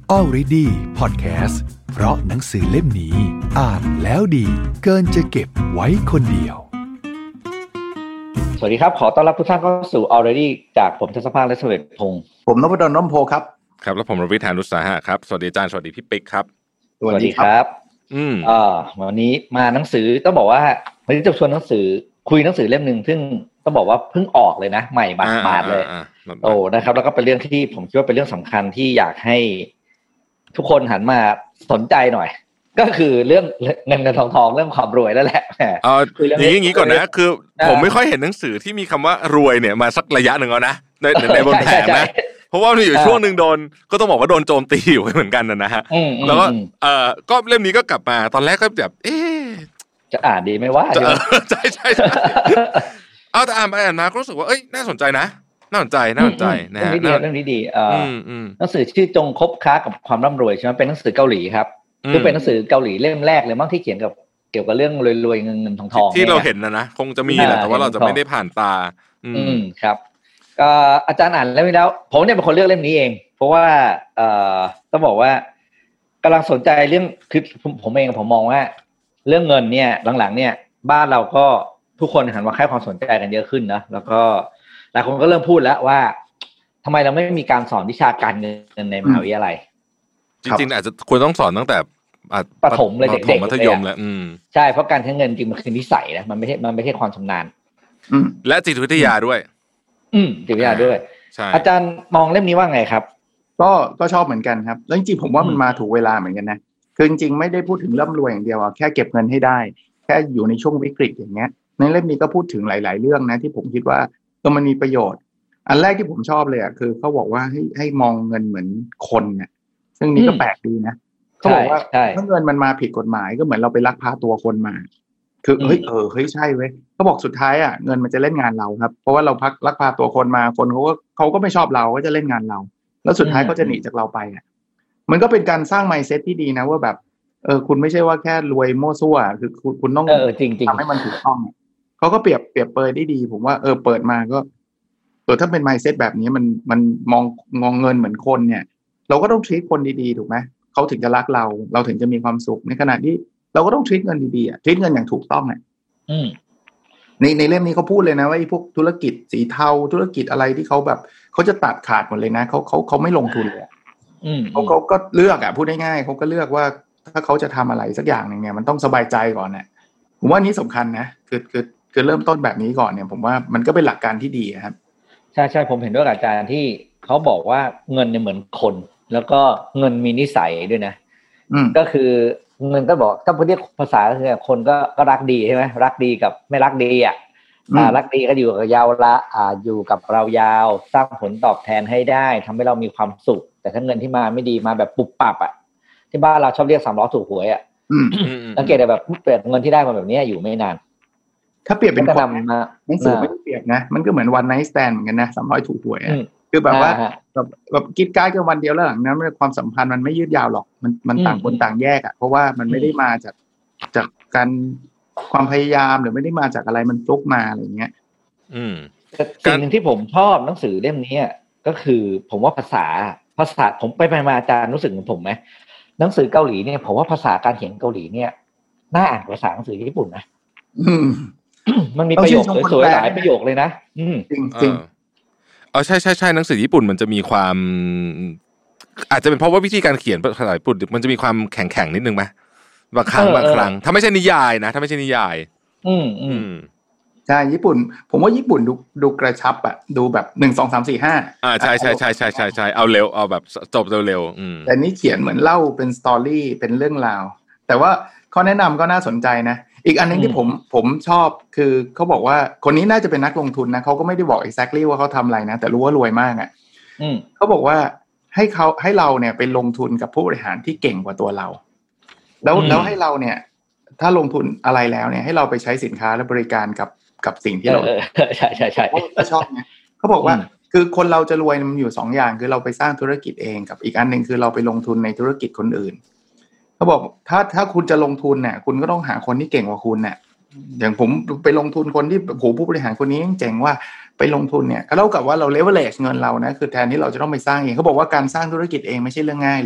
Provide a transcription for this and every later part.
Already Podcast เพราะหนังสือเล่มนี้อ่านแล้วดีเกินจะเก็บไว้คนเดียวสวัสดีครับขอต้อนรับทุกท่านเข้าสู่ Already จากผมทัศภาคและเสวตพงศ์ผมนพดล ร่มโพครับครับแล้วผมรวิธานุสาหะครับสวัสดีอาจารย์สวัสดีพี่ปิ๊กครับสวัสดีครับวันนี้มาหนังสือต้องบอกว่าวันนี้จะชวนหนังสือคุยหนังสือเล่มนึงซึ่งต้องบอกว่าเพิ่งออกเลยนะใหม่บาดๆเลยนะครับแล้วก็เป็นเรื่องที่ผมคิดว่าเป็นเรื่องสำคัญที่อยากให้ทุกคนหันมาสนใจหน่อยก็คือเรื่องเงินทองเรื่องความรวยแล้วแหละอย่างนี้ก่อนนะคือผมไม่ค่อยเห็นหนังสือที่มีคำว่ารวยเนี่ยมาสักระยะหนึ่งแล้วนะในบนแผงนะเพราะว่ามีอยู่ช่วงนึงโดนก็ต้องบอกว่าโดนโจมตีอยู่เหมือนกันนะฮะแล้วก็เล่มนี้ก็กลับมาตอนแรกก็แบบจะอ่านดีไหมวะใช่เอาแต่อ่านไปอ่านมาก็รู้สึกว่าน่าสนใจนะน่าสนใจนะฮะเรื่องนี้ดีหนังสือชื่อจงคบค้ากับความร่ำรวยใช่ไหมเป็นหนังสือเกาหลีครับคือเป็นหนังสือเกาหลีเล่มแรกเลยมั้งที่เขียนกับเกี่ยวกับเรื่องรวยเงินทองที่เราเห็นนะคงจะมีแหละแต่ว่าเราจะไม่ได้ผ่านตาครับอาจารย์อ่านเล่มนี้แล้วผมเนี่ยเป็นคนเลือกเล่มนี้เองเพราะว่าต้องบอกว่ากำลังสนใจเรื่องคือผมเองผมมองว่าเรื่องเงินเนี่ยหลังๆเนี่ยบ้านเราก็ทุกคนหันมาให้ความสนใจกันเยอะขึ้นนะแล้วก็หลายคนก็เริ่มพูดแล้วว่าทำไมเราไม่มีการสอนวิชาการเงินในมหาวิทยาลัยจริงๆอาจจะควรต้องสอนตั้งแต่ประถมเลยเด็กๆมัธยมแล้วใช่เพราะการใช้เงินจริงมันคือนิสัยนะมันไม่ใช่ความชำนาญและจิตวิทยาด้วยจิตวิทยาด้วยอาจารย์มองเล่มนี้ว่าไงครับก็ชอบเหมือนกันครับแล้วจริงๆผมว่ามันมาถูกเวลาเหมือนกันนะคือจริงๆไม่ได้พูดถึงร่ำรวยอย่างเดียวแค่เก็บเงินให้ได้แค่อยู่ในช่วงวิกฤตอย่างเงี้ยในเล่มนี้ก็พูดถึงหลายๆเรื่องนะที่ผมคิดว่ามันมีประโยชน์อันแรกที่ผมชอบเลยคือเขาบอกว่าให้มองเงินเหมือนคนเนี่ยซึ่งนี่ก็แปลกดีนะเขาบอกว่าถ้าเงินมันมาผิดกฎหมายก็เหมือนเราไปลักพาตัวคนมาคือเฮ้ยใช่เว้ยเขาบอกสุดท้ายเงินมันจะเล่นงานเราครับเพราะว่าเราลักพาตัวคนมาคนเขาก็ไม่ชอบเราก็จะเล่นงานเราแล้วสุดท้ายก็จะหนีจากเราไปมันก็เป็นการสร้าง mindset ที่ดีนะว่าแบบคุณไม่ใช่ว่าแค่รวยมั่วซั่วคือคุณต้องทำให้มันถูกต้องเขาก็เปรียบเปรยได้ดีผมว่าเปิดมาก็ถ้าเป็น mindset แบบนี้มันมองเงินเหมือนคนเนี่ยเราก็ต้อง treat คนดีๆถูกไหมเขาถึงจะรักเราถึงจะมีความสุขในขณะที่เราก็ต้อง treat เงินดีๆtreat เงินอย่างถูกต้องในเล่มนี้เขาพูดเลยนะว่าไอ้พวกธุรกิจสีเทาธุรกิจอะไรที่เขาแบบเขาจะตัดขาดหมดเลยนะเขาไม่ลงทุนเลยเขาก็เลือกพูดง่ายๆเขาก็เลือกว่าถ้าเขาจะทำอะไรสักอย่างนึงเนี่ยมันต้องสบายใจก่อนเนี่ยผมว่านี้สำคัญนะคือเริ่มต้นแบบนี้ก่อนเนี่ยผมว่ามันก็เป็นหลักการที่ดีครับใช่ผมเห็นด้วยกับอาจารย์ที่เขาบอกว่าเงินเนี่ยเหมือนคนแล้วก็เงินมีนิสัยด้วยนะก็คือเงินก็บอกถ้าพูดเรียกภาษาคือคนก็รักดีใช่ไหมรักดีกับไม่รักดีรักดีก็อยู่กับยาวละอยู่กับเรายาวสร้างผลตอบแทนให้ได้ทำให้เรามีความสุขแต่ถ้าเงินที่มาไม่ดีมาแบบปุบปับที่บ้านเราชอบเรียก3ล้อถูกหวยสังเกตได้แบบเปลี่ยนเงินที่ได้มาแบบนี้อยู่ไม่นานถ้าเปรียบเป็นคนหนังสือไม่เปรียบนะมันก็เหมือนวันไนท์สแตนด์เหมือนกันนะ300ถูกหวยคือแบบว่าแบบกินก้ายกันวันเดียวแล้วหลังนั้นความสัมพันธ์มันไม่ยืดยาวหรอกมันต่างคนต่างแยกเพราะว่ามันไม่ได้มาจากการความพยายามหรือไม่ได้มาจากอะไรมันฟลุกมาอะไรอย่างเงี้ยสิ่งหนึ่งที่ผมชอบหนังสือเล่มนี้ก็คือผมว่าภาษาผมไปมาอาจารย์รู้สึกเหมือนผมไหมหนังสือเกาหลีเนี่ยผมว่าภาษาการเขียนเกาหลีเนี่ยน่าอ่านภาษาหนังสือญี่ปุ่นนะมันมีประโยคสวยๆหลายประโยคเลยนะจริงใช่หนังสือญี่ปุ่นมันจะมีความอาจจะเป็นเพราะว่าวิธีการเขียนภาษาญี่ปุ่นมันจะมีความแข็งนิดนึงไหมบางครั้งถ้าไม่ใช่นิยายนะถ้าไม่ใช่นิยายใช่ญี่ปุ่นผมว่าญี่ปุ่นดูกระชับดูแบบ1 2 3 4 5 ใช่เอาเร็วเอาแบบจบเร็วๆแต่นี่เขียนเหมือนเล่าเป็นสตอรี่เป็นเรื่องราวแต่ว่าข้อแนะนำก็น่าสนใจนะอีกอันนึงที่ผมชอบคือเขาบอกว่าคนนี้น่าจะเป็นนักลงทุนนะเขาก็ไม่ได้บอก exactly ว่าเขาทำอะไรนะแต่รู้ว่ารวยมากเขาบอกว่าให้เราเนี่ยไปลงทุนกับผู้บริหารที่เก่งกว่าตัวเราแล้วให้เราเนี่ยถ้าลงทุนอะไรแล้วเนี่ยให้เราไปใช้สินค้าและบริการกับสิ่งที่เราใช่ก็ชอบไงเขาบอกว่าคือคนเราจะรวยมันอยู่2อย่างคือเราไปสร้างธุรกิจเองกับอีกอันนึงคือเราไปลงทุนในธุรกิจคนอื่นเขาบอกถ้าคุณจะลงทุนเนี่ยคุณก็ต้องหาคนที่เก่งกว่าคุณเนี่ยอย่างผมไปลงทุนคนที่โหผู้บริหารคนนี้เจ๋งว่าไปลงทุนเนี่ยก็เท่ากับว่าเราเลเวอเรจเงินเรานะคือแทนที่เราจะต้องไปสร้างเองเขาบอกว่าการสร้างธุรกิจเองไม่ใช่เรื่องง่ายเลย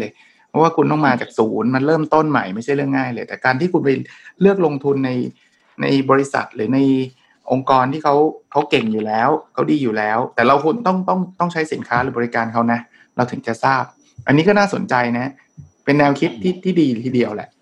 เพราะว่าคุณต้องมาจากศูนย์มันเริ่มต้นใหม่ไม่ใช่เรื่องง่ายเลยแต่การที่คุณไปเลือกลงทุนในบริษัทหรือในองค์กรที่เขาเก่งอยู่แล้วเขาดีอยู่แล้วแต่เราควรต้องใช้สินค้าหรือบริการเขานะเราถึงจะทราบอันนี้ก็น่าสนใจนะเป็นแนวคิดที่ดีทีเดียวแหละ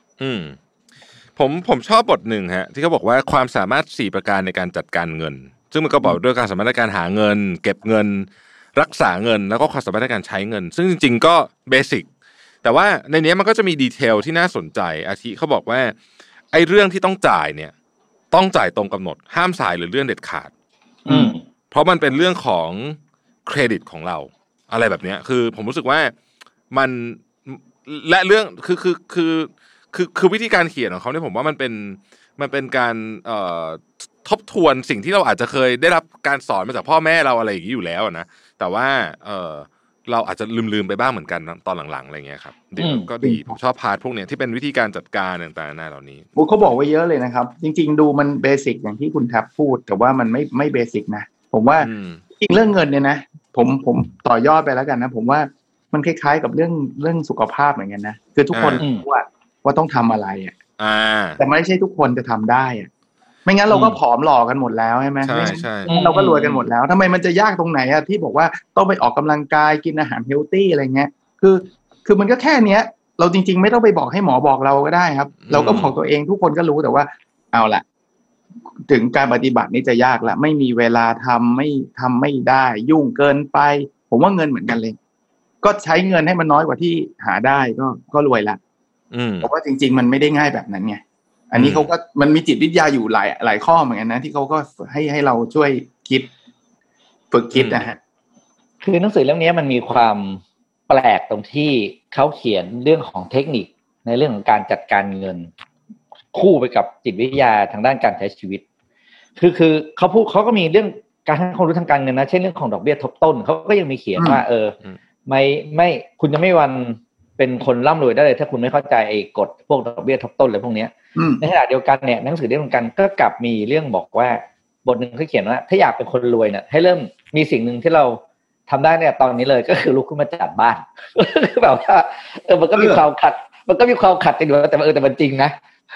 ผมชอบบทหนึ่งฮะที่เขาบอกว่าความสามารถ4ประการในการจัดการเงินซึ่งมันก็บอกด้วยการสามารถในการหาเงินเก็บเงินรักษาเงินแล้วก็ความสามารถในการใช้เงินซึ่งจริงๆก็เบสิกแต่ว่าในนี้มันก็จะมีดีเทลที่น่าสนใจอาทิเขาบอกว่าไอ้เรื่องที่ต้องจ่ายเนี่ยต้องจ่ายตรงกำหนดห้ามสายหรือเลื่อนเด็ดขาดเพราะมันเป็นเรื่องของเครดิตของเราอะไรแบบนี้คือผมรู้สึกว่ามันและเรื่องคือวิธีการเขียนของเขาเนี่ยผมว่ามันเป็นการทบทวนสิ่งที่เราอาจจะเคยได้รับการสอนมาจากพ่อแม่เราอะไรอย่างนี้อยู่แล้วนะแต่ว่าเราอาจจะลืมไปบ้างเหมือนกันตอนหลังๆอะไรเงี้ยครับก็ดีผมชอบพาร์ทพวกเนี้ยที่เป็นวิธีการจัดการต่างๆเหล่านี้เขาบอกไว้เยอะเลยนะครับจริงๆดูมันเบสิกอย่างที่คุณแท็บพูดแต่ว่ามันไม่เบสิกนะผมว่าจริงเรื่องเงินเนี่ยนะผมต่อยอดไปแล้วกันนะผมว่ามันคล้ายๆกับเรื่องสุขภาพเหมือนกันนะคือทุกคนรู้ว่าต้องทำอะไรแต่ไม่ใช่ทุกคนจะทำได้ไม่งั้นเราก็ผอมหล่อกันหมดแล้วใช่ไหมใช่เราก็รวยกันหมดแล้วทำไมมันจะยากตรงไหนที่บอกว่าต้องไปออกกำลังกายกินอาหารเฮลตี้อะไรเงี้ยคือมันก็แค่เนี้ยเราจริงๆไม่ต้องไปบอกให้หมอบอกเราก็ได้ครับเราก็บอกตัวเองทุกคนก็รู้แต่ว่าเอาล่ะถึงการปฏิบัตินี่จะยากละไม่มีเวลาทำไม่ได้ยุ่งเกินไปผมว่าเงินเหมือนกันเลยก็ใช้เงินให้มันน้อยกว่าที่หาได้ก็รวยละเพราะว่าจริงๆมันไม่ได้ง่ายแบบนั้นไงอันนี้เขาก็มันมีจิตวิทยาอยู่หลายข้อเหมือนกันนะที่เขาก็ให้เราช่วยคิดฝึกคิดนะฮะคือหนังสือเล่มนี้มันมีความแปลกตรงที่เขาเขียนเรื่องของเทคนิคในเรื่องของการจัดการเงินคู่ไปกับจิตวิทยาทางด้านการใช้ชีวิตคือเขาก็มีเรื่องการให้ความรู้ทางการเงินนะเช่นเรื่องของดอกเบี้ยทบต้นเขาก็ยังมีเขียนว่าไม่คุณจะไม่วันเป็นคนร่ำรวยได้เลยถ้าคุณไม่เข้าใจไอ้กฎพวกดอกเบี้ยทบต้นอะไรพวกนี้ในขณะเดียวกันเนี่ยหนังสือเรื่องกันก็กลับมีเรื่องบอกว่าบทหนึ่งเขาเขียนว่าถ้าอยากเป็นคนรวยเนี่ยให้เริ่มมีสิ่งหนึ่งที่เราทำได้เนี่ยตอนนี้เลยก็คือลุกขึ้นมาจัดบ้านแบบว่ามันก็มีความขัดกันอยู่แต่แต่มันจริงนะ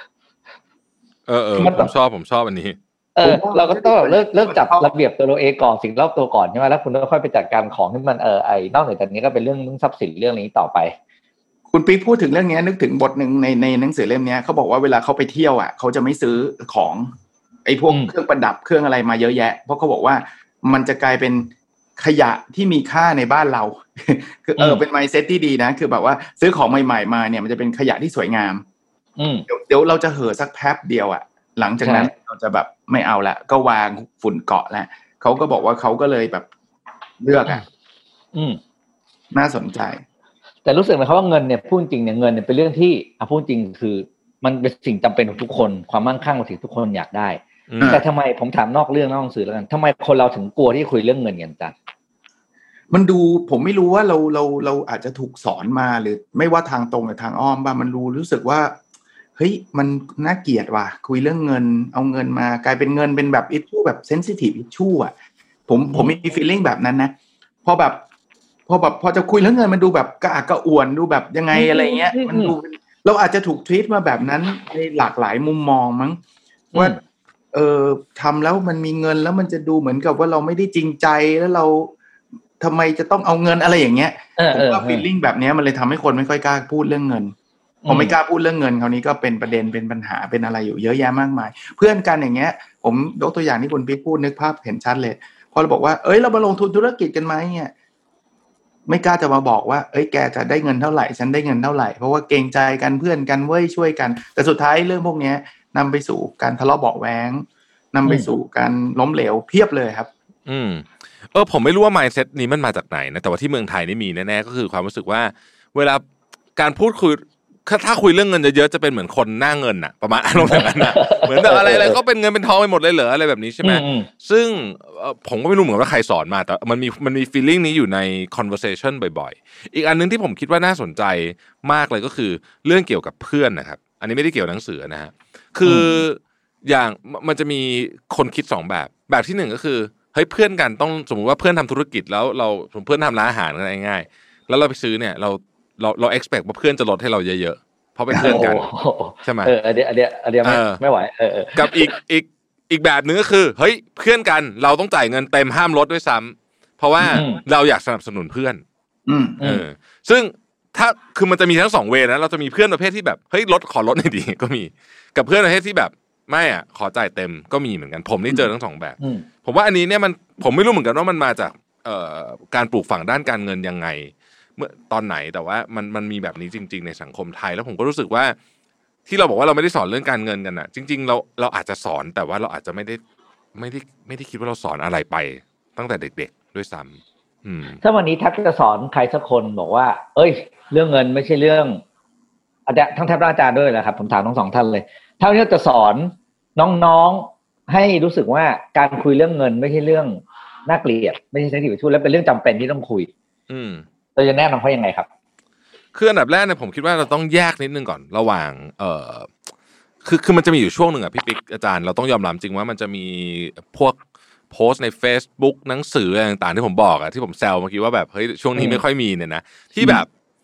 ผมชอบอันนี้เราก็ต้องเริ่มจัดระเบียบตัวเราเองก่อนสิ่งรอบตัวก่อนใช่ไหมแล้วคุณก็ค่อยไปจัดการของที่มันนอกเหนือจากนี้ก็เป็นเรื่องทรัพย์สินเรื่องนี้ต่อไปคุณปิ๊กพูดถึงเรื่องนี้นึกถึงบทหนึ่งในหนังสือเล่มนี้เขาบอกว่าเวลาเขาไปเที่ยวเขาจะไม่ซื้อของไอ้พวกเครื่องประดับเครื่องอะไรมาเยอะแยะเพราะเขาบอกว่ามันจะกลายเป็นขยะที่มีค่าในบ้านเราคือเป็น mindset ที่ดีนะคือแบบว่าซื้อของใหม่ๆมาเนี่ยมันจะเป็นขยะที่สวยงามเดี๋ยวเราจะเห่อสักแป๊บเดียวหลังจากนั้นเราจะแบบไม่เอาละก็วางฝุ่นเกาะแล้วเขาก็บอกว่าเขาก็เลยแบบเลือกน่าสนใจแต่รู้สึกไหมครับว่าเงินเนี่ยพูดจริงเนี่ยเงินเนี่ยเป็นเรื่องที่พูดจริงคือมันเป็นสิ่งจำเป็นของทุกคนความมั่งคั่งของสิ่งทุกคนอยากได้แต่ทำไมผมถามนอกเรื่องนอกหนังสือแล้วกันทำไมคนเราถึงกลัวที่คุยเรื่องเงินกันจังมันดูผมไม่รู้ว่าเราอาจจะถูกสอนมาหรือไม่ว่าทางตรงหรือทางอ้อมบ้างมันรู้สึกว่าเฮ้ยมันน่าเกลียดว่ะคุยเรื่องเงินเอาเงินมากลายเป็นเงินเป็นแบบอิชชูแบบเซนซิทีฟอิชชูผมมีฟีลลิ่งแบบนั้นนะพอจะคุยเรื่องเงินมันดูแบบกระอักกระอ่วนดูแบบยังไงอะไรเงี้ยมันดูเราอาจจะถูกทวีตมาแบบนั้นในหลากหลายมุมมองมั้งว่าทำแล้วมันมีเงินแล้วมันจะดูเหมือนกับว่าเราไม่ได้จริงใจแล้วเราทำไมจะต้องเอาเงินอะไรอย่างเงี้ยผมว่าฟีลลิ่งแบบนี้มันเลยทำให้คนไม่ค่อยกล้าพูดเรื่องเงินพอไม่กล้าพูดเรื่องเงินคราวนี้ก็เป็นประเด็นเป็นปัญหาเป็นอะไรอยู่เยอะแยะมากมายเพื่อนกันอย่างเงี้ยผมยกตัวอย่างที่คุณปิ๊กพูดนึกภาพเห็นชัดเลยพอเราบอกว่าเรามาลงทุนธุรกิจกันไหมเนี่ยไม่กล้าจะมาบอกว่าแกจะได้เงินเท่าไหร่ฉันได้เงินเท่าไหร่เพราะว่าเกรงใจกันเพื่อนกันเว้ยช่วยกันแต่สุดท้ายเรื่องพวกนี้นำไปสู่การทะเลาะเบาะแว้งนำไปสู่การล้มเหลวเพียบเลยครับผมไม่รู้ว่า mindset นี้มันมาจากไหนนะแต่ว่าที่เมืองไทยนี่มีแน่ๆก็คือความรู้สึกว่าเวลาการพูดคุยถ้าคุยเรื่องเงินเยอะๆจะเป็นเหมือนคนหน้าเงินน่ะประมาณอารมณ์แบบนั้นน่ะเหมือนแบบอะไรๆก็เป็นเงินเป็นทองไปหมดเลยเหรออะไรแบบนี้ใช่ไหมซึ่งผมก็ไม่รู้เหมือนว่าใครสอนมาแต่มันมี feeling นี้อยู่ใน conversation บ่อยๆอีกอันนึงที่ผมคิดว่าน่าสนใจมากเลยก็คือเรื่องเกี่ยวกับเพื่อนนะครับอันนี้ไม่ได้เกี่ยวกับหนังสือนะฮะคืออย่างมันจะมีคนคิด2แบบที่1ก็คือเฮ้ยเพื่อนกันต้องสมมุติว่าเพื่อนทำธุรกิจแล้วเราเพื่อนทำร้านอาหารกันง่ายๆแล้วเราไปซื้อเนี่ยเรา expect ว่าเพื่อนจะลดให้เราเยอะๆเพราะเป็นเพื่อนกันใช่ไหมอันเดียวไม่ไหวกับอีกแบบนึงก็คือเฮ้ยเพื่อนกันเราต้องจ่ายเงินเต็มห้ามลดด้วยซ้ำเพราะว่าเราอยากสนับสนุนเพื่อนซึ่งถ้าคือมันจะมีทั้ง2เวนะเราจะมีเพื่อนประเภทที่แบบเฮ้ยขอลดหน่อยดีก็มีกับเพื่อนประเภทที่แบบไม่อ่ะขอจ่ายเต็มก็มีเหมือนกันผมนี่เจอทั้ง2แบบผมว่าอันนี้เนี่ยผมไม่รู้เหมือนกันว่ามันมาจากการปลูกฝังด้านการเงินยังไงเมื่อตอนไหนแต่ว่ามันมีแบบนี้จริงๆในสังคมไทยแล้วผมก็รู้สึกว่าที่เราบอกว่าเราไม่ได้สอนเรื่องการเงินกันน่ะจริงๆเราอาจจะสอนแต่ว่าเราอาจจะไม่ได้คิดว่าเราสอนอะไรไปตั้งแต่เด็กๆด้วยซ้ำถ้าวันนี้ทักจะสอนใครสักคนบอกว่าเอ้ยเรื่องเงินไม่ใช่เรื่องอาจารย์ทั้งอาจารย์ด้วยแหละครับผมถามทั้ง2ท่านเลยถ้าวันนี้จะสอนน้องๆให้รู้สึกว่าการคุยเรื่องเงินไม่ใช่เรื่องน่าเกลียดไม่ใช่เรื่องที่ผิดและเป็นเรื่องจำเป็นที่ต้องคุยเราจะแนะนำเขายังไงครับคืออันดับแรกเนี่ยผมคิดว่าเราต้องแยกนิดนึงก่อนระหว่างคือมันจะมีอยู่ช่วงหนึ่งอ่ะพี่ปิ๊กอาจารย์เราต้องยอมรับจริงว่ามันจะมีพวกโพสต์ใน Facebook หนังสืออะไรต่างๆที่ผมบอกอ่ะที่ผมแซวเมื่อกี้ว่าแบบเฮ้ยช่วงนี้ไม่ค่อยมีเนี่ยนะที่แบบ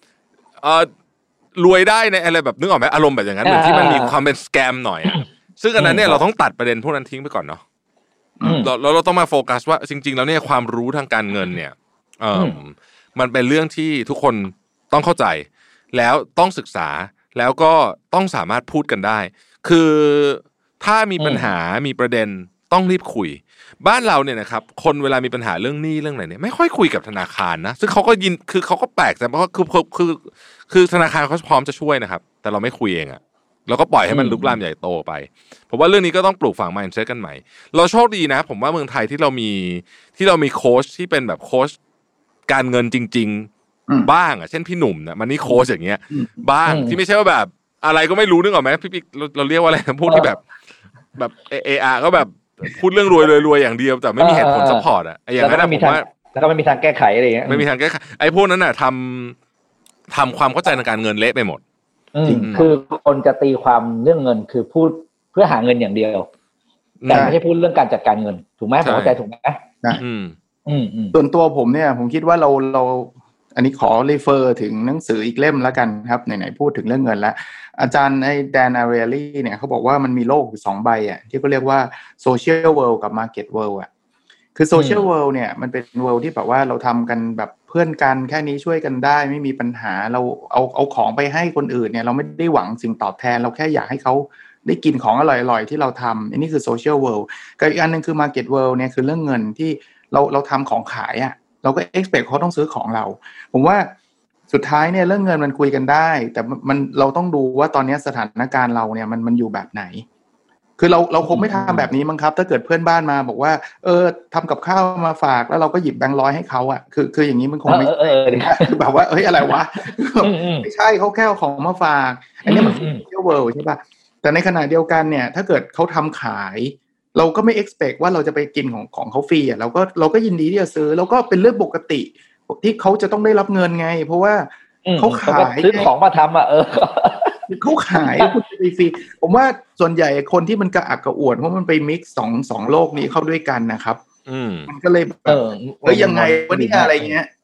รวยได้ในอะไรแบบนึกออกไหมอารมณ์แบบอย่างนั้นเหมือนที่มันมีความเป็นสแกมหน่อยอ่ะซึ่งอันนั้นเนี่ยเราต้องตัดประเด็นพวกนั้นทิ้งไปก่อนเนาะเราต้องมาโฟกัสว่าจริงๆแล้วเนี่ยความรู้ทางการเงินเนี่ยมันเป็นเรื่องที่ทุกคนต้องเข้าใจแล้วต้องศึกษาแล้วก็ต้องสามารถพูดกันได้คือถ้ามีปัญหามีประเด็นต้องรีบคุยบ้านเราเนี่ยนะครับคนเวลามีปัญหาเรื่องหนี้เรื่องอะไรเนี่ยไม่ค่อยคุยกับธนาคารนะซึ่งเขาก็คือเขาก็แปลกแต่เพราะว่าคือธนาคารเขาพร้อมจะช่วยนะครับแต่เราไม่คุยเองอะเราก็ปล่อยให้มันลุกลามใหญ่โตไปผมว่าเรื่องนี้ก็ต้องปลูกฝัง mindset กันใหม่เราโชคดีนะผมว่าเมืองไทยที่เรามีโค้ชที่เป็นแบบโค้ชการเงินจริงๆบ้างอ่ะเช่นพี่หนุ่มเนี่ยมันนี่โค้ชอย่างเงี้ยบ้างที่ไม่ใช่ว่าแบบอะไรก็ไม่รู้นึกออกไหมพี่เราเรียกว่าอะไรนะพูดที่แบบAR ก็แบบพูดเรื่องรวยอย่างเดียวแต่ไม่มีเหตุผลซัพพอร์ตอ่ะอย่างนั้นผมว่าแล้วก็ไม่มีทางแก้ไขอะไรอย่างเงี้ยไม่มีทางแก้ไขไอ้พวกนั้นน่ะทำความเข้าใจในการเงินเละไปหมดคือคนจะตีความเรื่องเงินคือพูดเพื่อหาเงินอย่างเดียวแต่ไม่ใช่พูดเรื่องการจัดการเงินถูกไหมผมเข้าใจถูกไหมส่วนตัวผมเนี่ยผมคิดว่าเราอันนี้ขอรีเฟอร์ถึงหนังสืออีกเล่มแล้วกันครับไหนๆพูดถึงเรื่องเงินแล้วอาจารย์แดนอาเรียลี่เนี่ยเขาบอกว่ามันมีโลกอยู่2ใบอ่ะที่เขาเรียกว่าโซเชียลเวิลด์กับมาร์เก็ตเวิลด์อ่ะคือโซเชียลเวิลด์เนี่ยมันเป็นเวิลด์ที่แบบว่าเราทำกันแบบเพื่อนกันแค่นี้ช่วยกันได้ไม่มีปัญหาเราเอาของไปให้คนอื่นเนี่ยเราไม่ได้หวังสิ่งตอบแทนเราแค่อยากให้เขาได้กินของอร่อยๆที่เราทำอันนี้คือโซเชียลเวิลด์กับอีกอันนึงคือมาร์เก็ตเวิลด์เนี่ยคือเรื่องเงินที่เราทำของขายอ่ะเราก็ expect เขาต้องซื้อของเราผมว่าสุดท้ายเนี่ยเรื่องเงินมันคุยกันได้แต่เราต้องดูว่าตอนนี้สถานการณ์เราเนี่ยมันอยู่แบบไหนคือเราคงไม่ทำแบบนี้มั้งครับถ้าเกิดเพื่อนบ้านมาบอกว่าทำกับข้าวมาฝากแล้วเราก็หยิบแบงค์ร้อยให้เขาอ่ะคืออย่างนี้มันคงไม่คือแบบว่าอะไรวะไม่ใช่เขาแค่เอาของมาฝากอันนี้มันเที่ยวเวิลด์ใช่ป่ะแต่ในขณะเดียวกันเนี่ยถ้าเกิดเขาทำขายเราก็ไม่ expect ว่าเราจะไปกินของเขาฟรีอ่ะเราก็ยินดีที่จะซื้อแล้วก็เป็นเรื่องปกติที่เขาจะต้องได้รับเงินไงเพราะว่าเขาขายซื้อของมาทำอ่ะเขาขายคุณจะไปฟรีผมว่าส่วนใหญ่คนที่มันกระอักกระอ่วนเพราะมันไปมิกซ์สองโลกนี้เข้าด้วยกันนะครับมันก็เลยยังไงวันนี้อะไรเงี้ย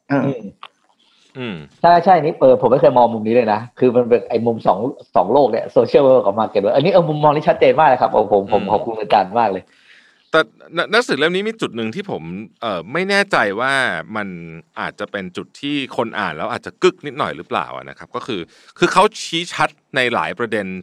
ใช่นี่ผมไม่เคยมองมุมนี้เลยนะคือมันเป็นไอ้มุมสองโลกเนี่ยโซเชียลกับมาร์เก็ตอันนี้มุมมองที่ชัดเจนมากเลยครับผมขอบคุณอาจารย์มากเลยแต่หนังสือเล่มนี้มีจุดหนึ่งที่ผมไม่แน่ใจว่ามันอาจจะเป็นจุดที่คนอ่านแล้วอาจจะกึกนิดหน่อยหรือเปล่านะครับก็คือเขาชี้ชัดในหลายประเด็น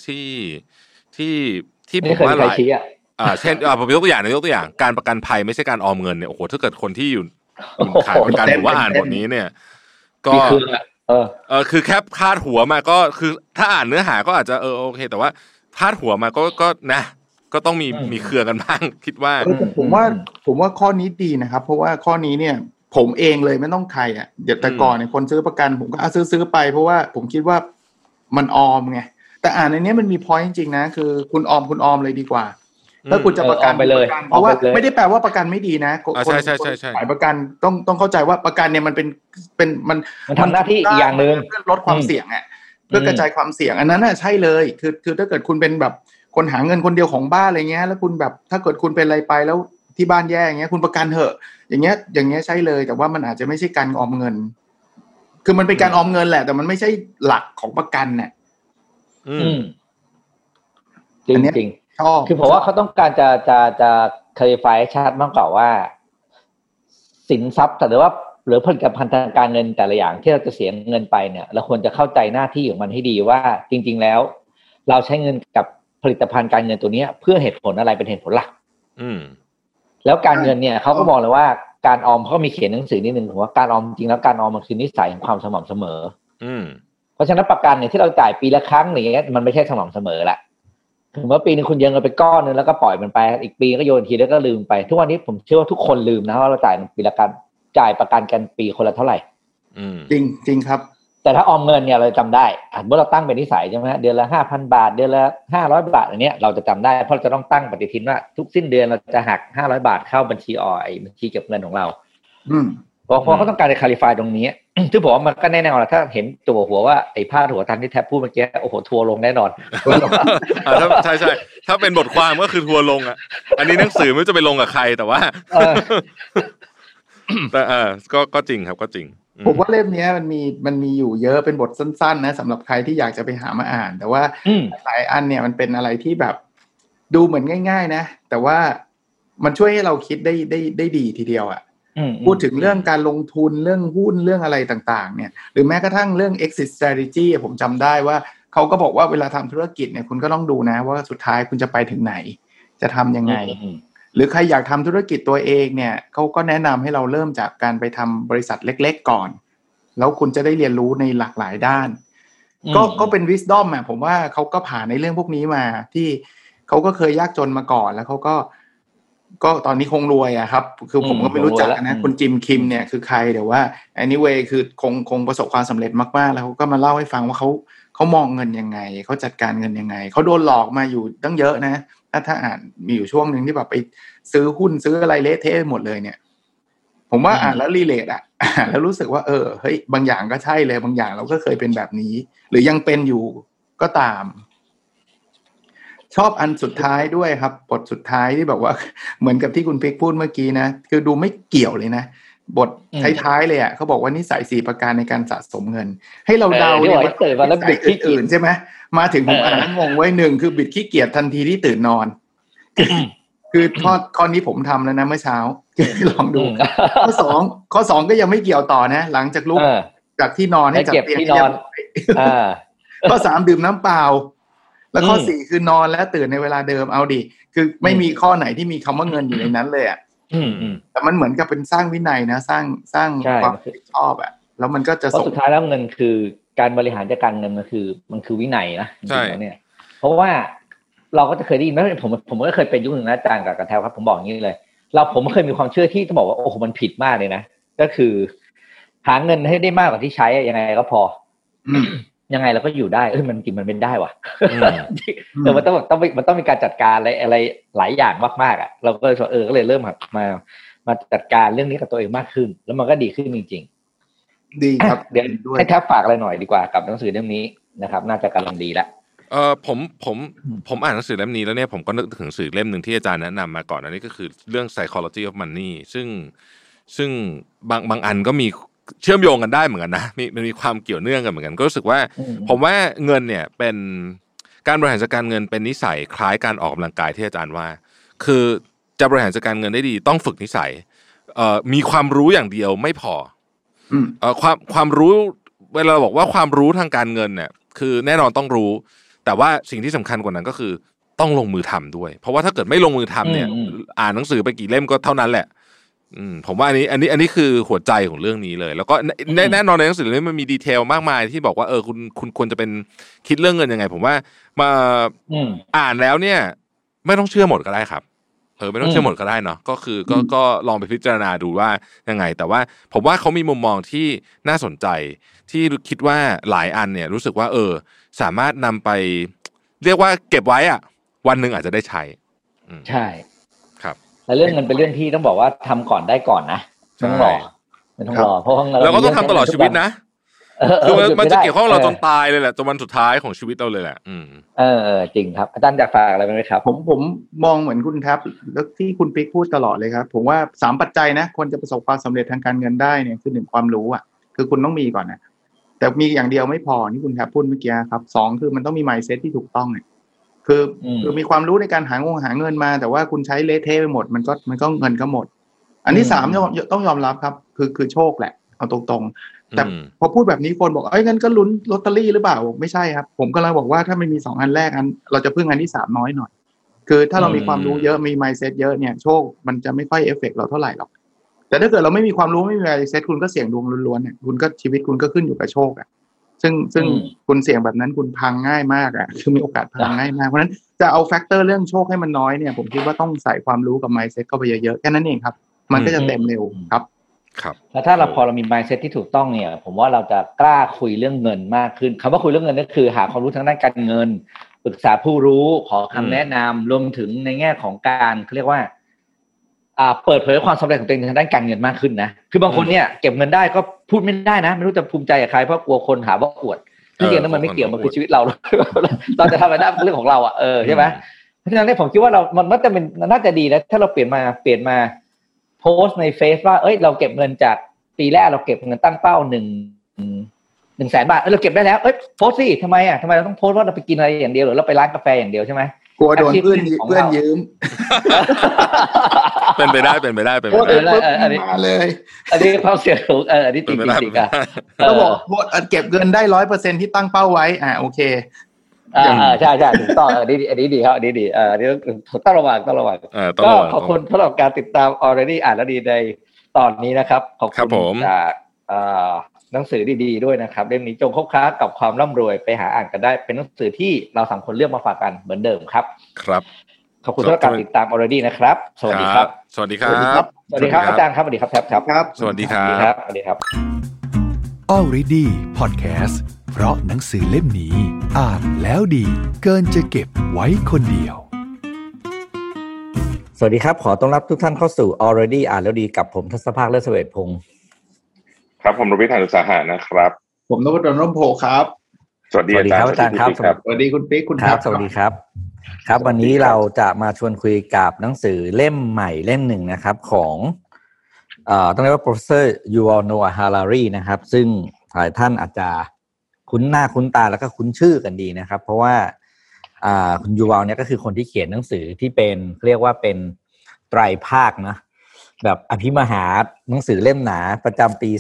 ที่ผมว่าหลายเช่นผมยกตัวอย่างการประกันภัยไม่ใช่การออมเงินเนี่ยโอ้โหถ้าเกิดคนที่อยู่ขายประกันหรือว่าอ่านบทนี้เนี่ยก็คือแค่พาดหัวมาก็คือถ้าอ่านเนื้อหาก็อาจจะโอเคแต่ว่าพาดหัวมาก็นะก็ต้องมีเครือกันบ้างคิดว่าผมว่าข้อนี้ดีนะครับเพราะว่าข้อนี้เนี่ยผมเองเลยไม่ต้องใครอ่ะเดี๋ยวแต่ก่อนเนี่ยคนซื้อประกันผมก็ซื้อไปเพราะว่าผมคิดว่ามันออมไงแต่อ่านในนี้มันมี point จริงๆนะคือคุณออมเลยดีกว่าถ้าคุณจะประกันไปเลยเพราะว่าไม่ได้แปลว่าประกันไม่ดีนะคนขายประกันต้องเข้าใจว่าประกันเนี่ยมันมันทำหน้าที่อีกอย่างนึงเพื่อลดความเสี่ยงอ่ะเพื่อกระจายความเสี่ยงอันนั้นน่ะใช่เลยคือถ้าเกิดคุณเป็นแบบคนหาเงินคนเดียวของบ้านอะไรเงี้ยแล้วคุณแบบถ้าเกิดคุณเป็นอะไรไปแล้วที่บ้านแย่อย่างเงี้ยคุณประกันเถอะอย่างเงี้ยใช่เลยแต่ว่ามันอาจจะไม่ใช่การออมเงินคือมันเป็นการออมเงินแหละแต่มันไม่ใช่หลักของประกันเนี่ยจริงๆคือผมว่าเขาต้องการจะclarify ให้ชัดมากกว่าว่าสินทรัพย์หรือว่าหรือผลิตภัณฑ์ทางการเงินแต่ละอย่างที่เราจะเสียเงินไปเนี่ยเราควรจะเข้าใจหน้าที่ของมันให้ดีว่าจริงๆแล้วเราใช้เงินกับผลิตภัณฑ์การเงินตัวนี้เพื่อเหตุผลอะไรเป็นเหตุผลหลักแล้วการเงินเนี่ยเขาก็บอกเลยว่าการออมเขามีเขียนหนังสือนิดนึงถึงว่าการออมจริงแล้วการออมมันคือนิสัยของความสม่ำเสมอเพราะฉะนั้นประกันเนี่ยที่เราจ่ายปีละครั้งอย่างเงี้ยมันไม่ใช่สม่ำเสมอละถึงว่าปีนึงคุณยืมเงินไปก้อนนึงแล้วก็ปล่อยมันไปอีกปีก็โยนทีแล้วก็ลืมไปทุกวันนี้ผมเชื่อว่าทุกคนลืมนะว่าเราจ่ายปีละกันจ่ายประกันกันปีคนละเท่าไหร่จริงจริงครับแต่ถ้าออมเงินเนี่ยเราจำได้เมื่อเราตั้งเป็นนิสัยใช่ไหมเดือนละ 5,000 บาทเดือนละ500 บาทอันเนี้ยเราจะจำได้เพราะเราจะต้องตั้งปฏิทินว่าทุกสิ้นเดือนเราจะหัก500 บาทเข้าบัญชีบัญชีเก็บเงินของเราเพราะเขาต้องการจะคลาริฟายตรงนี้ซึ่งผมว่ามันก็แน่นอนถ้าเห็นตัวหัวว่าไอ้พาดหัวทันที่แทบพูดเมื่อกี้โอ้โหทัวลงแน่นอนใช่ใช่ถ้าเป็นบทความก็คือทัวลงอ่ะอันนี้หนังสือไม่จะไปลงกับใครแต่ว่าแต่ก็จริงครับก็จริงผมว่าเล่มนี้มันมีอยู่เยอะเป็นบทสั้นๆนะสำหรับใครที่อยากจะไปหามาอ่านแต่ว่าหลายอันเนี่ยมันเป็นอะไรที่แบบดูเหมือนง่ายๆนะแต่ว่ามันช่วยให้เราคิดได้ดีทีเดียวอ่ะพูดถึงเรื่องการลงทุนเรื่องหุ้นเรื่องอะไรต่างๆเนี่ยหรือแม้กระทั่งเรื่อง exit strategy ผมจำได้ว่าเขาก็บอกว่าเวลาทำธุรกิจเนี่ยคุณก็ต้องดูนะว่าสุดท้ายคุณจะไปถึงไหนจะทำยังไงหรือใครอยากทำธุรกิจตัวเองเนี่ยเขาก็แนะนำให้เราเริ่มจากการไปทำบริษัทเล็กๆก่อนแล้วคุณจะได้เรียนรู้ในหลากหลายด้านก็เป็น wisdom อ่ะผมว่าเขาก็ผ่านในเรื่องพวกนี้มาที่เขาก็เคยยากจนมาก่อนแล้วเขาก็ตอนนี้คงรวยอะครับคือผมก็ไม่รู้จักนะคุณจิมคิมเนี่ยคือใครแต่ว่า anyway คือคงประสบความสำเร็จมากๆแล้วเขาก็มาเล่าให้ฟังว่าเขามองเงินยังไงเขาจัดการเงินยังไงเขาโดนหลอกมาอยู่ตั้งเยอะนะถ้าอ่านมีอยู่ช่วงนึงที่แบบไปซื้อหุ้นซื้ออะไรเละเทะหมดเลยเนี่ยผมว่าอ่านแล้วรีเลทอ่ะแล้วรู้สึกว่าเฮ้ยบางอย่างก็ใช่เลยบางอย่างเราก็เคยเป็นแบบนี้หรือยังเป็นอยู่ก็ตามชอบอันสุดท้ายด้วยครับบทสุดท้ายที่แบบว่าเหมือนกับที่คุณพิกพูดเมื่อกี้นะคือดูไม่เกี่ยวเลยนะบทท้ายๆเลยอ่ะเขาบอกว่านิสัย4ประการในการสะสมเงินให้เราเดาเนี่ยว่าตื่นมาแล้วบิดขี้อื่นใช่ไหมมาถึงผมอ่านงงไว้1คือบิดขี้เกียจทันทีที่ตื่นนอนคือข้อนี้ผมทำแล้วนะเมื่อเช้าลองดูข้อ2ก็ยังไม่เกี่ยวต่อนะหลังจากลุกจากที่นอนให้จัดเตียงที่นอนข้อ3ดื่มน้ำเปล่าแล้วข้อ4คือนอนแล้วตื่นในเวลาเดิมเอาดิคือไม่มีข้อไหนที่มีคำว่าเงินอยู่ในนั้นเลยอ่ะแต่มันเหมือนกับเป็นสร้างวินัยนะสร้างความรับผิดชอบอ่ะแล้วมันก็จะสุดท้ายแล้วเงินคือการบริหารจัดการเงินมันคือวินัยนะจริงๆเนี่ยเพราะว่าเราก็จะเคยได้ยินไหมผมก็เคยเป็นยุคหนึ่งนะอาจารย์กับกระแทวครับผมบอกอย่างนี้เลยผมเคยมีความเชื่อที่จะบอกว่าโอ้โหมันผิดมากเลยนะก็คือหาเงินให้ได้มากกว่าที่ใช้ยังไงก็พอยังไงเราก็อยู่ได้มันจริงมันเป็นได้ว่ะแต่มันต้องมีการจัดการอะไรหลายอย่างมากๆอ่ะเราก็เลยก็เลยเริ่มมาจัดการเรื่องนี้กับตัวเองมากขึ้นแล้วมันก็ดีขึ้นจริงๆดีครับเดี๋ยวให้แทบฝากอะไรหน่อยดีกว่ากับหนังสือเล่มนี้นะครับน่าจะกำลังดีแล้วผมอ่านหนังสือเล่มนี้แล้วเนี่ยผมก็นึกถึงหนังสือเล่มนึงที่อาจารย์แนะนำมาก่อนอันนี้ก็คือเรื่อง psychology of money ซึ่งบางอันก็มีเชื่อมโยงกันได้เหมือนกันนะมันมีความเกี่ยวเนื่องกันเหมือนกันก็รู้สึกว่าผมว่าเงินเนี่ยเป็นการบริหารจัดการเงินเป็นนิสัยคล้ายการออกกำลังกายที่อาจารย์ว่าคือจะบริหารจัดการเงินได้ดีต้องฝึกนิสัยมีความรู้อย่างเดียวไม่พอความรู้เวลาบอกว่าความรู้ทางการเงินเนี่ยคือแน่นอนต้องรู้แต่ว่าสิ่งที่สำคัญกว่านั้นก็คือต้องลงมือทำด้วยเพราะว่าถ้าเกิดไม่ลงมือทำเนี่ยอ่านหนังสือไปกี่เล่มก็เท่านั้นแหละผมว่าอันนี้คือหัวใจของเรื่องนี้เลยแล้วก็แน่นอนในหนังสือเล่มมันมีดีเทลมากมายที่บอกว่าคุณควรจะเป็นคิดเรื่องเงินยังไงผมว่ามาอ่านแล้วเนี่ยไม่ต้องเชื่อหมดก็ได้ครับไม่ต้องเชื่อหมดก็ได้เนาะก็คือก็ลองไปพิจารณาดูว่ายังไงแต่ว่าผมว่าเขามีมุมมองที่น่าสนใจที่คิดว่าหลายอันเนี่ยรู้สึกว่าสามารถนำไปเรียกว่าเก็บไว้อ่ะวันหนึ่งอาจจะได้ใช้ใช่ครับแต่เรื่องเงินเป็นเรื่องที่ต้องบอกว่าทำก่อนได้ก่อนนะต้องรอเพราะเราก็ต้องทำตลอดชีวิตนะคือมันจะเกี่ยวข้องเราจนตายเลยแหละจนวันสุดท้ายของชีวิตเราเลยแหละจริงครับอาจารย์อยากฝากอะไรไหมครับผมมองเหมือนคุณครับแล้วที่คุณปิ๊กพูดตลอดเลยครับผมว่า3ปัจจัยนะคนจะประสบความสำเร็จทางการเงินได้เนี่ยคือ1ความรู้อ่ะคือคุณต้องมีก่อนนะแต่มีอย่างเดียวไม่พอนี่คุณครับพูดเมื่อกี้ครับ2คือมันต้องมี mindset ที่ถูกต้องเนี่ยคือมีความรู้ในการหาเงินมาแต่ว่าคุณใช้เละเทะไปหมดมันก็เงินก็หมดอันที่3เนี่ยต้องยอมรับครับคือโชคแหละเอาตรงๆแต่พอพูดแบบนี้คนบอกงั้นก็ลุ้นลอตเตอรี่หรือเปล่าไม่ใช่ครับผมก็เลยบอกว่าถ้าไม่มี2อันแรกเราจะพึ่งอันที่3น้อยหน่อยคือถ้าเรามีความรู้เยอะมี mindset เยอะเนี่ยโชคมันจะไม่ค่อยเอฟเฟคเราเท่าไหร่หรอกแต่ถ้าเกิดเราไม่มีความรู้ไม่มี mindset คุณก็เสี่ยงดวงล้วนๆเนี่ยคุณก็ชีวิตคุณก็ขึ้นอยู่กับโชคอ่ะซึ่งคุณเสี่ยงแบบนั้นคุณพังง่ายมากอ่ะคือมีโอกาสพังง่ายมากเพราะฉะนั้นจะเอาแฟกเตอร์เรื่องโชคให้มันน้อยเนี่ยผมคิดว่าต้องใส่ความรู้กับ mindset เข้าไปเยอะๆแค่นั้นเองครับมันก็จะเต็มเร็วครับแล้วถ้าเราพอเรามี mindset ที่ถูกต้องเนี่ยผมว่าเราจะกล้าคุยเรื่องเงินมากขึ้นคำว่าคุยเรื่องเงินก็คือหาความรู้ทางด้านการเงินปรึกษาผู้รู้ขอคำแนะนำรวมถึงในแง่ของการเขาเรียกว่าเปิดเผยความสำเร็จของตัวเองทางด้านการเงินมากขึ้นนะคือบางคนเนี่ยเก็บเงินได้ก็พูดไม่ได้นะไม่รู้จะภูมิใจกับใครเพราะกลัวคนหาว่าอวดที่จริงแล้วมันไม่เกี่ยวมันคือชีวิตเราเราจะทำอะไรได้เป็นเรื่องของเราใช่ไหมเพราะฉะนั้นเนี่ยผมคิดว่ามันน่าจะดีนะถ้าเราเปลี่ยนมาโพสต์ในเฟซว่าเราเก็บเงินจากปีแรกเราเก็บเงินตั้งเป้า100,000 บาทเราเก็บได้แล้วโพสต์สิทำไมเราต้องโพสต์ว่าเราไปกินอะไรอย่างเดียวหรือเราไปร้านกาแฟอย่างเดียวใช่ไหมกลัวโดนเพื่อนยืมเป็นไปได้อันนี้มาเลยอันนี้ความเสี่ยงสูงอันนี้จริงก็บอกเก็บเงินได้ 100% ที่ตั้งเป้าไว้โอเคใช่ถูกต้องอันนี้ดีครับอันนี้ดีอันนี้ต้องระวังก็ขอบคุณสำหรับการติดตาม already อ่านแล้วดีในตอนนี้นะครับขอบคุณจากหนังสือดีๆด้วยนะครับเล่มนี้จงคบค้ากับความร่ำรวยไปหาอ่านกันได้เป็นหนังสือที่เรา3คนเลือกมาฝากกันเหมือนเดิมครับครับขอบคุณสำหรับการติดตาม already นะครับสวัสดีครับสวัสดีครับอาจารย์ครับสวัสดีครับครับสวัสดีครับสวัสดีครับ already podcast เพราะหนังสือเล่มนี้อ่านแล้วดีเกินจะเก็บไว้คนเดียวสวัสดีครับขอต้อนรับทุกท่านเข้าสู่ already อ่านแล้วดีกับผมทัศภาค เลิศเสวตพงศ์ครับผมรวิทย์ หาญอุตสาหะนะครับผมนพดล ร่มโพครับสวัสดีอาจารย์ครับสวัสดีคุณปิ๊กคุณครับสวัสดีครับครับวันนี้เราจะมาชวนคุยกับหนังสือเล่มใหม่เล่มหนึ่งนะครับของต้องเรียกว่า Professor Yuval Noah Harari นะครับซึ่งหลายท่านอาจจะคุ้นหน้าคุ้นตาแล้วก็คุ้นชื่อกันดีนะครับเพราะว่าคุณยูวัลเนี่ยก็คือคนที่เขียนหนังสือที่เป็นเรียกว่าเป็นไตรภาคนะแบบอภิมหาหนังสือเล่มหนาประจำปี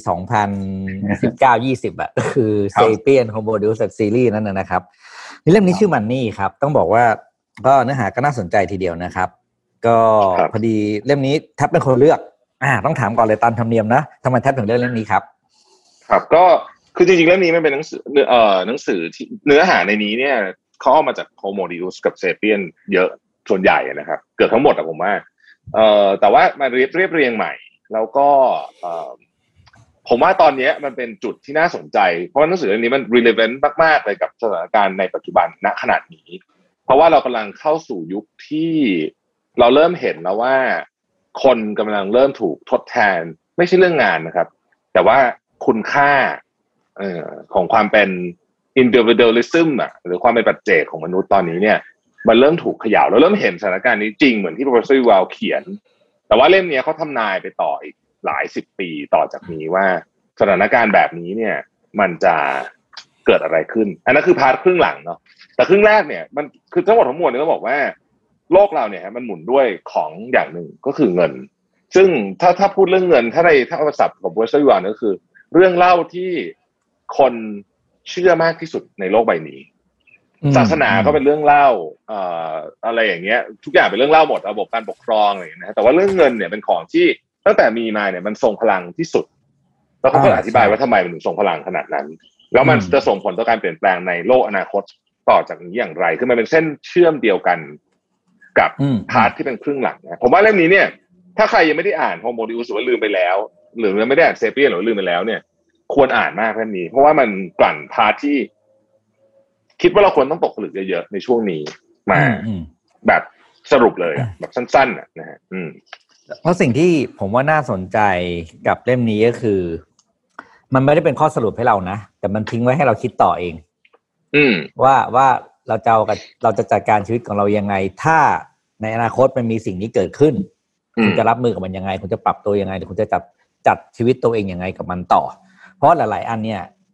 2019-20ก็คือ Sapien Homo Deus Series นั่นนะครับเล่มนี้ชื่อมันนี่ครับต้องบอกว่าก็เนื้อหาก็น่าสนใจทีเดียวนะครับก็พอดีเล่มนี้แทบเป็นคนเลือกต้องถามก่อนเลยตามธรรมเนียมนะทำไมแทบถึงเลือกเล่มนี้ครับครับก็คือจริงๆเล่มนี้มันเป็นหนังสือที่เนื้อหาในนี้เนี่ยเขาเอามาจาก Homo Deus กับ Sapien เยอะส่วนใหญ่นะครับเกือบทั้งหมดผมว่าแต่ว่ามาเรียบเรียงใหม่แล้วก็ผมว่าตอนนี้มันเป็นจุดที่น่าสนใจเพราะหนังสือเล่มนี้มัน relevant มากๆเลยกับสถานการณ์ในปัจจุบันณขณะนี้เพราะว่าเรากำลังเข้าสู่ยุคที่เราเริ่มเห็นแล้วว่าคนกำลังเริ่มถูกทดแทนไม่ใช่เรื่องงานนะครับแต่ว่าคุณค่าของความเป็น individualism หรือความเป็นปัจเจกของมนุษย์ตอนนี้เนี่ยมันเริ่มถูกเขย่าแล้วเริ่มเห็นสถานการณ์นี้จริงเหมือนที่ Professor Yuval เขียนแต่ว่าเล่มนี้เขาทำนายไปต่ออีกหลายสิบปีต่อจากนี้ว่าสถานการณ์แบบนี้เนี่ยมันจะเกิดอะไรขึ้นอันนั้นคือพาร์ทครึ่งหลังเนาะแต่ครึ่งแรกเนี่ยมันคือทั้งหมดทั้งมวลเนี่ยต้องบอกว่าโลกเราเนี่ยมันหมุนด้วยของอย่างหนึ่งก็คือเงินซึ่งถ้าพูดเรื่องเงินถ้าภาษาของ Professor Yuval ก็คือเรื่องเล่าที่คนเชื่อมากที่สุดในโลกใบนี้ศาสนาก็เป็นเรื่องเล่าอะไรอย่างเงี้ยทุกอย่างเป็นเรื่องเล่าหมดระบบการปกครองอะไรอย่างเงี้ยนะแต่ว่าเรื่องเงินเนี่ยเป็นของที่ตั้งแต่มีมาเนี่ยมันทรงพลังที่สุดแล้วเขาก็อธิบายว่าทำไมมันถึงทรงพลังขนาดนั้นแล้วมันจะส่งผลต่อการเปลี่ยนแปลงในโลกอนาคตต่อจากนี้อย่างไรคือมันเป็นเส้นเชื่อมเดียวกันกับพาร์ทที่เป็นครึ่งหลังนะผมว่าเล่มนี้เนี่ยถ้าใครยังไม่ได้อ่าน Homo Deus หรือลืมไปแล้วหรือไม่ได้อ่าน Sapien หรือลืมไปแล้วเนี่ยควรอ่านมากเล่มนี้เพราะว่ามันกลั่นพาร์ทที่คิดว่าเราควรต้องตกผลึกเยอะๆในช่วงนี้มาแบบสรุปเลยแบบสั้นๆนะฮะเพราะสิ่งที่ผมว่าน่าสนใจกับเล่มนี้ก็คือมันไม่ได้เป็นข้อสรุปให้เรานะแต่มันทิ้งไว้ให้เราคิดต่อเองว่าเราจะจัดการชีวิตของเรายังไงถ้าในอนาคตมันมีสิ่งนี้เกิดขึ้นคุณจะรับมือกับมันยังไงคุณจะปรับตัวยังไงหรือคุณจะจัดชีวิตตัวเองยังไงกับมันต่อเพราะหลายๆอันเนี่ย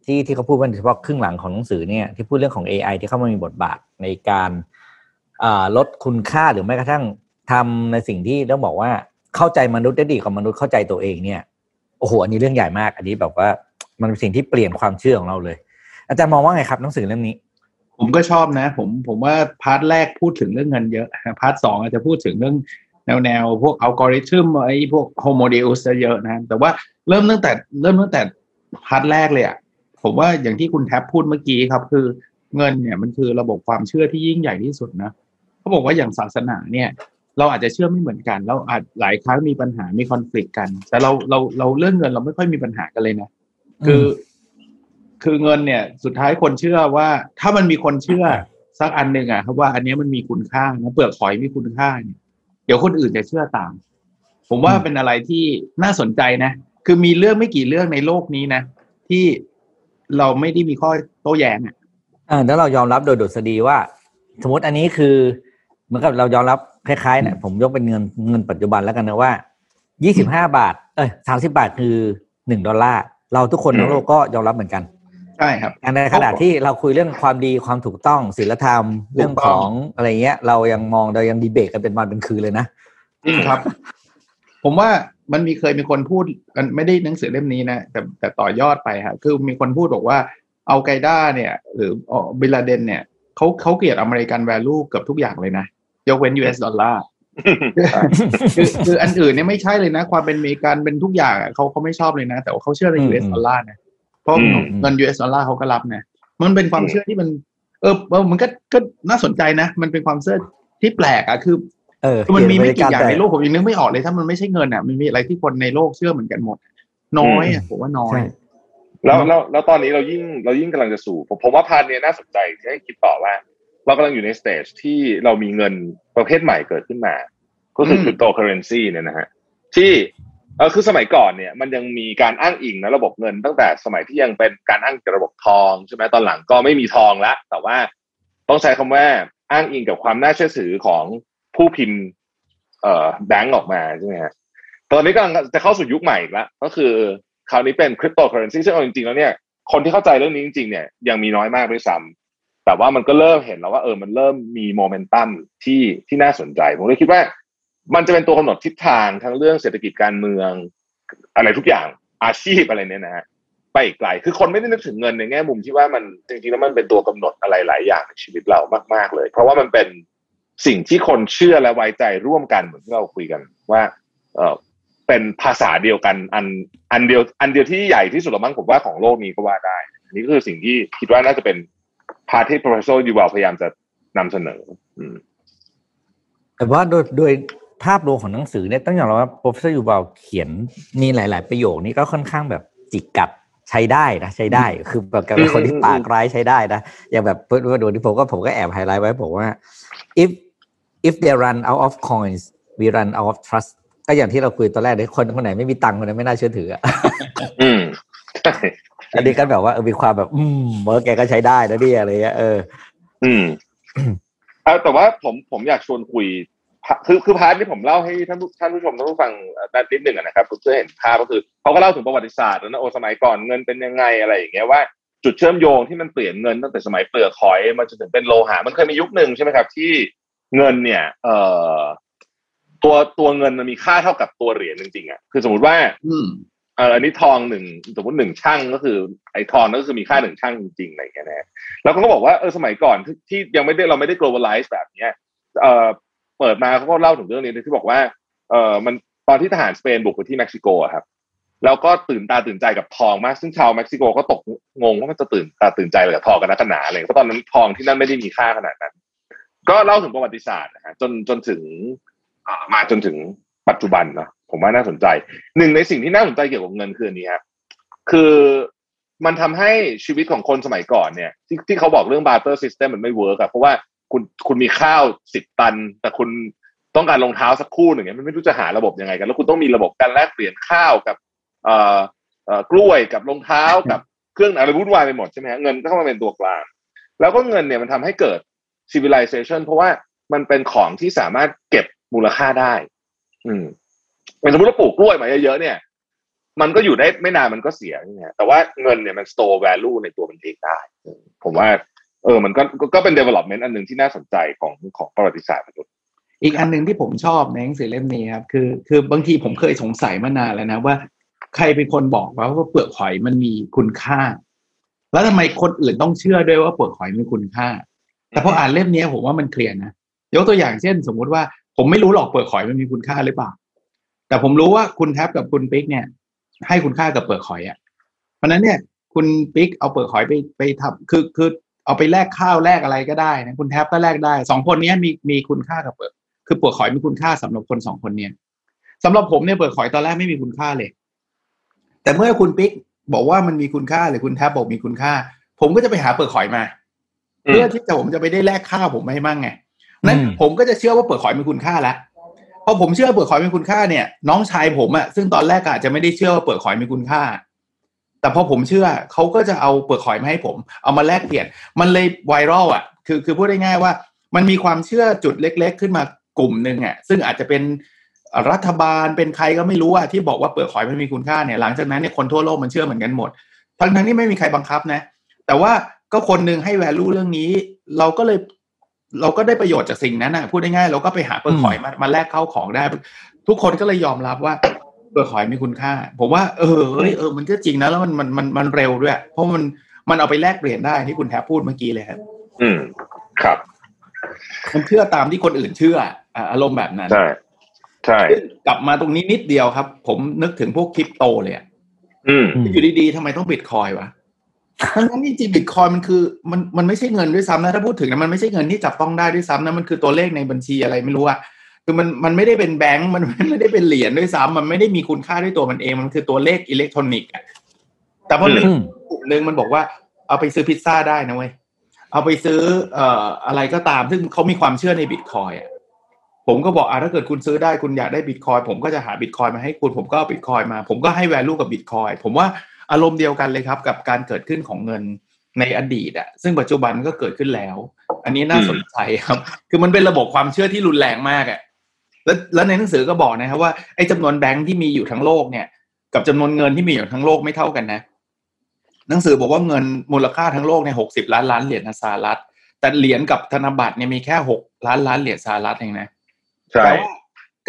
ที่เขาพูดว่าเฉพาะครึ่งหลังของหนังสือเนี่ยที่พูดเรื่องของ AI ที่เข้ามามีบทบาทในการลดคุณค่าหรือแม้กระทั่งทำในสิ่งที่ต้องบอกว่าเข้าใจมนุษย์ได้ดีกว่ามนุษย์เข้าใจตัวเองเนี่ยโอ้โหอันนี้เรื่องใหญ่มากอันนี้แบบว่ามันเป็นสิ่งที่เปลี่ยนความเชื่อของเราเลยอาจารย์มองว่าไงครับหนังสือเล่มนี้ผมก็ชอบนะผมว่าพาร์ทแรกพูดถึงเรื่องเงินเยอะพาร์ท2อาจจะพูดถึงเรื่องแนวพวกอัลกอริทึมไอ้พวกโฮโมเดอุสเยอะนะแต่ว่าเริ่มตั้งแต่พาร์ทแรกเลยอ่ะผมว่าอย่างที่คุณแท็บพูดเมื่อกี้ครับคือเงินเนี่ยมันคือระบบความเชื่อที่ยิ่งใหญ่ที่สุดนะเขาบอกว่าอย่างศาสนาเนี่ยเราอาจจะเชื่อไม่เหมือนกันแล้วอาจหลายครั้งมีปัญหามีคอนฟลิกต์กันแต่เราเรื่องเงินเราไม่ค่อยมีปัญหากันเลยนะคือเงินเนี่ยสุดท้ายคนเชื่อว่าถ้ามันมีคนเชื่อสักอันหนึ่งอ่ะครับว่าอันนี้มันมีคุณค่านะเปลือกหอยมีคุณค่าเนี่ยเดี๋ยวคนอื่นจะเชื่อตามผมว่าเป็นอะไรที่น่าสนใจนะคือมีเรื่องไม่กี่เรื่องในโลกนี้นะที่เราไม่ได้มีข้อโต้แย้งแล้วเรายอมรับโดยดุษฎีว่าสมมติอันนี้คือเหมือนกับเรายอมรับคล้ายๆเนี่ยผมยกเป็นเงินปัจจุบันแล้วกันนะว่า25 บาท30 บาทคือ$1เราทุกคนทั้งโลกก็ยอมรับเหมือนกันใช่ครับในขณะที่เราคุยเรื่องความดีความถูกต้องศีลธรรมเรื่องของอะไรเงี้ยเรายังดีเบตกันเป็นวันเป็นคืนเลยนะครับผมว่ามันเคยมีคนพูดไม่ได้หนังสือเล่มนี้นะแต่ต่อยอดไปครับคือมีคนพูดบอกว่าอัลไกด้าเนี่ยหรือบินลาเดนเนี่ยเขาเกลียดอเมริกันแวลูเกือบทุกอย่างเลยนะยกเว้น US ดอลลาร์คืออันอื่นเนี่ยไม่ใช่เลยนะความเป็นอเมริกันเป็นทุกอย่างเขาไม่ชอบเลยนะแต่ว่าเขาเชื่อใน US ดอลลาร์นะเพราะเงิน US ดอลลาร์เขาก็รับนะมันเป็นความเชื่อที่มันมันก็น่าสนใจนะมันเป็นความเชื่อที่แปลกคือมันมีไม่กี่อย่างในโลกผมยังนึกไม่ออกเลยถ้ามันไม่ใช่เงินมันมีอะไรที่คนในโลกเชื่อเหมือนกันหมดน้อยผมว่าน้อยแล้วตอนนี้เรายิ่งกำลังจะสู่ผมว่าพาร์ทนี้น่าสนใจที่ให้คิดต่อว่าเรากำลังอยู่ในสเตจที่เรามีเงินประเภทใหม่เกิดขึ้นมาก็คือคริปโตเคอเรนซีเนี่ยนะฮะที่คือสมัยก่อนเนี่ยมันยังมีการอ้างอิงนะระบบเงินตั้งแต่สมัยที่ยังเป็นการอ้างกับระบบทองใช่ไหมตอนหลังก็ไม่มีทองแล้วแต่ว่าต้องใช้คำว่าอ้างอิงกับความน่าเชื่อถือของผู้พิมพ์แบงก์ออกมาใช่ไหมฮะตอนนี้กำลังจะเข้าสู่ยุคใหม่แล้วก็คือคราวนี้เป็นคริปโตเคอเรนซีซึ่งเอาจริงๆแล้วเนี่ยคนที่เข้าใจเรื่องนี้จริงๆเนี่ยยังมีน้อยมากด้วยซ้ำแต่ว่ามันก็เริ่มเห็นแล้วว่ามันเริ่มมีโมเมนตัมที่น่าสนใจผมเลยคิดว่ามันจะเป็นตัวกำหนดทิศทางทั้งเรื่องเศรษฐกิจการเมืองอะไรทุกอย่างอาชีพอะไรเนี่ยนะฮะไปอีกไกลคือคนไม่ได้นึกถึงเงินในแง่มุมที่ว่ามันจริงๆแล้วมันเป็นตัวกำหนดอะไรหลายอย่างในชีวิตเรามากๆเลยเพราะว่ามันเป็นสิ่งที่คนเชื่อและไว้ใจร่วมกันเหมือนที่เราคุยกันว่าเป็นภาษาเดียวกันอันเดียวที่ใหญ่ที่สุดละมั้งผมว่าของโลกนี้ก็ว่าได้นี่ก็คือสิ่งที่คิดว่าน่าจะเป็นพาร์ทที่ Professor Yuval พยายามจะนำเสนอแต่ว่าโดยภาพรวมของหนังสือเนี่ยต้องยอมรับว่า Professor Yuval เขียนมีหลายๆประโยคนี้ก็ค่อนข้างแบบจิกกัดใช้ได้นะใช้ได้คือแบบกับคนที่ปากร้ายใช้ได้นะอย่างแบบดูที่ผมก็แอบไฮไลท์ไว้บอกว่า if they run out of coins we run out of trust ก็อย่างที่เราคุยตอนแรกเลยคนไหนไม่มีตังค์คนนั้นไม่น่าเชื่อถืออันนี้ก็แบบว่ามีความแบบแกก็ใช้ได้นะเนี่ยอะไรเงี้ยแต่ว่าผมอยากชวนคุยคือพาร์ทที่ผมเล่าให้ท่านผู้ชมท่านผู้ฟังนิดหนึ่งนะครับเพื่อเห็นภาพก็คือเขาก็เล่าถึงประวัติศาสตร์แล้วนะสมัยก่อนเงินเป็นยังไงอะไรอย่างเงี้ยว่าจุดเชื่อมโยงที่มันเปลี่ยนเงินตั้งแต่สมัยเปลือกหอยมาจนถึงเป็นโลหะมันเคยมียุคนึงใช่ไหมครับที่เงินเนี่ยตัวเงินมันมีค่าเท่ากับตัวเหรียญจริงๆคือสมมติว่าอันนี้ทองสมมติ1ชั่งก็คือไอ้ทองนั่นก็คือมีค่า1ชั่งจริงๆอะไรอย่างเงี้ยนะแล้วเขาก็บอกว่าสมัยก่อนที่ยังไม่ได้เราไม่ได้ globalize แบบนี้เปิดมาเขาก็เล่าถึงเรื่องนี้ที่บอกว่ามันตอนที่ทหารสเปนบุกไปที่เม็กซิโกครับแล้วก็ตื่นตาตื่นใจกับทองมากซึ่งชาวเม็กซิโกก็ตกงงว่ามันจะตื่นตาตื่นใจกับทองกันนักหนาอะไรเพราะตอนนั้นทองที่นั่นไม่ได้มีค่าขนาดนั้นก็เล่าถึงประวัติศาสตร์นะฮะจนถึงมาจนถึงปัจจุบันเนาะผมว่าน่าสนใจหนึ่งในสิ่งที่น่าสนใจเกี่ยวกับเงินคืออันนี้ครับคือมันทำให้ชีวิตของคนสมัยก่อนเนี่ยที่เขาบอกเรื่อง barter system มันไม่เวิร์กอะเพราะว่าคุณมีข้าว10 ตันแต่คุณต้องการรองเท้าสักคู่หนึ่งเนี่ยมันไม่รู้จะหาระบบยังไงกันแล้วคุณต้องมีระบบการแลกเปลี่ยนข้าวกับกล้วยกับรองเท้ากับเครื่องอะไรวุ่นวายไปหมดใช่ไหมฮะเงินก็เข้ามาเป็นตัวกลางแล้วก็เงินเนี่ยมันทำให้เกิด civilization เพราะว่ามันเป็นของที่สามารถเก็บมูลค่าได้เป็นสมมติว่าปลูกกล้วยมาเยอะๆเนี่ยมันก็อยู่ได้ไม่นานมันก็เสียนี่ฮะแต่ว่าเงินเนี่ยมัน store value ในตัวมันเองได้ผมว่ามันก็เป็น development อันนึงที่น่าสนใจของประวัติศาสตร์มนุษย์อีกอันนึงที่ผมชอบในหนังสือเล่มนี้ครับคือบางทีผมเคยสงสัยมานานแล้วนะว่าใครเป็นคนบอกว่าเปลือกหอยมันมีคุณค่าแล้วทำไมคนอื่นต้องเชื่อด้วยว่าเปลือกหอยมีคุณค่าแต่พออ่านเล่มนี้ผมว่ามันเคลียร์นะยกตัวอย่างเช่นสมมุติว่าผมไม่รู้หรอกเปลือกหอยมันมีคุณค่าหรือเปล่าแต่ผมรู้ว่าคุณแท็บกับคุณปิ๊กเนี่ยให้คุณค่ากับเปลือกหอยอ่ะเพราะนั้นเนี่ยคุณปิ๊กเอาเปลือกหอยไปทำคือเอาไปแลกข้าวแลกอะไรก็ได้นะคุณแท็บก็แลกได้สองคนนี้มีคุณค่ากับเปลือกคือเปลือกหอยมีคุณค่าสำหรับคนสองคนเนี่ยสำหรับผมเนี่ยเปลือกหอยตอนแรกไม่มีคุณค่าเลยแต่เมื่อคุณปิ๊กบอกว่ามันมีคุณค่าหรือคุณแท็บบอกมีคุณค่าผมก็จะไปหาเปลือกหอยมาเพื่อที่ผมจะไปได้แลกข้าวผมไม่มั่งไงนั้นผมก็จะเชื่อว่าเปลือกหอยมีคุณค่าแล้วพอผมเชื่อเปลือกหอยมีคุณค่าเนี่ยน้องชายผมอะซึ่งตอนแรกอาจจะไม่ได้เชื่อว่าเปลือกหอยมีคุณค่าแต่พอผมเชื่อเขาก็จะเอาเปลือกหอยมาให้ผมเอามาแลกเปลี่ยนมันเลยไวรัลอะคือพูดได้ง่ายว่ามันมีความเชื่อจุดเล็กๆขึ้นมากลุ่มนึงอะซึ่งอาจจะเป็นรัฐบาลเป็นใครก็ไม่รู้อะที่บอกว่าเปลือกหอยไม่มีคุณค่าเนี่ยหลังจากนั้นเนี่ยคนทั่วโลกมันเชื่อเหมือนกันหมดทั้งที่ไม่มีใครบังคับนะแต่ว่าก็คนนึงให้ value เรื่องนี้เราก็ได้ประโยชน์จากสิ่งนั้นนะพูดง่ายๆเราก็ไปหาเปลือกหอยมาแลกเข้าของได้ทุกคนก็เลยยอมรับว่าเปลือกหอยมีคุณค่าผมว่ามันก็จริงนะแล้วมันเร็วด้วยเพราะมันเอาไปแลกเปลี่ยนได้ที่คุณแทบพูดเมื่อกี้เลยครับครับมันเชื่อตามที่คนอื่นเชื่ออารมณ์แบบนั้นใช่กลับมาตรงนี้นิดเดียวครับผมนึกถึงพวกคริปโตเลยอยู่ดีๆทำไมต้องบิตคอยวะทั้งที่จริงบิตคอยมันคือมันไม่ใช่เงินด้วยซ้ำนะถ้าพูดถึงนะมันไม่ใช่เงินที่จับต้องได้ด้วยซ้ำนะมันคือตัวเลขในบัญชีอะไรไม่รู้อะคือมันไม่ได้เป็นแบงก์มันไม่ได้เป็นเหรียญด้วยซ้ำมันไม่ได้มีคุณค่าด้วยตัวมันเองมันคือตัวเลขอิเล็กทรอนิกส์แต่พอหนึ่งกลุ่มนึงมันบอกว่าเอาไปซื้อพิซซ่าได้นะเว้ยเอาไปซื้ออะไรก็ตามซึ่งเขามีความเชื่อในบิตคอยอะผมก็บอกถ้าเกิดคุณซื้อได้คุณอยากได้บิตคอยผมก็จะหาบิตคอยมาให้คุณผมก็เอาบิตคอยมาผมก็ให้ value กับบิตคอยผมว่าอารมณ์เดียวกันเลยครับกับการเกิดขึ้นของเงินในอดีตซึ่งปัจจุบันก็เกิดขึ้นแล้วอันนี้น่าสนใจครับคือมันเป็นระบบความเชื่อที่รุนแรงมากแล้วในหนังสือก็บอกนะครับว่าไอ้จำนวนแบงค์ที่มีอยู่ทั้งโลกเนี่ยกับจำนวนเงินที่มีอยู่ทั้งโลกไม่เท่ากันนะหนังสือบอกว่าเงินมูลค่าทั้งโลกเนี่ย60 ล้านเหรียญสหรัฐแต่เหรียญกับธนบัตรเนี่ยมีแค่6 ล้านเหรียญสหรัฐเองนะใช่แต่ว่า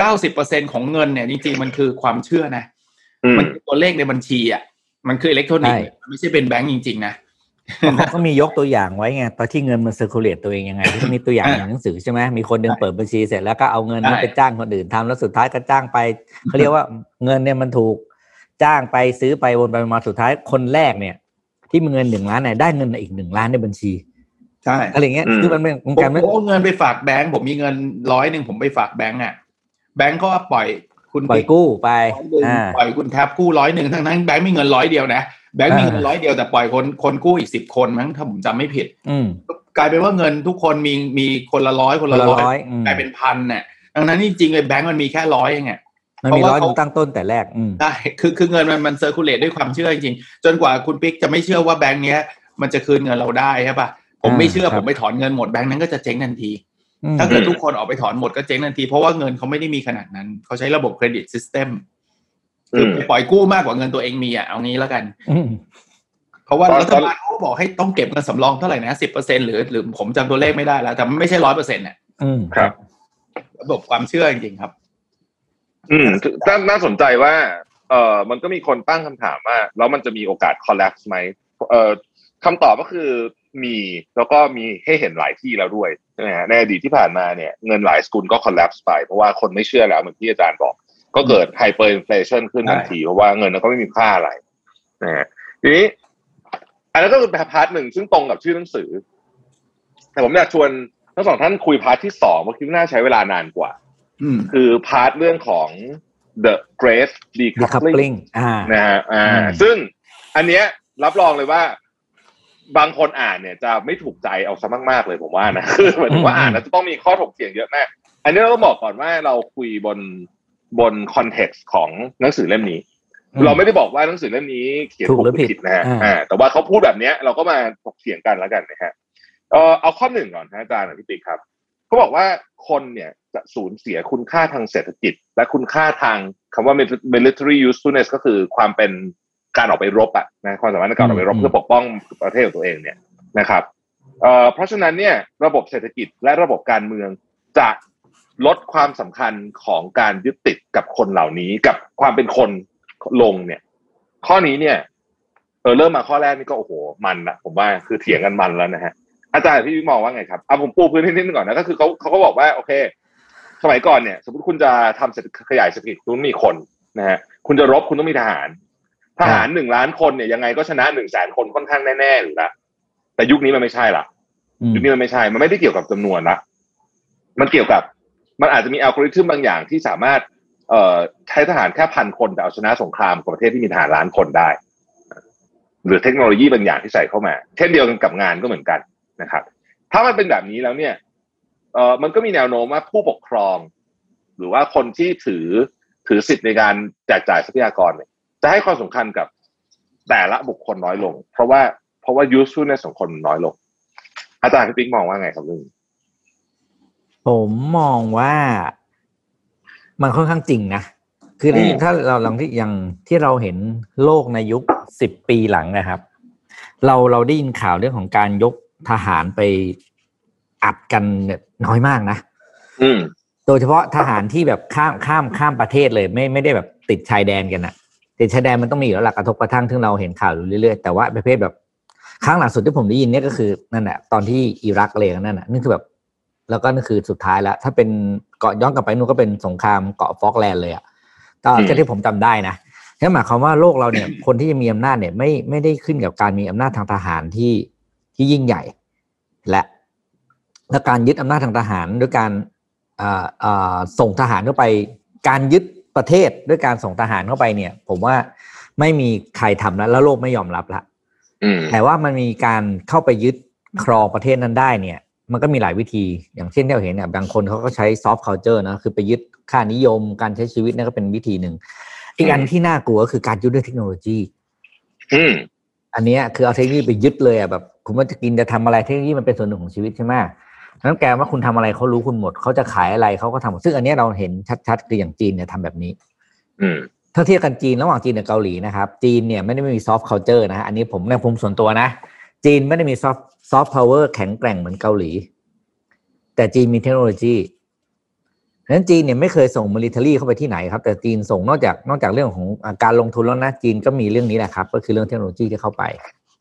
90% ของเงินเนี่ยจริงๆมันคือความเชื่อนะมันคือตัวเลขในบัญชีมันคืออิเล็กทรอนิกส์ไม่ใช่เป็นแบงก์จริงๆนะเขาก็มียกตัวอย่างไว้ไงตอนที่เงินมันเซอร์คูลเลตตัวเองยังไงที่มีตัวอย่างในหนังสือใช่ไหมมีคนนึงเปิดบัญชีเสร็จแล้วก็เอาเงินนั้นไปจ้างคนอื่นทำแล้วสุดท้ายก็จ้างไปเขาเรียกว่าเงินเนี่ยมันถูกจ้างไปซื้อไปวนไปมาสุดท้ายคนแรกเนี่ยที่มีเงิน1 ล้านเนี่ยได้เงินอีก1 ล้านในบัญชีใช่อะไรเงี้ยคือมันเป็นการผมเอาเงินไปฝากแบงก์ผมมีเงิน100ผมไปฝากแบงก์แบงก์ก็ปล่อยคุณปล่อยกู้ไปปล่อยคุณแทบกู้100ทั้งแบงก์มีเงิน100เดียวนะแบงก์มีเงิน100เดียวแต่ปล่อยคนกู้อีก10 คนมั้งถ้าผมจำไม่ผิดกลายเป็นว่าเงินทุกคนมีคนละ100คนละ100กลายเป็นพันเนี่ยดังนั้นจริงๆเลยแบงก์มันมีแค่100เองมันมี100ตั้งต้นแต่แรกใช่คือเงินมันเซอร์คูลเลตด้วยความเชื่อจริงๆจนกว่าคุณปิ๊กจะไม่เชื่อว่าแบงก์เนี้ยมันจะคืนเงินเราได้ใช่ป่ะผมไม่เชื่อผมไปถอนเงินหมดแบงก์นั้นก็จะเจ๊งทันทีถ้าเกิดทุกคนออกไปถอนหมดก็เจ๊งทันทีเพราะว่าเงินเขาไม่ได้มีขนาดนั้นเขาใช้ระบบเครดิตซิสเต็มคือปล่อยกู้มากกว่าเงินตัวเองมีเอางี้แล้วกันเพราะว่ารัฐบาลเขาบอกให้ต้องเก็บเงินสำรองเท่าไหร่นะ 10% หรือผมจำตัวเลขไม่ได้แล้วแต่ไม่ใช่ 100% เนี่ยครับระบบความเชื่อจริงๆครับน่าสนใจว่ามันก็มีคนตั้งคำถามว่าแล้วมันจะมีโอกาส collapse ไหมคำตอบก็คือมีแล้วก็มีให้เห็นหลายที่แล้วด้วยนะฮะในอดีตที่ผ่านมาเนี่ยเงินหลายสกุลก็ collapse ไปเพราะว่าคนไม่เชื่อแล้วเหมือนที่อาจารย์บอกก็เกิด hyperinflation ขึ้นทันทีเพราะว่าเงินมันก็ไม่มีค่าอะไรนะฮะทีนี้อันนั้นก็คือพาร์ทหนึ่งซึ่งตรงกับชื่อหนังสือแต่ผมอยากชวนทั้งสองท่านคุยพาร์ทที่2เพราะคิดว่าน่าใช้เวลานานกว่าคือพาร์ทเรื่องของ the Great Decoupling นะฮะซึ่งอันเนี้ยรับรองเลยว่าบางคนอ่านเนี่ยจะไม่ถูกใจเอาซะมากๆเลยผมว่านะคือหมายถึงว่าอ่านแล้วจะต้องมีข้อถกเถียงเยอะมากอันนี้เราต้องบอกก่อนว่าเราคุยบนคอนเท็กซ์ของหนังสือเล่มนี้เราไม่ได้บอกว่าหนังสือเล่มนี้เขียนถูกหรือผิดนะฮะแต่ว่าเขาพูดแบบนี้เราก็มาถกเถียงกันแล้วกันนะฮะเอาข้อ1ก่อนนะอาจารย์พี่ติ๊กครับเขาบอกว่าคนเนี่ยจะสูญเสียคุณค่าทางเศรษฐกิจและคุณค่าทางคำว่า military usefulness ก็คือความเป็นการออกไปรบนะความสามารถในการออกไปรบเพื่อปกป้องประเทศของตัวเองเนี่ยนะครับเพราะฉะนั้นเนี่ยระบบเศรษฐกิจและระบบการเมืองจะลดความสำคัญของการยึดติดกับคนเหล่านี้กับความเป็นคนลงเนี่ยข้อนี้เนี่ยเริ่มมาข้อแรกนี่ก็โอ้โหมันนะผมว่าคือเถียงกันมันแล้วนะฮะอาจารย์พี่มองว่าไงครับผมปูพื้นนิดนึงก่อนนะก็คือเขาก็บอกว่าโอเคสมัยก่อนเนี่ยสมมติคุณจะทำขยายเศรษฐกิจคุณต้องมีคนนะฮะคุณจะรบคุณต้องมีทหาร1 ล้านคนเนี่ยยังไงก็ชนะ 100,000 คนค่อนข้างแน่ๆอยู่แล้วแต่ยุคนี้มันไม่ใช่ละยุคนี้มันไม่ใช่มันไม่ได้เกี่ยวกับจำนวนละมันเกี่ยวกับมันอาจจะมีอัลกอริทึมบางอย่างที่สามารถใช้ทหารแค่1,000 คนแต่เอาชนะสงครามกับประเทศที่มีทหาร1,000,000 คนได้หรือเทคโนโลยีบางอย่างที่ใส่เข้ามาเช่นเดียวกันกับงานก็เหมือนกันนะครับถ้ามันเป็นแบบนี้แล้วเนี่ยมันก็มีแนวโน้มว่าผู้ปกครองหรือว่าคนที่ถือสิทธิ์ในการแจกจ่ายทรัพยากรเนี่ยจะให้ความสำคัญกับแต่ละบุคคลน้อยลงเพราะว่า usefulness ของคนน้อยลงอาจารย์พี่ปิ๊กมองว่าไงครับเรื่องผมมองว่ามันค่อนข้างจริงนะคือถ้าเราลองที่อย่างที่เราเห็นโลกในยุค10 ปีหลังนะครับเราได้ยินข่าวเรื่องของการยกทหารไปอัดกันน้อยมากนะโดยเฉพาะทหารที่แบบข้ามประเทศเลยไม่ได้แบบติดชายแดนกันนะติดชายแดนมันต้องมีอยู่แล้วหลักกระทบกระทั่งที่เราเห็นข่าวอยู่เรื่อยๆแต่ว่าประเภทแบบครั้งหลังสุดที่ผมได้ยินเนี่ยก็คือนั่นแหละตอนที่อิรักเลยนั่นน่ะนี่คือแบบแล้วก็นั่นคือสุดท้ายแล้วถ้าเป็นเกาะย้อนกลับไปนู่นก็เป็นสงครามเกาะฟอกแลนด์เลยอ่ะก็ที่ผมจำได้นะนั่นหมายความว่าโลกเราเนี่ยคนที่จะมีอำนาจเนี่ยไม่ได้ขึ้นกับการมีอำนาจทางทหารที่ยิ่งใหญ่และการยึดอำนาจทางทหารด้วยการส่งทหารเข้าไปการยึดประเทศด้วยการส่งทหารเข้าไปเนี่ยผมว่าไม่มีใครทำแล้วโลกไม่ยอมรับละแต่ว่ามันมีการเข้าไปยึดครองประเทศนั้นได้เนี่ยมันก็มีหลายวิธีอย่างเช่นที่เราเห็นเนี่ยบางคนเขาก็ใช้ซอฟต์คัลเจอร์นะคือไปยึดค่านิยมการใช้ชีวิตนั่นก็เป็นวิธีหนึ่งอีกอันที่น่ากลัวก็คือการยึดด้วยเทคโนโลยีอันนี้คือเอาเทคโนโลยีไปยึดเลยแบบคุณว่าจะกินจะทำอะไรเทคโนโลยีมันเป็นส่วนหนึ่งของชีวิตใช่ไหมนั้นแกว่าคุณทำอะไรเขารู้คุณหมดเขาจะขายอะไรเขาก็ทำหมดซึ่งอันนี้เราเห็นชัดๆคืออย่างจีนเนี่ยทำแบบนี้ถ้าเทียบกันจีนระหว่างจีนกับเกาหลีนะครับจีนเนี่ยไม่ได้มีซอฟต์คัลเจอร์นะอันนี้ผมในภูมิส่วนตัวนะจีนไม่ได้มีซอฟต์พาวเวอร์แข็งแกร่งเหมือนเกาหลีแต่จีนมีเทคโนโลยีนั้นจีนเนี่ยไม่เคยส่งมิลิเทอรี่เข้าไปที่ไหนครับแต่จีนส่งนอกจากเรื่องของการลงทุนแล้วนะจีนก็มีเรื่องนี้แหละครับก็คือเรื่องเทคโนโลยีที่เข้าไป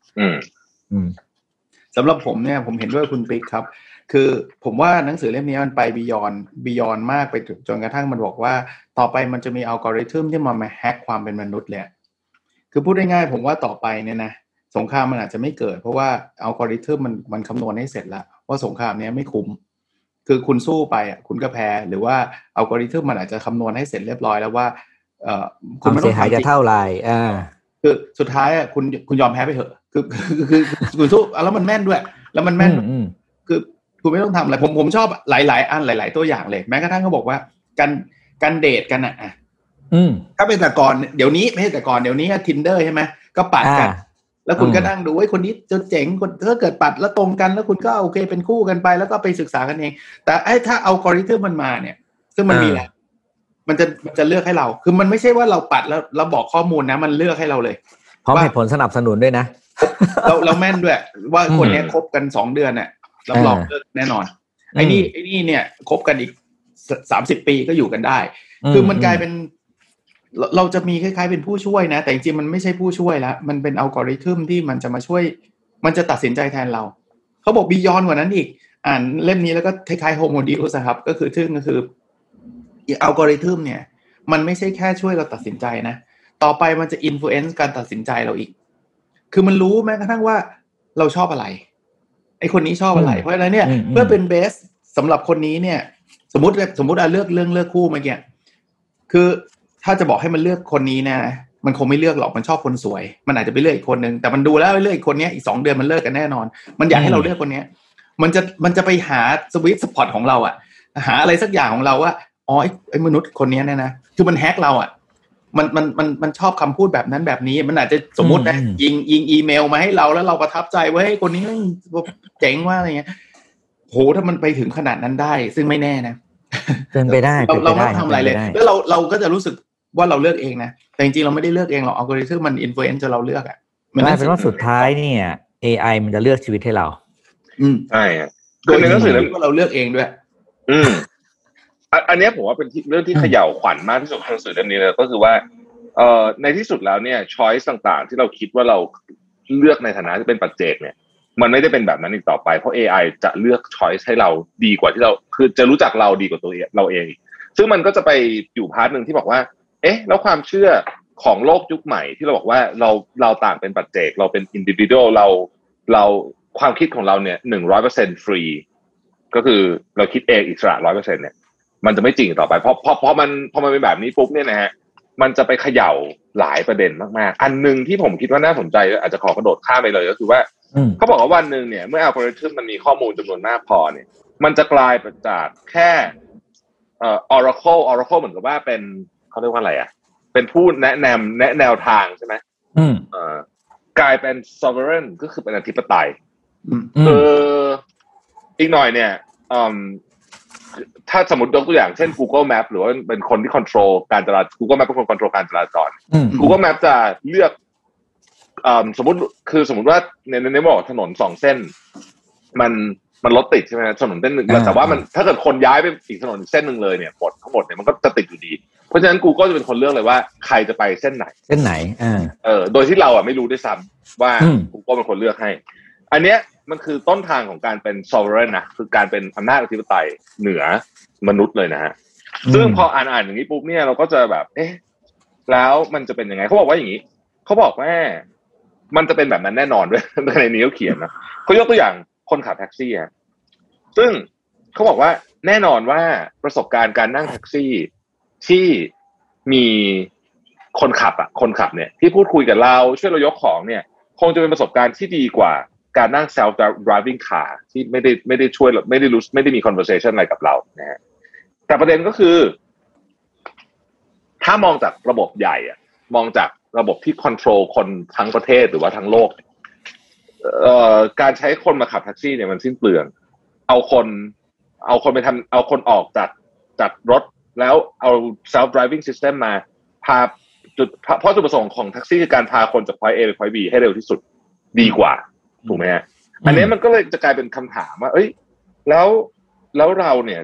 สำหรับผมเนี่ยผมเห็นด้วยคุณปิ๊กครับคือผมว่าหนังสือเล่มนี้มันไปบียอนมากไปจนกระทั่งมันบอกว่าต่อไปมันจะมีอัลกอริทึมที่มาแฮกความเป็นมนุษย์เลยคือพูดง่ายๆผมว่าต่อไปเนี่ยนะสงครามมันอาจจะไม่เกิดเพราะว่าอัลกอริทึมมันคำนวณให้เสร็จแล้วว่าสงครามนี้ไม่คุ้มคือคุณสู้ไปคุณก็แพ้หรือว่าอัลกอริทึมมันอาจจะคำนวณให้เสร็จเรียบร้อยแล้วว่าคุณไม่ต้องทำจะเท่าไหร่คือสุดท้ายคุณยอมแพ้ไปเถอะคือคุณสู้แล้วมันแม่นด้วยแล้วมันแม่นคือคุณไม่ต้องทำอะไรผมชอบหลายอันหลายตัวอย่างเลยแม้กระทั่งเขาบอกว่าการเดทกันถ้าเป็นแต่ก่อนเดี๋ยวนี้ไม่ใช่แต่ก่อนเดี๋ยวนี้ Tinder ใช่ไหมก็ปัดกันแล้วคุณก็นั่งดูว่าคนนี้จะเจ๋งคนถ้าเกิดปัดแล้วตรงกันแล้วคุณก็โอเคเป็นคู่กันไปแล้วก็ไปศึกษากันเองแต่ถ้าเอาอัลกอริทึมมันมาเนี่ยซึ่งมันมีแล้วมันจะเลือกให้เราคือมันไม่ใช่ว่าเราปัดแล้วเราบอกข้อมูลนะมันเลือกให้เราเลยพร้อมเหตุผลสนับสนุนด้วยนะเราแม่นด้วยว่าคนนี้คบกัน2 เดือนเนี่ยรับรองเลิกแน่นอนไอ้นี่เนี่ยคบกันอีก30 ปีก็อยู่กันได้คือมันกลายเป็นเราจะมีคล้ายๆเป็นผู้ช่วยนะแต่จริงๆมันไม่ใช่ผู้ช่วยแล้วมันเป็นอัลกอริทึมที่มันจะมาช่วยมันจะตัดสินใจแทนเราเขาบอกบียอนกว่านั้นอีกอ่านเล่มนี้แล้วก็คล้ายๆโฮโมดิอุสครับก็คืออัลกอริทึมเนี่ยมันไม่ใช่แค่ช่วยเราตัดสินใจนะต่อไปมันจะอิมโฟเอนซ์การตัดสินใจเราอีกคือมันรู้แม้กระทั่งว่าเราชอบอะไรไอ้คนนี้ชอบอะไรเพราะฉะนั้นเนี่ยเพื่อเป็นเบสสำหรับคนนี้เนี่ยสมมติเลือกคู่เมื่อกี้คือถ้าจะบอกให้มันเลือกคนนี้นะมันคงไม่เลือกหรอกมันชอบคนสวยมันอาจจะไปเลือกอีกคนนึงแต่มันดูแล้วเลือกอีกคนนี้อีก2 เดือนมันเลิกกันแน่นอนมันอยากให้เราเลือกคนนี้มันจะไปหาสวีทสปอตของเราหาอะไรสักอย่างของเราว่าอ๋อไอ้มนุษย์คนนี้เนี่ยนะคือมันแฮกเรามันชอบคำพูดแบบนั้นแบบนี้มันอาจจะสมมุตินะยิงอีเมลมาให้เราแล้วเราประทับใจว่าเฮ้ยคนนี้เจ๋งว่าอะไรเงี้ยโหถ้ามันไปถึงขนาดนั้นได้ซึ่งไม่แน่นะเป็นไปได้เราไม่ทำอะไรเลยแล้วเราก็จะรู้สึกว่าเราเลือกเองนะแต่จริงๆเราไม่ได้เลือกเองหรอกอัลกอริทึมมันอินฟลูเอนซ์จนเราเลือกอ่ะมันเป็นว่าสุดท้ายเนี่ย AI มันจะเลือกชีวิตให้เราใช่โดยในหนังสือแล้วเราเลือกเองด้วยอันนี้ผมว่าเป็นเรื่องที่เขย่าขวัญมากที่สุดของหนังสือเล่มนี้เลยก็คือว่าในที่สุดแล้วเนี่ยช้อยส์ต่างๆที่เราคิดว่าเราเลือกในฐานะที่เป็นปัจเจกเนี่ยมันไม่ได้เป็นแบบนั้นอีกต่อไปเพราะ AI จะเลือกช้อยส์ให้เราดีกว่าที่เราคือจะรู้จักเราดีกว่าตัวเราเองซึ่งมันก็จะไปอยู่พาร์ทนึงที่บอกว่าเอ๊ะแล้วความเชื่อของโลกยุคใหม่ที่เราบอกว่าเราต่างเป็นปัจเจกเราเป็นอินดิวิวดัลเราความคิดของเราเนี่ย 100% ฟรีก็คือเราคิดเองอิสระ 100% เนี่ยมันจะไม่จริงต่อไปเพราะมันเป็นแบบนี้ปุ๊บเนี่ยนะฮะมันจะไปเขย่าหลายประเด็นมากๆอันนึงที่ผมคิดว่าน่าสนใจอาจจะขอกระโดดข้ามไปเลยก็คือว่าเขาบอกว่าวันนึงเนี่ยเมื่ออัลกอริทึมมันมีข้อมูลจำนวนมากพอเนี่ยมันจะกลายเป็นจากแค่Oracle เหมือนกับว่าเป็นเขาเรียกว่าอะไรอ่ะเป็นผู้แนะแนวทางใช่ไหมกลายเป็น sovereign ก็คือเป็นอธิปไตยอีกหน่อยเนี่ยถ้าสมมติยกตัวอย่างเช่น Google Map หรือว่าเป็นคนที่ control การจราจร Google Map เป็นคน control การจราจร Google Map จะเลือกสมมติว่าในบอกถนน2เส้นมันรถติดใช่ไหมถนนเส้นนึงแต่ว่ามันถ้าเกิดคนย้ายไปอีกถนนเส้นนึงเลยเนี่ยทั้งหมดเนี่ยมันก็จะติดอยู่ดีเพราะฉะนั้น Google จะเป็นคนเลือกเลยว่าใครจะไปเส้นไหนโดยที่เราไม่รู้ด้วยซ้ำว่า Google เป็นคนเลือกให้อันเนี้ยมันคือต้นทางของการเป็น sovereign นะคือการเป็นอำนาจอธิปไตยเหนือมนุษย์เลยนะฮะซึ่งพออ่านอย่างนี้ปุ๊บเนี่ยเราก็จะแบบเอ๊ะแล้วมันจะเป็นยังไงเขาบอกว่าอย่างนี้เขาบอกว่ามันจะเป็นแบบนั้นแน่นอนด้วยในนี้เขาเขียนนะเขายกตัวอย่างคนขับแท็กซี่ฮะซึ่งเขาบอกว่าแน่นอนว่าประสบการณ์การนั่งแท็กซี่ที่มีคนขับเนี่ยที่พูดคุยกับเราช่วยเรายกของเนี่ยคงจะเป็นประสบการณ์ที่ดีกว่าการนั่ง self driving car ที่ไม่ได้ช่วยไม่ได้มี conversation อะไรกับเรานะฮะแต่ประเด็นก็คือถ้ามองจากระบบใหญ่อะมองจากระบบที่ control คนทั้งประเทศหรือว่าทั้งโลกการใช้คนมาขับแท็กซี่เนี่ยมันสิ้นเปลืองเอาคนไปทำเอาคนออกจากรถแล้วเอา self driving system มาพาเพราะจุดประสงค์ของแท็กซี่คือการพาคนจาก point A ไป point B ให้เร็วที่สุดดีกว่าถูกไหมฮะอันนี้มันก็เลยจะกลายเป็นคำถามว่าเอ้ยแล้วเราเนี่ย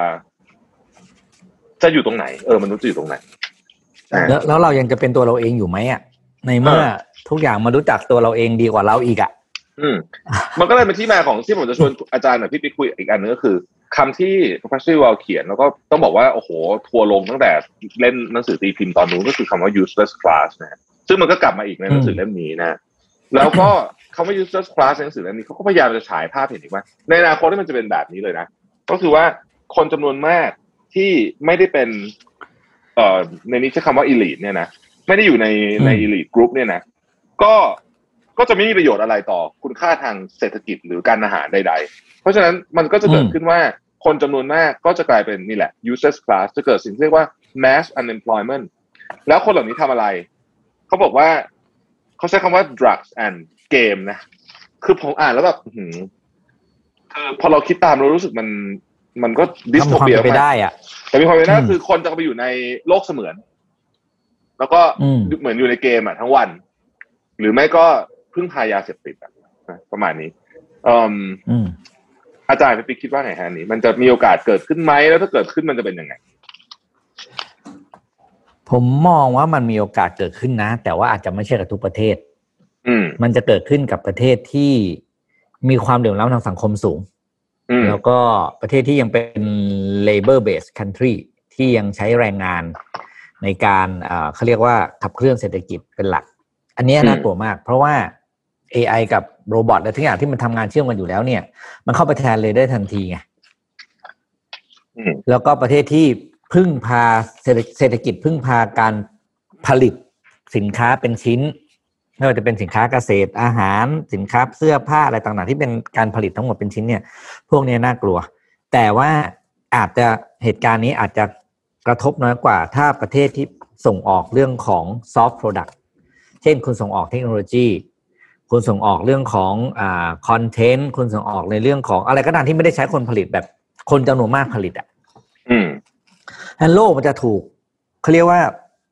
จะอยู่ตรงไหนมนุษย์จะอยู่ตรงไหนแล้วเรายังจะเป็นตัวเราเองอยู่ไหมอ่ะในเมื่อทุกอย่างมารู้จักตัวเราเองดีกว่าเราอีกอ่ะมันก็เลยเป็นที่มาของที่ผมจะชวนอาจารย์พี่ไปคุยอีกอันนึงก็คือคำที่ Professor Wall เขียนแล้วก็ต้องบอกว่าโอ้โหทัวร์ลงตั้งแต่เล่นหนังสือตีพิมพ์ตอนนู้นก็คือคำว่า useless class นะซึ่งมันก็กลับมาอีกในหนังสือเล่มนี้นะแล้วก็คำว่า useless class ในหนังสือเล่มนี้เขาก็พยายามจะฉายภาพเห็นอีกว่าในอนาคตที่มันจะเป็นแบบนี้เลยนะก็คือว่าคนจำนวนมากที่ไม่ได้เป็นในนี้ใช้คำว่า elite เนี่ยนะไม่ได้อยู่ใน elite group เนี่ยนะก็จะไม่มีประโยชน์อะไรต่อคุณค่าทางเศรษฐกิจหรือการอาหารใดๆเพราะฉะนั้นมันก็จะเกิดขึ้นว่าคนจำนวนมากก็จะกลายเป็นนี่แหละ useless class จะเกิดสิ่งที่เรียกว่า mass unemployment แล้วคนเหล่านี้ทำอะไรเขาบอกว่าเขาใช้คำว่า drugs and game นะคือผมอ่านแล้วแบบพอเราคิดตามเรารู้สึกมันก็ดิสโทเปียไปได้อะแต่มีความเป็นไปได้คือคนจะไปอยู่ในโลกเสมือนแล้วก็เหมือนอยู่ในเกมทั้งวันหรือไม่ก็พึ่งพายาเสพติดประมาณนี้อาจารย์พี่คิดว่าไงฮะนี้มันจะมีโอกาสเกิดขึ้นไหมแล้วถ้าเกิดขึ้นมันจะเป็นยังไงผมมองว่ามันมีโอกาสเกิดขึ้นนะแต่ว่าอาจจะไม่ใช่กับทุกประเทศมันจะเกิดขึ้นกับประเทศที่มีความเหลื่อมล้ำทางสังคมสูงแล้วก็ประเทศที่ยังเป็น labor based country ที่ยังใช้แรงงานในการเขาเรียกว่าขับเคลื่อนเศรษฐกิจเป็นหลักอันนี้น่ากลัวมากเพราะว่า AI กับโรบอทและทุกอย่างที่มันทำงานเชื่อมกันอยู่แล้วเนี่ยมันเข้าไปแทนเลยได้ทันทีไงแล้วก็ประเทศที่พึ่งพาเศรษฐกิจพึ่งพาการผลิตสินค้าเป็นชิ้นไม่ว่าจะเป็นสินค้าเกษตรอาหารสินค้าเสื้อผ้าอะไรต่างๆที่เป็นการผลิตทั้งหมดเป็นชิ้นเนี่ยพวกนี้น่ากลัวแต่ว่าอาจจะเหตุการณ์นี้อาจจะกระทบน้อยกว่าถ้าประเทศที่ส่งออกเรื่องของ soft product เช่นคุณส่งออกเทคโนโลยีคุณส่งออกเรื่องของคอนเทนต์คุณส่งออกในเรื่องของอะไรก็ตามที่ไม่ได้ใช้คนผลิตแบบคนจำนวนมากผลิตโลกมันจะถูกเขาเรียกว่า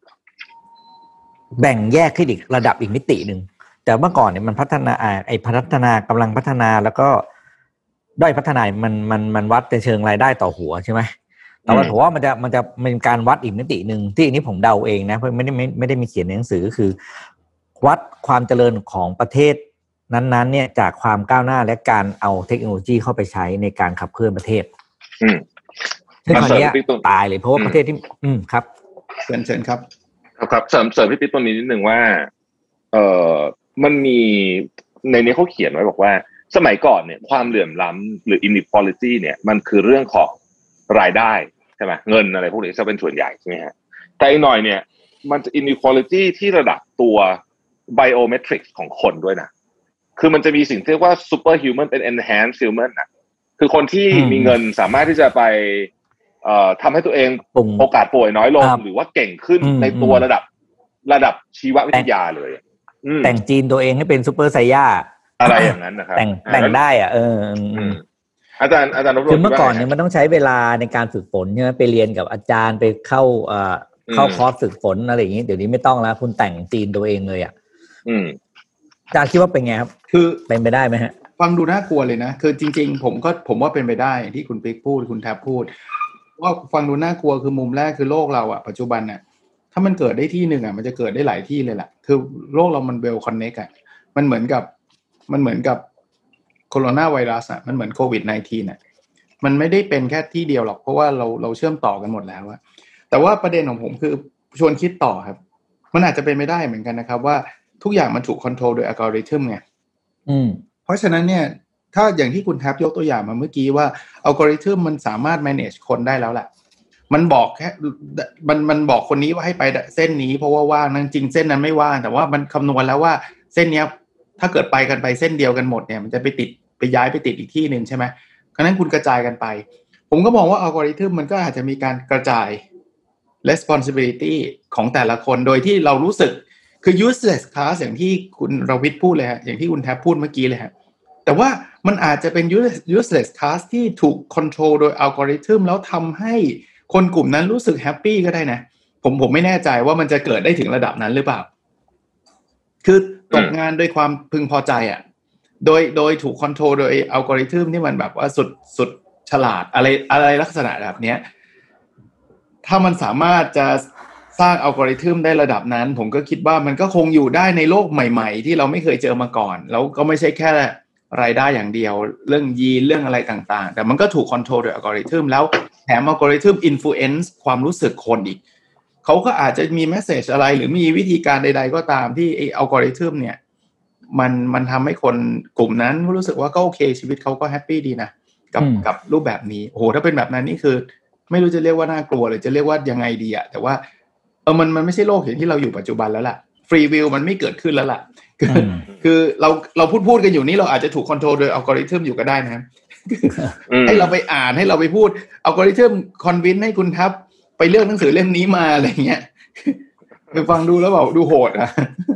แบ่งแยกขึ้นอีกระดับอีกมิตินึงแต่เมื่อก่อนเนี่ยมันพัฒนากำลังพัฒนาแล้วก็ด้อยพัฒนามันวัดในเชิงรายได้ต่อหัวใช่ไหมแต่ว่าผมว่ามันจะเป็นการวัดอีกมิตินึงที่อันนี้ผมเดาเองนะเพราะไม่ได้มีเขียนในหนังสือคือวัดความเจริญของประเทศนั้นๆเนี่ยจากความก้าวหน้าและการเอาเทคโนโลยีเข้าไปใช้ในการขับเคลื่อนประเทศซึ่งตอนนี้ตายเลยเพราะว่าประเทศที่ครับเชิญครับครับเสริมพี่ปิ๊กตรงนี้นิดนึงว่ามันมีในนี้เขาเขียนไว้บอกว่าสมัยก่อนเนี่ยความเหลื่อมล้ำหรือ inequality เนี่ยมันคือเรื่องของรายได้ใช่ไหมเงินอะไรพวกนี้จะเป็นส่วนใหญ่ใช่ไหมฮะแต่อีกหน่อยเนี่ยมันจะ inequality ที่ระดับตัว biometrics ของคนด้วยนะคือมันจะมีสิ่งที่เรียกว่า superhuman เป็น enhanced human นะคือคนที่มีเงินสามารถที่จะไปทำให้ตัวเองโอกาสป่วยน้อยลงหรือว่าเก่งขึ้นในตัวระดับชีววิทยาเลยแต่งจีนตัวเองให้เป็นซูเปอร์ไซย่าอะไรอย่างนั้นนะครับแต่งได้อ่ะอาจารย์คือเมื่อก่อนเนี่ยมันต้องใช้เวลาในการฝึกฝนใช่ไหมไปเรียนกับอาจารย์ไปเข้าคอร์สฝึกฝนอะไรอย่างนี้เดี๋ยวนี้ไม่ต้องแล้วคุณแต่งจีนตัวเองเลยอ่ะอาจารย์คิดว่าเป็นไงครับคือเป็นไปได้ไหมฮะฟังดูน่ากลัวเลยนะคือจริงๆผมว่าเป็นไปได้ที่คุณปิ๊กพูดคุณแทบพูดว่าฟังดูน่ากลัวคือมุมแรกคือโลกเราอ่ะปัจจุบันน่ะถ้ามันเกิดได้ที่หนึ่งอ่ะมันจะเกิดได้หลายที่เลยแหละคือโลกเรามันเวลคอนเนคอ่ะมันเหมือนกับโคโรนาไวรัสอ่ะมันเหมือนโควิด-19 น่ะมันไม่ได้เป็นแค่ที่เดียวหรอกเพราะว่าเราเชื่อมต่อกันหมดแล้วอะแต่ว่าประเด็นของผมคือชวนคิดต่อครับมันอาจจะเป็นไม่ได้เหมือนกันนะครับว่าทุกอย่างมันถูกคอนโทรลโดยอัลกอริทึมไงเพราะฉะนั้นเนี่ยถ้าอย่างที่คุณแทบยกตัวอย่างมาเมื่อกี้ว่าอัลกอริทึมมันสามารถ manage คนได้แล้วแหละมันบอกแค่มันบอกคนนี้ว่าให้ไปเส้นนี้เพราะว่าว่างจริงเส้นนั้นไม่ว่างแต่ว่ามันคำนวณแล้วว่าเส้นเนี้ยถ้าเกิดไปกันไปเส้นเดียวกันหมดเนี่ยมันจะไปย้ายไปติดอีกที่นึงใช่ไหมเพราะนั้นคุณกระจายกันไปผมก็มองว่าอัลกอริทึมมันก็อาจจะมีการกระจาย responsibility ของแต่ละคนโดยที่เรารู้สึกคือ useless class อย่างที่คุณรวิทย์พูดเลยฮะอย่างที่คุณแทบพูดเมื่อกี้เลยฮะแต่ว่ามันอาจจะเป็น useless class ที่ถูก control โดยอัลกอริทึมแล้วทำให้คนกลุ่มนั้นรู้สึกแฮปปี้ก็ได้นะผมไม่แน่ใจว่ามันจะเกิดได้ถึงระดับนั้นหรือเปล่าคือตกงานโดยความพึงพอใจอ่ะโดยถูกคอนโทรลโดยอัลกอริทึมที่มันแบบว่าสุดฉลาดอะไรลักษณะแบบนี้ถ้ามันสามารถจะสร้างอัลกอริทึมได้ระดับนั้นผมก็คิดว่ามันก็คงอยู่ได้ในโลกใหม่ๆที่เราไม่เคยเจอมาก่อนแล้วก็ไม่ใช่แค่รายได้อย่างเดียวเรื่องยีนเรื่องอะไรต่างๆแต่มันก็ถูกคอนโทรลโดยอัลกอริทึมแล้วแถมอัลกอริทึมอินฟลูเอนซ์ความรู้สึกคนอีกเขาก็อาจจะมีเมสเสจอะไรหรือมีวิธีการใดๆก็ตามที่อัลกอริทึมเนี่ยมันทำให้คนกลุ่มนั้นรู้สึกว่าก็โอเคชีวิตเขาก็แฮปปี้ดีนะกับรูปแบบนี้โอ้โหถ้าเป็นแบบนั้นนี่คือไม่รู้จะเรียกว่าน่ากลัวหรือจะเรียกว่ายังไงดีอะแต่ว่ามันไม่ใช่โลกอย่างที่เราอยู่ปัจจุบันแล้วล่ะฟรีวิลมันไม่เกิดขึ้นแล้วล่ะคือเราพูดกันอยู่นี่เราอาจจะถูกคอนโทรลโดยอัลกอริทึมอยู่ก็ได้นะให้เราไปอ่านให้เราไปพูดอัลกอริทึมคอนวินให้คุณทับไปเลือกหนังสือเล่มนี้มาอะไรเงี้ยไปฟังดูแล้วแบบดูโหดอ่ะ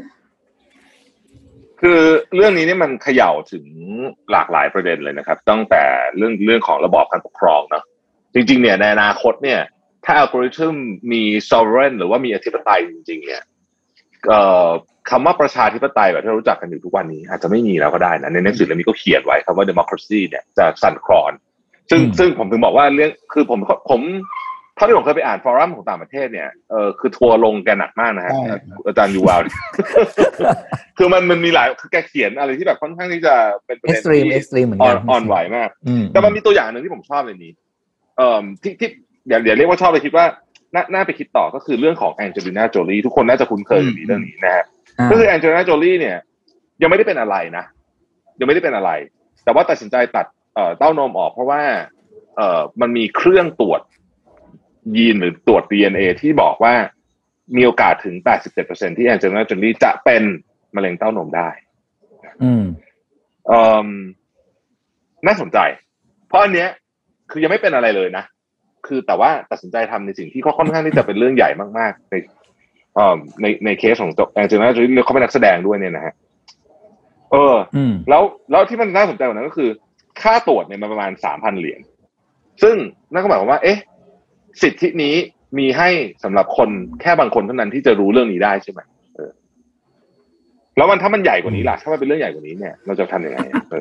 คือเรื่องนี้เนี่ยมันเขย่าถึงหลากหลายประเด็นเลยนะครับตั้งแต่เรื่องของระบอบการปกครองเนาะจริงๆเนี่ยในอนาคตเนี่ยถ้าอัลกอริทึมมี sovereign หรือว่ามีอธิปไตยจริงๆเนี่ยคำว่าประชาธิปไตยแบบที่เรารู้จักกันอยู่ทุกวันนี้อาจจะไม่มีแล้วก็ได้นะในหนังสือเล่มนี้ก็เขียนไว้คำว่า democracy เนี่ยจะสั่นคลอนซึ่งผมถึงบอกว่าเรื่องคือผมเท่าที่ผมเคยไปอ่านฟอรัมของต่างประเทศเนี่ยคือทัวร์ลงแกหนักมากนะฮะอาจารย์ยูวาลคือมันมีหลายแกเขียนอะไรที่แบบค่อนข้างที่จะเป็นประเด็นที่อ่อนไหวมากแต่มันมีตัวอย่างนึงที่ผมชอบในนี้ที่เดี๋ยวเรียกว่าชอบเลยคิดว่าน่าไปคิดต่อก็คือเรื่องของแองเจลิน่าโจลีทุกคนน่าจะคุ้นเคยกับเรื่องนี้นะฮะก็คือแองเจลิน่าโจลีเนี่ยยังไม่ได้เป็นอะไรนะยังไม่ได้เป็นอะไรแต่ว่าตัดสินใจตัดเต้านมออกเพราะว่ามันมีเครื่องตรวจยีนหรือตรวจ DNA ที่บอกว่ามีโอกาสถึง 87% ที่แองเจลิน่าโจลีจะเป็นมะเร็งเต้านมได้น่าสนใจเพราะอันเนี้ยคือยังไม่เป็นอะไรเลยนะคือแต่ว่าตัดสินใจทำในสิ่งที่ค่อนข้างที่จะเป็นเรื่องใหญ่มากๆในเคสของแองเจลิน่าโจลีเขาเป็นนักแสดงด้วยเนี่ยนะฮะแล้วที่มันน่าสนใจกว่านั้นก็คือค่าตรวจเนี่ยมันประมาณ $3,000 ซึ่งนั่นก็หมายความว่าสิทธินี้มีให้สำหรับคนแค่บางคนเท่านั้นที่จะรู้เรื่องนี้ได้ใช่ไหมแล้วถ้ามันใหญ่กว่านี้ล่ะถ้ามันเป็นเรื่องใหญ่กว่านี้เนี่ยเราจะทำยังไง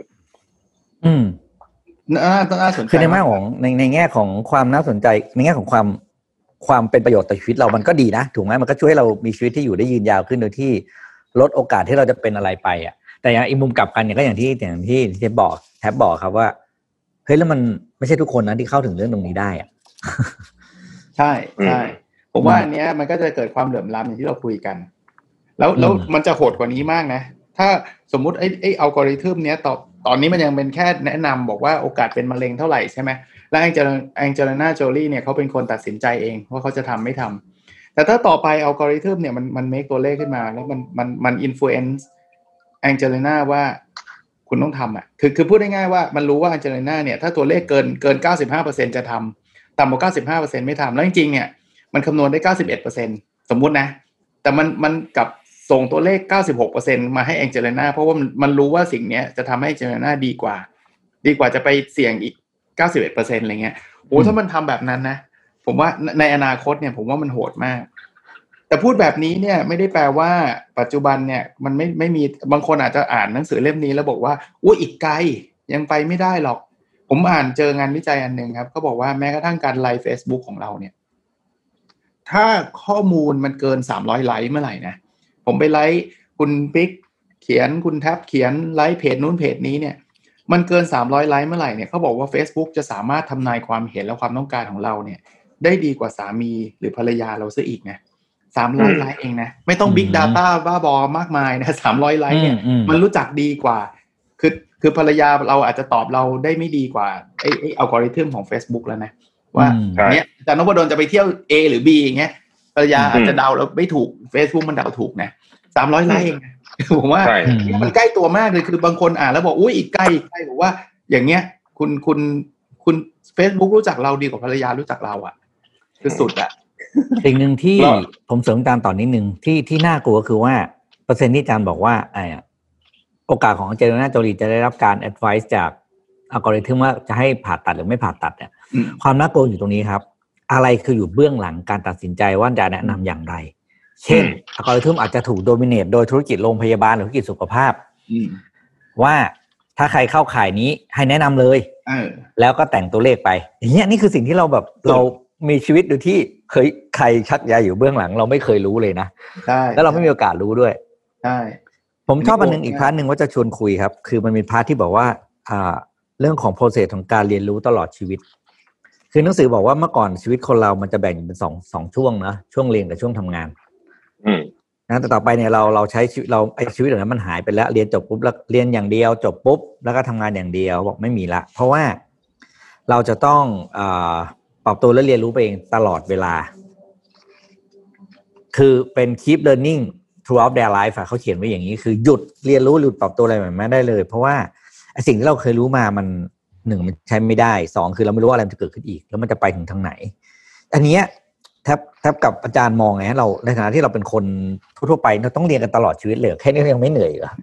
น่าสนใจคือในแง่ของในแง่ของความน่าสนใจในแง่ของความเป็นประโยชน์ต่อชีวิตเรามันก็ดีนะถูกไหมมันก็ช่วยให้เรามีชีวิตที่อยู่ได้ยืนยาวขึ้นโดยที่ลดโอกาสที่เราจะเป็นอะไรไปอ่ะแต่อย่างอีกมุมกลับกันเนี่ยก็อย่างที่แทบบอกครับว่าเฮ้ยแล้วมันไม่ใช่ทุกคนนะที่เข้าถึงเรื่องตรงนี้ได้อ่ะใช่ผมว่าอันเนี้ยมันก็จะเกิดความเหลื่อมล้ำอย่างที่เราคุยกันแล้วมันจะโหดกว่านี้มากนะถ้าสมมุติไอ้อัลกอริทึมเนี้ยตอนนี้มันยังเป็นแค่แนะนำบอกว่าโอกาสเป็นมะเร็งเท่าไหร่ใช่ไหมแล้วแองเจลิน่าโจลี่เนี่ยเขาเป็นคนตัดสินใจเองว่าเขาจะทำไม่ทำแต่ถ้าต่อไปอัลกอริทึมเนี่ยมันเมคตัวเลขขึ้นมาแล้วมันอินฟลูเอนซ์แองเจลิน่าว่าคุณต้องทำอ่ะคือพูดง่ายๆว่ามันรู้ว่าแองเจลิน่าเนี่ยถ้าตัวเลขเกิน 95% จะทำต่ำกว่า 95% ไม่ทำแล้วจริงๆเนี่ยมันคำนวณได้ 91% สมมุตินะแต่มันกับส่งตัวเลข 96% มาให้แองเจลิน่าเพราะว่ามันรู้ว่าสิ่งนี้จะทำให้แองเจลิน่าดีกว่าจะไปเสี่ยงอีก 91% อะไรเงี้ยโอ้ถ้ามันทำแบบนั้นนะผมว่าในอนาคตเนี่ยผมว่ามันโหดมากแต่พูดแบบนี้เนี่ยไม่ได้แปลว่าปัจจุบันเนี่ยมันไม่มีบางคนอาจจะอ่านหนังสือเล่มนี้แล้วบอกว่าอีกไกลยังไปไม่ได้หรอกผมอ่านเจองานวิจัยอันนึงครับเขาบอกว่าแม้กระทั่งการไลฟ์ Facebook ของเราเนี่ยถ้าข้อมูลมันเกิน300ไลค์เมื่อไหร่นะผมไปไลค์คุณปิ๊กเขียนคุณแท็บเขียนไลค์เพจนู้นเพจนี้เนี่ยมันเกิน300ไลค์เมื่อไหร่เนี่ยเขาบอกว่า Facebook จะสามารถทำนายความเห็นและความต้องการของเราเนี่ยได้ดีกว่าสามีหรือภรรยาเราซะอีกนะ300ไลค์เองนะไม่ต้อง Big Data บ้าบอมากมายนะ300ไลค์เนี่ยมันรู้จักดีกว่าคือภรรยาเราอาจจะตอบเราได้ไม่ดีกว่าไอ้อัลกอริทึมของ Facebook แล้วนะว่าเนี้ยอาจารย์นพดลจะไปเที่ยว A หรือ B อย่างเงี้ยภรรยาอาจจะเดาแล้วไม่ถูก Facebook มันเดาถูกนะ300ไลค์เองผมว่ามันใกล้ตัวมากเลยคือบางคนอ่านแล้วบอกอีกใกล้บอกว่าอย่างเงี้ยคุณ Facebook รู้จักเราดีกว่าภรรยารู้จักเราอ่ะคือสุดอ่ะสิ่งนึงที่ผมเสริมตามต่อนิดนึงที่น่ากลัวคือว่าเปอร์เซ็นต์ที่อาจารย์บอกว่าโอกาสของเจริญนาโจลีจะได้รับการแอดไวซ์จากอัลกอริทึมว่าจะให้ผ่าตัดหรือไม่ผ่าตัดเนี่ยความน่ากลัวอยู่ตรงนี้ครับอะไรคืออยู่เบื้องหลังการตัดสินใจว่าจะแนะนำอย่างไรเช่นอัลกอริทึมอาจจะถูกโดมิเนตโดยธุรกิจโรงพยาบาลหรือธุรกิจสุขภาพว่าถ้าใครเข้าข่ายนี้ให้แนะนำเลยแล้วก็แต่งตัวเลขไปอย่างเงี้ยนี่คือสิ่งที่เราแบบเรามีชีวิตโดยที่เคยใครชักใยอยู่เบื้องหลังเราไม่เคยรู้เลยนะแล้วเราไม่มีโอกาสรู้ด้วยใช่ผมชอบอันนึงอีกพาร์ทนึงว่าจะชวนคุยครับคือมันมีพาร์ทที่บอกว่าเรื่องของ process ของการเรียนรู้ตลอดชีวิตคือหนังสือบอกว่าเมื่อก่อนชีวิตคนเรามันจะแบ่งเป็นสองช่วงนะช่วงเรียนกับช่วงทำงานนะแต่ต่อไปเนี่ยเราใช้ชีวิตชีวิตเหล่านั้นมันหายไปแล้วเรียนจบปุ๊บแล้วเรียนอย่างเดียวจบปุ๊บแล้วก็ทำงานอย่างเดียวบอกไม่มีละเพราะว่าเราจะต้องปรับตัวและเรียนรู้ไปเองตลอดเวลาคือเป็น keep learning throughout their life เขาเขียนไว้อย่างนี้คือหยุดเรียนรู้หยุดปรับตัวอะไรแบบนั้นได้เลยเพราะว่าสิ่งที่เราเคยรู้มามัน1มันใช้ไม่ได้2คือเราไม่รู้ว่าอะไรมันจะเกิดขึ้นอีกแล้วมันจะไปถึงทางไหนอันนี้แทบกับอาจารย์มองไงเราในฐานะที่เราเป็นคนทั่วไปเราต้องเรียนกันตลอดชีวิตเลยแค่นี้ยังไม่เหนื่อยเหรอ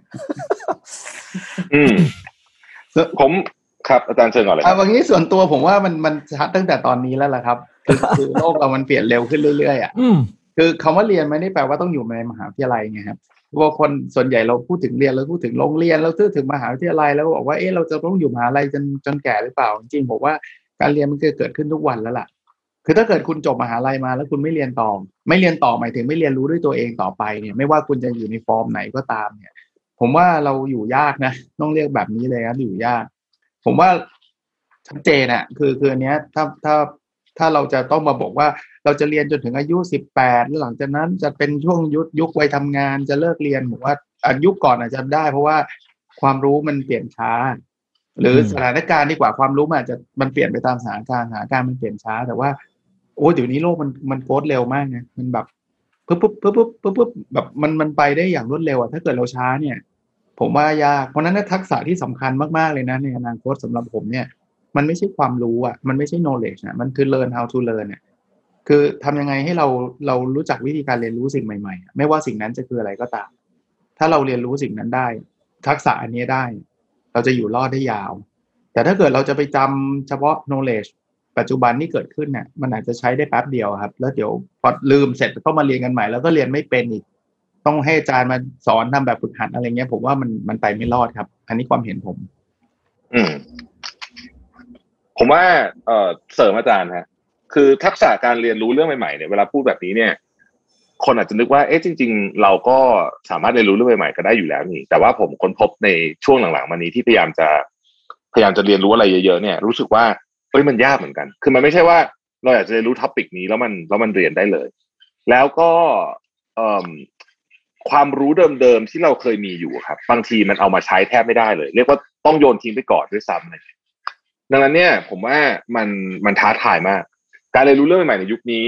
ผมครับอาจารย์เชิญก่อนเลยวันนี้ส่วนตัวผมว่ามันชัดตั้งแต่ตอนนี้แล้วล่ะครับคือโลกเรามันเปลี่ยนเร็วขึ้นเรื่อยๆคือคำว่าเรียนไม่ได้แปลว่าต้องอยู่ในมหาวิทยาลัยไงครับว่าคนส่วนใหญ่เราพูดถึงเรียนเราพูดถึงโรงเรียนเราพูดถึงมหาวิทยาลัยแล้วบอกว่าเราจะต้องอยู่มหาลัยจนแก่หรือเปล่าจริงๆบอกว่าการเรียนมันเกิดขึ้นทุกวันแล้วล่ะคือถ้าเกิดคุณจบมหาลัยมาแล้วคุณไม่เรียนต่อหมายถึงไม่เรียนรู้ด้วยตัวเองต่อไปเนี่ยไม่ว่าคุณจะอยู่ในฟอร์มไหนก็ตามเนี่ยผมว่าเราอยู่ยากนะต้องเรียกแบบนี้เลยครับอยู่ยากผมว่าชัดเจนอะคืออันเนี้ยถ้าเราจะต้องมาบอกว่าเราจะเรียนจนถึงอายุ18แล้วหลังจากนั้นจะเป็นช่วงยุควัยทำงานจะเลิกเรียนผมว่ายุคก่อนอาจจะได้เพราะว่าความรู้มันเปลี่ยนช้าหรือสถานการณ์ดีกว่าความรู้มันเปลี่ยนไปตามสถานการณ์มันเปลี่ยนช้าแต่ว่าเดี๋ยวนี้โลกมันโคตรเร็วมากนะมันแบบปุ๊บแบบมันไปได้อย่างรวดเร็วอะถ้าเกิดเราช้าเนี่ยผมว่ายากเพราะนั้นทักษะที่สำคัญมากๆเลยนะในอนาคตสำหรับผมเนี่ยมันไม่ใช่ความรู้อ่ะมันไม่ใช่ knowledge นะมันคือ learn how to learn เนี่ยคือทำยังไงให้เรารู้จักวิธีการเรียนรู้สิ่งใหม่ๆไม่ว่าสิ่งนั้นจะคืออะไรก็ตามถ้าเราเรียนรู้สิ่งนั้นได้ทักษะอันนี้ได้เราจะอยู่รอดได้ยาวแต่ถ้าเกิดเราจะไปจำเฉพาะ knowledge ปัจจุบันที่เกิดขึ้นเนี่ยมันอาจจะใช้ได้แป๊บเดียวครับแล้วเดี๋ยวพอลืมเสร็จก็มาเรียนกันใหม่แล้วก็เรียนไม่เป็นอีกต้องให้อาจารย์มาสอนทำแบบฝึกหัดอะไรเงี้ยผมว่ามันไปไม่รอดครับอันนี้ความเห็นผมผมว่าเสริมอาจารย์ฮะคือทักษะการเรียนรู้เรื่องใหม่ๆเนี่ยเวลาพูดแบบนี้เนี่ยคนอาจจะนึกว่าจริงๆเราก็สามารถเรียนรู้เรื่องใหม่ๆก็ได้อยู่แล้วนี่แต่ว่าผมค้นพบในช่วงหลังๆมานี้ที่พยายามจะเรียนรู้อะไรเยอะๆเนี่ยรู้สึกว่ามันยากเหมือนกันคือมันไม่ใช่ว่าเราอยากจะเรียนรู้ท็อปิกนี้แล้วมันเรียนได้เลยแล้วก็ความรู้เดิมๆที่เราเคยมีอยู่ครับบางทีมันเอามาใช้แทบไม่ได้เลยเรียกว่าต้องโยนทิ้งไปก่อนด้วยซ้ำเลยดังนั้นเนี่ยผมว่ามันท้าทายมากการเรียนรู้เรื่องใหม่ๆในยุคนี้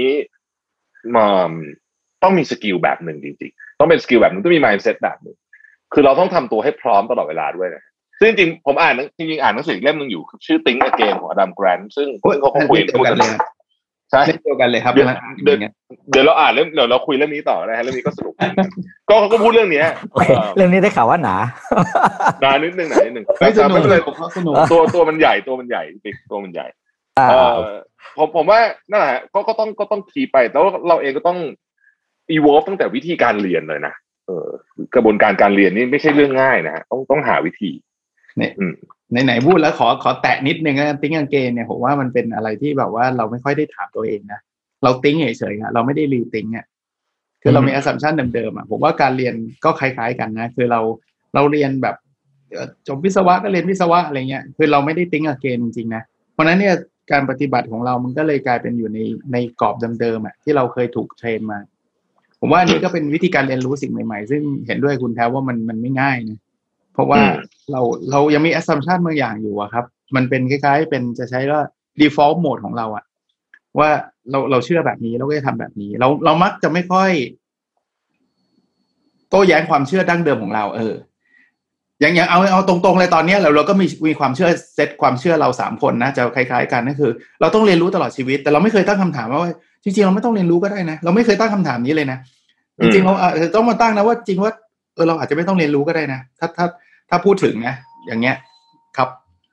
ต้องมีสกิลแบบหนึ่งจริงๆต้องเป็นสกิลแบบนึงต้องมี mindset แบบนึงคือเราต้องทำตัวให้พร้อมตลอดเวลาด้วยนะซึ่งจริงๆผมอ่านหนังสือเล่มนึงอยู่ชื่อ Think Again ของอดัม แกรนท์ซึ่งเขาคุยกันเลยใช่เดียวกันเลยครับเดี๋ยวเราอ่านเรื่องเดี๋ยวเราคุยเรื่องนี้ต่อนะฮะเรื่องนี้ก็สนุกก็เขาก็พูดเรื่องนี้เรื่องนี้ได้ข่าวว่าหนานิดนึงไม่เป็นไรตัวมันใหญ่ตัวมันใหญ่ผมว่านั่นแหละก็ต้องคีย์ไปแล้วเราเองก็ต้อง evolve ตั้งแต่วิธีการเรียนเลยนะกระบวนการเรียนนี่ไม่ใช่เรื่องง่ายนะฮะต้องหาวิธีเนี่ยไหนพูดแล้วขอแตะนิดนึงนะThink Againเนี่ยผมว่ามันเป็นอะไรที่แบบว่าเราไม่ค่อยได้ถามตัวเองนะเราติ้งเฉยๆเราไม่ได้รีติ้งอ่ะคือเรามี assumption เดิมๆอ่ะผมว่าการเรียนก็คล้ายๆกันนะคือเราเรียนแบบจบวิศวะก็เรียนวิศวะอะไรเงี้ยคือเราไม่ได้Think Againจริงๆนะเพราะนั้นเนี่ยการปฏิบัติของเรามันก็เลยกลายเป็นอยู่ในกรอบเดิมๆอ่ะที่เราเคยถูกเทรนมาผมว่านี่ก็เป็นวิธีการเรียนรู้สิ่งใหม่ๆซึ่งเห็นด้วยคุณแท้ว่ามันไม่ง่ายนะเพราะว่าเรายังมี assumption บางอย่างอยู่อะครับมันเป็นคล้ายๆเป็นจะใช้ว่า default mode ของเราอะว่าเราเชื่อแบบนี้เราก็จะทำแบบนี้เรามักจะไม่ค่อยโต้แย้งความเชื่อดั้งเดิมของเราอย่างเอาตรงๆเลยตอนนี้เราก็มีความเชื่อเซตความเชื่อเรา3คนนะจะคล้ายๆกันนั่นคือเราต้องเรียนรู้ตลอดชีวิตแต่เราไม่เคยตั้งคำถามว่าจริงๆเราไม่ต้องเรียนรู้ก็ได้นะเราไม่เคยตั้งคำถามนี้เลยนะจริงๆเราต้องมาตั้งนะว่าจริงว่าเราอาจจะไม่ต้องเรียนรู้ก็ได้นะถ้าพูดถึงนะอย่างเงี้ยครับ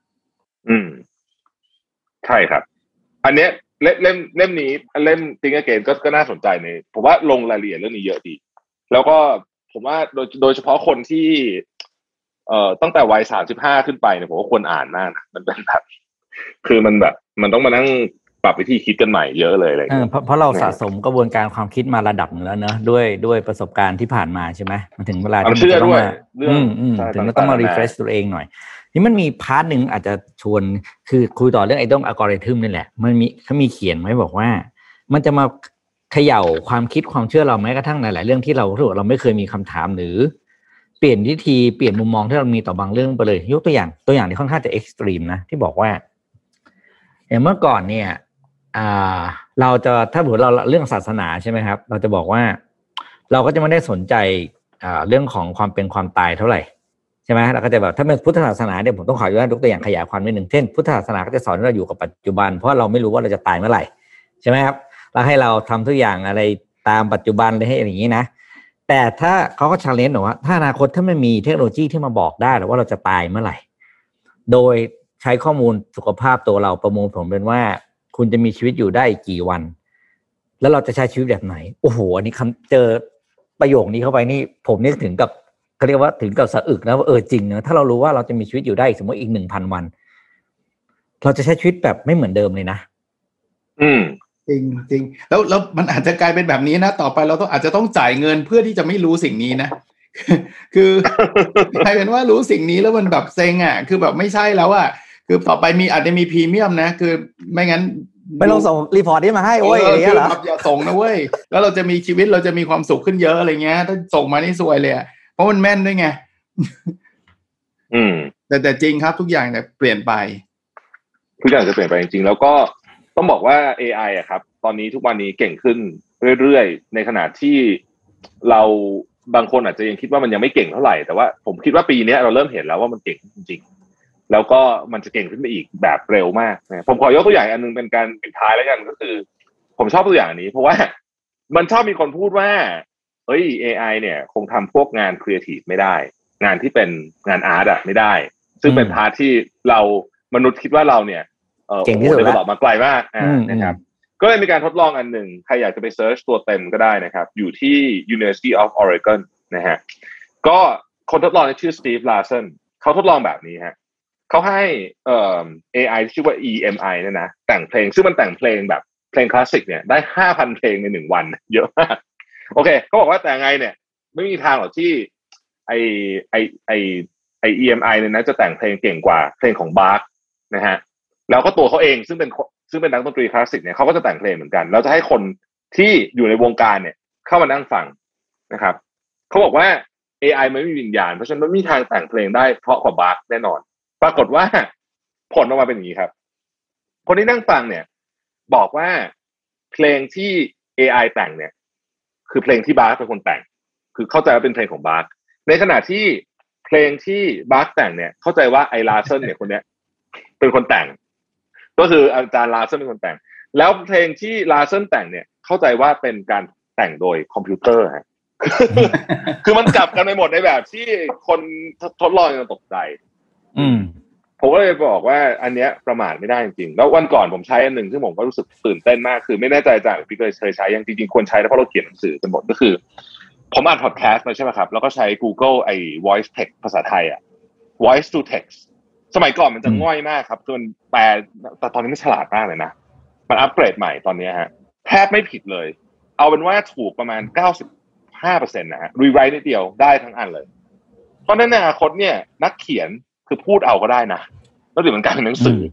ใช่ครับอันเนี้ยเล่มนี้เล่ม Think Again ก็น่าสนใจในผมว่าลงรายละเอียดเรื่องนี้เยอะดีแล้วก็ผมว่าโดยเฉพาะคนที่ตั้งแต่วัย35ขึ้นไปเนี่ยผมว่าควรอ่านมากนะมันเป็นแบบคือมันแบบมันต้องมานั่งปรับวิธีคิดกันใหม่เยอะเลยอะไรเพราะเราสะสมกระบวนการความคิดมาระดับนึงแล้วเนอะด้วยประสบการณ์ที่ผ่านมาใช่ไหมมันถึงเวลาที่มันจะต้องมาถึงต้องมา refresh ตัวเองหน่อยนี่มันมีพาร์ทนึงอาจจะชวนคือคุยต่อเรื่องไอ้ตรงอัลกอริทึมนี่แหละเขามีเขียนไว้บอกว่ามันจะมาเขย่าความคิดความเชื่อเราแม้กระทั่งหลายๆเรื่องที่เราเราไม่เคยมีคำถามหรือเปลี่ยนวิธีเปลี่ยนมุมมองที่เรามีต่อบางเรื่องไปเลยยกตัวอย่างที่ค่อนข้างจะเอ็กซ์ตรีมนะที่บอกว่าเมื่อก่อนเนี่ยเราจะถ้าเผื่อเราเรื่องศาสนาใช่ไหมครับเราจะบอกว่าเราก็จะไม่ได้สนใจเรื่องของความเป็นความตายเท่าไหร่ใช่ไหมเราก็จะแบบถ้าเป็นพุทธศาสนาเนี่ยผมต้องขออนุญาตยกตัวอย่างขยายความนิดนึงเช่นพุทธศาสนาก็จะสอนให้เราอยู่กับปัจจุบันเพราะเราไม่รู้ว่าเราจะตายเมื่อไหร่ใช่ไหมครับแล้วให้เราทำทุกอย่างอะไรตามปัจจุบันเลยให้อย่างนี้นะแต่ถ้าเขาก็ challenge หนูว่าถ้าอนาคตถ้าไม่มีเทคโนโลยีที่มาบอกได้หรือว่าเราจะตายเมื่อไหร่โดยใช้ข้อมูลสุขภาพตัวเราประมวลผลเป็นว่าคุณจะมีชีวิตอยู่ได้กี่วันแล้วเราจะใช้ชีวิตแบบไหนโอ้โหอันนี้เจอประโยคนี้เข้าไปนี่ผมนึกถึงกับเขาเรียกว่าถึงกับสะอึกนะว่าจริงนะถ้าเรารู้ว่าเราจะมีชีวิตอยู่ได้สมมติอีก 1,000 วันเราจะใช้ชีวิตแบบไม่เหมือนเดิมเลยนะจริงแล้วมันอาจจะกลายเป็นแบบนี้นะต่อไปเราอาจจะต้องจ่ายเงินเพื่อที่จะไม่รู้สิ่งนี้นะคือกลายเป็นว่ารู้สิ่งนี้แล้วมันแบบเซ็งอ่ะคือแบบไม่ใช่แล้วอ่ะคือต่อไปอาจจะมีพรีเมียมนะคือไม่งั้นไม่ต้องส่งรีพอร์ตนี้มาให้โอ้ยอย่างเงี้ยเหรออย่าส่งนะเว้ยแล้วเราจะมีชีวิตเราจะมีความสุขขึ้นเยอะอะไรเงี้ยถ้าส่งมานี่ซวยเลยอ่ะเพราะมันแม่นด้วยไงแต่จริงครับทุกอย่างเนี่ยเปลี่ยนไปทุกอย่างจะเปลี่ยนไปจริงๆแล้วก็ต้องบอกว่า AI อ่ะครับตอนนี้ทุกวันนี้เก่งขึ้นเรื่อยๆในขณะที่เราบางคนอาจจะยังคิดว่ามันยังไม่เก่งเท่าไหร่แต่ว่าผมคิดว่าปีนี้เราเริ่มเห็นแล้วว่ามันเก่งจริงๆแล้วก็มันจะเก่งขึ้นไปอีกแบบเร็วมากนะผมขอยกตัวอย่างอันนึงเป็นการปิดท้ายแล้วกันก็คือผมชอบตัวอย่างนี้เพราะว่ามันชอบมีคนพูดว่าเฮ้ย AI เนี่ยคงทำพวกงานครีเอทีฟไม่ได้งานที่เป็นงานอาร์ตอะไม่ได้ซึ่งเป็นพาร์ทที่เรามนุษย์คิดว่าเราเนี่ยเก่งที่สุดแล้วมาไกลมากนะครับก็เลยมีการทดลองอันหนึ่งใครอยากจะไปเซิร์ชตัวเต็มก็ได้นะครับอยู่ที่ University of Oregon นะฮะก็คนทดลองชื่อ Steve Larsen เขาทดลองแบบนี้ฮะเขาให้AI ที่ชื่อว่า EMI เนี่ยนะแต่งเพลงซึ่งมันแต่งเพลงแบบเพลงคลาสสิกเนี่ยได้ 5,000 เพลงใน1วันเยอะมากโอเคเขาบอกว่าแต่ไงเนี่ยไม่มีทางหรอกที่ไอ EMI เนี่ยนะจะแต่งเพลงเก่งกว่าเพลงของบาร์กนะฮะแล้วก็ตัวเขาเองซึ่งเป็นนักดนตรีคลาสสิกเนี่ยเขาก็จะแต่งเพลงเหมือนกันแล้วจะให้คนที่อยู่ในวงการเนี่ยเข้ามานั่งฟังนะครับเขาบอกว่า AI ไม่มีวิญญาณเพราะฉะนั้นไม่มีทางแต่งเพลงได้เพราะกว่าบาร์กแน่นอนปรากฏว่าผลออกมาเป็นอย่างนี้ครับคนที่นั่งฟังเนี่ยบอกว่าเพลงที่ AI แต่งเนี่ยคือเพลงที่บาร์กเป็นคนแต่งคือเข้าใจว่าเป็นเพลงของบาร์กในขณะที่เพลงที่บาร์กแต่งเนี่ยเข้าใจว่าไอ้ลาเซนเนี่ยคนเนี้ยเป็นคนแต่งก็คืออาจารย์ลาเซนเป็นคนแต่งแล้วเพลงที่ลาเซนแต่งเนี่ยเข้าใจว่าเป็นการแต่งโดยคอมพิวเตอร์ฮะ คือมันกลับกันไปหมดในแบบที่คนทดลองยังตกใจผมก็เลยบอกว่าอันเนี้ยประมาทไม่ได้จริงๆแล้ววันก่อนผมใช้อันหนึ่งซึ่งผมก็รู้สึกตื่นเต้นมากคือไม่แน่ใจอาจารย์พี่เคยใช้ยังจริงๆควรใช้นะเพราะเราเขียนหนังสือกันหมดก็คือผมอ่านพอดแคสต์มาใช่ไหมครับแล้วก็ใช้ Google ไอ้ voice text ภาษาไทยvoice to text สมัยก่อนมันจะง่อยมากครับจนแปลแต่ตอนนี้มันฉลาดมากเลยนะมันอัปเกรดใหม่ตอนนี้ฮะแทบไม่ผิดเลยเอาเป็นว่าถูกประมาณ 95% นะฮะรีไรต์นิดเดียวได้ทั้งอันเลยเพราะในอนาคตเนี่ยนักเขียนคือพูดเอาก็ได้นะแล้วเดี๋ยวมันกลายเป็นหนังสือ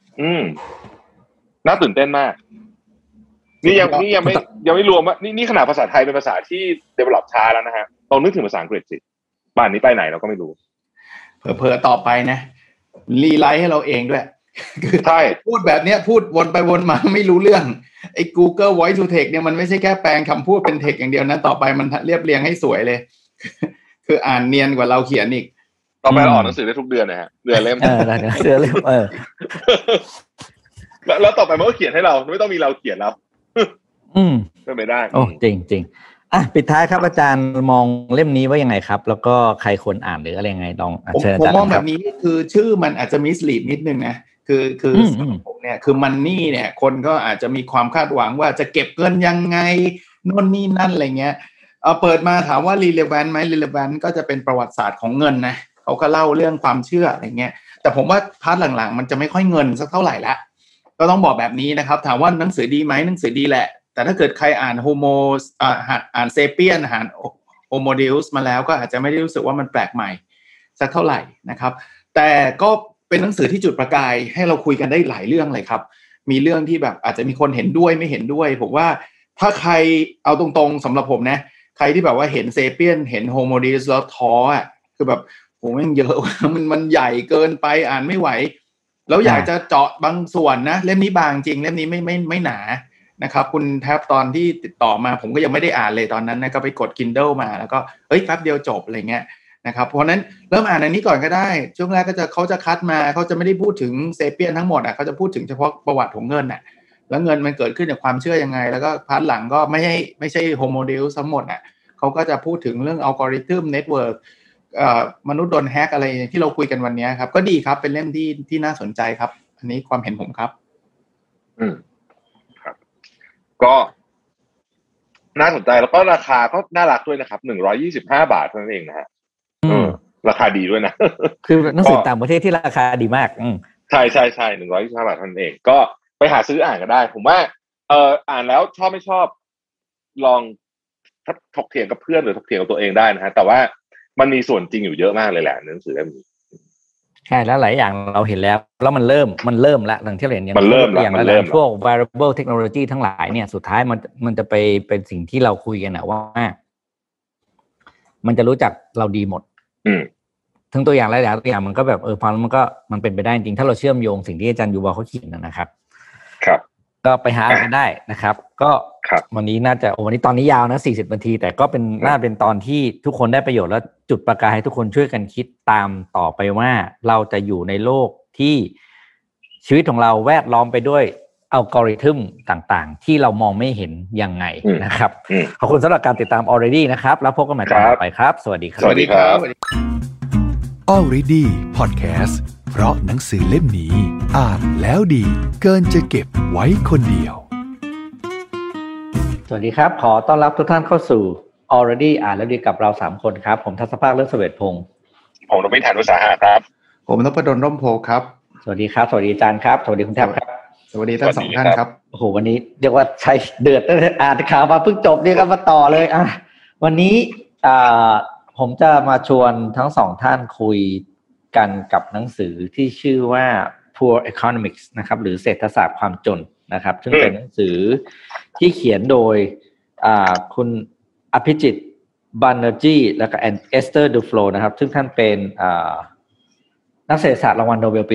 น่าตื่นเต้นมากนี่ยังไม่รวมว่านี่ขนาดภาษาไทยเป็นภาษาที่ develop ช้าแล้วนะฮะต้องนึกถึงภาษาอังกฤษสิบ้านนี้ไปไหนเราก็ไม่รู้เผลอต่อไปนะรีไลท์ให้เราเองด้วยคือใช่พูดแบบเนี้ยพูดวนไปวนมาไม่รู้เรื่องไอ้ Google Voice to Text เนี่ยมันไม่ใช่แค่แปลงคำพูดเป็น text อย่างเดียวนะต่อไปมันเรียบเรียงให้สวยเลยคืออ่านเนียนกว่าเราเขียนอีกต่อไปเราออกหนังสือได้ทุกเดือนนะฮะเดือนเล่มเดือนเล่มแล้วต่อไปมันก็เขียนให้เราไม่ต้องมีเราเขียนแล้วก็ไม่ได้โอ้จริงปิดท้ายครับอาจารย์มองเล่มนี้ว่ายังไงครับแล้วก็ใครควรอ่านหรืออะไรยังไงลองเชิญอาจารย์ผมมองแบบนี้คือชื่อมันอาจจะมิสลีดนิดนึงนะคือผมเนี่ยคือมันนี่เนี่ยคนก็อาจจะมีความคาดหวังว่าจะเก็บเงินยังไงโน่นนี่นั่นอะไรเงี้ยเปิดมาถามว่า relevant ไหม relevant ก็จะเป็นประวัติศาสตร์ของเงินนะเขาก็เล่าเรื่องความเชื่ออะไรเงี้ยแต่ผมว่าพาร์ทหลังๆมันจะไม่ค่อยเงินสักเท่าไหร่ละก็ต้องบอกแบบนี้นะครับถามว่าหนังสือดีไหมหนังสือดีแหละแต่ถ้าเกิดใครอ่านโฮโมอ่านเซเปียนอ่านโฮโมเดลส์มาแล้วก็อาจจะไม่ได้รู้สึกว่ามันแปลกใหม่สักเท่าไหร่นะครับแต่ก็เป็นหนังสือที่จุดประกายให้เราคุยกันได้หลายเรื่องเลยครับมีเรื่องที่แบบอาจจะมีคนเห็นด้วยไม่เห็นด้วยผมว่าถ้าใครเอาตรงๆสำหรับผมนะใครที่แบบว่าเห็นเซเปียนเห็นโฮโมเดลส์แล้วท้อคือแบบโหแม่งเยอะมันใหญ่เกินไปอ่านไม่ไหวแล้วอยากจะเจาะบางส่วนนะเล่มนี้บางจริงเล่มนี้ไม่หนานะครับคุณแทบตอนที่ติดต่อมาผมก็ยังไม่ได้อ่านเลยตอนนั้นนะก็ไปกด Kindle มาแล้วก็แป๊บเดียวจบอะไรเงี้ยนะครับเพราะนั้นเริ่มอ่านอันนี้ก่อนก็ได้ช่วงแรกก็จะเขาจะคัดมาเขาจะไม่ได้พูดถึงเซเปียนทั้งหมดเขาจะพูดถึงเฉพาะประวัติของเงินแล้วเงินมันเกิดขึ้นจากความเชื่อยังไงแล้วก็พาร์ทหลังก็ไม่ใช่โฮโมเดลทั้งหมดเขาก็จะพูดถึงเรื่องอัลกอริทึมเน็ตเวิร์กมนุษย์โดนแฮกอะไรที่เราคุยกันวันนี้ครับก็ดีครับเป็นเล่มที่น่าสนใจครับอันนี้ความเห็นผมครับครับก็น่าสนใจแล้วก็ราคาก็น่ารักด้วยนะครับ125 บาทเท่านั้นเองนะฮะราคาดีด้วยนะคือหนังสือต่างประเทศที่ราคาดีมากใช่125 บาทเท่านั้นเองก็ไปหาซื้ออ่านกันได้ผมว่าอ่านแล้วชอบไม่ชอบลองถกเถียงกับเพื่อนหรือถกเถียงกับตัวเองได้นะฮะแต่ว่ามันมีส่วนจริงอยู่เยอะมากเลยแหละหนังสือเล่มนี้ใช่แล้วหลายอย่างเราเห็นแล้วมันเริ่มแล้วอย่างที่เราเห็นอย่างพวก variable technology ทั้งหลายเนี่ยสุดท้ายมันจะไปเป็นสิ่งที่เราคุยกันว่ามันจะรู้จักเราดีหมดทั้งตัวอย่างหลายอย่างมันก็แบบฟังแล้วมันเป็นไปได้จริงถ้าเราเชื่อมโยงสิ่งที่อาจารย์ยูบาเขาเขียนนะครับก็ไปหากันได้นะครับก็วันนี้น่าจะวันนี้ตอนนี้ยาวนะ40 นาทีแต่ก็น่าเป็นตอนที่ทุกคนได้ประโยชน์และจุดประกายให้ทุกคนช่วยกันคิดตามต่อไปว่าเราจะอยู่ในโลกที่ชีวิตของเราแวดล้อมไปด้วยอัลกอริทึมต่างๆที่เรามองไม่เห็นยังไงนะครับขอบคุณสำหรับการติดตาม Already นะครับแล้วพบกันใหม่ตอนต่อไปครับสวัสดีครับ Already Podcast เพราะหนังสือเล่มนี้อ่านแล้วดีเกินจะเก็บไว้คนเดียวสวัสดีครับขอต้อนรับทุกท่านเข้าสู่ Already อ่านแล้วดีกับเรา3คนครับผมทัศภาค เลิศเสวตพงศ์ผมนพมิตร หาญอุตสาหะครับผมนพดล ร่มโพครับสวัสดีครับสวัสดีอาจารย์ครับสวัสดีคุณแทบครับสวัสดีทั้งสองท่านครับโอ้โหวันนี้เรียกว่าใช้เดือดอ่านข่าวมาเพิ่งจบเนี่ยก็มาต่อเลยวันนี้ผมจะมาชวนทั้งสองท่านคุยกันกับหนังสือที่ชื่อว่า Poor Economics นะครับหรือเศรษฐศาสตร์ความจนนะครับซึ่งเป็นหนังสือที่เขียนโดยคุณอภิจิตรบานเนอร์จีแล้วก็เอสเตอร์ดูโฟลนะครับซึ่งท่านเป็นนักเศรษฐศาสตร์รางวัลโนเบลปี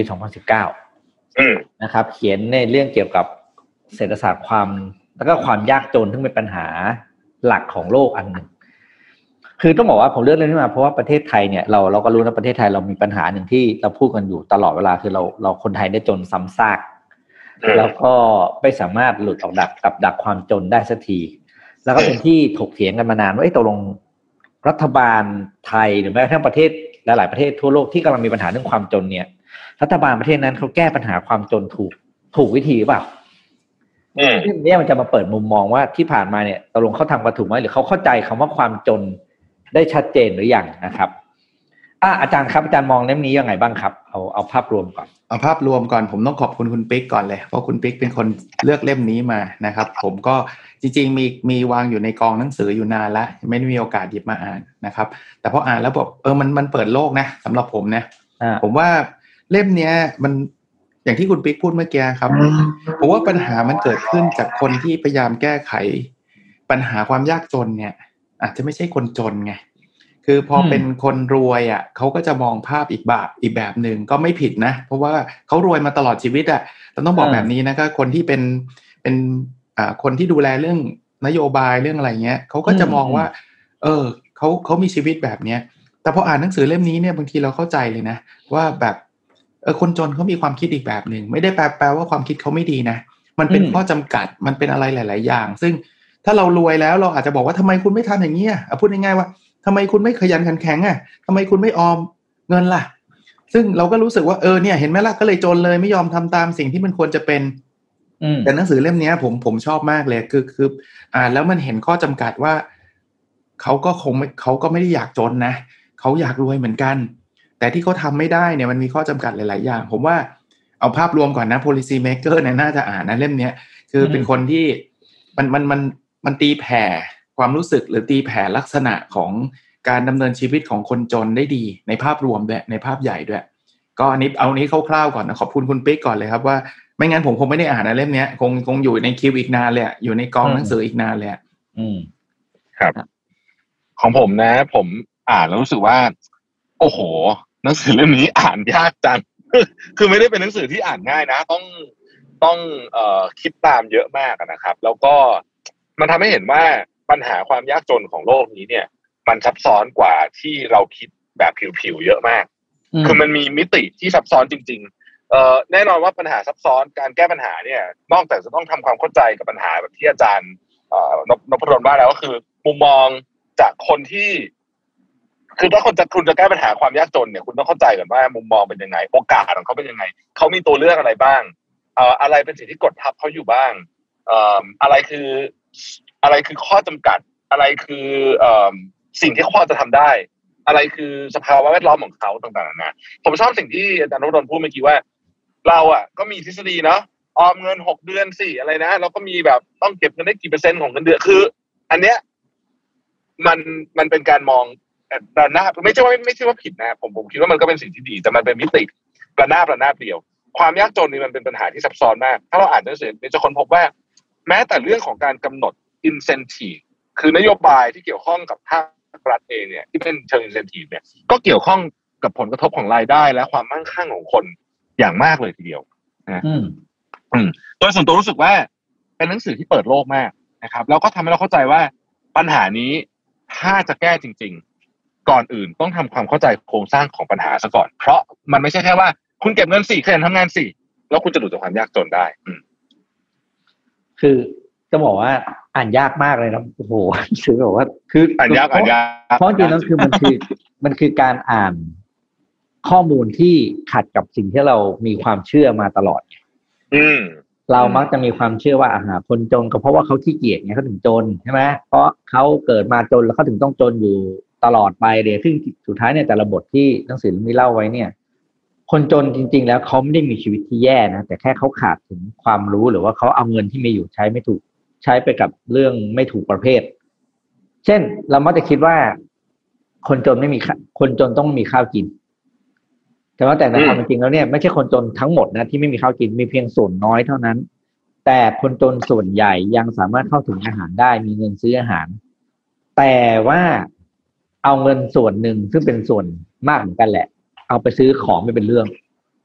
2019นะครับเขียนในเรื่องเกี่ยวกับเศรษฐศาสตร์ความแล้วก็ความยากจนซึ่งเป็นปัญหาหลักของโลกอันหนึ่งคือต้องบอกว่าผมเลือกเรื่องนี้มาเพราะว่าประเทศไทยเนี่ยเราก็รู้นะประเทศไทยเรามีปัญหาหนึ่งที่เราพูดกันอยู่ตลอดเวลาคือเราคนไทยได้จนซ้ำซากแล้วก็ไม่สามารถหลุดออกกับดักความจนได้สักทีแล้วก็เป็นที่ถกเถียงกันมานานว่าตกลงรัฐบาลไทยหรือแม้กระทั่งประเทศหลายๆประเทศทั่วโลกที่กำลังมีปัญหาเรื่องความจนเนี่ยรัฐบาลประเทศนั้นเขาแก้ปัญหาความจนถูกวิธีหรือเปล่าเนี่ยมันจะมาเปิดมุมมองว่าที่ผ่านมาเนี่ยตกลงเขาทำกันถูกไหมหรือเขาเข้าใจคำว่าความจนได้ชัดเจนหรือยังนะครับอาจารย์ครับอาจารย์มองเล่มนี้ยังไงบ้างครับเอาภาพรวมก่อนเอาภาพรวมก่อนผมต้องขอบคุณคุณปิ๊กก่อนเลยเพราะคุณปิ๊กเป็นคนเลือกเล่มนี้มานะครับผมก็จริงๆมีวางอยู่ในกองหนังสืออยู่นานแล้วไม่ได้มีโอกาสหยิบมาอ่านนะครับแต่พออ่านแล้วบอกมันเปิดโลกนะสำหรับผมนะผมว่าเล่มนี้มันอย่างที่คุณปิ๊กพูดเมื่อกี้ครับผมว่าปัญหามันเกิดขึ้นจากคนที่พยายามแก้ไขปัญหาความยากจนเนี่ยอาจจะไม่ใช่คนจนไงคือพอเป็นคนรวยอ่ะเขาก็จะมองภาพอีกแบบนึงก็ไม่ผิดนะเพราะว่าเขารวยมาตลอดชีวิตอ่ะต้องบอกแบบนี้นะก็คนที่เป็นคนที่ดูแลเรื่องนโยบายเรื่องอะไรเงี้ยเขาก็จะมองว่าเขามีชีวิตแบบเนี้ยแต่พออ่านหนังสือเล่มนี้เนี่ยบางทีเราเข้าใจเลยนะว่าแบบคนจนเขามีความคิดอีกแบบนึงไม่ได้แปลว่าความคิดเขาไม่ดีนะมันเป็นข้อจำกัดมันเป็นอะไรหลายๆอย่างซึ่งถ้าเรารวยแล้วเราอาจจะบอกว่าทำไมคุณไม่ทำอย่างนี้พูดง่ายๆว่าทำไมคุณไม่ขยันขันแข็งทำไมคุณไม่ออมเงินล่ะซึ่งเราก็รู้สึกว่าเนี่ยเห็นไหมล่ะก็เลยจนเลยไม่ยอมทำตามสิ่งที่มันควรจะเป็นแต่หนังสือเล่มนี้ผมชอบมากเลยคืออ่านแล้วมันเห็นข้อจำกัดว่าเขาก็ไม่ได้อยากจนนะเขาอยากรวยเหมือนกันแต่ที่เขาทำไม่ได้เนี่ยมันมีข้อจำกัดหลายๆอย่างผมว่าเอาภาพรวมก่อนนะ policy maker เนี่ยน่าจะอ่านนะเล่มนี้คือเป็นคนที่มันตีแผ่ความรู้สึกหรือตีแผ่ลักษณะของการดำเนินชีวิตของคนจนได้ดีในภาพรวมด้วยในภาพใหญ่ด้วยก็อันนี้คร่าวๆก่อนนะขอบคุณคุณปิ๊กก่อนเลยครับว่าไม่งั้นผมคงไม่ได้อ่านนะเล่มนี้คงอยู่ในคิวอีกนานเลยอยู่ในกองหนังสืออีกนานเลยครับของผมนะผมอ่านแล้วรู้สึกว่าโอ้โหหนังสือเล่มนี้อ่านยากจังคือไม่ได้เป็นหนังสือที่อ่านง่ายนะต้องคิดตามเยอะมากนะครับแล้วก็มันทำให้เห็นว่าปัญหาความยากจนของโลกนี้เนี่ยมันซับซ้อนกว่าที่เราคิดแบบผิวๆเยอะมากคือมันมีมิติที่ซับซ้อนจริงๆแน่นอนว่าปัญหาซับซ้อนการแก้ปัญหาเนี่ยนอกจากจะต้องทำความเข้าใจกับปัญหาแบบที่อาจารย์นพดลว่าแล้วก็คือมุมมองจากคนที่คือถ้าคุณจะแก้ปัญหาความยากจนเนี่ยคุณต้องเข้าใจก่อนว่ามุมมองเป็นยังไงโอกาสของเขาเป็นยังไงเขามีตัวเลือกอะไรบ้างอะไรเป็นสิ่งที่กดทับเขาอยู่บ้างอะไรคือข้อจำกัดอะไรคือสิ่งที่เขาจะทำได้อะไรคือสภาวะแวดล้อมของเขาต่างๆนะผมชอบสิ่งที่อาจารย์นพดลพูดเมื่อกี้ว่าเราก็มีทฤษฎีเนาะออมเงิน6 เดือนสิอะไรนะแล้วก็มีแบบต้องเก็บเงินได้กี่เ% ของเงินเดือนคืออันเนี้ยมันเป็นการมองระนาบไม่ใช่ว่าผิดนะผมคิดว่ามันก็เป็นสิ่งที่ดีแต่มันเป็นมิติระนาบเดียวความยากจนนี่มันเป็นปัญหาที่ซับซ้อนมากถ้าเราอ่านหนังสือจะค้นพบว่าแม้แต่เรื่องของการกำหนด incentive คือนโยบายที่เกี่ยวข้องกับภาครัฐเองเนี่ยที่เป็นเชิง incentive เนี่ยก็เกี่ยวข้องกับผลกระทบของรายได้และความมั่งคั่งของคนอย่างมากเลยทีเดียวนะโดยส่วนตัวรู้สึกว่าเป็นหนังสือที่เปิดโลกมากนะครับแล้วก็ทำให้เราเข้าใจว่าปัญหานี้ถ้าจะแก้จริงๆก่อนอื่นต้องทำความเข้าใจโครงสร้างของปัญหาซะก่อนเพราะมันไม่ใช่แค่ว่าคุณเก็บเงิน4 ขยันทำงาน4แล้วคุณจะหลุดจากความยากจนได้คือจะบอกว่าอ่านยากมากเลยนะโอ้โหคือบอกว่าคืออ่านยากเพราะจริงๆแล้วคือมันคือการอ่านข้อมูลที่ขัดกับสิ่งที่เรามีความเชื่อมาตลอดเรามักจะมีความเชื่อว่าคนจนก็เพราะว่าเขาขี้เกียจไงเขาถึงจนใช่ไหมเพราะเขาเกิดมาจนแล้วเขาถึงต้องจนอยู่ตลอดไปเดี๋ยวซึ่งสุดท้ายเนี่ยแต่ละบทที่หนังสือเล่มนี้เล่าไว้เนี่ยคนจนจริงๆแล้วเขาไม่ได้มีชีวิตที่แย่นะแต่แค่เขาขาดถึงความรู้หรือว่าเขาเอาเงินที่มีอยู่ใช้ไม่ถูกใช้ไปกับเรื่องไม่ถูกประเภทเช่นเรามักจะคิดว่าคนจนต้องมีข้าวกินแต่ว่าแต่ในความเป็นจริงแล้วเนี่ยไม่ใช่คนจนทั้งหมดนะที่ไม่มีข้าวกินมีเพียงส่วนน้อยเท่านั้นแต่คนจนส่วนใหญ่ยังสามารถเข้าถึงอาหารได้มีเงินซื้ออาหารแต่ว่าเอาเงินส่วนหนึ่งซึ่งเป็นส่วนมากเหมือนกันแหละเอาไปซื้อของไม่เป็นเรื่อง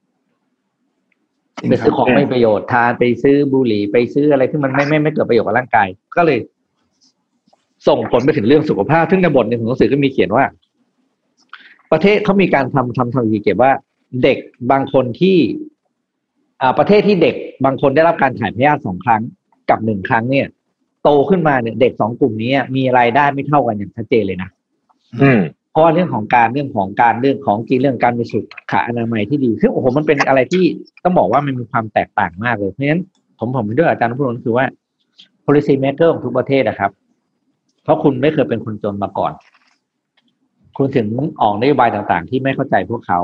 ไปซื้อของไม่ประโยชน์ทานไปซื้อบุหรี่ไปซื้ออะไรที่มันไม่เกิดประโยชน์กับร่างกายก็เลยส่งผลไปถึงเรื่องสุขภาพซึ่งในบทหนึ่งของหนังสือก็มีเขียนว่าประเทศเขามีการทำเก็บว่าเด็กบางคนที่ประเทศที่เด็กบางคนได้รับการถ่ายพยาธิ2 ครั้งกับ1 ครั้งเนี่ยโตขึ้นมาเนี่ยเด็ก2 กลุ่มนี้มีรายได้ไม่เท่ากันอย่างชัดเจนเลยนะเพราะเรื่องของกินเรื่องการมีสุขอนามัยที่ดีซึ่งโอ้โหมันเป็นอะไรที่ต้องบอกว่ามันมีความแตกต่างมากเลยเพราะฉะนั้นผมด้วยอาจารย์พูดก็คือว่า policy maker ของทุกประเทศนะครับเพราะคุณไม่เคยเป็นคนจนมาก่อนคุณถึงออกนโยบายต่างๆที่ไม่เข้าใจพวกเขา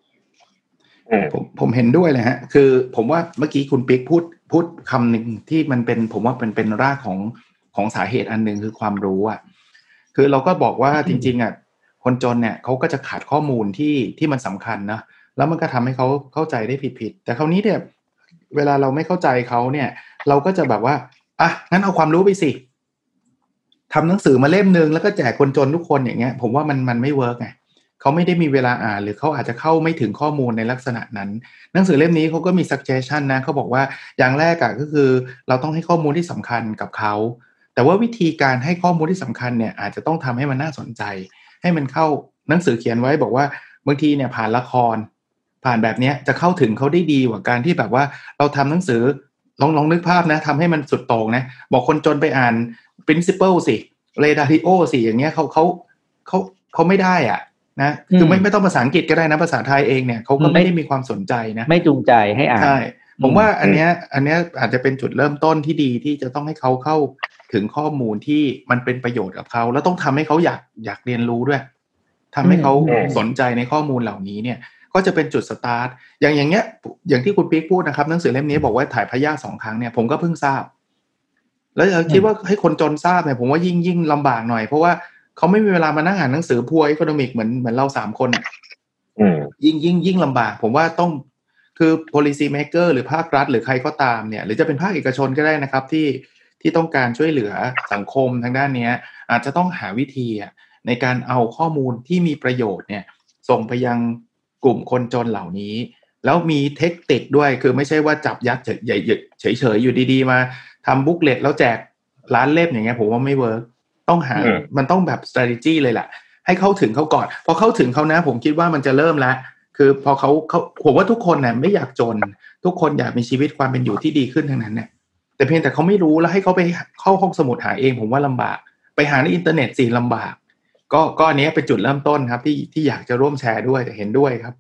ผมเห็นด้วยเลยฮะคือผมว่าเมื่อกี้คุณปิ๊กพูดคำหนึ่งที่มันเป็นผมว่าเป็นรากของสาเหตุอันนึงคือความรู้อ่ะคือเราก็บอกว่าจริงๆอ่ะคนจนเนี่ยเขาก็จะขาดข้อมูลที่มันสำคัญนะแล้วมันก็ทำให้เขาเข้าใจได้ผิดแต่คราวนี้เนี่ยเวลาเราไม่เข้าใจเขาเนี่ยเราก็จะแบบว่างั้นเอาความรู้ไปสิทำหนังสือมาเล่มนึงแล้วก็แจกคนจนทุกคนอย่างเงี้ยผมว่ามันไม่เวิร์กไงเขาไม่ได้มีเวลาอ่านหรือเขาอาจจะเข้าไม่ถึงข้อมูลในลักษณะนั้นหนังสือเล่มนี้เขาก็มี suggestion นะเขาบอกว่าอย่างแรกก็คือเราต้องให้ข้อมูลที่สำคัญกับเขาแต่ว่าวิธีการให้ข้อมูลที่สำคัญเนี่ยอาจจะต้องทำให้มันน่าสนใจให้มันเข้าหนังสือเขียนไว้บอกว่าบางทีเนี่ยผ่านละครผ่านแบบนี้จะเข้าถึงเขาได้ดีกว่าการที่แบบว่าเราทำหนังสือลองนึกภาพนะทำให้มันสุดโต่งนะบอกคนจนไปอ่าน principle สิเรดาริโอสิอย่างเงี้ยเขาไม่ได้อ่ะนะคือไม่ต้องภาษาอังกฤษก็ได้นะภาษาไทยเองเนี่ยเขาก็ไม่ได้มีความสนใจนะไม่จูงใจให้อ่านใช่ผมว่าอันเนี้ยอาจจะเป็นจุดเริ่มต้นที่ดีที่จะต้องให้เขาเข้าถึงข้อมูลที่มันเป็นประโยชน์กับเขาแล้วต้องทำให้เขาอยากเรียนรู้ด้วยทำให้เขาสนใจในข้อมูลเหล่านี้เนี่ยก็จะเป็นจุดสตาร์ทอย่างเงี้ยอย่างที่คุณปิ๊กพูดนะครับหนังสือเล่มนี้บอกว่าถ่ายพยาธิ2 ครั้งเนี่ยผมก็เพิ่งทราบแล้วคิดว่าให้คนจนทราบเนี่ยผมว่ายิ่งลำบากหน่อยเพราะว่าเขาไม่มีเวลามานั่งอ่านหนังสือพัวอีโคโนมิกเหมือนเรา3 คนยิ่งลำบากผมว่าต้องคือ policy maker หรือภาครัฐหรือใครก็ตามเนี่ยหรือจะเป็นภาคเอกชนก็ได้นะครับที่ต้องการช่วยเหลือสังคมทางด้านนี้อาจจะต้องหาวิธีในการเอาข้อมูลที่มีประโยชน์เนี่ยส่งไปยังกลุ่มคนจนเหล่านี้แล้วมีเทคนิคด้วยคือไม่ใช่ว่าจับยัดเฉยๆอยู่ดีๆมาทำบุ๊กเลตแล้วแจกล้านเล่มอย่างเงี้ยผมว่าไม่เวิร์กต้องหามันต้องแบบ strategy เลยแหละให้เข้าถึงเขาก่อนพอเข้าถึงเขานะผมคิดว่ามันจะเริ่มแล้วคือพอเขาผมว่าทุกคนน่ะไม่อยากจนทุกคนอยากมีชีวิตความเป็นอยู่ที่ดีขึ้นทั้งนั้นเนี่ยแต่เพียงแต่เขาไม่รู้แล้วให้เขาไปเข้าห้องสมุดหาเองผมว่าลำบากไปหาในอินเทอร์เน็ตสิลำบากก็อันนี้เป็นจุดเริ่มต้นครับที่อยากจะร่วมแชร์ด้วยแต่เห็นด้วยครับ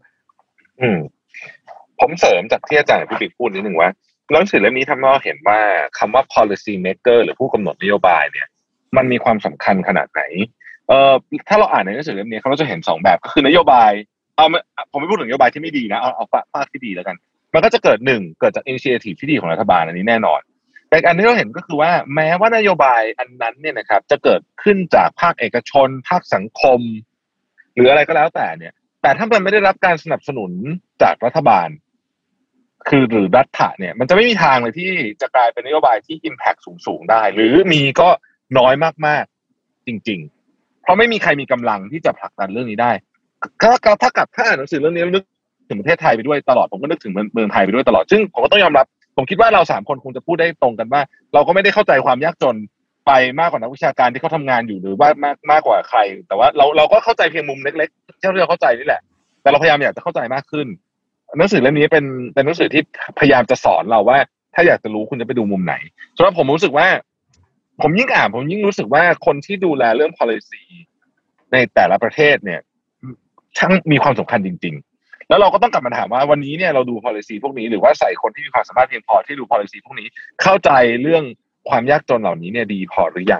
ผมเสริมจากที่อาจารย์พี่ปิ๊กพูดนิดนึงว่าหนังสือเล่มนี้ทำให้เราเห็นว่าคำว่า policy maker หรือผู้กำหนดนโยบายเนี่ยมันมีความสำคัญขนาดไหนถ้าเราอ่านในหนังสือเล่มนี้เราจะเห็น2 แบบก็คือนโยบายผมไม่พูดถึงนโยบายที่ไม่ดีนะเอาภาคที่ดีแล้วกันมันก็จะเกิดจาก initiative ที่ดีของรัฐบาลอันนี้แน่นอนแต่อันที่เราเห็นก็คือว่าแม้ว่านโยบายอันนั้นเนี่ยนะครับจะเกิดขึ้นจากภาคเอกชนภาคสังคมหรืออะไรก็แล้วแต่เนี่ยแต่ถ้ามันไม่ได้รับการสนับสนุนจากรัฐบาลหรือรัฐะเนี่ยมันจะไม่มีทางเลยที่จะกลายเป็นนโยบายที่ impact สูงได้หรือมีก็น้อยมากๆจริงๆเพราะไม่มีใครมีกำลังที่จะผลักดันเรื่องนี้ได้ถ้าอ่านหนังสือเรื่องนี้นึกถึงประเทศไทยไปด้วยตลอดผมก็นึกถึงเมืองไทยไปด้วยตลอดซึ่งผมก็ต้องยอมรับผมคิดว่าเรา3 คนคงจะพูดได้ตรงกันว่าเราก็ไม่ได้เข้าใจความยากจนไปมากกว่านักวิชาการที่เขาทำงานอยู่หรือว่ามากกว่าใครแต่ว่าเราก็เข้าใจเพียงมุมเล็กๆที่เราเข้าใจนี่แหละแต่เราพยายามอยากจะเข้าใจมากขึ้นหนังสือเล่มนี้เป็นหนังสือที่พยายามจะสอนเราว่าถ้าอยากจะรู้คุณจะไปดูมุมไหนสำหรับผมรู้สึกว่าผมยิ่งอ่านผมยิ่งรู้สึกว่าคนที่ดูแลเรื่อง policy ในแต่ละประเทศเนี่ยช่างมีความสำคัญจริงแล้วเราก็ต้องกลับมาถามว่าวันนี้เนี่ยเราดู policy พวกนี้หรือว่าใส่คนที่มีความสามารถเพียงพอที่ดู policy พวกนี้เข้าใจเรื่องความยากจนเหล่านี้เนี่ยดีพอหรือยัง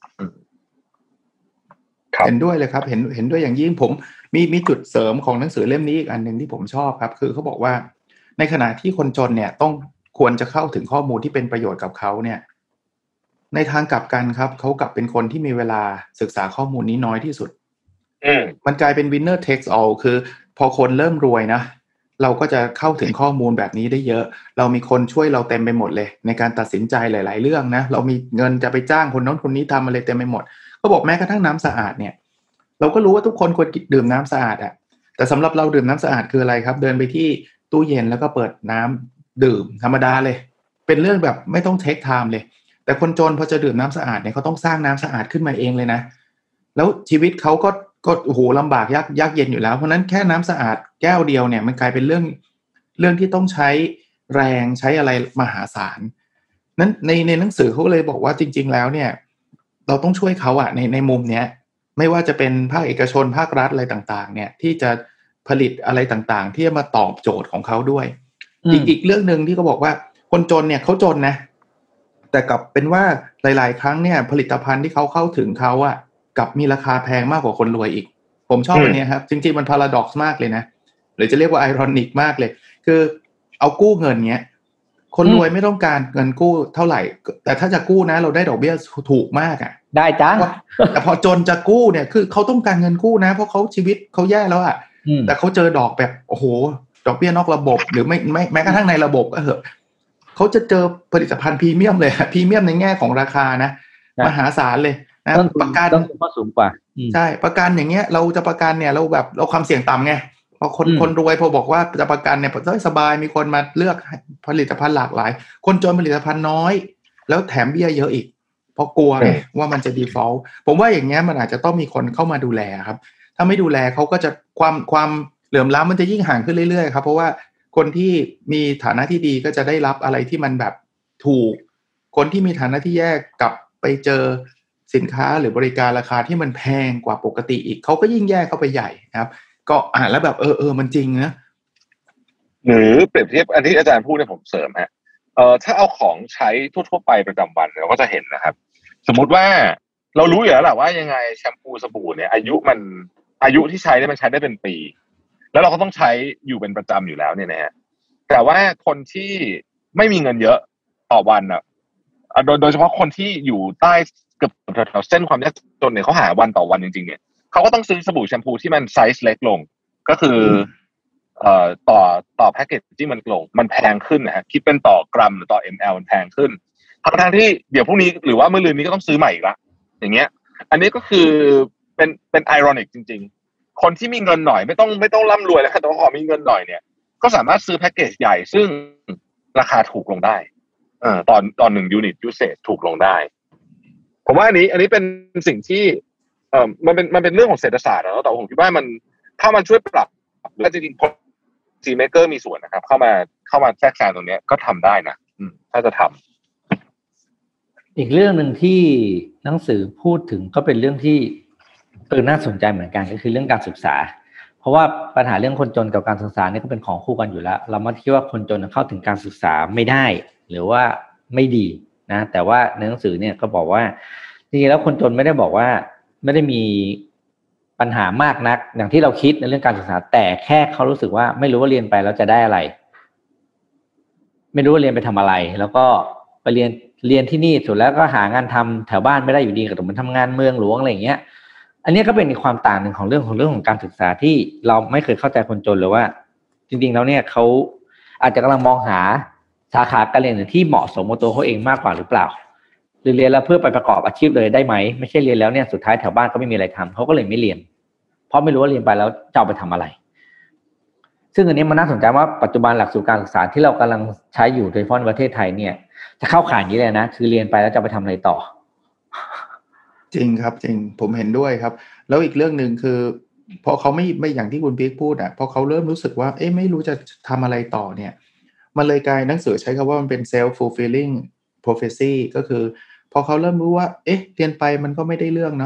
เห็นด้วยเลยครับเห็นด้วยอย่างยิ่งผมมีจุดเสริมของหนังสือเล่มนี้อีกอันนึงที่ผมชอบครับคือเขาบอกว่าในขณะที่คนจนเนี่ยต้องควรจะเข้าถึงข้อมูลที่เป็นประโยชน์กับเขาเนี่ยในทางกลับกันครับเขากลับเป็นคนที่มีเวลาศึกษาข้อมูลนี้น้อยที่สุดมันกลายเป็น winner takes all คือพอคนเริ่มรวยนะเราก็จะเข้าถึงข้อมูลแบบนี้ได้เยอะเรามีคนช่วยเราเต็มไปหมดเลยในการตัดสินใจหลายๆเรื่องนะเรามีเงินจะไปจ้างคนนั้นคนนี้ทำอะไรเต็มไปหมดเขาบอกแม้กระทั่งน้ำสะอาดเนี่ยเราก็รู้ว่าทุกคนควรดื่มน้ำสะอาดอ่ะแต่สำหรับเราดื่มน้ำสะอาดคืออะไรครับเดินไปที่ตู้เย็นแล้วก็เปิดน้ำดื่มธรรมดาเลยเป็นเรื่องแบบไม่ต้องเทคไทม์เลยแต่คนจนพอจะดื่มน้ำสะอาดเนี่ยเขาต้องสร้างน้ำสะอาดขึ้นมาเองเลยนะแล้วชีวิตเขาก็โอ้โหลำบากยากเย็นอยู่แล้วเพราะนั้นแค่น้ำสะอาดแก้วเดียวเนี่ยมันกลายเป็นเรื่องที่ต้องใช้แรงใช้อะไรมหาศาลนั้นในหนังสือเขาเลยบอกว่าจริงๆแล้วเนี่ยเราต้องช่วยเขาอะในมุมเนี้ยไม่ว่าจะเป็นภาคเอกชนภาครัฐอะไรต่างๆเนี่ยที่จะผลิตอะไรต่างๆที่จะมาตอบโจทย์ของเขาด้วยอีกเรื่องนึงที่เขาบอกว่าคนจนเนี่ยเขาจนนะแต่กลับเป็นว่าหลายๆครั้งเนี่ยผลิตภัณฑ์ที่เขาเข้าถึงเขาอะกับมีราคาแพงมากกว่าคนรวยอีกผมชอบอันนี้ครับจริงๆมันพาราดอกซ์มากเลยนะหรือจะเรียกว่าไอรอนิกมากเลยคือเอากู้เงินเงี้ยคนรวยไม่ต้องการเงินกู้เท่าไหร่แต่ถ้าจะกู้นะเราได้ดอกเบี้ยถูกมากอ่ะได้จ้ะแต่พอจนจะกู้เนี่ยคือเขาต้องการเงินกู้นะเพราะเขาชีวิตเขาแย่แล้วอ่ะแต่เขาเจอดอกแบบโอ้โหดอกเบี้ยนอกระบบหรือไม่แม้กระทั่งในระบบก็เหอะเขาจะเจอผลิตภัณฑ์พรีเมียมเลยพรีเมียมในแง่ของราคานะมหาศาลเลยนะประกันต้องสูงกว่าใช่ประกันอย่างเงี้ยเราจะประกันเนี่ยเราแบบเราความเสี่ยงต่ำไงพอคนรวยพอบอกว่าจะประกันเนี่ยสบายมีคนมาเลือกผลิตภัณฑ์หลากหลายคนจนผลิตภัณฑ์น้อยแล้วแถมเบี้ยเยอะอีกเพราะกลัวไงว่ามันจะ default ผมว่าอย่างเงี้ยมันอาจจะต้องมีคนเข้ามาดูแลครับถ้าไม่ดูแลเขาก็จะความเหลื่อมล้ำมันจะยิ่งห่างขึ้นเรื่อยๆครับเพราะว่าคนที่มีฐานะที่ดีก็จะได้รับอะไรที่มันแบบถูกคนที่มีฐานะที่แย่กลับไปเจอสินค้าหรือบริการราคาที่มันแพงกว่าปกติอีกเขาก็ยิ่งแย่เข้าไปใหญ่นะครับก็อ่านแล้วแบบมันจริงนะหรือเปรียบเทียบอันที่อาจารย์พูดเนี่ยผมเสริมฮะถ้าเอาของใช้ทั่วๆไปประจำวันเราก็จะเห็นนะครับสมมุติว่าเรารู้อยู่แล้วแหละว่ายังไงแชมพูสบู่เนี่ยอายุที่ใช้เนี่ยมันใช้ได้เป็นปีแล้วเราก็ต้องใช้อยู่เป็นประจำอยู่แล้วเนี่ยนะฮะแต่ว่าคนที่ไม่มีเงินเยอะต่อวันอ่ะโดยเฉพาะคนที่อยู่ใต้เกือบแถวเส้นความยากจนเนี่ยเขาหาวันต่อวันจริงๆเนี่ยเขาก็ต้องซื้อสบู่แชมพูที่มันไซส์เล็กลงก็คือต่อแพ็กเกจที่มันลงมันแพงขึ้นนะฮะคิดเป็นต่อกรัมหรือต่อ ml มันแพงขึ้นทั้งที่เดี๋ยวพรุ่งนี้หรือว่ามื้อรืนนี้ก็ต้องซื้อใหม่อีกละอย่างเงี้ยอันนี้ก็คือเป็นไอรอนิกจริงๆคนที่มีเงินหน่อยไม่ต้องร่ำรวยแล้วแต่ว่ามีเงินหน่อยเนี่ยก็สามารถซื้อแพ็กเกจใหญ่ซึ่งราคาถูกลงได้ตอน1 unit usage ถูกลงได้ผมว่าอันนี้เป็นสิ่งที่มันเป็นเรื่องของเศรษฐศาสตร์แล้วแต่ผมคิดว่ามันถ้ามันช่วยปรับแล้วจริงๆpolicy maker มีส่วนนะครับเข้ามาแทรกแซงตรงนี้ก็ทำได้นะถ้าจะทำอีกเรื่องนึงที่หนังสือพูดถึงก็เป็นเรื่องที่น่าสนใจเหมือนกันก็คือเรื่องการศึกษาเพราะว่าปัญหาเรื่องคนจนกับการศึกษาเนี่ยก็เป็นของคู่กันอยู่แล้วเรามักคิดว่าคนจนเข้าถึงการศึกษาไม่ได้หรือว่าไม่ดีนะแต่ว่าในหนังสือเนี่ยก็บอกว่าจริงๆแล้วคนจนไม่ได้บอกว่าไม่ได้มีปัญหามากนักอย่างที่เราคิดในเรื่องการศึกษาแต่แค่เขารู้สึกว่าไม่รู้ว่าเรียนไปแล้วจะได้อะไรไม่รู้ว่าเรียนไปทำอะไรแล้วก็ไปเรียนที่นี่สุดแล้วก็หางานทำแถวบ้านไม่ได้อยู่ดีกับมันทำงานเมืองหลวงอะไรอย่างเงี้ยอันนี้ก็เป็นความต่างหนึ่งของเรื่องของการศึกษาที่เราไม่เคยเข้าใจคนจนเลยว่าจริงๆแล้วเนี่ยเขาอาจจะกำลังมองหาสาขาการเรียนที่เหมาะสมกับตัวเขาเองมากกว่าหรือเปล่าหรือเรียนแล้วเพื่อไปประกอบอาชีพเลยได้ไหมไม่ใช่เรียนแล้วเนี่ยสุดท้ายแถวบ้านก็ไม่มีอะไรทำเขาก็เลยไม่เรียนเพราะไม่รู้ว่าเรียนไปแล้วจะเอาไปทำอะไรซึ่งอันนี้มันน่าสนใจว่าปัจจุบันหลักสูตรการศึกษาที่เรากำลังใช้อยู่โดยเฉพาะในประเทศไทยเนี่ยจะเข้าข่ายนี้เลยนะคือเรียนไปแล้วจะไปทำอะไรต่อจริงครับจริงผมเห็นด้วยครับแล้วอีกเรื่องนึงคือพอเขาไม่อย่างที่คุณปิ๊กพูดอ่ะพอเขาเริ่มรู้สึกว่าไม่รู้จะทำอะไรต่อเนี่ยมันเลยกลายหนังสือใช้คำว่ามันเป็น self fulfilling prophecy ก็คือพอเขาเริ่มรู้ว่าเรียนไปมันก็ไม่ได้เรื่องเนาะ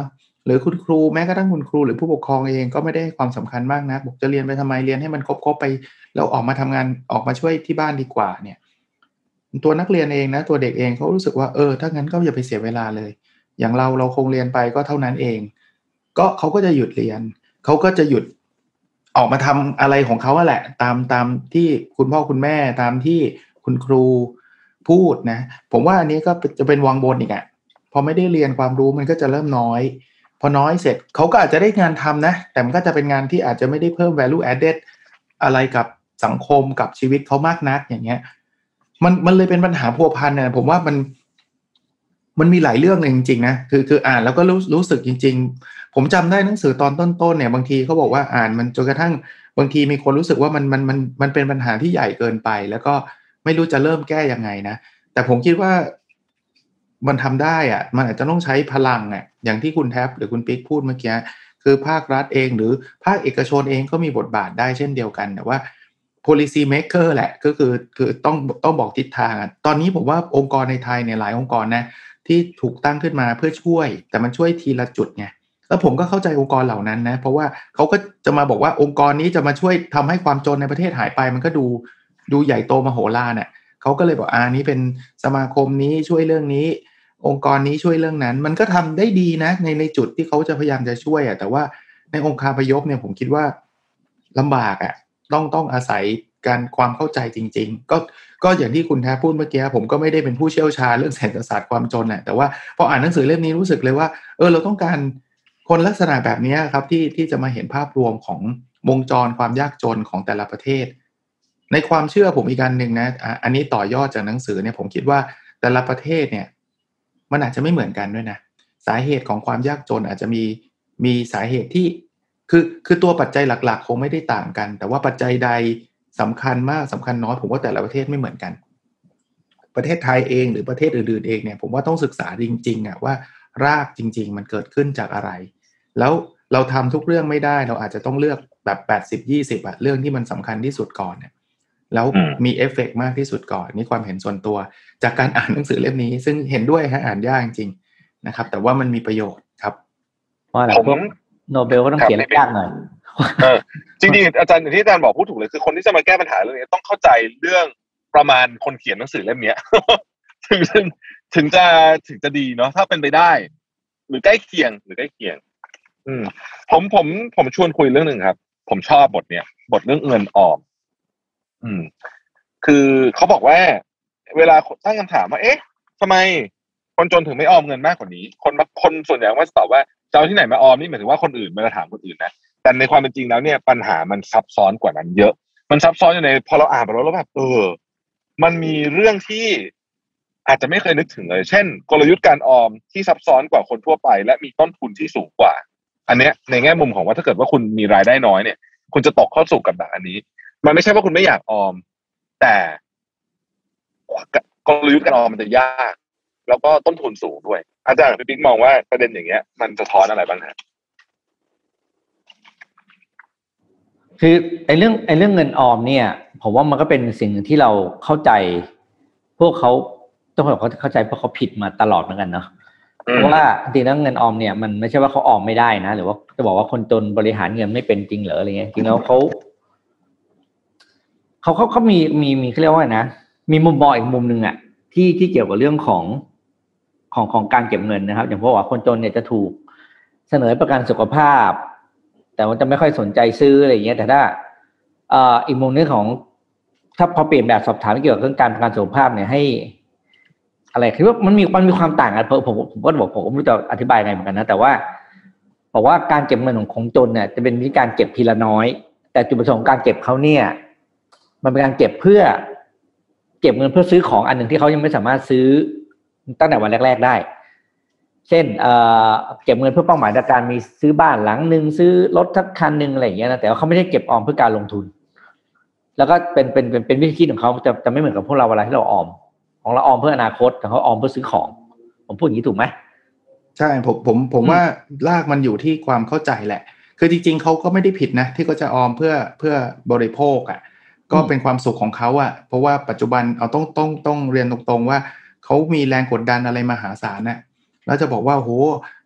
หรือคุณครูแม้กระทั่งคุณครูหรือผู้ปกครองเองก็ไม่ได้ให้ความสำคัญมากนะบอกจะเรียนไปทำไมเรียนให้มันครบไปแล้วออกมาทำงานออกมาช่วยที่บ้านดีกว่าเนี่ยตัวนักเรียนเองนะตัวเด็กเองเขารู้สึกว่าถ้างั้นก็อย่าไปเสียเวลาเลยอย่างเราคงเรียนไปก็เท่านั้นเองก็เขาก็จะหยุดเรียนเขาก็จะหยุดออกมาทำอะไรของเขาแหละตามที่คุณพ่อคุณแม่ตามที่คุณครูพูดนะผมว่าอันนี้ก็จะเป็นวังวนอีกอ่ะพอไม่ได้เรียนความรู้มันก็จะเริ่มน้อยพอน้อยเสร็จเขาก็อาจจะได้งานทำนะแต่มันก็จะเป็นงานที่อาจจะไม่ได้เพิ่ม value added อะไรกับสังคมกับชีวิตเขามากนักอย่างเงี้ยมันเลยเป็นปัญหาพัวพันเนี่ยผมว่ามันมีหลายเรื่องเลยจริงๆนะคืออ่านแล้วก็รู้สึกจริงๆผมจำได้หนังสือตอนต้นๆเนี่ยบางทีเขาบอกว่าอ่านมันจนกระทั่งบางทีมีคนรู้สึกว่ามันเป็นปัญหาที่ใหญ่เกินไปแล้วก็ไม่รู้จะเริ่มแก้ยังไงนะแต่ผมคิดว่ามันทำได้อ่ะมันอาจจะต้องใช้พลังอ่ะอย่างที่คุณแท็บหรือคุณปิ๊กพูดเมื่อกี้คือภาครัฐเองหรือภาคเอกชนเองก็มีบทบาทได้เช่นเดียวกันแต่ว่า policy maker แหละก็คือต้องบอกทิศทางตอนนี้ผมว่าองค์กรในไทยเนี่ยหลายองค์กรนะที่ถูกตั้งขึ้นมาเพื่อช่วยแต่มันช่วยทีละจุดไงแล้วผมก็เข้าใจองค์กรเหล่านั้นนะเพราะว่าเขาก็จะมาบอกว่าองค์กรนี้จะมาช่วยทำให้ความจนในประเทศหายไปมันก็ดูใหญ่โตมโหฬารน่ะเขาก็เลยบอกนี้เป็นสมาคมนี้ช่วยเรื่องนี้องค์กรนี้ช่วยเรื่องนั้นมันก็ทำได้ดีนะในจุดที่เขาจะพยายามจะช่วยแต่ว่าในองค์คาพยพเนี่ยผมคิดว่าลำบากต้องอาศัยการความเข้าใจจริงๆก็อย่างที่คุณแท้พูดเมื่อกี้ผมก็ไม่ได้เป็นผู้เชี่ยวชาญเรื่องเศรษฐศาสตร์ความจนแต่ว่าพออ่านหนังสือเล่มนี้รู้สึกเลยว่าเราต้องการคนลักษณะแบบนี้ครับที่จะมาเห็นภาพรวมของวงจรความยากจนของแต่ละประเทศในความเชื่อผมอีกอันหนึ่งนะอันนี้ต่อยอดจากหนังสือเนี่ยผมคิดว่าแต่ละประเทศเนี่ยมันอาจจะไม่เหมือนกันด้วยนะสาเหตุของความยากจนอาจจะมีสาเหตุที่คือตัวปัจจัยหลักๆคงไม่ได้ต่างกันแต่ว่าปัจจัยใดสำคัญมากสำคัญน้อยผมว่าแต่ละประเทศไม่เหมือนกันประเทศไทยเองหรือประเทศอื่นๆเองเนี่ยผมว่าต้องศึกษาจริงๆว่ารากจริงๆมันเกิดขึ้นจากอะไรแล้วเราทำทุกเรื่องไม่ได้เราอาจจะต้องเลือกแบบ80-20เรื่องที่มันสำคัญที่สุดก่อนเนี่ยแล้วมีเอฟเฟกต์มากที่สุดก่อนนี่ความเห็นส่วนตัวจากการอ่านหนังสือเล่มนี้ซึ่งเห็นด้วยอ่านยากจริงๆนะครับแต่ว่ามันมีประโยชน์ครับว่าพวกโนเบลก็ต้องเขียนยากหน่อยจริงๆอาจารย์อย่างที่อาจารย์บอกพูดถูกเลยคือคนที่จะมาแก้ปัญหาเรื่องนี้ต้องเข้าใจเรื่องประมาณคนเขียนหนังสือเล่มนี้ ถึงจะดีเนาะถ้าเป็นไปได้หรือใกล้เคียงผมชวนคุยเรื่องนึงครับผมชอบบทเนี้ยบทเรื่องเงินออมคือเขาบอกว่าเวลาตั้งคำถามว่าเอ๊ะทำไมคนจนถึงไม่ออมเงินมากกว่านี้คนส่วนใหญ่ก็จะตอบว่าจะเอาที่ไหนมาออมนี่หมายถึงว่าคนอื่นมาถามคนอื่นนะแต่ในความเป็นจริงแล้วเนี่ยปัญหามันซับซ้อนกว่านั้นเยอะมันซับซ้อนอยู่ในพอเราอ่านไปแล้วแบบมันมีเรื่องที่อาจจะไม่เคยนึกถึงเลยเช่นกลยุทธ์การออมที่ซับซ้อนกว่าคนทั่วไปและมีต้นทุนที่สูงกว่าอันเนี้ยในแง่มุมของว่าถ้าเกิดว่าคุณมีรายได้น้อยเนี่ยคุณจะตกเข้าสู่กับดักอันนี้มันไม่ใช่ว่าคุณไม่อยากออมแต่กลยุทธ์การออมมันจะยากแล้วก็ต้นทุนสูงด้วยอาจารย์พี่ปิ๊กมองว่าประเด็นอย่างเงี้ยมันสะท้อนอะไรบ้างฮะคือไอ้เรื่องเงินออมเนี่ยผมว่ามันก็เป็นสิ่งที่เราเข้าใจพวกเขาต้องบอกเขาเข้าใจเพราะเขาผิดมาตลอดเหมือนกันเนาะเพราะว่าจริงๆแล้วเงินออมเนี่ยมันไม่ใช่ว่าเขาออมไม่ได้นะหรือว่าจะบอกว่าคนจนบริหารเงินไม่เป็นจริงเหรออะไรเงี้ยจริงแล้วเขามีเขาเรียกว่านะมีมุมมองอีกมุมนึงอ่ะที่เกี่ยวกับเรื่องของการเก็บเงินนะครับอย่างพวกว่าคนจนเนี่ยจะถูกเสนอประกันสุขภาพแต่ว่าจะไม่ค่อยสนใจซื้ออะไรอย่างเงี้ยแต่ถ้าอีกมุมนึงของถ้าพอเปลี่ยนแบบสอบถามเกี่ยวกับเรื่องการประกันสุขภาพเนี่ยให้อะไรคือว่ามันมีความต่างกันผมก็บอกผมไม่รู้จะอธิบายไงเหมือนกันนะแต่ว่าบอกว่าการเก็บเงินของคนจนเนี่ยจะเป็นวิธีการเก็บทีละน้อยแต่จุดประสงค์ของการเก็บเขาเนี่ยมันเป็นการเก็บเพื่อเก็บเงินเพื่อซื้อของอันหนึ่งที่เขายังไม่สามารถซื้อตั้งแต่วันแรกๆได้เช่นเก็บเงินเพื่อเป้าหมายในการมีซื้อบ้านหลังนึงซื้อรถสักคันนึงอะไรอย่างเงี้ยนะแต่ว่าเขาไม่ได้เก็บออมเพื่อการลงทุนแล้วก็เป็นวิธีคิดของเขาจะไม่เหมือนกับพวกเราเวลาที่เราออมของเราออมเพื่ออนาคตแต่เขาออมเพื่อซื้อของผมพูดอย่างนี้ถูกไหมใช่ผมว่ารากมันอยู่ที่ความเข้าใจแหละคือจริงๆเขาก็ไม่ได้ผิดนะที่เขาจะออมเพื่อบริโภคก็เป็นความสุขของเขาเพราะว่าปัจจุบันเอาต้องเรียนตรงๆว่าเขามีแรงกดดันอะไรมหาศาลแล้วจะบอกว่าโห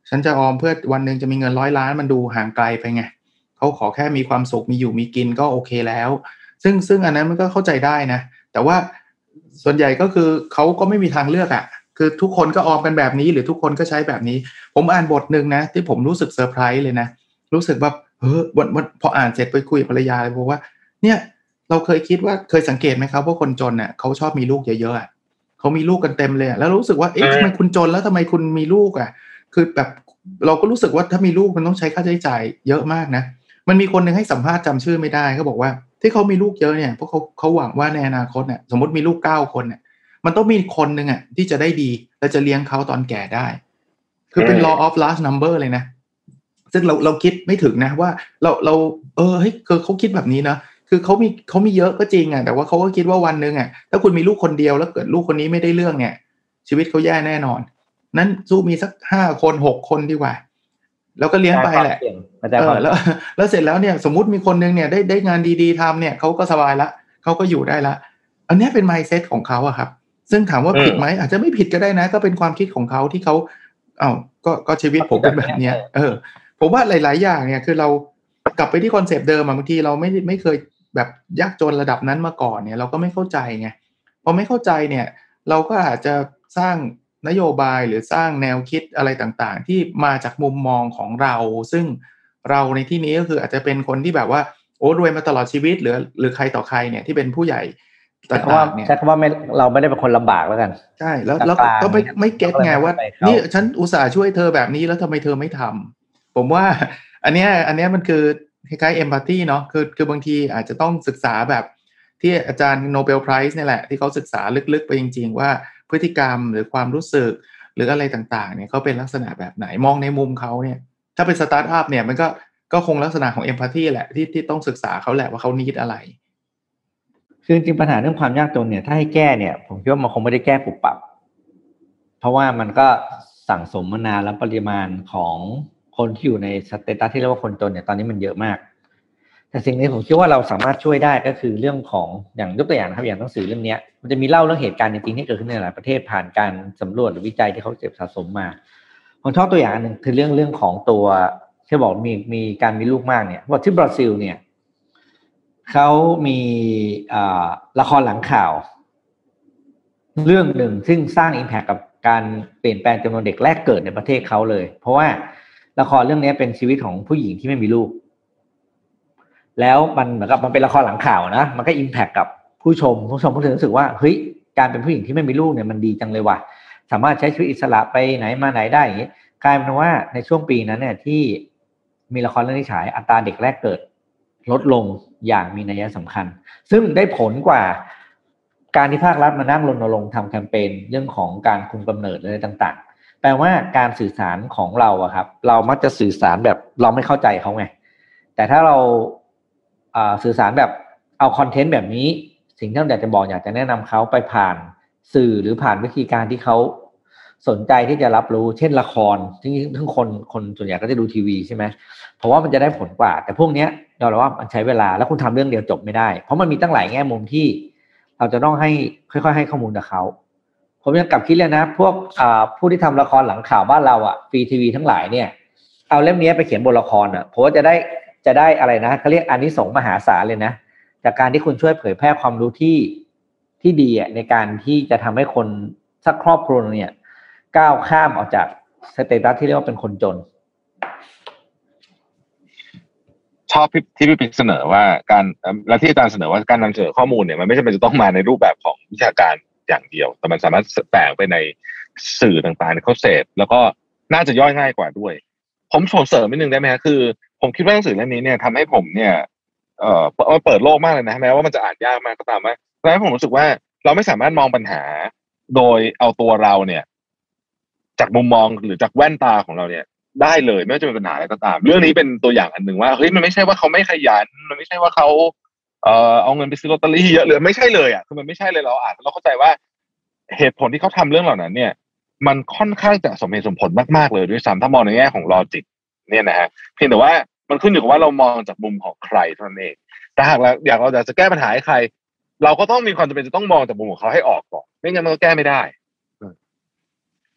ฉันจะออมเพื่อวันนึงจะมีเงิน100 ล้านมันดูห่างไกลไปไงเขาขอแค่มีความสุขมีอยู่มีกินก็โอเคแล้วซึ่งอันนั้นมันก็เข้าใจได้นะแต่ว่าส่วนใหญ่ก็คือเขาก็ไม่มีทางเลือกอ่ะคือทุกคนก็ออมกันแบบนี้หรือทุกคนก็ใช้แบบนี้ผมอ่านบทนึงนะที่ผมรู้สึกเซอร์ไพรส์เลยนะรู้สึกแบบวันพออ่านเสร็จไปคุยกับภรรยาเลยบอกว่าเนี่ยเราเคยคิดว่าเคยสังเกตไหมครับว่าคนจนน่ะเขาชอบมีลูกเยอะๆเขามีลูกกันเต็มเลยแล้วรู้สึกว่าเอ๊ะทำไมคุณจนแล้วทำไมคุณมีลูกอ่ะคือแบบเราก็รู้สึกว่าถ้ามีลูกมันต้องใช้ค่าใช้จ่ายเยอะมากนะมันมีคนนึงให้สัมภาษณ์จำชื่อไม่ได้เขาบอกว่าที่เขามีลูกเยอะเนี่ยเพราะเขาหวังว่าในอนาคตเนี่ยสมมติมีลูก9 คนเนี่ยมันต้องมีคนนึงอ่ะที่จะได้ดีและจะเลี้ยงเขาตอนแก่ได้คือเป็น law of large number เลยนะซึ่งเราคิดไม่ถึงนะว่าเราเฮ้ยคือเขาคิดแบบนี้นะคือเขามีเยอะก็จริงอ่ะแต่ว่าเขาก็คิดว่าวันนึงอ่ะถ้าคุณมีลูกคนเดียวแล้วเกิดลูกคนนี้ไม่ได้เรื่องเนี่ยชีวิตเขาแย่แน่นอนนั้นสู้มีสัก5 คน6 คนดีกว่าแล้วก็เลี้ยงไปแหละแล้วเสร็จแล้วเนี่ยสมมุติมีคนนึงเนี่ยได้งานดีๆทำเนี่ยเขาก็สบายละเขาก็อยู่ได้ละอันนี้เป็น mindset ของเขาอะครับซึ่งถามว่าผิดไหมอาจจะไม่ผิดก็ได้นะก็เป็นความคิดของเขาที่เขาก็ชีวิตผมเป็นแบบเนี้ยผมว่าหลายๆอย่างเนี่ยคือเรากลับไปที่คอนเซปต์เดิมบางทีเราไม่เคยแบบยากจนระดับนั้นมาก่อนเนี่ยเราก็ไม่เข้าใจไงพอไม่เข้าใจเนี่ยเราก็อาจจะสร้างนโยบายหรือสร้างแนวคิดอะไรต่างๆที่มาจากมุมมองของเราซึ่งเราในที่นี้ก็คืออาจจะเป็นคนที่แบบว่าโอ้รวยมาตลอดชีวิตหรือใครต่อใครเนี่ยที่เป็นผู้ใหญ่ต่างๆเนี่ยใช่คำว่าเราไม่ได้เป็นคนลำบากแล้วกันใช่แล้วก็ไม่เก็ตไงว่านี่ฉันอุตส่าห์ช่วยเธอแบบนี้แล้วทำไมเธอไม่ทำผมว่าอันเนี้ยมันคือคล้ายๆ empathy เนาะคือบางทีอาจจะต้องศึกษาแบบที่อาจารย์โนเบลไพรส์นี่แหละที่เขาศึกษาลึกๆไปจริงๆว่าพฤติกรรมหรือความรู้สึกหรืออะไรต่างๆเนี่ยเขาเป็นลักษณะแบบไหนมองในมุมเขาเนี่ยถ้าเป็นสตาร์ทอัพเนี่ยมันก็คงลักษณะของ empathy แหละที่ต้องศึกษาเขาแหละว่าเขาneedอะไรคือจริงปัญหาเรื่องความยากจนเนี่ยถ้าให้แก้เนี่ยผมคิดว่ามันคงไม่ได้แก้ปุบปับเพราะว่ามันก็สั่งสมมานานแล้วปริมาณของคนที่อยู่ในสเตตัสที่เรียกว่าคนจนเนี่ยตอนนี้มันเยอะมากแต่สิ่งนี้ผมคิดว่าเราสามารถช่วยได้ก็คือเรื่องของอย่างยกตัวอย่างนะครับอย่างหนังสือเล่มนี้มันจะมีเล่าเรื่องเหตุการณ์จริงๆที่เกิดขึ้นในหลายประเทศผ่านการสำรวจหรือวิจัยที่เขาเก็บสะสมมาผมชอบตัวอย่างนึงคือเรื่องของตัวที่บอกมีการมีลูกมากเนี่ยบอกที่บราซิลเนี่ยเขามีละครหลังข่าวเรื่องหนึ่งซึ่งสร้าง impact กับการเปลี่ยนแปลงจำนวนเด็กแรกเกิดในประเทศเขาเลยเพราะว่าละครเรื่องนี้เป็นชีวิตของผู้หญิงที่ไม่มีลูกแล้วมันเหมือนกับมันเป็นละครหลังข่าวนะมันก็ impact กับผู้ชมก็รู้สึกว่าเฮ้ยการเป็นผู้หญิงที่ไม่มีลูกเนี่ยมันดีจังเลยว่ะสามารถใช้ชีวิตอิสระไปไหนมาไหนได้อย่างนี้กลายเป็นว่าในช่วงปีนั้นเนี่ยที่มีละครเรื่องนี้ฉายอัตราเด็กแรกเกิดลดลงอย่างมีนัยสำคัญซึ่งได้ผลกว่าการที่ภาครัฐมานั่งรณรงค์ทำแคมเปญเรื่องของการคุมกำเนิดอะไรต่างๆแปลว่าการสื่อสารของเราอะครับเรามักจะสื่อสารแบบเราไม่เข้าใจเขาไงแต่ถ้าเราสื่อสารแบบเอาคอนเทนต์แบบนี้สิ่งที่เราอยากจะบอกอยากจะแนะนำเขาไปผ่านสื่อหรือผ่านวิธีการที่เขาสนใจที่จะรับรู้เช่นละครซึ่งคนส่วนใหญ่ก็จะดูทีวีใช่ไหมเพราะว่ามันจะได้ผลกว่าแต่พวกนี้เราว่ามันใช้เวลาแล้วคุณทำเรื่องเดียวจบไม่ได้เพราะมันมีตั้งหลายแง่มุมที่เราจะต้องให้ค่อยๆให้ข้อมูลกับเขาผมยังกลับคิดเลยนะพวกผู้ที่ทำละครหลังข่าวบ้านเราฟรีทีวีทั้งหลายเนี่ยเอาเล่มนี้ไปเขียนบทละครเพราะว่าจะได้อะไรนะเขาเรียกอานิสงส์มหาศาลเลยนะจากการที่คุณช่วยเผยแพร่ความรู้ที่ดีในการที่จะทำให้คนสักครอบครัวเนี่ยก้าวข้ามออกจากสเตตัสที่เรียกว่าเป็นคนจนชอบที่พี่ปิ๊กเสนอว่าการและที่อาจารย์เสนอว่าการนำเสนอข้อมูลเนี่ยมันไม่ใช่เป็นจะต้องมาในรูปแบบของวิชาการอย่างเดียวแต่มันสามารถแฝงไปในสื่อต่างๆในเขาเสพแล้วก็น่าจะย่อยง่ายกว่าด้วยผมเสริมนิดนึงได้ไหมครับคือผมคิดว่าหนังสือเล่มนี้เนี่ยทำให้ผมเนี่ยเปิดโลกมากเลยนะแม้ว่ามันจะอ่านยากมากก็ตามว่าแล้วผมรู้สึกว่าเราไม่สามารถมองปัญหาโดยเอาตัวเราเนี่ยจากมุมมองหรือจากแว่นตาของเราเนี่ยได้เลยไม่ว่าจะเป็นปัญหาอะไรก็ตามเรื่องนี้เป็นตัวอย่างอันหนึ่งว่าเฮ้ยมันไม่ใช่ว่าเขาไม่ขยันมันไม่ใช่ว่าเขาเอาเงินไปซื้อลอตเตอรี่เยอะเลยไม่ใช่เลยคือมันไม่ใช่เลยเราอ่านเราเข้าใจว่าเหตุผลที่เขาทำเรื่องเหล่านั้นเนี่ยมันค่อนข้างจะสมเหตุสมผลมากๆเลยด้วยซ้ำถ้ามองในแง่ของลอจิกเนี่ยนะฮะเพียงแต่ว่ามันขึ้นอยู่กับว่าเรามองจากมุมของใครเท่านั้นเองแต่หากเราอยากจะแก้ปัญหาให้ใครเราก็ต้องมีความจำเป็นจะต้องมองจากมุมของเขาให้ออกก่อนไม่งั้นมันก็แก้ไม่ได้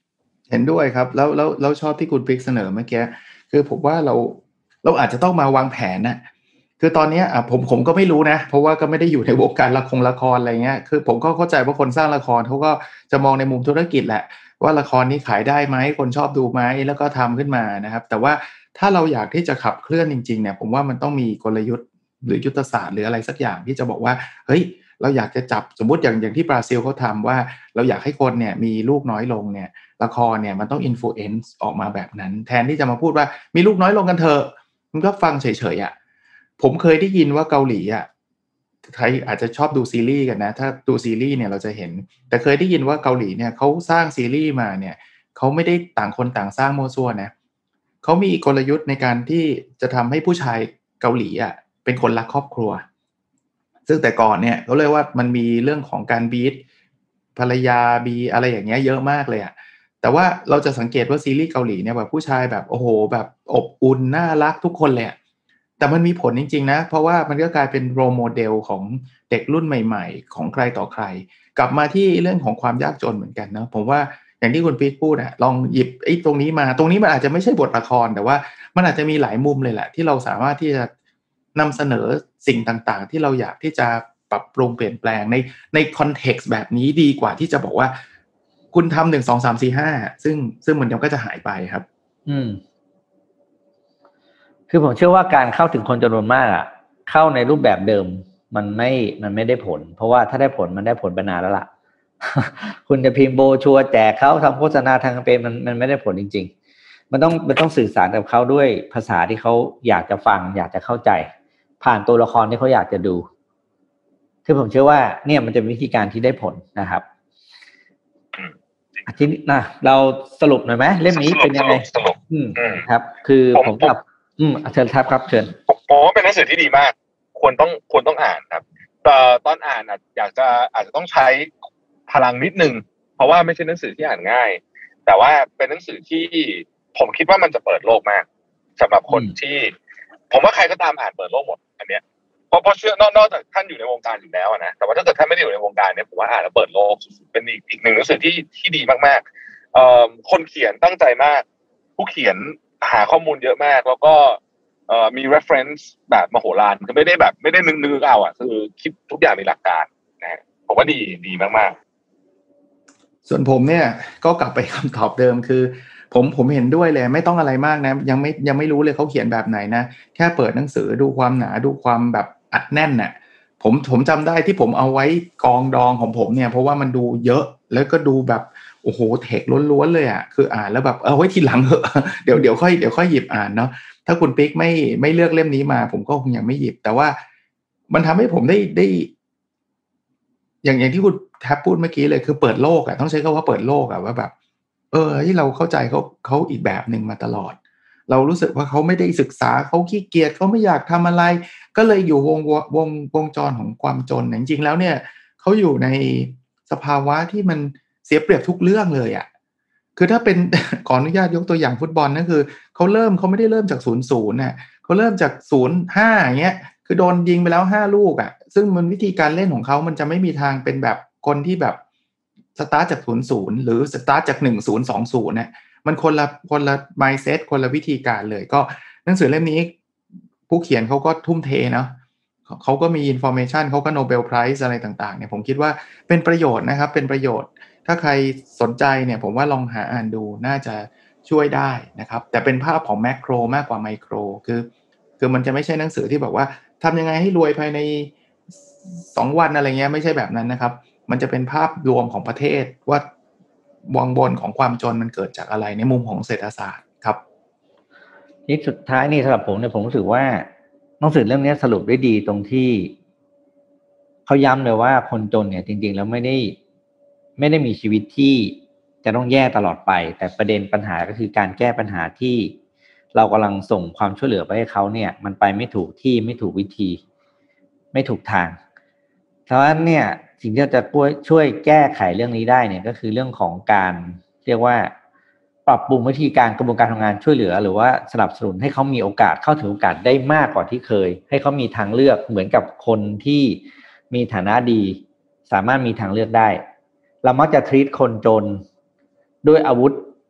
เห็นด้วยครับแล้วชอบที่คุณปิ๊กเสนอเมื่อกี้คือผมว่าเราอาจจะต้องมาวางแผนนะคือตอนนี้ผมก็ไม่รู้นะเพราะว่าก็ไม่ได้อยู่ในวงการละครอะไรเงี้ยคือผมก็เข้าใจว่าคนสร้างละครเขาก็จะมองในมุมธุรกิจแหละว่าละครนี้ขายได้ไหมคนชอบดูไหมแล้วก็ทำขึ้นมานะครับแต่ว่าถ้าเราอยากที่จะขับเคลื่อนจริงๆเนี่ยผมว่ามันต้องมีกลยุทธ์หรือยุทธศาสตร์หรืออะไรสักอย่างที่จะบอกว่าเฮ้ยเราอยากจะจับสมมุติอย่างที่บราซิลเขาทำว่าเราอยากให้คนเนี่ยมีลูกน้อยลงเนี่ยละครเนี่ยมันต้องอินฟลูเอนซ์ออกมาแบบนั้นแทนที่จะมาพูดว่ามีลูกน้อยลงกันเถอะมันก็ฟังเฉยๆอ่ะผมเคยได้ยินว่าเกาหลีอ่ะใครอาจจะชอบดูซีรีส์กันนะถ้าดูซีรีส์เนี่ยเราจะเห็นแต่เคยได้ยินว่าเกาหลีเนี่ยเขาสร้างซีรีส์มาเนี่ยเขาไม่ได้ต่างคนต่างสร้างโมซัวนะเขามีกลยุทธ์ในการที่จะทำให้ผู้ชายเกาหลีอ่ะเป็นคนรักครอบครัวซึ่งแต่ก่อนเนี่ยเขาเรียกว่ามันมีเรื่องของการบีทภรรยาบีอะไรอย่างเงี้ยเยอะมากเลยอ่ะแต่ว่าเราจะสังเกตว่าซีรีส์เกาหลีเนี่ยแบบผู้ชายแบบโอ้โหแบบอบอุ่นน่ารักทุกคนเลยแต่มันมีผลจริงๆนะเพราะว่ามันก็กลายเป็นโรลโมเดลของเด็กรุ่นใหม่ๆของใครต่อใครกลับมาที่เรื่องของความยากจนเหมือนกันนะผมว่าอย่างที่คุณพีทพูดอะลองหยิบไอ้ตรงนี้มาตรงนี้มันอาจจะไม่ใช่บทละครแต่ว่ามันอาจจะมีหลายมุมเลยแหละที่เราสามารถที่จะนำเสนอสิ่งต่างๆที่เราอยากที่จะปรับปรุงเปลี่ยนแปลงในคอนเท็กซ์แบบนี้ดีกว่าที่จะบอกว่าคุณทำ1 2 3 4 5ซึ่งมันเดี๋ยวก็จะหายไปครับคือผมเชื่อว่าการเข้าถึงคนจำนวนมากอ่ะเข้าในรูปแบบเดิมมันไม่ได้ผลเพราะว่าถ้าได้ผลมันได้ผลไปนานแล้วล่ะ คุณจะพิมพ์โบชัวแจกเขาทำโฆษณาทางแคมเปญมันไม่ได้ผลจริงๆมันต้องสื่อสารกับเขาด้วยภาษาที่เขาอยากจะฟังอยากจะเข้าใจผ่านตัวละครที่เขาอยากจะดูคือผมเชื่อว่าเนี่ยมันจะเป็นวิธีการที่ได้ผลนะครับทีนี้นะเราสรุปหน่อยไหมเล่มนี้เป็นยังไงครับคือผมกับเชิญครับเชิญผมว่าเป็นหนังสือที่ดีมากควรต้องอ่านครับแต่ตอนอ่านอาจจะต้องใช้พลังนิดนึงเพราะว่าไม่ใช่หนังสือที่อ่านง่ายแต่ว่าเป็นหนังสือที่ผมคิดว่ามันจะเปิดโลกมากสำหรับคนที่ผมว่าใครก็ตามอ่านเปิดโลกหมดอันเนี้ยเพราะเชื่อนอกจากท่านอยู่ในวงการอยู่แล้วนะแต่ว่าถ้าเกิดท่านไม่ได้อยู่ในวงการเนี่ยผมว่าอ่านแล้วเปิดโลกเป็นอีกหนึ่งหนังสือที่ดีมากๆคนเขียนตั้งใจมากผู้เขียนหาข้อมูลเยอะมากแล้วก็มี reference แบบมโหฬารก็ไม่ได้นึกเอาอ่ะคือคิดทุกอย่างมีหลักการนะผมว่าดีมากๆส่วนผมเนี่ยก็กลับไปคำตอบเดิมคือผมเห็นด้วยเลยไม่ต้องอะไรมากนะยังไม่รู้เลยเขาเขียนแบบไหนนะแค่เปิดหนังสือดูความหนาดูความแบบอัดแน่นน่ะผมจำได้ที่ผมเอาไว้กองดองของผมเนี่ยเพราะว่ามันดูเยอะแล้วก็ดูแบบโอ้โหเทคล้วนๆเลยอ่ะคืออ่านแล้วแบบเอาไว้ทีหลังเหอะเดี๋ยวค่อยหยิบอ่านเนาะถ้าคุณปิ๊กไม่เลือกเล่มนี้มาผมก็คงยังไม่หยิบแต่ว่ามันทำให้ผมได้อย่างที่คุณแทบพูดเมื่อกี้เลยคือเปิดโลกอ่ะต้องใช้คำว่าเปิดโลกอ่ะว่าแบบที่เราเข้าใจเขาอีกแบบหนึ่งมาตลอดเรารู้สึกว่าเขาไม่ได้ศึกษาเขาขี้เกียจเขาไม่อยากทำอะไรก็เลยอยู่วงจรของความจนจริงๆแล้วเนี่ยเขาอยู่ในสภาวะที่มันเสียเปรียบทุกเรื่องเลยอ่ะคือถ้าเป็นขออนุญาตยกตัวอย่างฟุตบอลนั่นคือเขาไม่ได้เริ่มจาก0-0น่ะเขาเริ่มจาก0-5อย่างเงี้ยคือโดนยิงไปแล้ว5ลูกอ่ะซึ่งมันวิธีการเล่นของเขามันจะไม่มีทางเป็นแบบคนที่แบบสตาร์ทจาก0-0หรือสตาร์ทจาก1-0-2-0เนี่ยมันคนละ mindset คนละวิธีการเลยก็หนังสือเล่มนี้ผู้เขียนเขาก็ทุ่มเทเนาะเขาก็มี information เขาก็ Nobel Prize อะไรต่างๆเนี่ยผมคิดว่าเป็นประโยชน์นะครับเป็นประโยชน์ถ้าใครสนใจเนี่ยผมว่าลองหาอ่านดูน่าจะช่วยได้นะครับแต่เป็นภาพของแมคโครมากกว่าไมโครคือมันจะไม่ใช่หนังสือที่แบบว่าทำยังไงให้รวยภายใน2 วันอะไรเงี้ยไม่ใช่แบบนั้นนะครับมันจะเป็นภาพรวมของประเทศว่าวังบนของความจนมันเกิดจากอะไรในมุมของเศรษฐศาสตร์ครับที่สุดท้ายนี่สำหรับผมเนี่ยผมรู้สึกว่าหนังสือเล่มนี้สรุปได้ดีตรงที่เขาย้ำเลยว่าคนจนเนี่ยจริงๆแล้วไม่ได้มีชีวิตที่จะต้องแย่ตลอดไปแต่ประเด็นปัญหาก็คือการแก้ปัญหาที่เรากำลังส่งความช่วยเหลือไปให้เขาเนี่ยมันไปไม่ถูกที่ไม่ถูกวิธีไม่ถูกทางเพราะฉะนั้นเนี่ยสิ่งที่จะช่วยแก้ไขเรื่องนี้ได้เนี่ยก็คือเรื่องของการเรียกว่าปรับปรุงวิธีการกระบวนการทำงานช่วยเหลือหรือว่าสนับสนุนให้เขามีโอกาสเข้าถึงโอกาสได้มากกว่าที่เคยให้เขามีทางเลือกเหมือนกับคนที่มีฐานะดีสามารถมีทางเลือกได้เรามักจะทรีตคนจนด้วยอาวุธ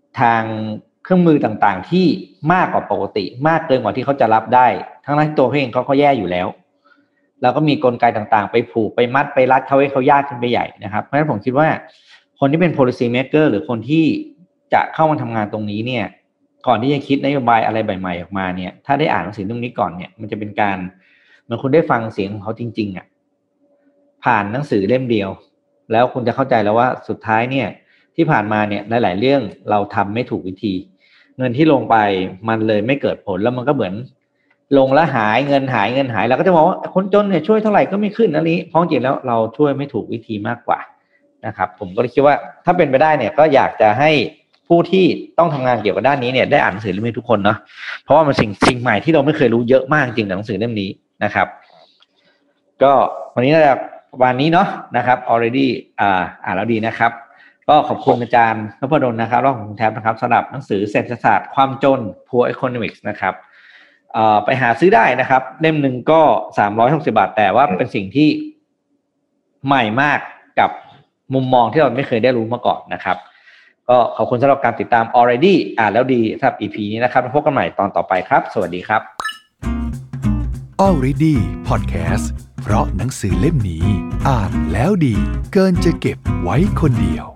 ทางเครื่องมือต่างๆที่มากกว่าปกติมากเกินกว่าที่เขาจะรับได้ทั้งนั้นตัวเขาเองเขาก็แย่อยู่แล้วแล้วก็มีกลไกต่างๆไปผูกไปมัดไปรัดเขาให้เขายากขึ้นไปใหญ่นะครับเพราะฉะนั้นผมคิดว่าคนที่เป็น policy maker หรือคนที่จะเข้ามาทำงานตรงนี้เนี่ยก่อนที่จะคิดนโยบายอะไรใหม่ๆออกมาเนี่ยถ้าได้อ่านหนังสือเรื่องนี้ก่อนเนี่ยมันจะเป็นการเหมือนคุณได้ฟังเสียงของเขาจริงๆอ่ะผ่านหนังสือเล่มเดียวแล้วคุณจะเข้าใจแล้วว่าสุดท้ายเนี่ยที่ผ่านมาเนี่ยหลายๆเรื่องเราทำไม่ถูกวิธีเงินที่ลงไปมันเลยไม่เกิดผลแล้วมันก็เหมือนลงแล้วหายเงินหายเราก็จะมองว่าคนจนเนี่ยช่วยเท่าไหร่ก็ไม่ขึ้นอันนี้เพราะจริงแล้วเราช่วยไม่ถูกวิธีมากกว่านะครับผมก็เลยคิดว่าถ้าเป็นไปได้เนี่ยก็อยากจะให้ผู้ที่ต้องทำงานเกี่ยวกับด้านนี้เนี่ยได้อ่านหนังสือเล่มนี้ทุกคนเนาะเพราะว่ามันสิ่งใหม่ที่เราไม่เคยรู้เยอะมากจริงในหนังสือเล่มนี้นะครับก็วันนี้น่าจะวันนี้เนาะนะครับ already อ่านแล้วดีนะครับก็ขอบคุณอาจารย์นพดลนะครับแล้วของแท็บนะครับสำหรับหนังสือเศรษฐศาสตร์ความจน Poor Economics นะครับไปหาซื้อได้นะครับเล่มหนึ่งก็360 บาทแต่ว่าเป็นสิ่งที่ใหม่มากกับมุมมองที่เราไม่เคยได้รู้มาก่อนนะครับก็ขอบคุณสำหรับการติดตาม already อ่านแล้วดีสำหรับ EP นี้นะครับพบกันใหม่ตอนต่อไปครับสวัสดีครับ already podcast เพราะหนังสือเล่มนี้อ่านแล้วดีเกินจะเก็บไว้คนเดียว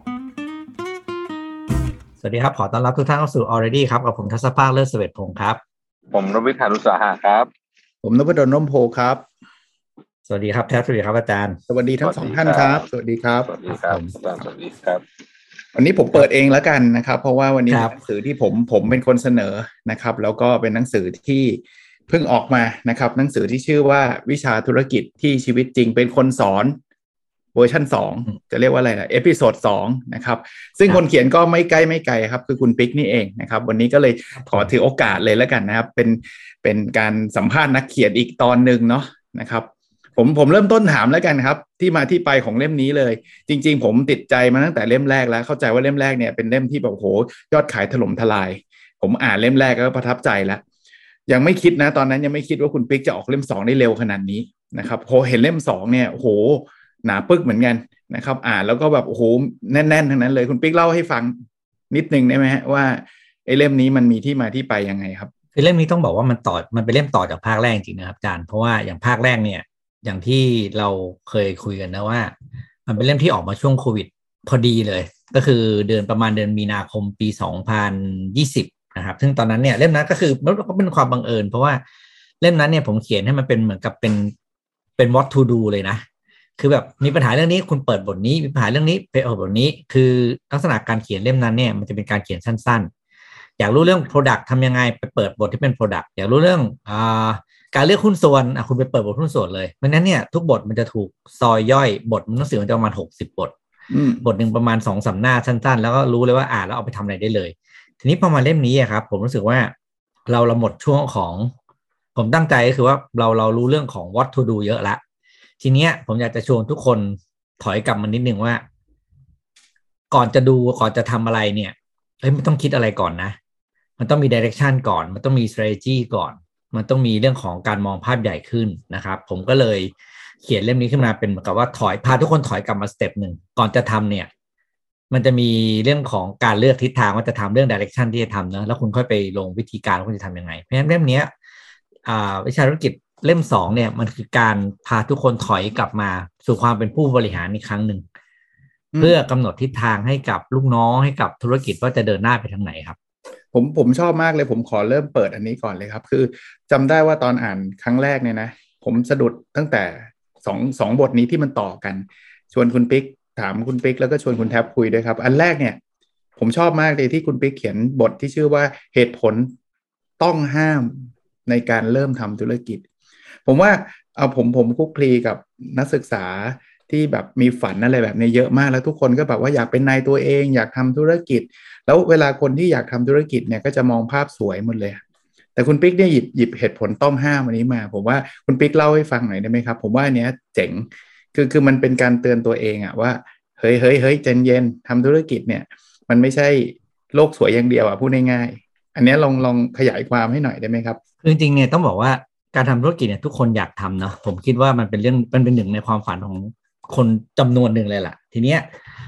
สวัสดีครับขอต้อนรับทุกท่านเข้าสู่ already ครับกับผมทัศภาคเลิศเสวตพงศ์ครับผมรวิทย์ หานุสาหะครับผมนพดล ร่มโพครับสวัสดีครับแท็บสวัสดีครับอาจารย์สวัสดีทั้งสองท่านครับสวัสดีครับสวัสดีครับสวัสดีครับวันนี้ผมเปิดเองแล้วกันนะครับเพราะว่าวันนี้หนังสือที่ผมเป็นคนเสนอนะครับแล้วก็เป็นหนังสือที่เพิ่งออกมานะครับหนังสือที่ชื่อว่าวิชาธุรกิจที่ชีวิตจริงเป็นคนสอนเวอร์ชัน2จะเรียกว่าอะไรล่ะเอพิโซด2นะครับซึ่งคนเขียนก็ไม่ไกลครับคือคุณปิ๊กนี่เองนะครับวันนี้ก็เลยขอถือโอกาสเลยแล้วกันนะครับเป็นการสัมภาษณ์นักเขียนอีกตอนนึงเนาะนะครับผมเริ่มต้นถามแล้วกันครับที่มาที่ไปของเล่มนี้เลยจริงๆผมติดใจมาตั้งแต่เล่มแรกแล้วเข้าใจว่าเล่มแรกเนี่ยเป็นเล่มที่แบบโหยอดขายถล่มทลายผมอ่านเล่มแรกก็ประทับใจแล้วยังไม่คิดนะตอนนั้นยังไม่คิดว่าคุณปิ๊กจะออกเล่ม2ได้เร็วขนาดนี้นะครับพอเห็นเล่ม2เนี่ยโหหนาปึกเหมือนกันนะครับอ่านแล้วก็แบบโอ้โหแน่นๆทั้งนั้นเลยคุณปิ๊กเล่าให้ฟังนิดนึงได้ไหมฮะว่าไอ้เล่มนี้มันมีที่มาที่ไปยังไงครับคือเล่มนี้ต้องบอกว่ามันเป็นเล่มต่อจากภาคแรกจริงนะครับอาจารย์เพราะว่าอย่างภาคแรกเนี่ยอย่างที่เราเคยคุยกันนะว่ามันเป็นเล่มที่ออกมาช่วงโควิดพอดีเลยก็คือประมาณเดือนมีนาคมปี2020นะครับซึ่งตอนนั้นเนี่ยเล่มนั้นก็คือมันก็เป็นความบังเอิญเพราะว่าเล่มนั้นเนี่ยผมเขียนให้มันเป็นเหมือนกับเป็น what to do เลยนะคือแบบมีปัญหาเรื่องนี้คุณเปิดบทนี้มีปัญหาเรื่องนี้ไปบทนี้คือลักษณะการเขียนเล่มนั้นเนี่ยมันจะเป็นการเขียนสั้นๆอยากรู้เรื่อง product ทำยังไงไปเปิดบทที่เป็น product อยากรู้เรื่องการเลือกหุ้นส่วนคุณไปเปิดบทหุ้นส่วนเลยเพราะนั้นเนี่ยทุกบทมันจะถูกซอยย่อยบทหนังสือมันจะประมาณ60บทบทนึงประมาณ 2-3 หน้าสั้นๆแล้วก็รู้เลยว่าอ่านแล้วเอาไปทำอะไรได้เลยทีนี้พอมาเล่มนี้ครับผมรู้สึกว่าเราหมดช่วงของผมตั้งใจก็คือว่าเรารู้เรื่องของ what to do เยอะละทีเนี้ยผมอยากจะชวนทุกคนถอยกลับมานิดนึงว่าก่อนจะดูก่อนจะทำอะไรเนี่ยไม่ต้องคิดอะไรก่อนนะมันต้องมี direction ก่อนมันต้องมี strategy ก่อนมันต้องมีเรื่องของการมองภาพใหญ่ขึ้นนะครับผมก็เลยเขียนเล่มนี้ขึ้นมาเป็นเหมือนกับว่าพาทุกคนถอยกลับมาสเต็ปหนึ่งก่อนจะทำเนี่ยมันจะมีเรื่องของการเลือกทิศทางว่าจะทำเรื่อง direction ที่จะทำนะแล้วคุณค่อยไปลงวิธีการว่าคุณจะทำยังไงเพราะฉะนั้นเล่มนี้วิชาธุรกิจเล่ม2เนี่ยมันคือการพาทุกคนถอยกลับมาสู่ความเป็นผู้บริหารอีกครั้งหนึ่งเพื่อกำหนดทิศทางให้กับลูกน้องให้กับธุรกิจว่าจะเดินหน้าไปทางไหนครับผมชอบมากเลยผมขอเริ่มเปิดอันนี้ก่อนเลยครับคือจำได้ว่าตอนอ่านครั้งแรกเนี่ยนะผมสะดุดตั้งแต่สองบทนี้ที่มันต่อกันชวนคุณปิ๊กถามคุณปิ๊กแล้วก็ชวนคุณแท็บคุยด้วยครับอันแรกเนี่ยผมชอบมากเลยที่คุณปิ๊กเขียนบทที่ชื่อว่าเหตุผลต้องห้ามในการเริ่มทำธุรกิจผมว่าผมคุกคลีกับนักศึกษาที่แบบมีฝันอะไรแบบนี้เยอะมากแล้วทุกคนก็แบบว่าอยากเป็นนายตัวเองอยากทำธุรกิจแล้วเวลาคนที่อยากทำธุรกิจเนี่ยก็จะมองภาพสวยหมดเลยแต่คุณปิ๊กเนี่ยหยิบเหตุผลต้องห้ามอันนี้มาผมว่าคุณปิ๊กเล่าให้ฟังหน่อยได้ไหมครับผมว่าอันเนี้ยเจ๋งคือมันเป็นการเตือนตัวเองอะว่าเฮ้ยใจเย็นทำธุรกิจเนี่ยมันไม่ใช่โลกสวยอย่างเดียวอะพูดง่ายๆอันนี้ลองขยายความให้หน่อยได้ไหมครับคือจริงๆเนี่ยต้องบอกว่าการทำธุรกิจเนี่ยทุกคนอยากทำเนาะผมคิดว่ามันเป็นหนึ่งในความฝันของคนจำนวนหนึ่งเลยล่ะทีเนี้ย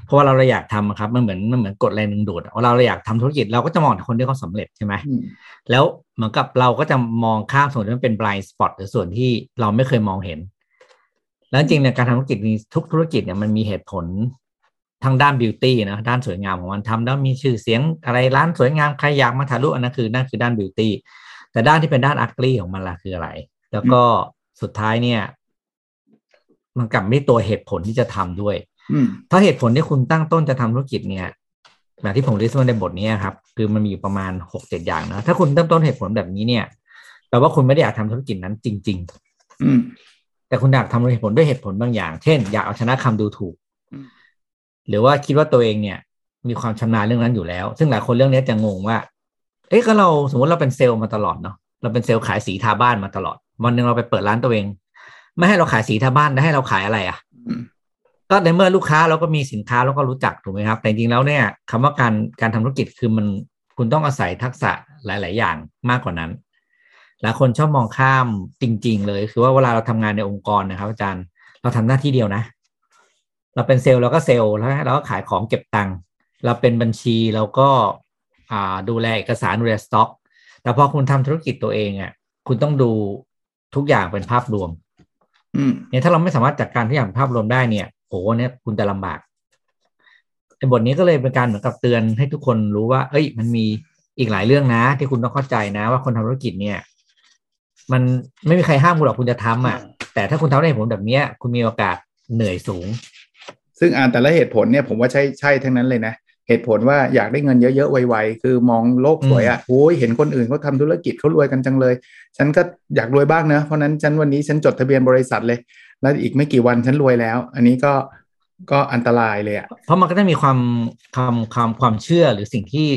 เพราะว่าเราอยากทำครับมันเหมือนกฎแรงดึงดูดเราอยากทำธุรกิจเราก็จะมองแต่คนที่เขาสำเร็จใช่ไหมแล้วเหมือนกับเราก็จะมองข้ามส่วนที่มันเป็น blind spot หรือส่วนที่เราไม่เคยมองเห็นแล้วจริงในการทำธุรกิจนี้ทุกธุรกิจเนี่ยมันมีเหตุผลทางด้านบิวตี้นะด้านสวยงามของมันทำแล้วมีชื่อเสียงอะไรร้านสวยงามใครอยากมาถ่ายรูปอันนั้นคือด้านบิวตี้แต่ด้านที่เป็นด้านอักลี่ของมันล่ะคืออะไรแล้วก็สุดท้ายเนี่ยมันกลับไม่ตัวเหตุผลที่จะทำด้วยถ้าเหตุผลที่คุณตั้งต้นจะทำธุรกิจเนี่ยแบบที่ผมลิสต์ไว้ในบทนี้ครับคือมันมีอยู่ประมาณ 6-7 อย่างนะถ้าคุณตั้งต้นเหตุผลแบบนี้เนี่ยแปลว่าคุณไม่ได้อยากทำธุรกิจนั้นจริงๆแต่คุณอยากทำเหตุผลด้วยเหตุผลบางอย่างเช่นอยากเอาชนะคำดูถูกหรือว่าคิดว่าตัวเองเนี่ยมีความชำนาญเรื่องนั้นอยู่แล้วซึ่งหลายคนเรื่องนี้จะงงว่าก็เราสมมติเราเป็นเซลล์มาตลอดเนาะเราเป็นเซลล์ขายสีทาบ้านมาตลอดวันนึงเราไปเปิดร้านตัวเองไม่ให้เราขายสีทาบ้านแล้วให้เราขายอะไรอ่ะก็ในเมื่อลูกค้าเราก็มีสินค้าเราก็รู้จักถูกไหมครับแต่จริงๆแล้วเนี่ยคำว่าการทำธุรกิจคือมันคุณต้องอาศัยทักษะหลายๆอย่างมากกว่านั้นหลายคนชอบมองข้ามจริงๆเลยคือว่าเวลาเราทำงานในองค์กรนะครับอาจารย์เราทำหน้าที่เดียวนะเราเป็นเซลล์เราก็เซลล์แล้วเราก็ขายของเก็บตังค์เราเป็นบัญชีเราก็ดูแลเอกสารดูแลสต็อกแต่พอคุณทำธุรกิจตัวเองอ่ะคุณต้องดูทุกอย่างเป็นภาพรวมเนี่ยถ้าเราไม่สามารถจัดการทุกอย่างภาพรวมได้เนี่ยโหเนี่ยคุณจะลำบากในบทนี้ก็เลยเป็นการเหมือนกับเตือนให้ทุกคนรู้ว่ามันมีอีกหลายเรื่องนะที่คุณต้องเข้าใจนะว่าคนทำธุรกิจเนี่ยมันไม่มีใครห้ามคุณหรอกคุณจะทำแต่ถ้าคุณทำได้ผลแบบนี้คุณมีโอกาสเหนื่อยสูงซึ่งแต่ละเหตุผลเนี่ยผมว่าใช่ทั้งนั้นเลยนะเหตุผลว่าอยากได้เงินเยอะๆไวๆคือมองโลกสวยโอ้ยเห็นคนอื่นเขาทำธุรกิจเขารวยกันจังเลยฉันก็อยากรวยบ้างนะเพราะนั้นวันนี้ฉันจดทะเบียนบริษัทเลยแล้วอีกไม่กี่วันฉันรวยแล้วอันนี้ก็อันตรายเลยเพราะมันก็จะมีความเชื่อหรือสิ่งที่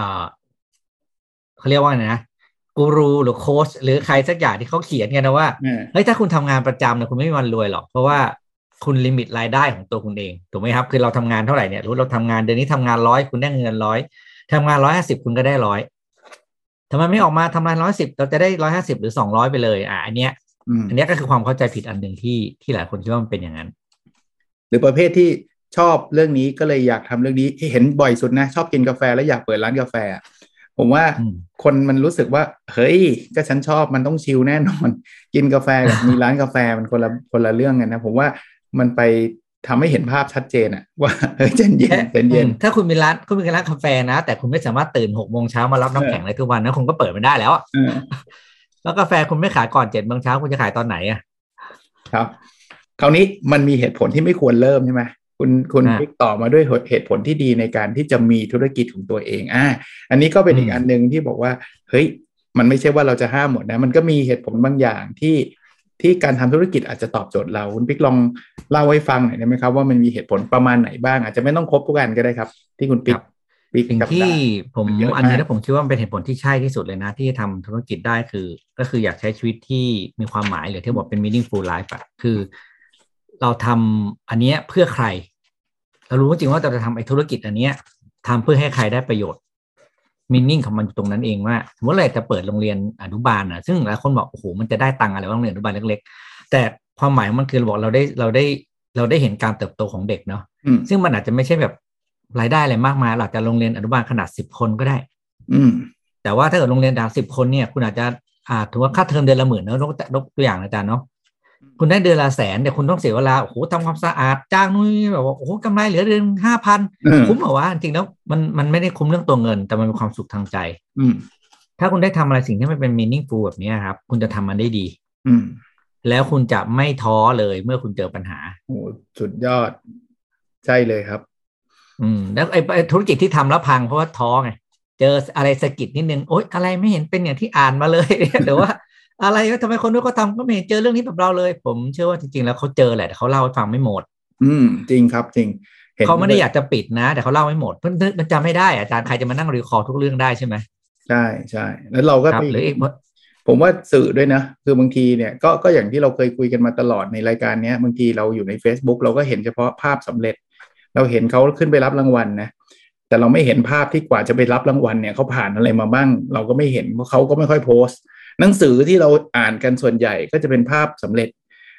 เขาเรียกว่าไงนะกูรูหรือโค้ชหรือใครสักอย่างที่เขาเขียนไงนะว่าถ้าคุณทำงานประจำเนี่ยคุณไม่มีวันรวยหรอกเพราะว่าคุณลิมิตรายได้ของตัวคุณเองถูกไหมครับคือเราทำงานเท่าไหร่เนี่ยรู้เราทำงานเดือนนี้ทำงาน100คุณได้เงิน100ทำงาน150คุณก็ได้100ทำไมไม่ออกมาทำงาน110เราจะได้150หรือ200ไปเลยอันเนี้ยก็คือความเข้าใจผิดอันหนึ่งที่หลายคนคิดว่ามันเป็นอย่างนั้นหรือประเภทที่ชอบเรื่องนี้ก็เลยอยากทำเรื่องนี้เห็นบ่อยสุดนะชอบกินกาแฟแล้วอยากเปิดร้านกาแฟผมว่าคนมันรู้สึกว่าเฮ้ยก็ฉันชอบมันต้องชิลแน่นอนกินกาแฟกับมีร้านกาแฟมันคนละเรื่องกันนะผมว่ามันไปทำให้เห็นภาพชัดเจนว่าเย็นถ้าคุณมีร้านกาแฟนะแต่คุณไม่สามารถตื่น6 โมงเช้ามารับน้ำแข็งได้ทุกวันนะคุณก็เปิดไม่ได้แล้วแล้วกาแฟคุณไม่ขายก่อน7 โมงเช้าคุณจะขายตอนไหนครับคราวนี้มันมีเหตุผลที่ไม่ควรเริ่มใช่ไหมคุณพิกต่อมาด้วยเหตุผลที่ดีในการที่จะมีธุรกิจของตัวเองอันนี้ก็เป็นอีกอันนึงที่บอกว่าเฮ้ยมันไม่ใช่ว่าเราจะห้ามหมดนะมันก็มีเหตุผลบางอย่างที่การทำธุรกิจอาจจะตอบโจทย์เราคุณพิกลองเล่าให้ฟังหน่อยได้ไหมครับว่ามันมีเหตุผลประมาณไหนบ้างอาจจะไม่ต้องครบทุกอันก็ได้ครับที่คุณพิกสิ่งที่ผมอันนี้นะผมคิดว่ามันเป็นเหตุผลที่ใช่ที่สุดเลยนะที่ทำธุรกิจได้ก็คืออยากใช้ชีวิตที่มีความหมายหรือที่บอกเป็น meaningful life คือเราทำอันนี้เพื่อใครเรารู้จริงว่าเราจะทำไอ้ธุรกิจอันนี้ทำเพื่อให้ใครได้ประโยชน์มีนิ่งของมันอยู่ตรงนั้นเองว่าสมมติเราจะเปิดโรงเรียนอนุบาลซึ่งหลายคนบอกโอ้โหมันจะได้ตังค์อะไรว่าโรงเรียนอนุบาลเล็กๆแต่ความหมายมันคือเราได้เห็นการเติบโตของเด็กเนาะซึ่งมันอาจจะไม่ใช่แบบรายได้อะไรมากมายหลักจากโรงเรียนอนุบาลขนาด10 คนก็ได้แต่ว่าถ้าเกิดโรงเรียนขนาด10 คนเนี่ยคุณอาจจะถือว่าค่าเทอมเดือนละ10,000เนาะยกตัวอย่างอาจารย์เนาะคุณได้เดือนละ100,000แต่คุณต้องเสียเวลาโอ้โหทำความสะอาดจ้างนู่นแบบว่าโอ้โหกำไรเหลือเดือน 5,000 คุ้มเหรอวะจริงแล้วมันไม่ได้คุ้มเรื่องตัวเงินแต่มันเป็นความสุขทางใจถ้าคุณได้ทำอะไรสิ่งที่มันเป็น meaningful แบบนี้ครับคุณจะทำมันได้ดีแล้วคุณจะไม่ท้อเลยเมื่อคุณเจอปัญหาโอ้สุดยอดใช่เลยครับแล้วไอ้ธุรกิจที่ทำแล้วพังเพราะว่าท้อไงเจออะไรสะกิดนิดนึงโอ๊ยอะไรไม่เห็นเป็นอย่างที่อ่านมาเลยหรือว่าอะไรทำไมคนนู้นเขาทำก็ไม่เห็นเจอเรื่องนี้แบบเราเลยผมเชื่อว่าจริงๆแล้วเขาเจอแหละแต่เขาเล่าให้ฟังไม่หมดจริงครับจริงเขาไม่ได้อยากจะปิดนะแต่เขาเล่าไม่หมดเพราะมันจำไม่ได้อาจารย์ใครจะมานั่งรีคอร์ดทุกเรื่องได้ใช่ไหมใช่ใช่แล้วเราก็หรืออีกผมว่าสื่อด้วยนะคือบางทีเนี่ยก็อย่างที่เราเคยคุยกันมาตลอดในรายการนี้บางทีเราอยู่ใน Facebook เราก็เห็นเฉพาะภาพสำเร็จเราเห็นเขาขึ้นไปรับรางวัลนะแต่เราไม่เห็นภาพที่กว่าจะไปรับรางวัลเนี่ยเขาผ่านอะไรมาบ้างเราก็ไม่เห็นเพราะเขาก็ไม่ค่อยโพสต์หนังสือที่เราอ่านกันส่วนใหญ่ก็จะเป็นภาพสำเร็จ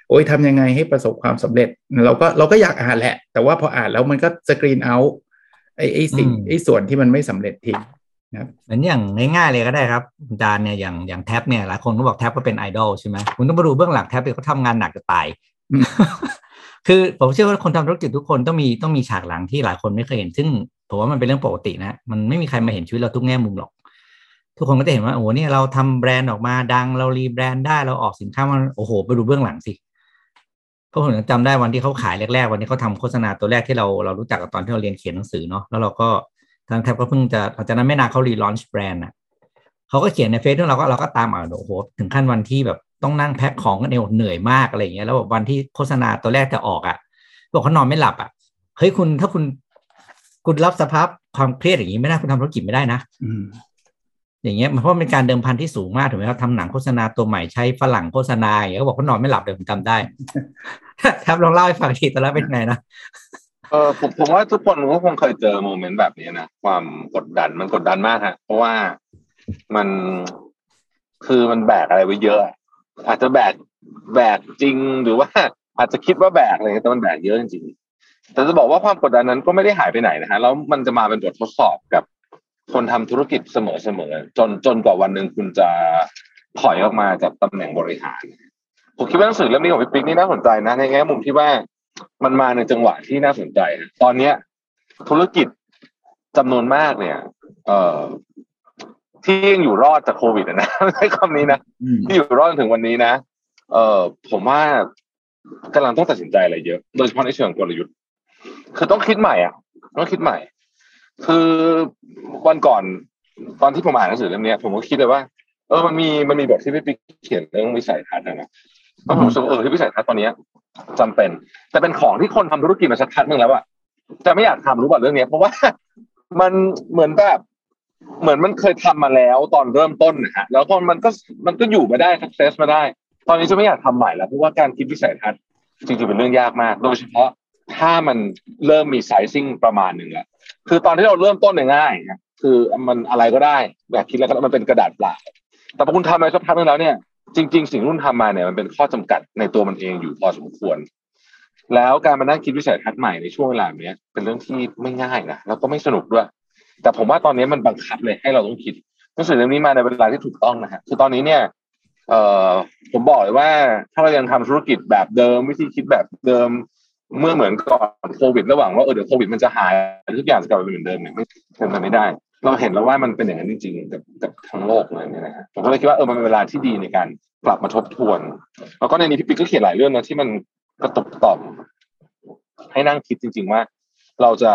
โอ้ยทำยังไงให้ประสบความสำเร็จเราก็อยากอ่านแหละแต่ว่าพออ่านแล้วมันก็สกรีนเอาท์ไอ้สิ่งไอ้ส่วนที่มันไม่สำเร็จทิ้งนะครับเหมือนอย่างง่ายๆเลยก็ได้ครับอาจารย์เนี่ยอย่างแท็บเนี่ยหลายคนก็บอกแท็บก็เป็นไอดอลใช่ไหมคุณต้องมาดูเบื้องหลังแท็บเขาทำงานหนักจะตาย คือผมเชื่อว่าคนทำธุรกิจทุกคนต้องมีฉากหลังที่หลายคนไม่เคยเห็นซึ่งผมว่ามันเป็นเรื่องปกตินะมันไม่มีใครมาเห็นชีวิตเราทุกแง่มุมหรอกทุกคนก็จะเห็นว่าโอ้โหเนี่ยเราทำแบรนด์ออกมาดังเรารีแบรนด์ได้เราออกสินค้ามันโอ้โหไปดูเบื้องหลังสิเพราะผมจำได้วันที่เขาขายแรกๆวันที่เขาทำโฆษณาตัวแรกที่เรารู้จักกับตอนที่เราเรียนเขียนหนังสือเนาะแล้วเราก็ทางแท็บก็เพิ่งจะหลังจากนั้นไม่นานเขารีลอนช์แบรนด์อ่ะเขาก็เขียนในเฟซด้วยเราก็ตามอ่านโอ้โหถึงขั้นวันที่แบบต้องนั่งแพ็คของกันเองเหนื่อยมากอะไรอย่างเงี้ยแล้วแบบวันที่โฆษณาตัวแรกจะออกอ่ะบอกเขานอนไม่หลับอ่ะเฮ้ยถ้าคุณรับสภาพความเครียดอย่างนี้ไม่ได้คุณทำธุรกิจไม่ได้นะอย่างเงี้ยเพราะมันเป็นการเดิมพันที่สูงมากถูกไหมครับทำหนังโฆษณาตัวใหม่ใช้ฝรั่งโฆษณาอย่างเงี้ยเขาบอกเขานอนไม่หลับเลยผมจำได้ครับลองเล่าให้ฟังทีตอนแรกเป็นไงนะผมว่าทุกคนก็คงเคยเจอโมเมนต์แบบนี้นะความกดดันมันกดดันมากฮะเพราะว่ามันคือมันแบกอะไรไว้เยอะอาจจะแบกจริงหรือว่าอาจจะคิดว่าแบกอะไรแต่มันแบกเยอะจริงๆแต่จะบอกว่าความกดดันนั้นก็ไม่ได้หายไปไหนนะฮะแล้วมันจะมาเป็นบททดสอบกับคนทำธุรกิจเสมอจนกว่าวันหนึ่งคุณจะถอยออกมาจากตำแหน่งบริหารผมคิดว่าหนังสือเล่มนี้ของพี่ปิ๊กนี่น่าสนใจนะในแง่มุมที่ว่ามันมาในจังหวะที่น่าสนใจตอนนี้ธุรกิจจำนวนมากเนี่ยที่ยังอยู่รอดจากโควิดนะใช้คำนี้นะที่อยู่รอดถึงวันนี้นะผมว่ากำลังต้องตัดสินใจอะไรเยอะโดยเฉพาะในเชิงกลยุทธ์คือต้องคิดใหม่ต้องคิดใหม่คือวันก่อนตอนที่ผมอ่านหนังสือเล่มนี้ผมก็คิดเลยว่ามันมีบทที่พี่ปิ๊กเขียนเรื่องวิสัยทัศน์นะแล้วผมรู้สึกที่วิสัยทัศน์ตอนนี้จำเป็นแต่เป็นของที่คนทำธุรกิจมาสักพักนึงแล้วอะจะไม่อยากทำรู้ป่ะเรื่องนี้เพราะว่ามันเหมือนมันเคยทำมาแล้วตอนเริ่มต้นนะฮะแล้วพอมันก็อยู่มาได้ success มาได้ตอนนี้จะไม่อยากทำใหม่แล้วเพราะว่าการคิดวิสัยทัศน์จริงๆเป็นเรื่องยากมากโดยเฉพาะถ้ามันเริ่มมีไซซิ่งประมาณหนึ่งแล้วคือตอนที่เราเริ่มต้นง่ายๆคือมันอะไรก็ได้แบบคิดแล้วก็มันเป็นกระดาษเปล่าแต่พอคุณทำไปสักพักนึงแล้วเนี่ยจริงๆสิ่งที่คุณทำมาเนี่ยมันเป็นข้อจำกัดในตัวมันเองอยู่พอสมควรแล้วการมานั่งคิดวิสัยทัศน์ใหม่ในช่วงเวลาแบบนี้เป็นเรื่องที่ไม่ง่ายนะแล้วก็ไม่สนุกด้วยแต่ผมว่าตอนนี้มันบังคับเลยให้เราต้องคิดหนังสือเล่มนี้มาในเวลาที่ถูกต้องนะฮะคือตอนนี้เนี่ยผมบอกเลยว่าถ้าเรายังทำธุรกิจแบบเดิมวิธีคิดแบบเดิมเมื่อเหมือนก่อนโควิดระหว่างว่าเดี๋ยวโควิดมันจะหายทุกอย่างจะกลับไปเหมือนเดิมเนี่ยไม่ได้เราเห็นแล้วว่ามันเป็นอย่างนั้นจริงๆกับทั้งโลกเลยเนี่ยนะฮะผมก็เลยคิดว่ามันเป็นเวลาที่ดีในการกลับมาทบทวนแล้วก็ในนี้พี่ปิ๊กก็เขียนหลายเรื่องนะที่มันกระตุกต่อมให้นั่งคิดจริงๆว่าเราจะ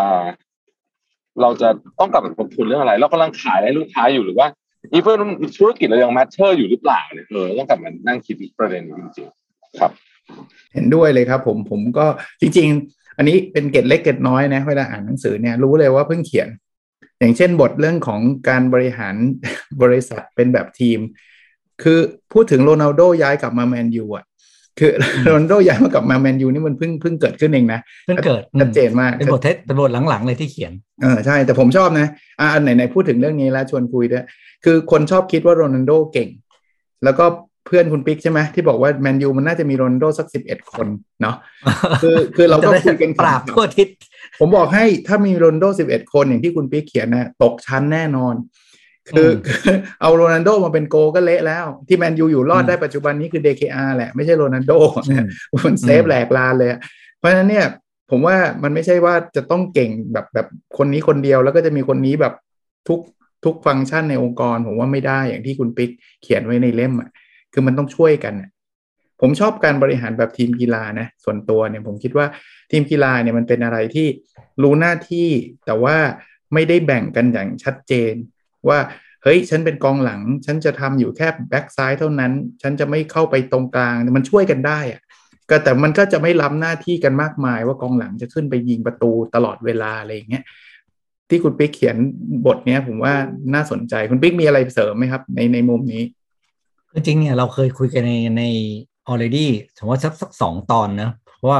ต้องกลับมาทบทวนเรื่องอะไรเรากำลังขายให้ลูกค้าอยู่หรือว่าอีเวนต์ธุรกิจเรายังแมทเทอร์อยู่หรือเปล่าเนี่ยต้องกลับมานั่งคิดประเด็นนี้จริงๆครับเห็นด้วยเลยครับผมก็จริงๆอันนี้เป็นเกร็ดเล็กเกร็ดน้อยนะเวลาอ่านหนังสือเนี่ยรู้เลยว่าเพิ่งเขียนอย่างเช่นบทเรื่องของการบริหารบริษัทเป็นแบบทีมคือพูดถึงโรนัลโดย้ายกลับมาแมนยูอ่ะคือโรนัลโดย้ายมากลับมาแมนยูนี่มันเพิ่งเกิดขึ้นเองนะเพิ่งเกิดชัดเจนมากเป็นบทหลังๆเลยที่เขียนใช่แต่ผมชอบนะอันไหนพูดถึงเรื่องนี้แล้วชวนคุยด้วยคือคนชอบคิดว่าโรนัลโดเก่งแล้วก็เพื่อนคุณปิ๊กใช่ไหมที่บอกว่าแมนยูมันน่าจะมีโรนัลโดสัก11 คนเนาะคือเราก็คุยกันปราบทั่วทิศผมบอกให้ถ้ามีโรนัลโด11 คนอย่างที่คุณปิ๊กเขียนนะตกชั้นแน่นอนคือเอาโรนัลโดมาเป็นโกก็เละแล้วที่แมนยูอยู่รอดได้ปัจจุบันนี้คือ DKR แหละไม่ใช่โรนัลโดเนี่ยมันเซฟแหลกลานเลยเพราะฉะนั้นเนี่ยผมว่ามันไม่ใช่ว่าจะต้องเก่งแบบคนนี้คนเดียวแล้วก็จะมีคนนี้แบบทุกฟังก์ชันในองค์กรผมว่าไม่ได้อย่างที่คุณปิ๊กเขียนไว้ในเล่มคือมันต้องช่วยกันผมชอบการบริหารแบบทีมกีฬานะส่วนตัวเนี่ยผมคิดว่าทีมกีฬาเนี่ยมันเป็นอะไรที่รู้หน้าที่แต่ว่าไม่ได้แบ่งกันอย่างชัดเจนว่าเฮ้ยฉันเป็นกองหลังฉันจะทำอยู่แค่แบ็กซ้ายเท่านั้นฉันจะไม่เข้าไปตรงกลางมันช่วยกันได้ก็แต่มันก็จะไม่ล้ำหน้าที่กันมากมายว่ากองหลังจะขึ้นไปยิงประตูตลอดเวลาอะไรอย่างเงี้ยที่คุณปิ๊กเขียนบทเนี้ยผมว่าน่าสนใจคุณปิ๊กมีอะไรเสริมไหมครับในมุมนี้จริงๆเนี่ยเราเคยคุยกันใน already สมมติว่าสัก2 ตอนนะเพราะว่า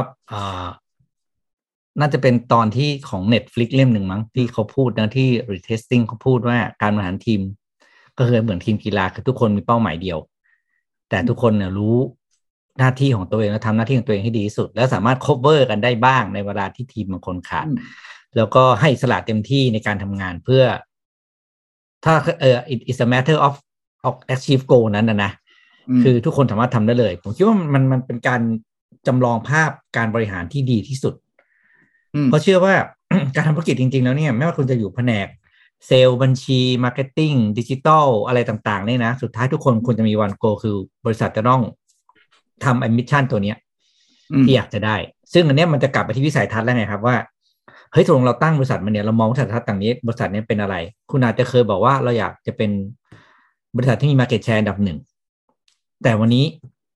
น่าจะเป็นตอนที่ของ Netflix เล่มหนึ่งมั้งที่เขาพูดนะที่ retesting เขาพูดว่าการบริหารทีมก็คือเหมือนทีมกีฬาคือทุกคนมีเป้าหมายเดียวแต่ทุกคนเนี่ยรู้หน้าที่ของตัวเองแล้วทำหน้าที่ของตัวเองให้ดีที่สุดแล้วสามารถ cover กันได้บ้างในเวลาที่ทีมบางคนขาดแล้วก็ให้อิสระเต็มที่ในการทำงานเพื่อถ้าit's a matter of achieve goal นั้นนะคือทุกคนสามารถทำได้เลยผมคิดว่ามันเป็นการจำลองภาพการบริหารที่ดีที่สุดเพราะเชื่อว่า การทำธุรกิจจริงๆแล้วเนี่ยไม่ว่าคุณจะอยู่แผนกเซลล์บัญชีมาร์เก็ตติ้งดิจิทัลอะไรต่างๆเนี่ยนะสุดท้ายทุกคนควรจะมีวันโกคือบริษัทจะต้องทำมิชชั่นตัวเนี้ยที่อยากจะได้ซึ่งอันเนี้ยมันจะกลับไปที่วิสัยทัศน์แล้วไงครับว่าเฮ้ยตกลงเราตั้งบริษัทมันเนี่ยเรามองวิสัยทัศน์ต่างนี้บริษัทนี้เป็นอะไรคุณอาจจะเคยบอกว่าเราอยากจะเป็นบริษัทที่มี market share อันดับหนึ่งแต่วันนี้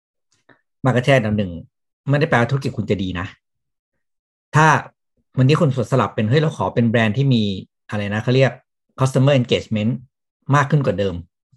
market share อันดับหนึ่งไม่ได้แปลว่าธุรกิจคุณจะดีนะถ้าวันนี้คุณสลับเป็นเฮ้ยเราขอเป็นแบรนด์ที่มีอะไรนะเขาเรียก customer engagement มากขึ้นกว่าเดิม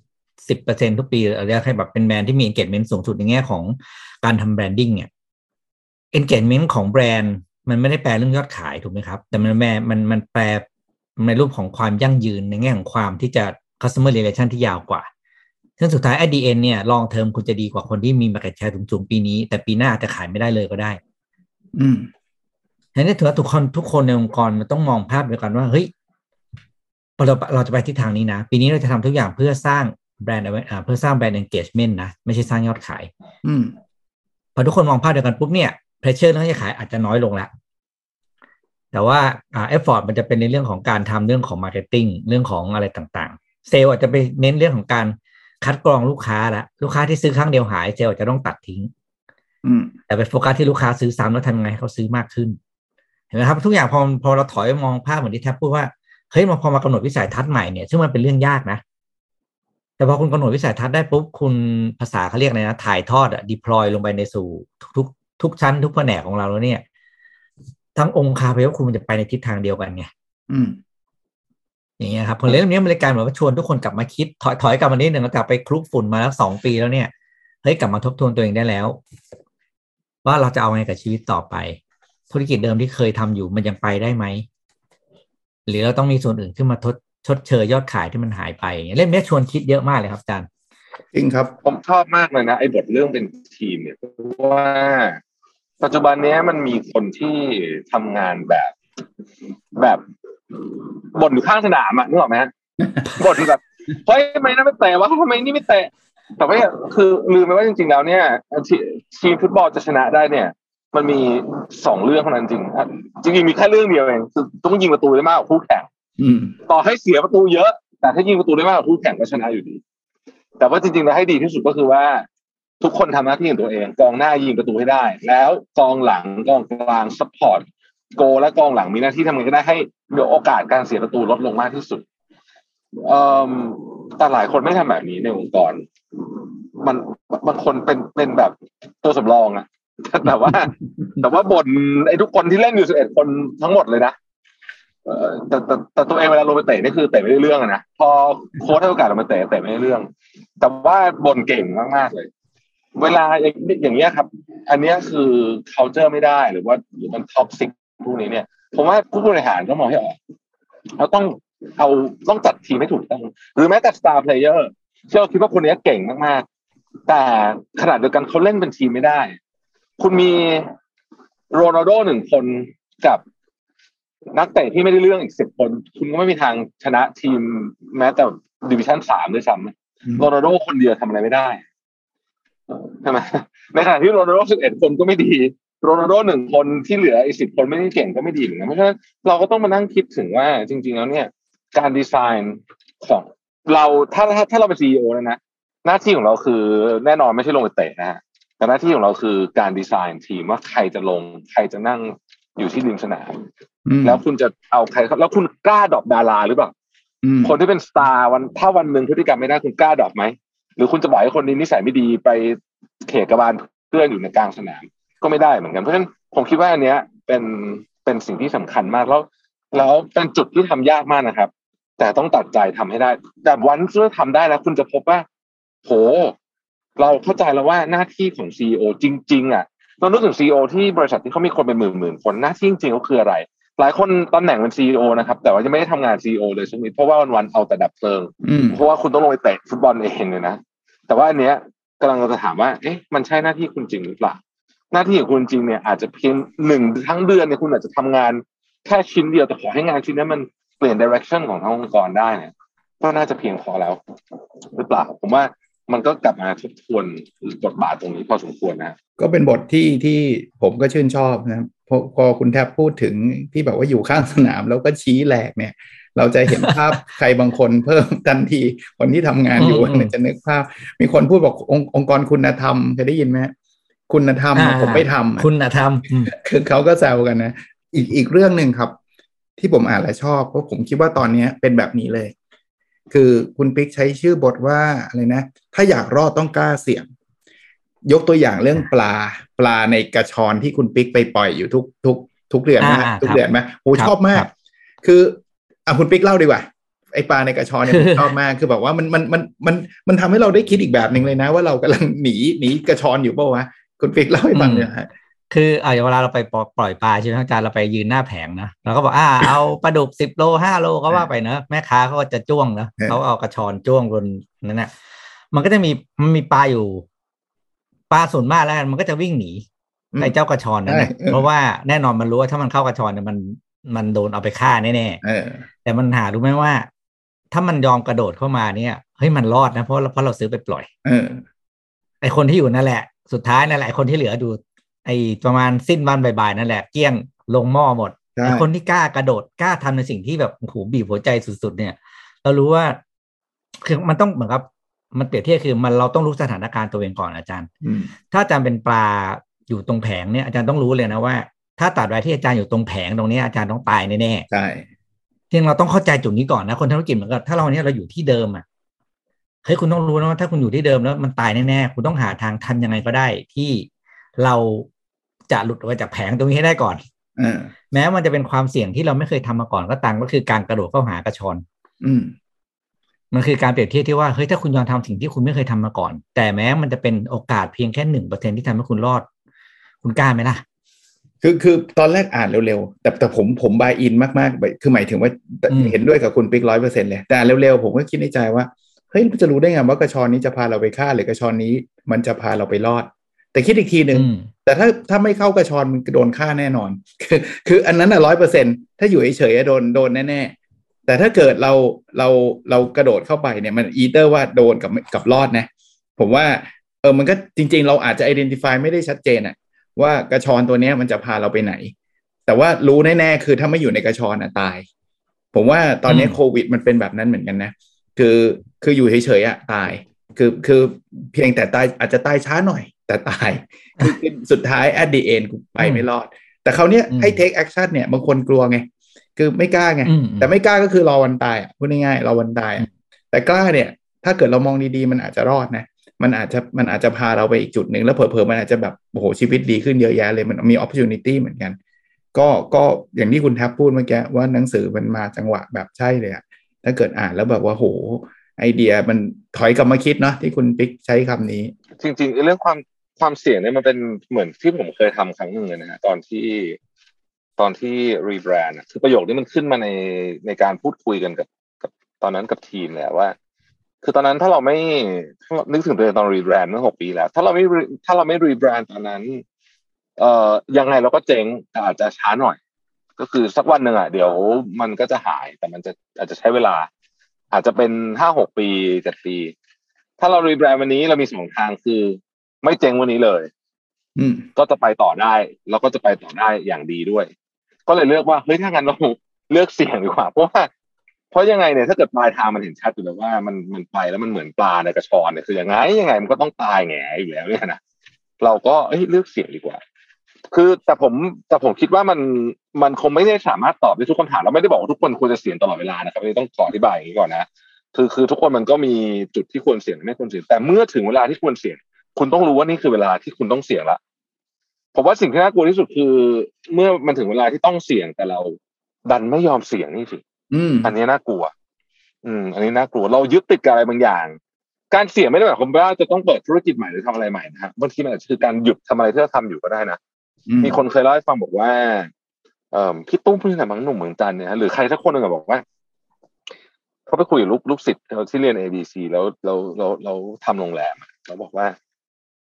10% ทุกปีเราเรียกให้แบบเป็นแบรนด์ที่มี engagement สูงสุดในแง่ของการทำแบรนดิ้งเนี่ย engagement ของแบรนด์มันไม่ได้แปลเรื่องยอดขายถูกไหมครับแต่มันแปลในรูปของความยั่งยืนในแง่ของความที่จะ customer relation ที่ยาวกว่าซึ่งสุดท้าย ADN เนี่ย long term คุณจะดีกว่าคนที่มี market share สูงๆปีนี้แต่ปีหน้าอาจจะขายไม่ได้เลยก็ได้ฉะนั้นถือว่าทุกคนในองค์กรมันต้องมองภาพเดียวกันว่าเฮ้ยเราจะไปทิศทางนี้นะปีนี้เราจะทำทุกอย่างเพื่อสร้างแบรนด์เพื่อสร้างแบรนด์ engagement นะไม่ใช่สร้างยอดขายพอทุกคนมองภาพเดียวกันปุ๊บเนี่ย pressure เรื่องยอดขายอาจจะน้อยลงแล้วแต่ว่าeffort มันจะเป็นในเรื่องของการทำเรื่องของ marketing เรื่องของอะไรต่างๆเซลล์อาจจะไปเน้นเรื่องของการคัดกรองลูกค้าละลูกค้าที่ซื้อครั้งเดียวหายเซลล์อาจจะต้องตัดทิ้งแต่ไปโฟกัสที่ลูกค้าซื้อซ้ำแล้วทำยังไงให้เขาซื้อมากขึ้นเห็นไหมครับทุกอย่างพอเราถอยมองภาพเหมือนที่แทบพูดว่าเฮ้ยพอมากำหนดวิสัยทัศน์ใหม่เนี่ยซึ่งมันเป็นเรื่องยากนะแต่พอคุณกำหนดวิสัยทัศน์ได้ปุ๊บคุณภาษาเขาเรียกอะไรนะถ่ายทอดdeploy ลงไปในสู่ทุกชั้นทุกแผนกของเราแล้วเนี่ยทั้งองค์คาพยพคุณมันจะไปในทิศทางเดียวกันไงอย่างเงี้ยครับผลเรื่องนี้มันเลยกลายเป็นว่าชวนทุกคนกลับมาคิดถอยกลับมานิดนึงแล้วกลับไปคลุกฝุ่นมาแล้ว2 ปีแล้วเนี่ยเฮ้ยกลับมาทบทวนตัวเองได้แล้วว่าเราจะเอาไงกับชีวิตต่อไปธุรกิจเดิมที่เคยทำอยู่มันยังไปได้ไหมหรือเราต้องมีส่วนอื่นขึ้นมาชดเชยยอดขายที่มันหายไปเล่มนี้ชวนคิดเยอะมากเลยครับอาจารย์จริงครับผมชอบมากเลยนะไอ้บทเรื่องเป็นทีมเนี่ยเพราะว่าปัจจุบันนี้มันมีคนที่ทำงานแบบบ่นอยู่ข้างสนามนึกออกไหมฮะบ่นแบบเฮ้ยทำไมนั่นไม่เตะวะทำไมนี่ไม่เตะแต่ว่าคือลืมไปว่าจริงๆแล้วเนี่ยทีมฟุตบอลจะชนะได้เนี่ยมันมี2 เรื่องเท่านั้นจริงมีแค่เรื่องเดียวเองคือต้องยิงประตูได้มากกว่าคู่แข่งต่อให้เสียประตูเยอะแต่ถ้ายิงประตูได้มากกว่าคู่แข่งก็ชนะอยู่ดีแต่ว่าจริงๆแล้วให้ดีที่สุดก็คือว่าทุกคนทำหน้าที่ของตัวเองกองหน้ายิงประตูให้ได้แล้วกองหลังกองกลางซัพพอร์ตโกและกองหลังมีหน้าที่ทำยังไงก็ได้ให้มีโอกาสการเสียประตูลดลงมากที่สุดแต่หลายคนไม่ทำแบบนี้ในองค์กรมันบางคนเป็นแบบตัวสำรองอะแต่ว่าบ่นไอ้ทุกคนที่เล่นอยู่11 คนทั้งหมดเลยนะแต่ตัวเองเวลาลงไปเตะนี่คือเตะไม่ได้เรื่องนะพอโค้ชให้โอกาสเรามาเตะไม่ได้เรื่องแต่ว่าบ่นเก่งมากๆเลยเวลาอย่างเงี้ยครับอันนี้คือ culture ไม่ได้หรือมันท็อกซิกพวกนี้เนี่ยผมว่าผู้บริหารต้องมองให้ออกเราต้องจัดทีมให้ถูกต้องหรือแม้แต่ star player ที่เราคิดว่าคนนี้เก่งมากๆแต่ขนาดเดียวกันเขาเล่นเป็นทีมไม่ได้คุณมีโรนัลโด1 คนกับนักเตะที่ไม่ได้เรื่องอีก10 คนคุณก็ไม่มีทางชนะทีมแม้แต่ดิวิชั่น3ด้วยซ้ำโรนัลโดคนเดียวทำอะไรไม่ได้ใช่ไหมในขณะที่โรนัลโด11 คนก็ไม่ดีโรนัลโด1 คนที่เหลืออีก10 คนไม่ได้เก่งก็ไม่ดีเหมือนกันเพราะฉะนั้นเราก็ต้องมานั่งคิดถึงว่าจริงๆแล้วเนี่ยการดีไซน์ของเราถ้าเราเป็น CEO แล้วนะหน้าที่ของเราคือแน่นอนไม่ใช่ลงไปเตะนะฮะแต่หน้าที่ของเราคือการดีไซน์ทีมว่าใครจะลงใครจะนั่งอยู่ที่ริมสนามแล้วคุณจะเอาใครแล้วคุณกล้าดรอปดาราหรือเปล่าคนที่เป็นสตาร์ถ้าวันหนึ่งพฤติกรรมไม่ได้คุณกล้าดรอปไหมหรือคุณจะบอกให้คนนี้นิสัยไม่ดีไปเขกกระบาลเพื่อนอยู่ในกลางสนามก็ไม่ได้เหมือนกันเพราะฉะนั้นผมคิดว่าอันเนี้ยเป็นสิ่งที่สำคัญมากแล้วเป็นจุดที่ทำยากมากนะครับแต่ต้องตัดใจทำให้ได้แต่วันที่ทำได้แล้วคุณจะพบว่าโหเราเข้าใจแล้วว่าหน้าที่ของ CEO จริงๆเรานึกถึง CEO ที่บริษัทที่เขามีคนเป็นหมื่นคนหน้าที่จริงๆเขาคืออะไรหลายคนตำแหน่งเป็น CEO นะครับแต่ว่าจะไม่ได้ทำงาน CEO เลยสักนิดเพราะว่าวันๆเอาแต่ดับเพลิงเพราะว่าคุณต้องลงไปเตะฟุตบอลเองเลยนะแต่ว่าอันเนี้ยกำลังจะถามว่าเอ๊ะมันใช่หน้าที่คุณจริงหรือเปล่าหน้าที่ของคุณจริงเนี่ยอาจจะเพียง1ทั้งเดือนเนี่ยคุณอาจจะทำงานแค่ชิ้นเดียวแต่ขอให้งานชิ้นนั้นมันเปลี่ยน direction ของทั้งองค์กรได้เนี่ยก็น่าจะเพียงพอแล้วหรือเปล่าผมว่ามันก็กลับมาทบทวนบทบาทตรงนี้พอสมควรนะก็เป็นบทที่ผมก็ชื่นชอบนะครับพอคุณแทบพูดถึงที่แบบว่าอยู่ข้างสนามแล้วก็ชี้แหลกเนี่ยเราจะเห็นภาพใครบางคนเพิ่มทันทีคนที่ทำงานอยู่เนี่ยจะนึกภาพมีคนพูดบอกองค์กรคุณธรรมเคยได้ยินไหมคุณธรรมผมไม่ทำคุณธรรมคือเขาก็แซวกันนะอีกเรื่องหนึ่งครับที่ผมอ่านและชอบเพราะผมคิดว่าตอนนี้เป็นแบบนี้เลยคือคุณปิ๊กใช้ชื่อบทว่าอะไรนะถ้าอยากรอดต้องกล้าเสี่ยงยกตัวอย่างเรื่องปลาในกระชอนที่คุณปิ๊กไปปล่อยอยู่ทุกเดือนนะทุกเดือนไหมโหชอบมากคือคุณปิ๊กเล่าดีกว่าไอปลาในกระชอนเนี่ยผมชอบมากคือแบบว่ามันทำให้เราได้คิดอีกแบบหนึ่งเลยนะว่าเรากำลังหนีกระชอนอยู่เปล่าวะคุณปิ๊กเล่าให้ฟังหน่อยฮะคืออย่างเวลาเราไปปล่อยปลาใช่ไหมอาจารย์เราไปยืนหน้าแผงนะเราก็บอกเอาปลาดุก10 โล5 โลก็ว่าไปเนอะแม่ค้าเขาก็จะจ้วงนะเขาเอากระชอนจ้วงบนนั่นนะมันก็จะมีปลาอยู่ปลาส่วนมากแล้วมันก็จะวิ่งหนีไอ้เจ้ากระชอนนั่นนะเพราะว่าแน่นอนมันรู้ว่าถ้ามันเข้ากระชอนเนี่ยมันโดนเอาไปฆ่าแน่ๆแต่มันหารู้ไหมว่าถ้ามันยอมกระโดดเข้ามาเนี่ยเฮ้ยมันรอดนะเพราะเราซื้อไปปล่อยไอ้คนที่อยู่นั่นแหละสุดท้ายนั่นแหละไอ้คนที่เหลือดูไอ้ประมาณสิ้นวันบ่ายๆนั่นแหละเกลี้ยงลงหม้อหมดไอ้คนที่กล้ากระโดดกล้าทำในสิ่งที่แบบโอ้โหบีบหัวใจสุดๆเนี่ยเรารู้ว่าคือมันต้องเหมือนกับมันเปรียบเทียบคือเราต้องรู้สถานการณ์ตัวเองก่อนอาจารย์ถ้าอาจารย์เป็นปลาอยู่ตรงแผงเนี่ยอาจารย์ต้องรู้เลยนะว่าถ้าตัดไว้ที่อาจารย์อยู่ตรงแผงตรงนี้อาจารย์ต้องตายแน่ๆใช่ที่เราต้องเข้าใจจุดนี้ก่อนนะคนธุรกิจเหมือนกับถ้าเราเนี่ยเราอยู่ที่เดิมเฮ้ยคุณต้องรู้นะว่าถ้าคุณอยู่ที่เดิมแล้วมันตายแน่ๆคุณต้องหาทางทำยังไงก็ได้ที่เราจะหลุดออกมาจากแผงตรงนี้ให้ได้ก่อนแม้มันจะเป็นความเสี่ยงที่เราไม่เคยทำมาก่อนก็ตามก็คือการกระโดดเข้าหากระชอนมันคือการเปรียบเทียบที่ว่าเฮ้ยถ้าคุณยอมทำสิ่งที่คุณไม่เคยทำมาก่อนแต่แม้มันจะเป็นโอกาสเพียงแค่1%ที่ทำให้คุณรอดคุณกล้าไหมล่ะคือตอนแรกอ่านเร็วๆแต่ผมบายอินมากๆคือหมายถึงว่าเห็นด้วยกับคุณปิ๊ก 100% เลยแต่เร็วๆผมก็คิดในใจว่าเฮ้ยจะรู้ได้ไงว่ากระชอนนี้จะพาเราไปฆ่าหรือกระชอนนี้มันจะพาเราไปรอดแต่คิดอีกทีหนึ่งแต่ถ้าไม่เข้ากระชอนมันโดนฆ่าแน่นอนคืออันนั้น100%ถ้าอยู่เฉยๆโดนแน่ๆแต่ถ้าเกิดเรากระโดดเข้าไปเนี่ยมันอีเตอร์ว่าโดนกับรอดนะผมว่ามันก็จริงๆเราอาจจะ identify ไม่ได้ชัดเจนอะว่ากระชอนตัวนี้มันจะพาเราไปไหนแต่ว่ารู้แน่ๆคือถ้าไม่อยู่ในกระชอนตายผมว่าตอนนี้โควิดมันเป็นแบบนั้นเหมือนกันนะคืออยู่เฉยๆตายคือเพียงแต่ตายอาจจะตายช้าหน่อยแต่ตายคือสุดท้าย at the end กูไปไม่รอดแต่เขาเนี้ยให้ take action เนี่ยบางคนกลัวไงคือไม่กล้าไงแต่ไม่กล้าก็คือรอวันตายพูดง่ายๆรอวันตายแต่กล้าเนี่ยถ้าเกิดเรามองดีๆมันอาจจะรอดนะมันอาจจะพาเราไปอีกจุดหนึ่งแล้วเผลอๆมันอาจจะแบบโอ้โหชีวิตดีขึ้นเยอะแยะเลยมันมี opportunity เหมือนกันก็อย่างที่คุณแทบพูดเมื่อกี้ว่าหนังสือมันมาจังหวะแบบใช่เลยอะถ้าเกิดอ่านแล้วแบบว่าโหไอเดียมันถอยกลับมาคิดเนาะที่คุณปิ๊กใช้คำนี้จริงๆเรื่องความเสี่ยงเนี่ยมันเป็นเหมือนที่ผมเคยทำครั้งหนึ่งเลยนะฮะตอนที่รีแบรนด์คือประโยคนี้มันขึ้นมาในการพูดคุยกันกับตอนนั้นกับทีมแหละว่าคือตอนนั้นถ้าเราไม่นึกถึงตัวเองตอนรีแบรนด์เมื่อ6 ปีแล้วถ้าเราไม่รีแบรนด์ตอนนั้นยังไงเราก็เจ๊งแต่อาจจะช้าหน่อยก็คือสักวันหนึ่งเดี๋ยวมันก็จะหายแต่มันจะอาจจะใช้เวลาอาจจะเป็น5-6 ปี7 ปีถ้าเรารีแบรนด์วันนี้เรามี2 ทางคือไม่เจ๊งวันนี้เลยก็จะไปต่อได้แล้วก็จะไปต่อได้อย่างดีด้วยก็เลยเลือกว่าเฮ้ยถ้างั้นเราเลือกเสี่ยงดีกว่าเพราะยังไงเนี่ยถ้าเกิดปลายทางมันเห็นชัดอยู่แล้วว่ามันไปแล้วมันเหมือนปลาในกระชอนเนี่ยคือยังไงมันก็ต้องตายแง่อยู่แล้วเนี่ยนะเราก็เลือกเสี่ยงดีกว่าคือแต่ผมคิดว่ามันคงไม่ได้สามารถตอบได้ทุกคำถามเราไม่ได้บอกว่าทุกคนควรจะเสี่ยงตลอดเวลานะครับอันนี้ต้องขออธิบายอย่างนี้ก่อนนะคือทุกคนมันก็มีจุดที่ควรเสี่ยงไม่ควรเสี่ยงแต่เมื่อถึงเวลาที่ควรเสี่ยงคุณต้องรู้ว่านี่คือเวลาที่คุณต้องเสี่ยงละผมว่าสิ่งที่น่ากลัวที่สุดคือเมื่อมันถึงเวลาที่ต้องเสี่ยงแต่เราดันไม่ยอมเสี่ยงนี่สิอันนี้น่ากลัวอันนี้น่ากลัวเรายึดติดกับอะไรบางอย่างการเสี่ยงไม่ได้หมายความว่าจะต้องเปิดธุรกิจใหม่หรือทำอะไรใหม่นะครับบางทีมันอาจจะคือการหยุดทำอะไรที่เราทำอยู่ก็ได้นะมีคนเคยเล่าให้ฟังบอกว่าพี่ตุ้มพี่ไหนบางหนุ่มเมืองจันทร์เนี่ยหรือใครสักคนหนึ่งบอกว่าเขาไปคุยกับลูกศิษย์ที่เรียน ABC แล้วทำโรงแรมเขาบอกว่า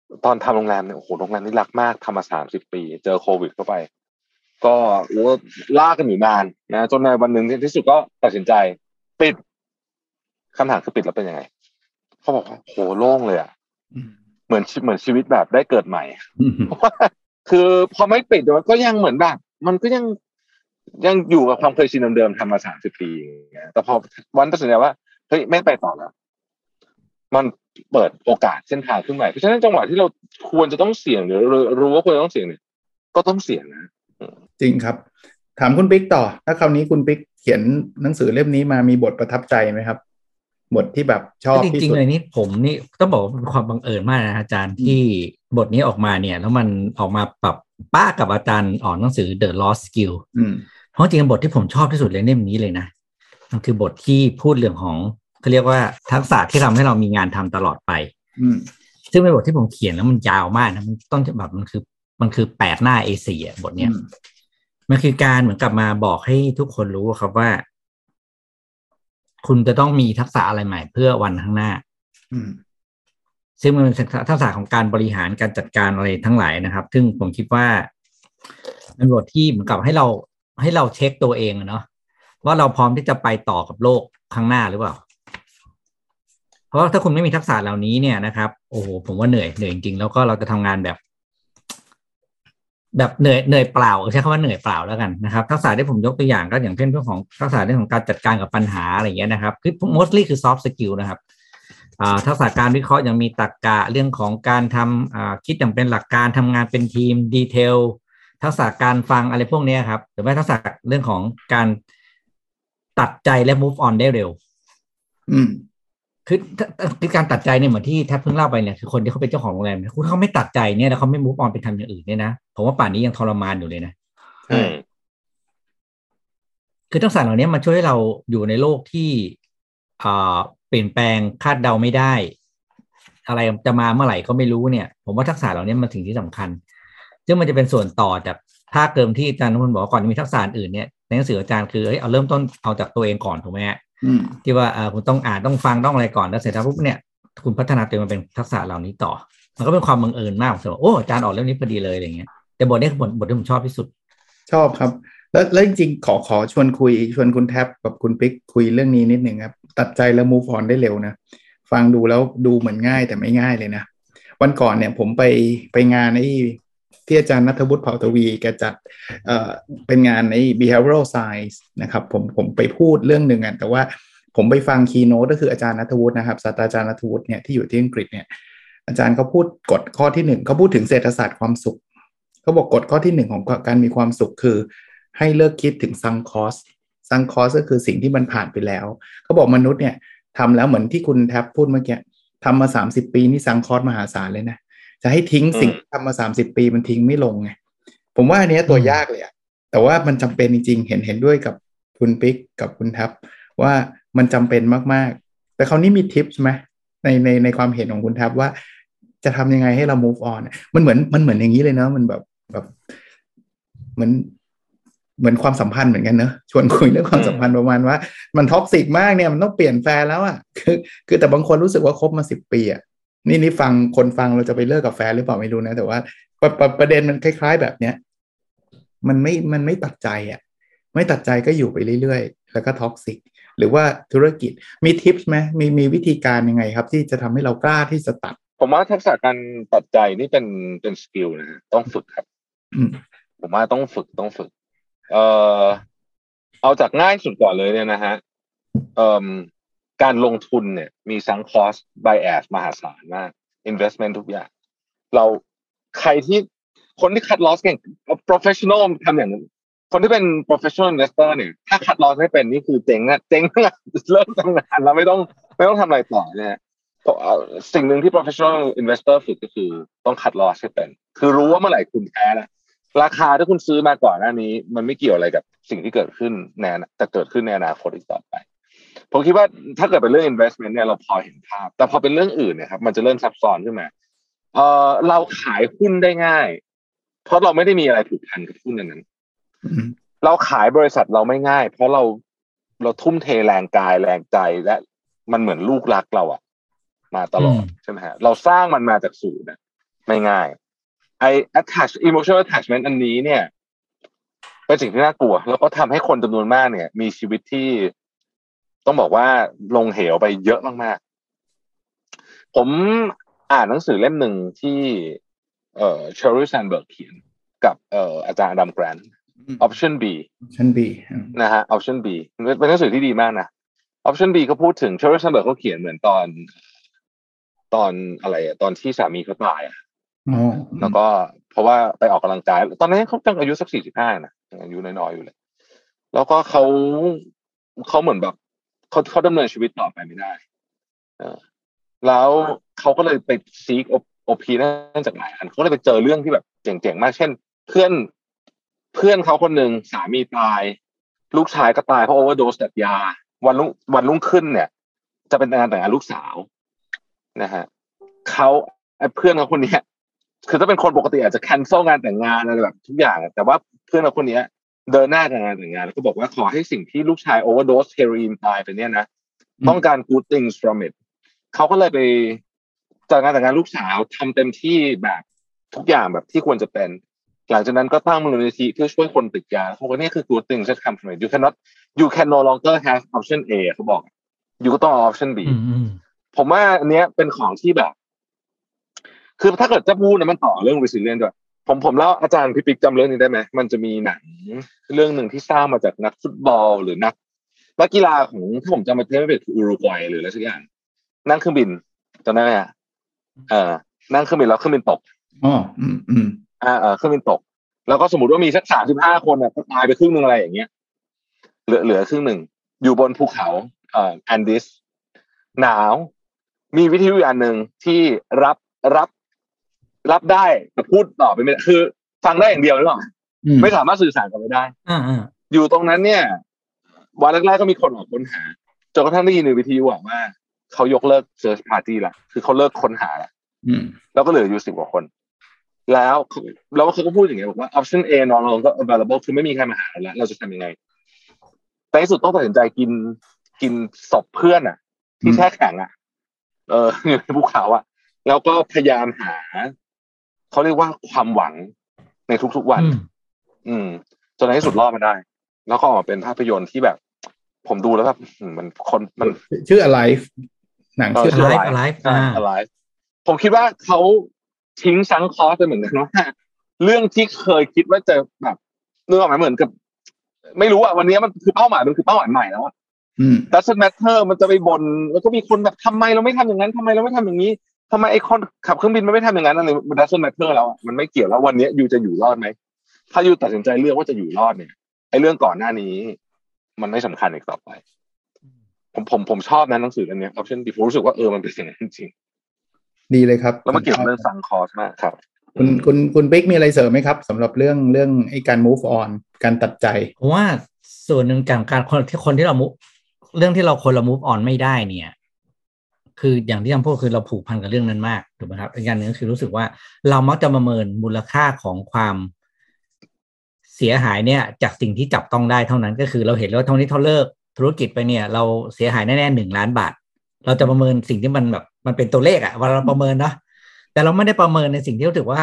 ตอนทำโรงแรมเนี่ยโอ้โหโรงแรมนี่รักมากทำมา30 ปีเจอโควิดเข้าไปก็ลากกันอยู่นานนะจนในวันหนึ่งที่สุดก็ตัดสินใจปิดคำถามคือปิดแล้วเป็นยังไงเขาบอกว่าโหโล่งเลยอ่ะเหมือนชีวิตแบบได้เกิดใหม่เพราะว่าคือพอไม่ปิดมันก็ยังเหมือนแบบมันก็ยังอยู่กับความเคยชินเดิมๆทำมา30 ปีอย่างเงี้ยแต่พอวันตัดสินใจว่าเฮ้ยไม่ไปต่อแล้วมันเปิดโอกาสเส้นทางขึ้นใหม่เพราะฉะนั้นจังหวะที่เราควรจะต้องเสี่ยงหรือรู้ว่าควรจะต้องเสี่ยงเนี่ยก็ต้องเสี่ยงนะจริงครับถามคุณปิ๊กต่อถ้าคราวนี้คุณปิ๊กเขียนหนังสือเล่มนี้มามีบทประทับใจไหมครับบทที่แบบชอบที่สุดจริงๆเลยนี่ผมนี่ต้องบอกว่าเป็นความบังเอิญมากนะอาจารย์ที่บทนี้ออกมาเนี่ยแล้วมันออกมาปรับป้ากับอาจารย์อ่านหนังสือ The Lost Skill เพราะจริงๆบทที่ผมชอบที่สุดเลยเล่มนี้เลยนะมันคือบทที่พูดเรื่องของเขาเรียกว่าทักษะที่ทำให้เรามีงานทำตลอดไปซึ่งเป็นบทที่ผมเขียนแล้วมันยาวมากนะมันต้องแบบมันคือ8 หน้า A4 อ่ะบทเนี้ยมันคือการเหมือนกับมาบอกให้ทุกคนรู้ครับว่าคุณจะต้องมีทักษะอะไรใหม่เพื่อวันข้างหน้าซึ่งมันเป็นทักษะของการบริหารการจัดการอะไรทั้งหลายนะครับซึ่งผมคิดว่าเป็นบทที่เหมือนกับให้เราเช็คตัวเองเนาะว่าเราพร้อมที่จะไปต่อกับโลกข้างหน้าหรือเปล่าเพราะถ้าคุณไม่มีทักษะเหล่านี้เนี่ยนะครับโอ้โหผมว่าเหนื่อยจริงๆแล้วก็เราจะทำงานแบบเหนื่อยเปล่าใช้คำว่าเหนื่อยเปล่าแล้วกันนะครับทักษะที่ผมยกตัวอย่างก็อย่างเช่นเรื่องของทักษะเรื่องของการจัดการกับปัญหาอะไรอย่างเงี้ยนะครับคือ mostly คือ soft skill นะครับทักษะการวิเคราะห์อย่างมีตรรกะเรื่องของการทำคิดอย่างเป็นหลักการทำงานเป็นทีมดีเทลทักษะการฟังอะไรพวกนี้ครับหรือว่าทักษะเรื่องของการตัดใจและ move on ได้เร็วคือการตัดใจเนี่ยเหมือนที่แทบเพิ่งเล่าไปเนี่ยคือคนที่เขาเป็นเจ้าของโรงแรมคุณเขาไม่ตัดใจเนี่ยแล้วเขาไม่ move on ไปทำอย่างอื่นเนี่ยนะผมว่าป่านนี้ยังทรมานอยู่เลยนะคือทักษะเหล่านี้มันช่วยให้เราอยู่ในโลกที่เปลี่ยนแปลงคาดเดาไม่ได้อะไรจะมาเมื่อไหร่ก็ไม่รู้เนี่ยผมว่าทักษะเหล่านี้มันสิ่งที่สำคัญซึ่งมันจะเป็นส่วนต่อจากภาคเดิมที่อาจารย์นพบอกว่าก่อนจะมีทักษะอื่นเนี่ยในหนังสืออาจารย์คือเอาเริ่มต้นเอาจากตัวเองก่อนถูกไหมฮะที่ว่าคุณต้องอ่านต้องฟังต้องอะไรก่อนแล้วเสร็จแล้วปุ๊บเนี่ยคุณพัฒนาตัวเองมาเป็นทักษะเหล่านี้ต่อมันก็เป็นความบังเอิญมากผมบอกโอ้อาจารย์ออกเรื่องนี้พอดีเลยอะไรเงี้ยแต่บทนี้คือบทที่ผมชอบที่สุดชอบครับแล้วจริงๆขอชวนคุณแท็บกับคุณปิ๊กคุยเรื่องนี้นิดหนึ่งครับตัดใจแล้ว move on ได้เร็วนะฟังดูแล้วดูเหมือนง่ายแต่ไม่ง่ายเลยนะวันก่อนเนี่ยผมไปงานที่อาจารย์ณัฐวุฒิเผ่าทวีแกจัดเป็นงานbehavioral science นะครับผมไปพูดเรื่องหนึ่งแต่ว่าผมไปฟังคีย์โน้ตก็คืออาจารย์ณัฐวุฒินะครับศาสตราจารย์ณัฐวุฒิเนี่ยที่อยู่ที่อังกฤษเนี่ยอาจารย์เขาพูดกฎข้อที่1เขาพูดถึงเศรษฐศาสตร์ความสุขเขาบอกกฎข้อที่1ของการมีความสุขคือให้เลิกคิดถึงซังคอสก็คือสิ่งที่มันผ่านไปแล้วเขาบอกมนุษย์เนี่ยทำแล้วเหมือนที่คุณแท็บพูดเมื่อกี้ทำมา30 ปีนี่ซังคอสมหาศาลเลยนะจะให้ทิ้งสิ่งทำมา30 ปีมันทิ้งไม่ลงไงผมว่าอันนี้ตัวยากเลยแต่ว่ามันจำเป็นจริงๆเห็นด้วยกับคุณปิ๊กกับคุณแท็บว่ามันจำเป็นมากๆแต่คราวนี้มีทิปส์ไหมในความเห็นของคุณแท็บว่าจะทำยังไงให้เรา move on มันเหมือนอย่างนี้เลยเนาะมันแบบเหมือนความสัมพันธ์เหมือนกันเนอะชวนคุยเรื่องความสัมพันธ์ประมาณว่ามันท็อกซิกมากเนี่ยมันต้องเปลี่ยนแฟนแล้วคือแต่บางคนรู้สึกว่าคบมา10 ปีนี่ฟังคนฟังเราจะไปเลิกกับแฟนหรือเปล่าไม่รู้นะแต่ว่าประเด็นมันคล้ายๆแบบเนี้ยมันไม่ตัดใจไม่ตัดใจก็อยู่ไปเรื่อยๆแล้วก็ท็อกซิกหรือว่าธุรกิจมีทิปส์ไหมมีวิธีการยังไงครับที่จะทำให้เรากล้าที่จะตัดผมว่าทักษะการตัดใจนี่เป็นสกิลนะต้องฝึกครับผมว่าต้องฝึกเอาจากง่ายสุดก่อนเลยเนี่ยนะฮะการลงทุนเนี่ยมีซังคอสไบแอสมหาศาลมาก investment ทุกอย่างใครที่คนที่คัดลอสเก่ง professional ทำอย่างนั้นคนที่เป็น professional investor เนี่ยถ้าคัดลอสไม่เป็นนี่คือเจ๊งเลิกทำงานแล้วไม่ต้องทำอะไรต่อเนี่ยสิ่งหนึ่งที่ professional investor ฝึกก็คือต้องคัดลอสให้เป็นคือรู้ว่าเมื่อไหร่คุณแพ้แล้วราคาที่คุณซื้อมาก่อนหน้านี้มันไม่เกี่ยวอะไรกับสิ่งที่เกิดขึ้นจะเกิดขึ้นในอนาคตอีกต่อไปผมคิดว่าถ้าเกิดเป็นเรื่อง investment เนี่ยเราพอเห็นภาพแต่พอเป็นเรื่องอื่นเนี่ยครับมันจะเริ่มซับซ้อนขึ้นมาเราขายหุ้นได้ง่ายเพราะเราไม่ได้มีอะไรผูกพันกับหุ้นนั้นเราขายบริษัทเราไม่ง่ายเพราะเราทุ่มเทแรงกายแรงใจและมันเหมือนลูกรักเรามาตลอดใช่ไหมฮะเราสร้างมันมาจากศูนย์ไม่ง่ายไอ้ emotional attachment อันนี้เนี่ยเป็นสิ่งที่น่ากลัวแล้วก็ทำให้คนจำนวนมากเนี่ยมีชีวิตที่ต้องบอกว่าลงเหวไปเยอะมากๆผมอ่านหนังสือเล่มหนึ่งที่เชอร์รี่แซนเบิร์กเขียนกับอาจารย์อดัมแกรนท์ Option B นะฮะ Option B เป็นหนังสือที่ดีมากนะ Option B ก็พูดถึงเชอร์รี่แซนเบิร์กเขาเขียนเหมือนตอนอะไรตอนที่สามีเขาตายแล้วก็เพราะว่าไปออกกำลังกายตอนนั้นเขาตั้งอายุสัก45นะอายุน้อยๆอยู่เลยแล้วก็เขาเหมือนแบบเขาดำเนินชีวิตต่อไปไม่ได้แล้วเขาก็เลยไปซีกโอพีนั่นจากหลายอันเขาเลยไปเจอเรื่องที่แบบเจ๋งๆมากเช่นเพื่อนเขาคนหนึ่งสามีตายลูกชายก็ตายเพราะโอเวอร์โดสจากยาวันรุ่งขึ้นเนี่ยจะเป็นงานแต่งงานลูกสาวนะฮะเพื่อนเขาคนนี้คือถ้าเป็นคนปกติอาจจะแคนเซิลงานแต่งงานอะไรแบบทุกอย่างแต่ว่าเพื่อนเราคนนี้เดินหน้ากับงานแต่งงานแล้วก็บอกว่าขอให้สิ่งที่ลูกชายโอเวอร์โดสเฮโรอีนตายไปเนี่ยนะต้องการ good things from it เขาก็เลยไปจัดงานแต่งงานลูกสาวทำเต็มที่แบบทุกอย่างแบบที่ควรจะเป็นหลังจากนั้นก็ตั้งมูลนิธิเพื่อช่วยคนติดยาเขาบอกว่านี่คือ good things that come from it you can no longer have option A เขาบอกอยู่ก็ต้องเอา option B ผมว่าอันเนี้ยเป็นของที่แบบคือถ้าเกิดจะพูดนะมันต่อเรื่อง resilience ด้วยผมเล่าอาจารย์พี่ปิ๊กจำเรื่องนี้ได้ไหมมันจะมีหนังเรื่องหนึ่งที่สร้างมาจากนักฟุตบอลหรือนักกีฬาของถ้าผมจำไม่ผิดไม่เป็นอุรุกวัยหรืออะไรสักอย่างนั่งเครื่องบินจำได้ไหมนั่งเครื่องบินแล้วเครื่องบินตกเครื่องบินตกแล้วก็สมมติว่ามีสัก35คนก็ตายไปครึ่งนึงอะไรอย่างเงี้ยเหลือครึ่งนึงอยู่บนภูเขาแอนดิสหนาวมีวิทยุอันนึงที่รับได้แต่พูดต่อไปไม่ได้คือฟังได้อย่างเดียวหรือเปล่าไม่สามารถสื่อสารกันไปได้อยู่ตรงนั้นเนี่ยวันแรกๆก็มีคนออกค้นหาจนกระทั่งได้ยินในวิทยุว่าเขายกเลิก search party ละคือเขาเลิกค้นหาละแล้วก็เหลืออยู่10 กว่าคนแล้วเขาก็พูดอย่างเงี้ยบอกว่า option A no longer available คือไม่มีใครมาหาแล้วเราจะทำยังไงในที่สุดต้องตัดสินใจกินศพเพื่อนที่แช่แข็งอยู่ในภูเขาแล้วก็พยายามหาเขาเรียกว่าความหวังในทุกๆวันจนในที่สุดรอดมาได้แล้วก็ออกมาเป็นภาพยนตร์ที่แบบผมดูแล้วแบบมันชื่อ Alive หนังชื่อ Alive ผมคิดว่าเขาทิ้งซังคอสไปเหมือนกันว่าเรื่องที่เคยคิดว่าจะแบบนึกออกไหมเหมือนกับไม่รู้วันนี้มันคือเป้าหมายมันคือเป้าหมายใหม่แล้วdoesn't matter มันจะไปบ่นแล้วก็มีคนแบบทำไมเราไม่ทำอย่างนั้นทำไมเราไม่ทำอย่างนี้ทำไมไอ้คนขับเครื่องบินมันไม่ทำอย่างนั้นอะไรมัน doesn't matter แล้วมันไม่เกี่ยวแล้ววันนี้ยูจะอยู่รอดไหมถ้ายูตัดสินใจเลือกว่าจะอยู่รอดเนี่ยไอ้เรื่องก่อนหน้านี้มันไม่สำคัญอีกต่อไปผมชอบนะหนังสือเล่มนี้ Option B ผมรู้สึกว่ามันเป็นสิ่งนั้นจริงดีเลยครับแล้วมันเกี่ยวกับเรื่องซังคอสมากครับคุณบิ๊กมีอะไรเสริมไหมครับสำหรับเรื่องไอ้การ move on การตัดใจผมว่าส่วนหนึ่งการคนที่เราเรื่องที่เราคนเรา move on ไม่ได้เนี่ยคืออย่างที่ผมพูดคือเราผูกพันกับเรื่องนั้นมากถูกไหมครับอีกอย่างนึงคือรู้สึกว่าเรามักจะประเมินมูลค่าของความเสียหายเนี่ยจากสิ่งที่จับต้องได้เท่านั้นก็คือเราเห็นว่าเท่านี้เขาเลิกธุรกิจไปเนี่ยเราเสียหายแน่ๆ1 ล้านบาทเราจะประเมินสิ่งที่มันแบบมันเป็นตัวเลขว่าเราประเมินเนาะแต่เราไม่ได้ประเมินในสิ่งที่รู้สึกว่า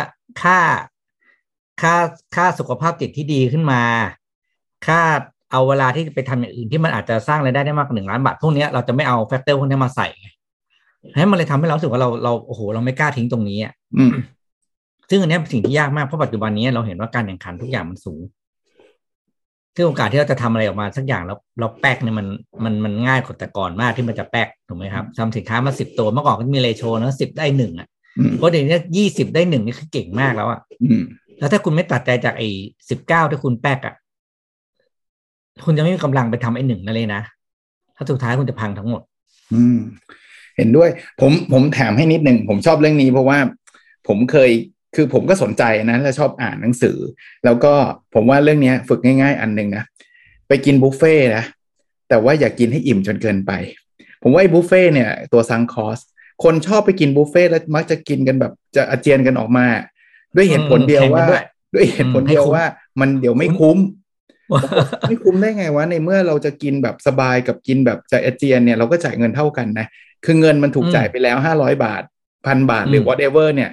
ค่าสุขภาพจิตที่ดีขึ้นมาค่าเอาเวลาที่ไปทำอย่างอื่นที่มันอาจจะสร้างรายได้มากกว่า1 ล้านบาทพวกนี้เราจะไม่เอาแฟกเตอร์พวกนี้มาใส่ให้มันเลยทำให้เรารู้สึกว่าเราโอ้โหเราไม่กล้าทิ้งตรงนี้ซึ่งอันนี้เป็นสิ่งที่ยากมากเพราะปัจจุบันนี้เราเห็นว่าการแข่งขันทุกอย่างมันสูงซึ่งโอกาสที่เราจะทำอะไรออกมาสักอย่างแล้วเราแป๊กเนี่ยมันง่ายกว่าแต่ก่อนมากที่มันจะแป๊กถูกไหมครับทำสินค้ามา10 ตัวเมื่อก่อนก็มีเรโชนะ10 ได้ 1เพราะเดี๋ยวนี้20 ได้ 1นี่คือเก่งมากแล้วแล้วถ้าคุณไม่ตัดใจจากไอ้19ที่คุณแป๊กคุณจะไม่มีกำลังไปทำไอ้1นั่นเลยนะถ้าสุดท้ายคุณจะพังทั้งหมดเห็นด้วยผมแถมให้นิดนึงผมชอบเรื่องนี้เพราะว่าผมก็สนใจนะและชอบอ่านหนังสือแล้วก็ผมว่าเรื่องนี้ฝึกง่ายๆอันนึงนะไปกินบุฟเฟ่นะแต่ว่าอย่ากินให้อิ่มจนเกินไปผมว่าไอ้บุฟเฟ่เนี่ยตัวซังคอสคนชอบไปกินบุฟเฟ่แล้วมักจะกินกันแบบจะอาเจียนกันออกมาด้วยเหตุผลเดียวว่ามันเดี๋ยวไม่คุ้มไม่คุ้มได้ไงวะในเมื่อเราจะกินแบบสบายกับกินแบบจะอาเจียนเนี่ยเราก็จ่ายเงินเท่ากันนะคือเงินมันถูกจ่ายไปแล้ว500 บาท 1,000 บาทหรือ whatever เนี่ย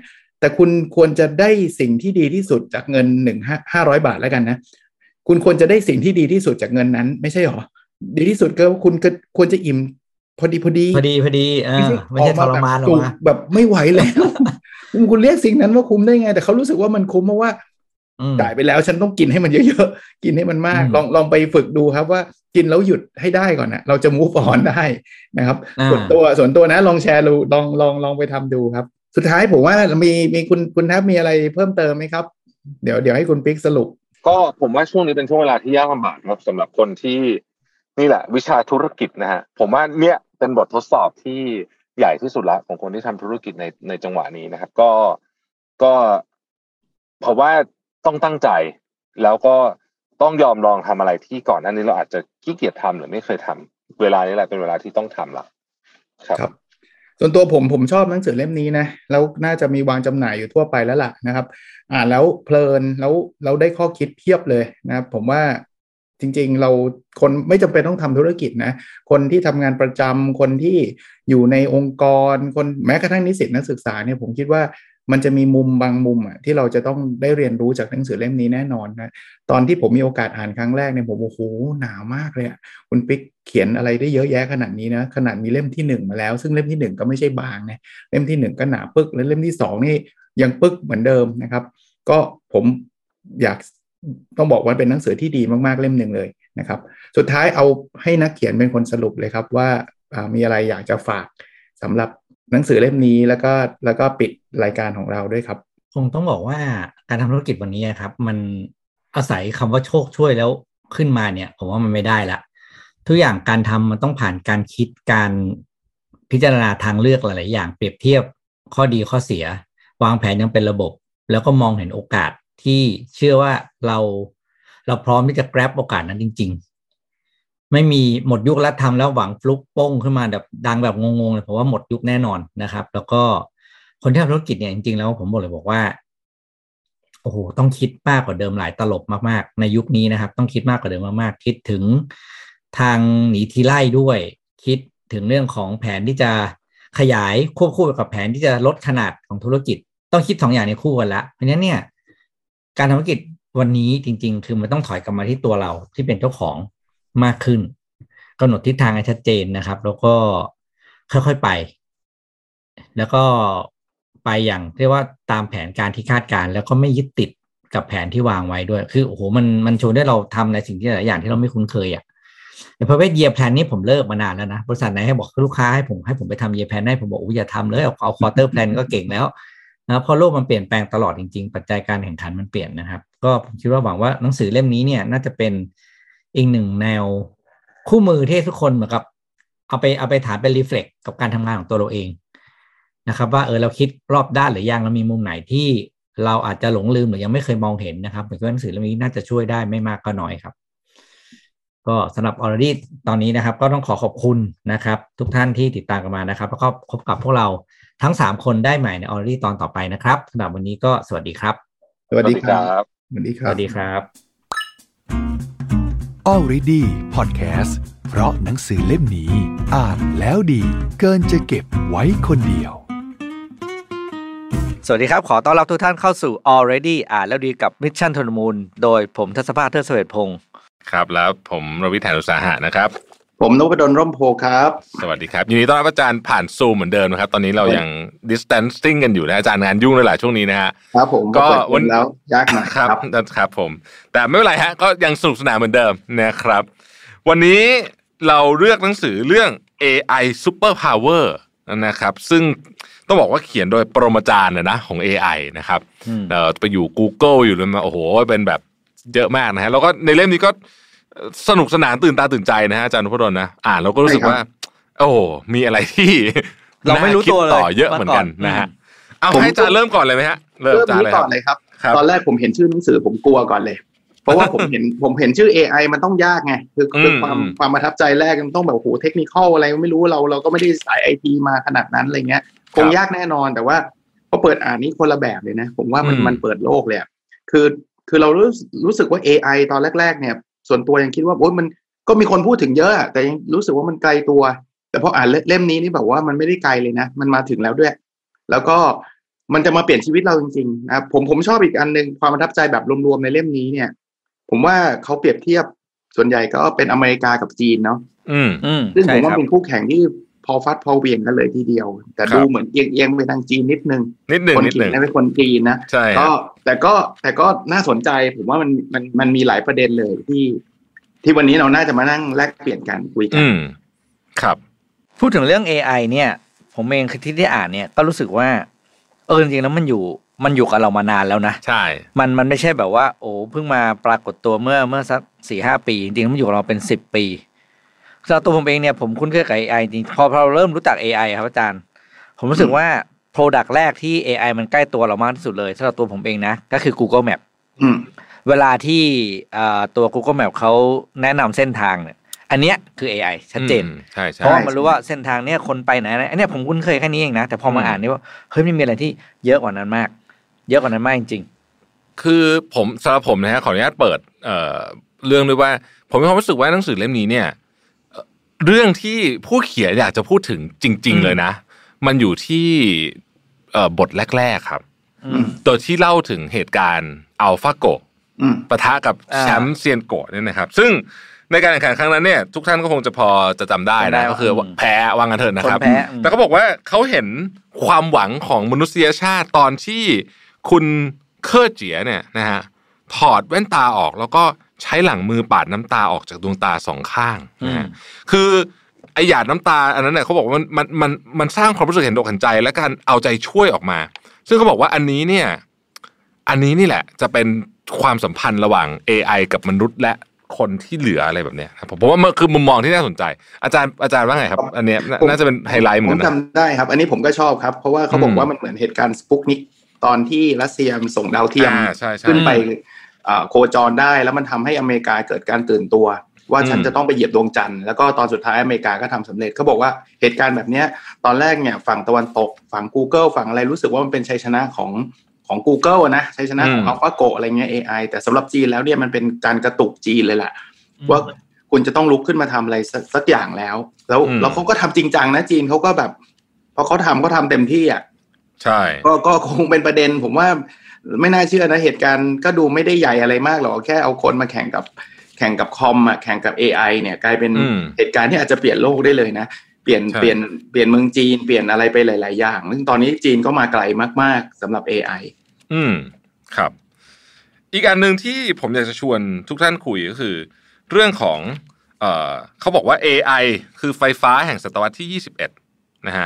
แต่คุณควรจะได้สิ่งที่ดีที่สุดจากเงิน500 บาทแล้วกันนะคุณควรจะได้สิ่งที่ดีที่สุดจากเงินนั้นไม่ใช่หรอดีที่สุดก็คุณก็ควรจะอิ่มพอดีไม่ใช่ทรมานออกมาแบบไม่ไหวแล้วคุณเรียกสิ่งนั้นว่าคุ้มได้ไงแต่เขารู้สึกว่ามันคุ้มเพราะว่าจ่ายไปแล้วฉันต้องกินให้มันเยอะๆกินให้มันมากลองไปฝึกดูครับว่ากินแล้วหยุดให้ได้ก่อนนะเราจะ move on ได้นะครับส่วนตัวนะลองแชร์ดูลองไปทำดูครับสุดท้ายผมว่ามีคุณแทบมีอะไรเพิ่มเติมไหมครับเดี๋ยวให้คุณปิ๊กสรุปก็ผมว่าช่วงนี้เป็นช่วงเวลาที่ยากลำบากครับสำหรับคนที่นี่แหละวิชาธุรกิจนะฮะผมว่าเนี่ยเป็นบททดสอบที่ใหญ่ที่สุดละของคนที่ทำธุรกิจในจังหวะนี้นะครับก็เพราะว่าต้องตั้งใจแล้วก็ต้องยอมลองทำอะไรที่ก่อนหน้านี้เราอาจจะขี้เกียจทำหรือไม่เคยทำเวลานี้แหละเป็นเวลาที่ต้องทำละครับส่วนตัวผมชอบหนังสือเล่มนี้นะแล้วน่าจะมีวางจำหน่ายอยู่ทั่วไปแล้วล่ะนะครับอ่านแล้วเพลินแล้วเราได้ข้อคิดเพียบเลยนะครับผมว่าจริงๆเราคนไม่จำเป็นต้องทำธุรกิจนะคนที่ทำงานประจำคนที่อยู่ในองค์กรคนแม้กระทั่งนิสิตนักศึกษาเนี่ยผมคิดว่ามันจะมีมุมบางมุมอ่ะที่เราจะต้องได้เรียนรู้จากหนังสือเล่มนี้แน่นอนนะตอนที่ผมมีโอกาสอ่านครั้งแรกเนี่ยผมโอ้โหหนาวมากเลยอ่ะคุณปิ๊กเขียนอะไรได้เยอะแยะขนาดนี้นะขนาดมีเล่มที่1มาแล้วซึ่งเล่มที่1ก็ไม่ใช่บางนะเล่มที่1ก็หนาปึกและเล่มที่2นี่ยังปึกเหมือนเดิมนะครับก็ผมอยากต้องบอกว่าเป็นหนังสือที่ดีมากๆเล่มหนึ่งเลยนะครับสุดท้ายเอาให้นักเขียนเป็นคนสรุปเลยครับว่ามีอะไรอยากจะฝากสำหรับหนังสือเล่มนี้แล้วก็ปิดรายการของเราด้วยครับคงต้องบอกว่าการทำธุรกิจวันนี้ครับมันอาศัยคำว่าโชคช่วยแล้วขึ้นมาเนี่ยผมว่ามันไม่ได้ละทุกอย่างการทำมันต้องผ่านการคิดการพิจารณาทางเลือกหลายๆอย่างเปรียบเทียบข้อดีข้อเสียวางแผนยังเป็นระบบแล้วก็มองเห็นโอกาสที่เชื่อว่าเราพร้อมที่จะ grab โอกาสนั้นจริงๆไม่มีหมดยุคแล้วทำแล้วหวังฟลุกโป้งขึ้นมาแบบดังแบบงงๆเลยเพราะว่าหมดยุคแน่นอนนะครับแล้วก็คนที่ทำธุรกิจเนี่ยจริงๆแล้วผมบอกว่าโอ้โหต้องคิดมากกว่าเดิมหลายตลบมากๆในยุคนี้นะครับต้องคิดมากกว่าเดิมมากๆคิดถึงทางหนีทีไล่ด้วยคิดถึงเรื่องของแผนที่จะขยายควบคู่กับแผนที่จะลดขนาดของธุรกิจต้องคิด2 อย่างในคู่กันละเพราะฉะนั้นเนี่ยการทำธุรกิจวันนี้จริงๆคือมันต้องถอยกลับมาที่ตัวเราที่เป็นเจ้าของมากขึ้นกำหนดทิศทางให้ชัดเจนนะครับแล้วก็ค่อยๆไปแล้วก็ไปอย่างเรียกว่าตามแผนการที่คาดการแล้วก็ไม่ยึดติดกับแผนที่วางไว้ด้วยคือโอ้โหมันชวนให้เราทำในสิ่งที่หลายอย่างที่เราไม่คุ้นเคยอ่ะแต่ประเภท year plan นี่ผมเลิกมานานแล้วนะบริษัทไหนให้บอกลูกค้าให้ผมไปทำ year plan ได้ผมบอกอย่าทำเลยเอา quarter plan ก็เก่งแล้วนะเพราะโลกมันเปลี่ยนแปลงตลอดจริงๆปัจจัยการแข่งขันมันเปลี่ยนนะครับก็ผมคิดว่าหวังว่าหนังสือเล่มนี้เนี่ยน่าจะเป็นอีกหนึ่งแนวคู่มือที่ทุกคนเหมือนกับเอาไปฐานเป็น reflect กับการทำงานของตัวเราเองนะครับว่าเราคิดรอบด้านหรือยังเรามีมุมไหนที่เราอาจจะหลงลืมหรือยังไม่เคยมองเห็นนะครับผมคิดว่าหนังสือเล่มนี้น่าจะช่วยได้ไม่มากก็น้อยครับก็สำหรับ Already ตอนนี้นะครับก็ต้องขอบคุณนะครับทุกท่านที่ติดตามกันมานะครับแล้วก็พบกับพวกเราทั้ง3คนได้ใหม่ใน Already ตอนต่อไปนะครับสำหรับวันนี้ก็สวัสดีครับสวัสดีครับสวัสดีครับ Already Podcast เพราะหนังสือเล่มนี้อ่านแล้วดีเกินจะเก็บไว้คนเดียวสวัสดีครับขอต้อนรับทุกท่านเข้าสู่ Already อ่านแล้วดีกับ Mission to the Moon โดยผมทัศภาค เทิดเสวตพงศ์ครับแล้วผมรวิทย์ ฐานอุตสาหะนะครับผมนพดลร่มโพครับสวัสดีครับยินดีต้อนรับอาจารย์ผ่านซูมเหมือนเดิมนะครับตอนนี้เรายัง distancing กันอยู่นะอาจารย์งานยุ่งเลยหลายช่วงนี้นะฮะครับผมก็วันแล้วยากหน่อยครับผมแต่ไม่เป็นไรฮะก็ยังสนุกสนานเหมือนเดิมนะครับวันนี้เราเลือกหนังสือเรื่อง AI Super Power นะครับซึ่งต้องบอกว่าเขียนโดยปรมาจารย์นะของ AI นะครับไปอยู่ Google อยู่เลยมาโอ้โหเป็นแบบเยอะมากนะฮะแล้วก็ในเล่มนี้ก็สนุกสนานตื่นตาตื่นใจนะฮะอาจารย์นพดลนะอ่านแล้วก็รู้สึกว่าโอ้มีอะไรที่เราไม่รู้ตัวเลยต่อเยอะเหมือนกันนะฮะเอาให้อาจารย์เริ่มก่อนเลยไหมฮะเริ่มก่อนเลยครับตอนแรกผมเห็นชื่อหนังสือผมกลัวก่อนเลยเพราะว่าผมเห็นชื่อ AI มันต้องยากไงคือความประทับใจแรกมันต้องแบบโหเทคนิคอะไรไม่รู้เราก็ไม่ได้สาย IT มาขนาดนั้นอะไรเงี้ยคงยากแน่นอนแต่ว่าพอเปิดอ่านนี่คนละแบบเลยนะผมว่ามันเปิดโลกเลยคือเรารู้สึกว่า AI ตอนแรกๆเนี่ยส่วนตัวยังคิดว่าโอ๊ยมันก็มีคนพูดถึงเยอะแต่ยังรู้สึกว่ามันไกลตัวแต่พออ่านเล่มนี้นี่แบบว่ามันไม่ได้ไกลเลยนะมันมาถึงแล้วด้วยแล้วก็มันจะมาเปลี่ยนชีวิตเราจริงๆนะครับผมชอบอีกอันนึงความประทับใจแบบรวมๆในเล่มนี้เนี่ยผมว่าเขาเปรียบเทียบส่วนใหญ่ก็เป็นอเมริกากับจีนเนาะซึ่งผมว่าเป็นคู่แข่งที่พอฟัดพอเวียงกันเลยทีเดียวแต่ดูเหมือนเอียงไปทางจีนนิดนึงคนจีนไม่เป็นคนจีนนะก็แต่ก็น่าสนใจผมว่ามันมีหลายประเด็นเลยที่วันนี้เราน่าจะมานั่งแลกเปลี่ยนกันคุยกันครับพูดถึงเรื่อง AI เนี่ยผมเองที่ได้อ่านเนี่ยก็รู้สึกว่าจริงๆแล้วมันอยู่กับเรามานานแล้วนะใช่มันไม่ใช่แบบว่าโอ้เพิ่งมาปรากฏตัวเมื่อสัก 4-5 ปีจริงๆมันอยู่กับเราเป็น10ปีสำหรับตัวผมเองเนี่ยผมคุ้นเคยกับ AI จริงพอเราเริ่มรู้จัก AI ครับอาจารย์ผมรู้สึกว่า product แรกที่ AI มันใกล้ตัวเรามากที่สุดเลยสำหรับตัวผมเองนะก็คือ Google Map เวลาที่ตัว Google Map เขาแนะนำเส้นทางเนี่ยอันเนี้ยคือ AI ชัดเจนเพราะมันรู้ว่าเส้นทางเนี้ยคนไปไหนอันเนี้ยผมคุ้นเคยแค่นี้เองนะแต่พอมาอ่านนี่ว่าเฮ้ยมันมีอะไรที่เยอะกว่านั้นมากเยอะกว่านั้นมากจริงๆคือผมสำหรับผมนะฮะขออนุญาตเปิดเรื่องด้วยว่าผมมีความรู้สึกว่าหนังสือเล่มนี้เนี่ยเรื่องที่ผู้เขียนอยากจะพูดถึงจริงๆเลยนะมันอยู่ที่บทแรกๆครับตัวที่เล่าถึงเหตุการณ์อัลฟาโกปะทะกับแชมป์เซียนโกะเนี่ยนะครับซึ่งในการแข่งขันครั้งนั้นเนี่ยทุกท่านก็คงจะพอจะจำได้นะก็คือแพ้วางกันเถอะนะครับแต่เขาบอกว่าเขาเห็นความหวังของมนุษยชาติตอนที่คุณเคอร์เจียเนี่ยนะฮะถอดแว่นตาออกแล้วก็ใช้หลังมือปาดน้ำตาออกจากดวงตาสองข้างนะฮะคือไอหยาดน้ำตาอันนั้นเนี่ยเขาบอกว่ามันสร้างความรู้สึกเห็นอกเห็นใจและการเอาใจช่วยออกมาซึ่งเขาบอกว่าอันนี้นี่แหละจะเป็นความสัมพันธ์ระหว่าง AI กับมนุษย์และคนที่เหลืออะไรแบบเนี้ยครับผมว่ามันคือมุมมองที่น่าสนใจอาจารย์ว่าไงครับอันเนี้ยน่าจะเป็นไฮไลท์เหมือนกันผมจำได้ครับอันนี้ผมก็ชอบครับเพราะว่าเขาบอกว่ามันเหมือนเหตุการณ์สปุกนิกตอนที่รัสเซียส่งดาวเทียมขึ้นไปโคจรได้แล้วมันทำให้อเมริกาเกิดการตื่นตัวว่าฉันจะต้องไปเหยียบดวงจันทร์แล้วก็ตอนสุดท้ายอเมริกาก็ทำสำเร็จเขาบอกว่าเหตุการณ์แบบนี้ตอนแรกเนี่ยฝั่งตะวันตกฝั่ง Google ฝั่งอะไรรู้สึกว่ามันเป็นชัยชนะของ Google นะชัยชนะของ AlphaGo อะไรเงี้ย AI แต่สำหรับจีนแล้วเนี่ยมันเป็นการกระตุกจีนเลยแหละว่าคุณจะต้องลุกขึ้นมาทำอะไรสักอย่างแล้วเขาก็ทำจริงจังนะจีนเขาก็แบบพอเขาทำเต็มที่อ่ะใช่ก็คงเป็นประเด็นผมว่าไม่น่าเชื่อนะเหตุการณ์ก็ดูไม่ได้ใหญ่อะไรมากหรอกแค่เอาคนมาแข่งกับคอมอ่ะแข่งกับ AI เนี่ยกลายเป็นเหตุการณ์ที่อาจจะเปลี่ยนโลกได้เลยนะเปลี่ยนเมืองจีนเปลี่ยนอะไรไปหลายๆอย่างซึ่งตอนนี้จีนก็มาไกลมากๆสำหรับ AI ครับอีกอันนึงที่ผมอยากจะชวนทุกท่านคุยก็คือเรื่องของเขาบอกว่า AI คือไฟฟ้าแห่งศตวรรษที่21นะฮะ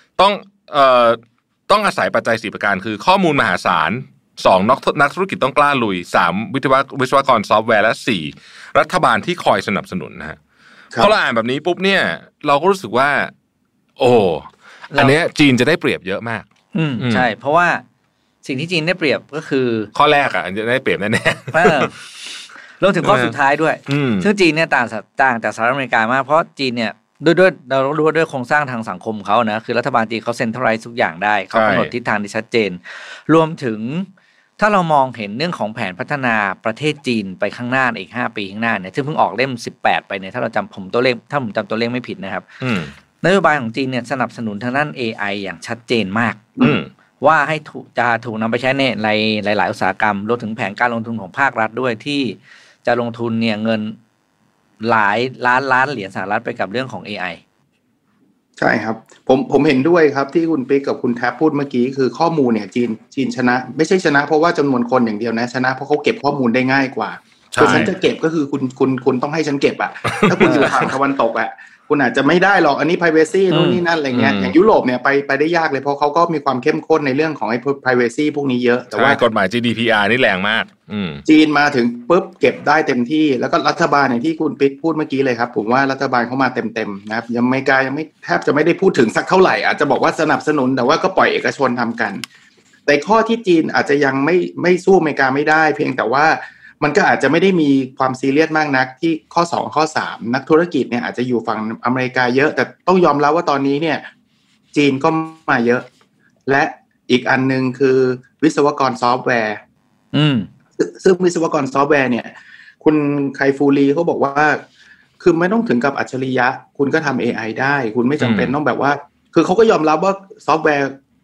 ต้องอาศัยปัจจัย4ประการคือข้อมูลมหาศาล2นักธุรกิจต้องกล้าลุย3วิศวกรซอฟต์แวร์และ4รัฐบาลที่คอยสนับสนุนนะฮะพอเราอ่านแบบนี้ปุ๊บเนี่ยเราก็รู้สึกว่าอันเนี้ยจีนจะได้เปรียบเยอะมากใช่เพราะว่าสิ่งที่จีนได้เปรียบก็คือข้อแรกจะได้เปรียบแน่ๆรวมถึงข้อสุดท้ายด้วยซึ่งจีนเนี่ยต่างจากสหรัฐอเมริกามากเพราะจีนเนี่ยด้วยเรารู้ด้วยโครงสร้างทางสังคมเขานะคือรัฐบาลจีนเขาเซ็นทรัลไลซ์ทุกอย่างได้เขากำหนดทิศทางที่ชัดเจนรวมถึงถ้าเรามองเห็นเรื่องของแผนพัฒนาประเทศจีนไปข้างหน้าอีก5 ปีข้างหน้าเนี่ยซึ่งเพิ่งออกเล่ม18ไปเนี่ยถ้าผมจำตัวเลขไม่ผิดนะครับนโยบายของจีนเนี่ยสนับสนุนทางด้าน AI อย่างชัดเจนมากว่าให้ถูกนำไปใช้ในหลายๆอุตสาหกรรมรวมถึงแผนการลงทุนของภาครัฐด้วยที่จะลงทุนเนี่ยเงินหลายล้านเหรียญสหรัฐไปกับเรื่องของ AI ใช่ครับผมเห็นด้วยครับที่คุณปิ๊กกับคุณแท็บพูดเมื่อกี้คือข้อมูลเนี่ยจีนชนะไม่ใช่ชนะเพราะว่าจำนวนคนอย่างเดียวนะชนะเพราะเขาเก็บข้อมูลได้ง่ายกว่าคือฉันจะเก็บก็คือคุณต้องให้ฉันเก็บอ่ะถ้าคุณอยู่ฝั่งตะวันตกอ่ะคุณอาจจะไม่ได้หรอกอันนี้ privacy นู่นนี่นั่นอะไรเงี้ยอย่างยุโรปเนี่ยไปได้ยากเลยเพราะเขาก็มีความเข้มข้นในเรื่องของไอ้ privacy พวกนี้เยอะแต่ว่ากฎหมาย GDPR นี่แรงมากจีนมาถึงปุ๊บเก็บได้เต็มที่แล้วก็รัฐบาลอย่างที่คุณปิ๊กพูดเมื่อกี้เลยครับผมว่ารัฐบาลเขามาเต็มๆนะครับยังไม่แทบจะไม่ได้พูดถึงสักเท่าไหร่อาจจะบอกว่าสนับสนุนแต่ว่าก็ปล่อยเอกชนทำกันแต่ข้อที่จีนอาจจะยังไม่สู้อเมริกาไม่ได้เพียงแต่ว่ามันก็อาจจะไม่ได้มีความซีเรียสมากนักที่ข้อ2ข้อ3นักธุรกิจเนี่ยอาจจะอยู่ฝั่งอเมริกาเยอะแต่ต้องยอมรับว่าตอนนี้เนี่ยจีนก็มาเยอะและอีกอันนึงคือวิศวกรซอฟต์แวร์ซึ่งวิศวกรซอฟต์แวร์เนี่ยคุณไคฟูรีเขาบอกว่าคือไม่ต้องถึงกับอัจฉริยะคุณก็ทำ AI ได้คุณไม่จำเป็นต้องแบบว่าคือเขาก็ยอมรับว่าซอฟต์แวร์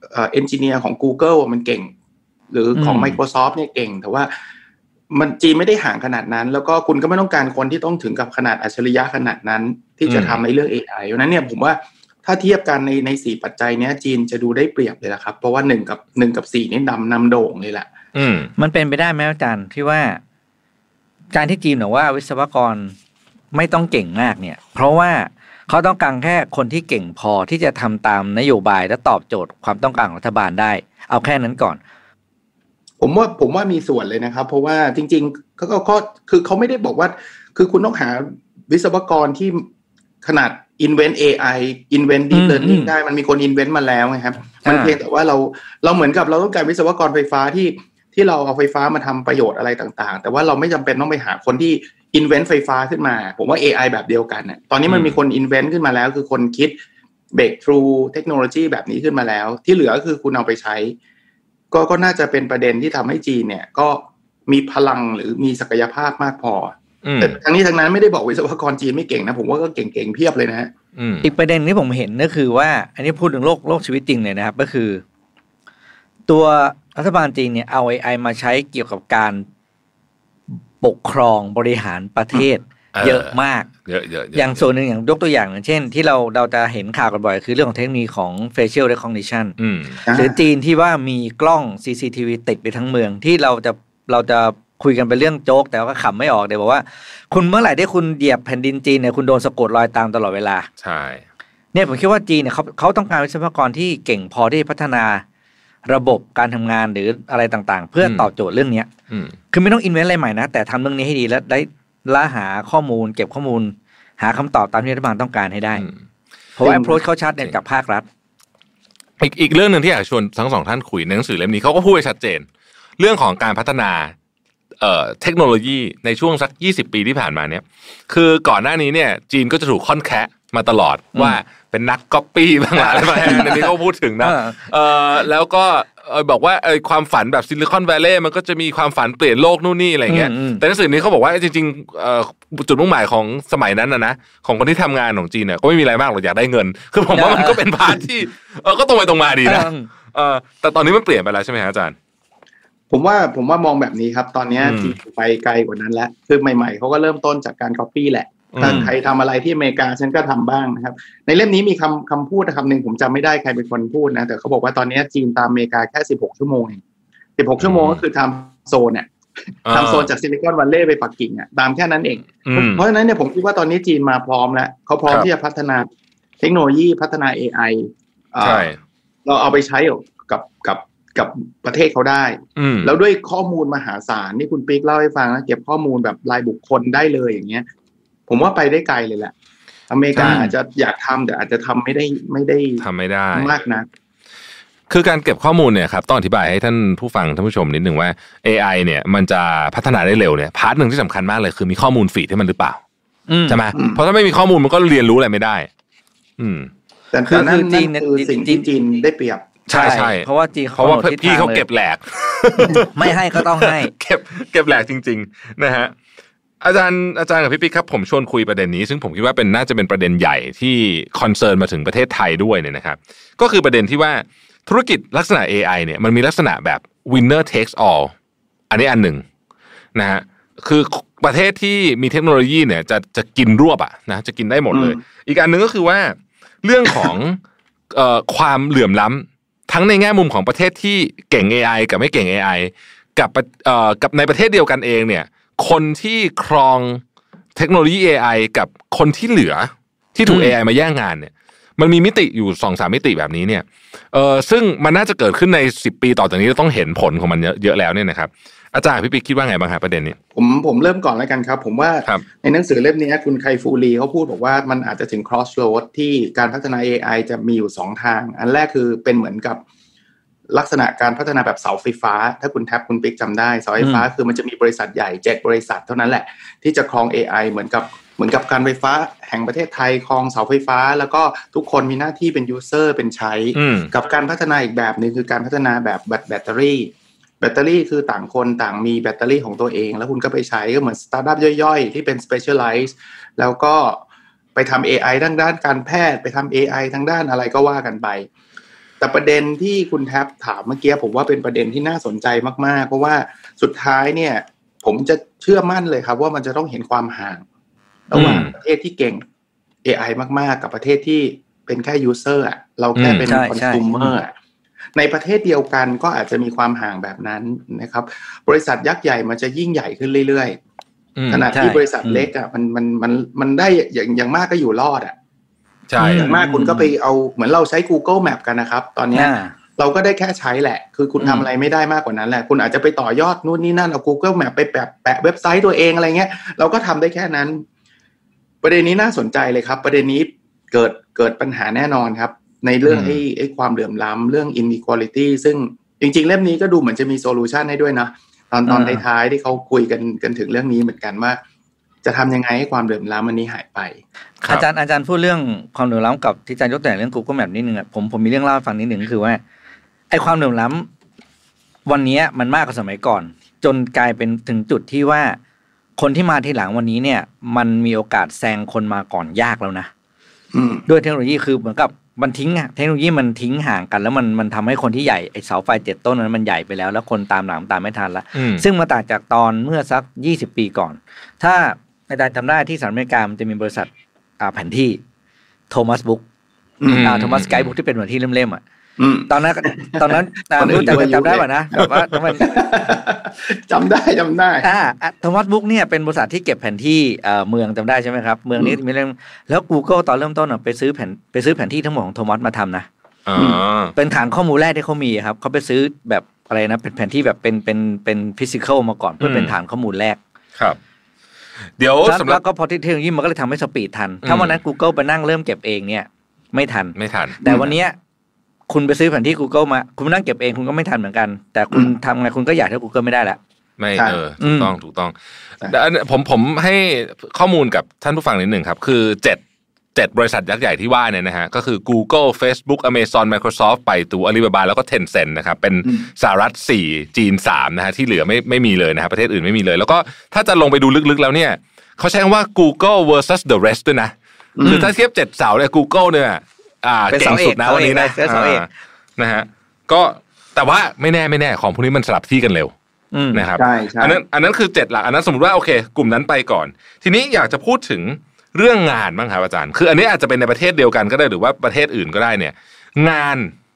เอนจิเนียร์ของ Google มันเก่งหรือของ Microsoft เนี่ยเก่งแต่ว่ามันจีนไม่ได้ห่างขนาดนั้นแล้วก็คุณก็ไม่ต้องการคนที่ต้องถึงกับขนาดอัจฉริยะขนาดนั้นที่จะทำในเรื่อง AI เพราะนั้นเนี่ยผมว่าถ้าเทียบกันใน4ปัจจัยเนี้ยจีนจะดูได้เปรียบเลยละครับเพราะว่า1 กับ 4นี่นำโด่งเลยแหละมันเป็นไปได้ไหมอาจารย์ที่ว่าการที่จีนบอกว่าวิศวกรไม่ต้องเก่งมากเนี่ยเพราะว่าเขาต้องการแค่คนที่เก่งพอที่จะทำตามนโยบายและตอบโจทย์ความต้องการของรัฐบาลได้เอาแค่นั้นก่อนผมว่ามีส่วนเลยนะครับเพราะว่าจริงๆก็คือเขาไม่ได้บอกว่าคือคุณต้องหาวิศวกรที่ขนาด invent AI invent deep learning ได้มันมีคน invent มาแล้วไงครับมันเพียงแต่ว่าเราเหมือนกับเราต้องการวิศวกรไฟฟ้าที่เราเอาไฟฟ้ามาทำประโยชน์อะไรต่างๆแต่ว่าเราไม่จำเป็นต้องไปหาคนที่ invent ไฟฟ้าขึ้นมาผมว่า AI แบบเดียวกันน่ะตอนนี้มันมีคน invent ขึ้นมาแล้วคือคนคิด breakthrough technology แบบนี้ขึ้นมาแล้วที่เหลือคือคุณเอาไปใช้ก็น่าจะเป็นประเด็นที่ทำให้จีนเนี่ยก็มีพลังหรือมีศักยภาพมากพอแต่ทั้งนี้ทั้งนั้นไม่ได้บอกวิศวกรจีนไม่เก่งนะผมว่าก็เก่งๆเพียบเลยนะฮะอีกประเด็นที่ผมเห็นก็คือว่าอันนี้พูดถึงโลกชีวิตจริงเลยนะครับก็คือตัวรัฐบาลจีนเนี่ยเอา AI มาใช้เกี่ยวกับการปกครองบริหารประเทศเยอะมากเยอะอย่างส่วนหนึ่งอย่างยกตัวอย่างเช่นที่เราจะเห็นข่าวกันบ่อยคือเรื่องของเทคโนโลยีของ facial recognition หรือจีนที่ว่ามีกล้อง CCTV ติดไปทั้งเมืองที่เราจะคุยกันเป็นเรื่องโจ๊กแต่ก็ขำไม่ออกเดี๋ยวบอกว่าคุณเมื่อไหร่ที่คุณเหยียบแผ่นดินจีนเนี่ยคุณโดนสะกดรอยตามตลอดเวลาใช่เนี่ยผมคิดว่าจีนเนี่ยเขาต้องการวิศวกรที่เก่งพอที่พัฒนาระบบการทำงานหรืออะไรต่างๆเพื่อตอบโจทย์เรื่องนี้คือไม่ต้องอินเวนต์อะไรใหม่นะแต่ทำเรื่องนี้ให้ดีแล้วได้ล่าหาข้อมูลเก็บข้อมูลหาคำตอบตามที่รัฐบาลต้องการให้ได้เพราะว่า approach เขาชัดเนี่ยจากภาครัฐอีกเรื่องนึงที่อยากชวนทั้งสองท่านคุยในหนังสือเล่มนี้เขาก็พูดไว้ชัดเจนเรื่องของการพัฒนาเทคโนโลยีในช่วงสัก20 ปีที่ผ่านมาเนี่ยคือก่อนหน้านี้เนี่ยจีนก็จะถูกค่อนแคะมาตลอดว่าเป็นนักก๊อปปี้บ้างอะไรบ้างในนี้เขาพูดถึงนะแล้วก็บอกว่าความฝันแบบซิลิคอนแวลลีย์มันก็จะมีความฝันเปลี่ยนโลกนู่นนี่อะไรเงี้ยแต่หนังสือนี้เขาบอกว่าจริงๆจุดมุ่งหมายของสมัยนั้นนะของคนที่ทำงานของจีนเนี่ยก็ไม่มีอะไรมากหรอกอยากได้เงินคือผมว่ามันก็เป็นพาร์ทที่ก็ตรงไปตรงมาดีนะแต่ตอนนี้มันเปลี่ยนไปแล้วใช่ไหมอาจารย์ผมว่ามองแบบนี้ครับตอนนี้จีนไปไกลกว่านั้นแล้วคือใหม่ๆเขาก็เริ่มต้นจากการก๊อปปี้แหละถ้าใครทำอะไรที่อเมริกาฉันก็ทำบ้างนะครับในเล่มนี้มีคำพูดคำหนึ่งผมจำไม่ได้ใครเป็นคนพูดนะแต่เขาบอกว่าตอนนี้จีนตามอเมริกาแค่16 ชั่วโมงเอง16 ชั่วโมงก็คือทำโซนเนี่ยทำโซนจากซิลิคอนวัลเลย์ไปปักกิ่งตามแค่นั้นเองเพราะฉะนั้นเนี่ยผมคิดว่าตอนนี้จีนมาพร้อมแล้วเขาพร้อมที่จะพัฒนาเทคโนโลยีพัฒนา AI เราเอาไปใช้กับประเทศเขาได้แล้วด้วยข้อมูลมหาศาลที่คุณปิ๊กเล่าให้ฟังนะเก็บข้อมูลแบบรายบุคคลได้เลยอย่างเงี้ยผมว่าไปได้ไกลเลยแหละอเมริกาอาจจะอยากทำแต่อาจจะทำไม่ได้มากนะคือการเก็บข้อมูลเนี่ยครับต้องอธิบายให้ท่านผู้ฟังท่านผู้ชมนิดนึงว่า AI เนี่ยมันจะพัฒนาได้เร็วเนี่ยพาร์ทนึงที่สำคัญมากเลยคือมีข้อมูลฟีดให้มันหรือเปล่าใช่ไหมเพราะถ้าไม่มีข้อมูลมันก็เรียนรู้อะไรไม่ได้แต่นั่นคือสิ่งที่จีนได้เปรียบใช่เพราะว่าจีนเพราะว่าพี่เขาเก็บแหลกไม่ให้ก็ต้องให้เก็บแหลกจริงๆนะฮะอาจารย์กับพี่ปิ๊กครับผมชวนคุยประเด็นนี้ซึ่งผมคิดว่าน่าจะเป็นประเด็นใหญ่ที่คอนเซิร์นมาถึงประเทศไทยด้วยเนี่ยนะครับก็คือประเด็นที่ว่าธุรกิจลักษณะ AI เนี่ยมันมีลักษณะแบบ winner takes all อันนี้อันหนึ่งนะฮะคือประเทศที่มีเทคโนโลยีเนี่ยจะกินรวบนะจะกินได้หมดเลยอีกอันนึงก็คือว่าเรื่องของความเหลื่อมล้ำทั้งในแง่มุมของประเทศที่เก่ง AI กับไม่เก่ง AI กับในประเทศเดียวกันเองเนี่ยคนที่ครองเทคโนโลยี AI กับคนที่เหลือที่ถูก AI มาแย่งงานเนี่ยมันมีมิติอยู่ 2-3 มิติแบบนี้เนี่ยซึ่งมันน่าจะเกิดขึ้นใน10 ปีต่อจากนี้ต้องเห็นผลของมันเยอะแล้วเนี่ยนะครับอาจารย์พี่ปิ๊กคิดว่าไงบ้างครับประเด็นนี้ผมเริ่มก่อนแล้วกันครับผมว่าในหนังสือเล่มนี้คุณไคฟูรีเขาพูดบอกว่ามันอาจจะถึง crossroad ที่การพัฒนา AI จะมีอยู่2ทางอันแรกคือเป็นเหมือนกับลักษณะการพัฒนาแบบเสาไฟฟ้าถ้าคุณคุณปิ๊กจำได้เสาไฟฟ้าคือมันจะมีบริษัทใหญ่7 บริษัทเท่านั้นแหละที่จะครอง AI เหมือนกับการไฟฟ้าแห่งประเทศไทยครองเสาไฟฟ้าแล้วก็ทุกคนมีหน้าที่เป็นยูเซอร์เป็นใช้กับการพัฒนาอีกแบบนึงคือการพัฒนาแบบแบตเตอรี่คือต่างคนต่างมีแบตเตอรี่ของตัวเองแล้วคุณก็ไปใช้ก็เหมือนสตาร์ทอัพย่อยๆที่เป็น specialize แล้วก็ไปทำ AI ทางด้านการแพทย์ไปทำ AI ทางด้านอะไรก็ว่ากันไปแต่ประเด็นที่คุณแท็บถามเมื่อกี้ผมว่าเป็นประเด็นที่น่าสนใจมากๆเพราะว่าสุดท้ายเนี่ยผมจะเชื่อมั่นเลยครับว่ามันจะต้องเห็นความห่างระหว่างประเทศที่เก่ง AI มากๆกับประเทศที่เป็นแค่ user อ่ะเราแค่เป็น consumer ในประเทศเดียวกันก็อาจจะมีความห่างแบบนั้นนะครับบริษัทยักษ์ใหญ่มันจะยิ่งใหญ่ขึ้นเรื่อยๆขณะที่บริษัทเล็กอ่ะมันได้อย่างมากก็อยู่รอดอ่ะใช่อย่างมากคุณก็ไปเอาเหมือนเราใช้ Google Map กันนะครับตอนนี้เราก็ได้แค่ใช้แหละคือคุณทำอะไรไม่ได้มากกว่านั้นแหละคุณอาจจะไปต่อยอดนู่นนี่นั่นเอา Google Map ไปแปะเว็บไซต์ตัวเองอะไรเงี้ยเราก็ทำได้แค่นั้นประเด็นนี้น่าสนใจเลยครับประเด็นนี้เกิดปัญหาแน่นอนครับในเรื่องไอ้ความเหลื่อมล้ำเรื่อง inequality ซึ่งจริงๆเล่มนี้ก็ดูเหมือนจะมีโซลูชันให้ด้วยนะตอนท้ายๆที่เขาคุยกันถึงเรื่องนี้เหมือนกันว่าจะทำยังไงให้ความเหลื่อมล้ำอันนี้หายไปอาจารย์พูดเรื่องความเหลื่อมล้ำกับที่อาจารย์ยกตัวอย่างเรื่อง Google Map นิดนึงอ่ะผมมีเรื่องเล่าให้ฟังนิดนึงก็คือว่าไอ้ความเหลื่อมล้ำวันนี้มันมากกว่าสมัยก่อนจนกลายเป็นถึงจุดที่ว่าคนที่มาทีหลังวันนี้เนี่ยมันมีโอกาสแซงคนมาก่อนยากแล้วนะด้วยเทคโนโลยีคือเหมือนกับมันทิ้งเทคโนโลยีมันทิ้งห่างกันแล้วมันทำให้คนที่ใหญ่ไอ้เสาไฟ7ต้นนั้นมันใหญ่ไปแล้วคนตามหลังตามไม่ทันละซึ่งมาต่างจากตอนเมื่อสัก20ปีก่อนถ้าอาจารย์จำได้ที่สหรัฐอเมริกามันจะมีบริษัทแผนที่โทมัสบุ๊กโทมัสไกด์บุ๊กที่เป็นเหมือนที่เล่มๆอ่ะตอนนั้นรู้จักจำได้ป่ะนะแบบว่าจำได้โทมัสบุ๊กเนี่ยเป็นบริษัทที่เก็บแผนที่เมืองจำได้ใช่ไหมครับเมืองนี้มีเรื่องแล้ว Google ตอนเริ่มต้นไปซื้อแผนที่ทั้งหมดของโทมัสมาทำนะเป็นฐานข้อมูลแรกที่เขามีครับเขาไปซื้อแบบอะไรนะเป็นแผนที่แบบเป็นฟิสิกอลมาก่อนเพื่อเป็นฐานข้อมูลแรกครับเดี๋ยวสำหรับก็พอเทคโนโลยีมันก็เลยทำให้สปีดทันถ้าวันนั้น Google ไปนั่งเริ่มเก็บเองเนี่ยไม่ทันแต่วันนี้คุณไปซื้อแผนที่ Google มาคุณนั่งเก็บเองคุณก็ไม่ทันเหมือนกันแต่คุณทำไงคุณก็อยากให้ Google ไม่ได้แล้วไม่ถูกต้องผมให้ข้อมูลกับท่านผู้ฟังนิดหนึ่งครับคือ7บริษัทยักษ์ใหญ่ที่ว่าเนี่ยนะฮะก็คือ Google Facebook Amazon Microsoft ไปตู Alibaba แล้วก็ Tencent นะครับเป็นสหรัฐ4จีน3นะฮะที่เหลือไม่มีเลยนะครับประเทศอื่นไม่มีเลยแล้วก็ถ้าจะลงไปดูลึกๆแล้วเนี่ยเขาใช้คำว่า Google versus the rest ด้วยนะคือถ้าเทียบ7เสาเนี่ย Google เนี่ยเก่งสุดนะวันนี้นะฮะก็แต่ว่าไม่แน่ของพวกนี้มันสลับที่กันเร็วนะครับอันนั้นคือ7หลักอันนั้นสมมติว่าโอเคกลุ่มนั้นไปก่อนทีนี้อยากจะพูดถึงเรื่องงานบ้างครับอาจารย์คืออันนี้อาจจะเป็นในประเทศเดียวกันก็ได้หรือว่าประเทศอื่นก็ได้เนี่ยงาน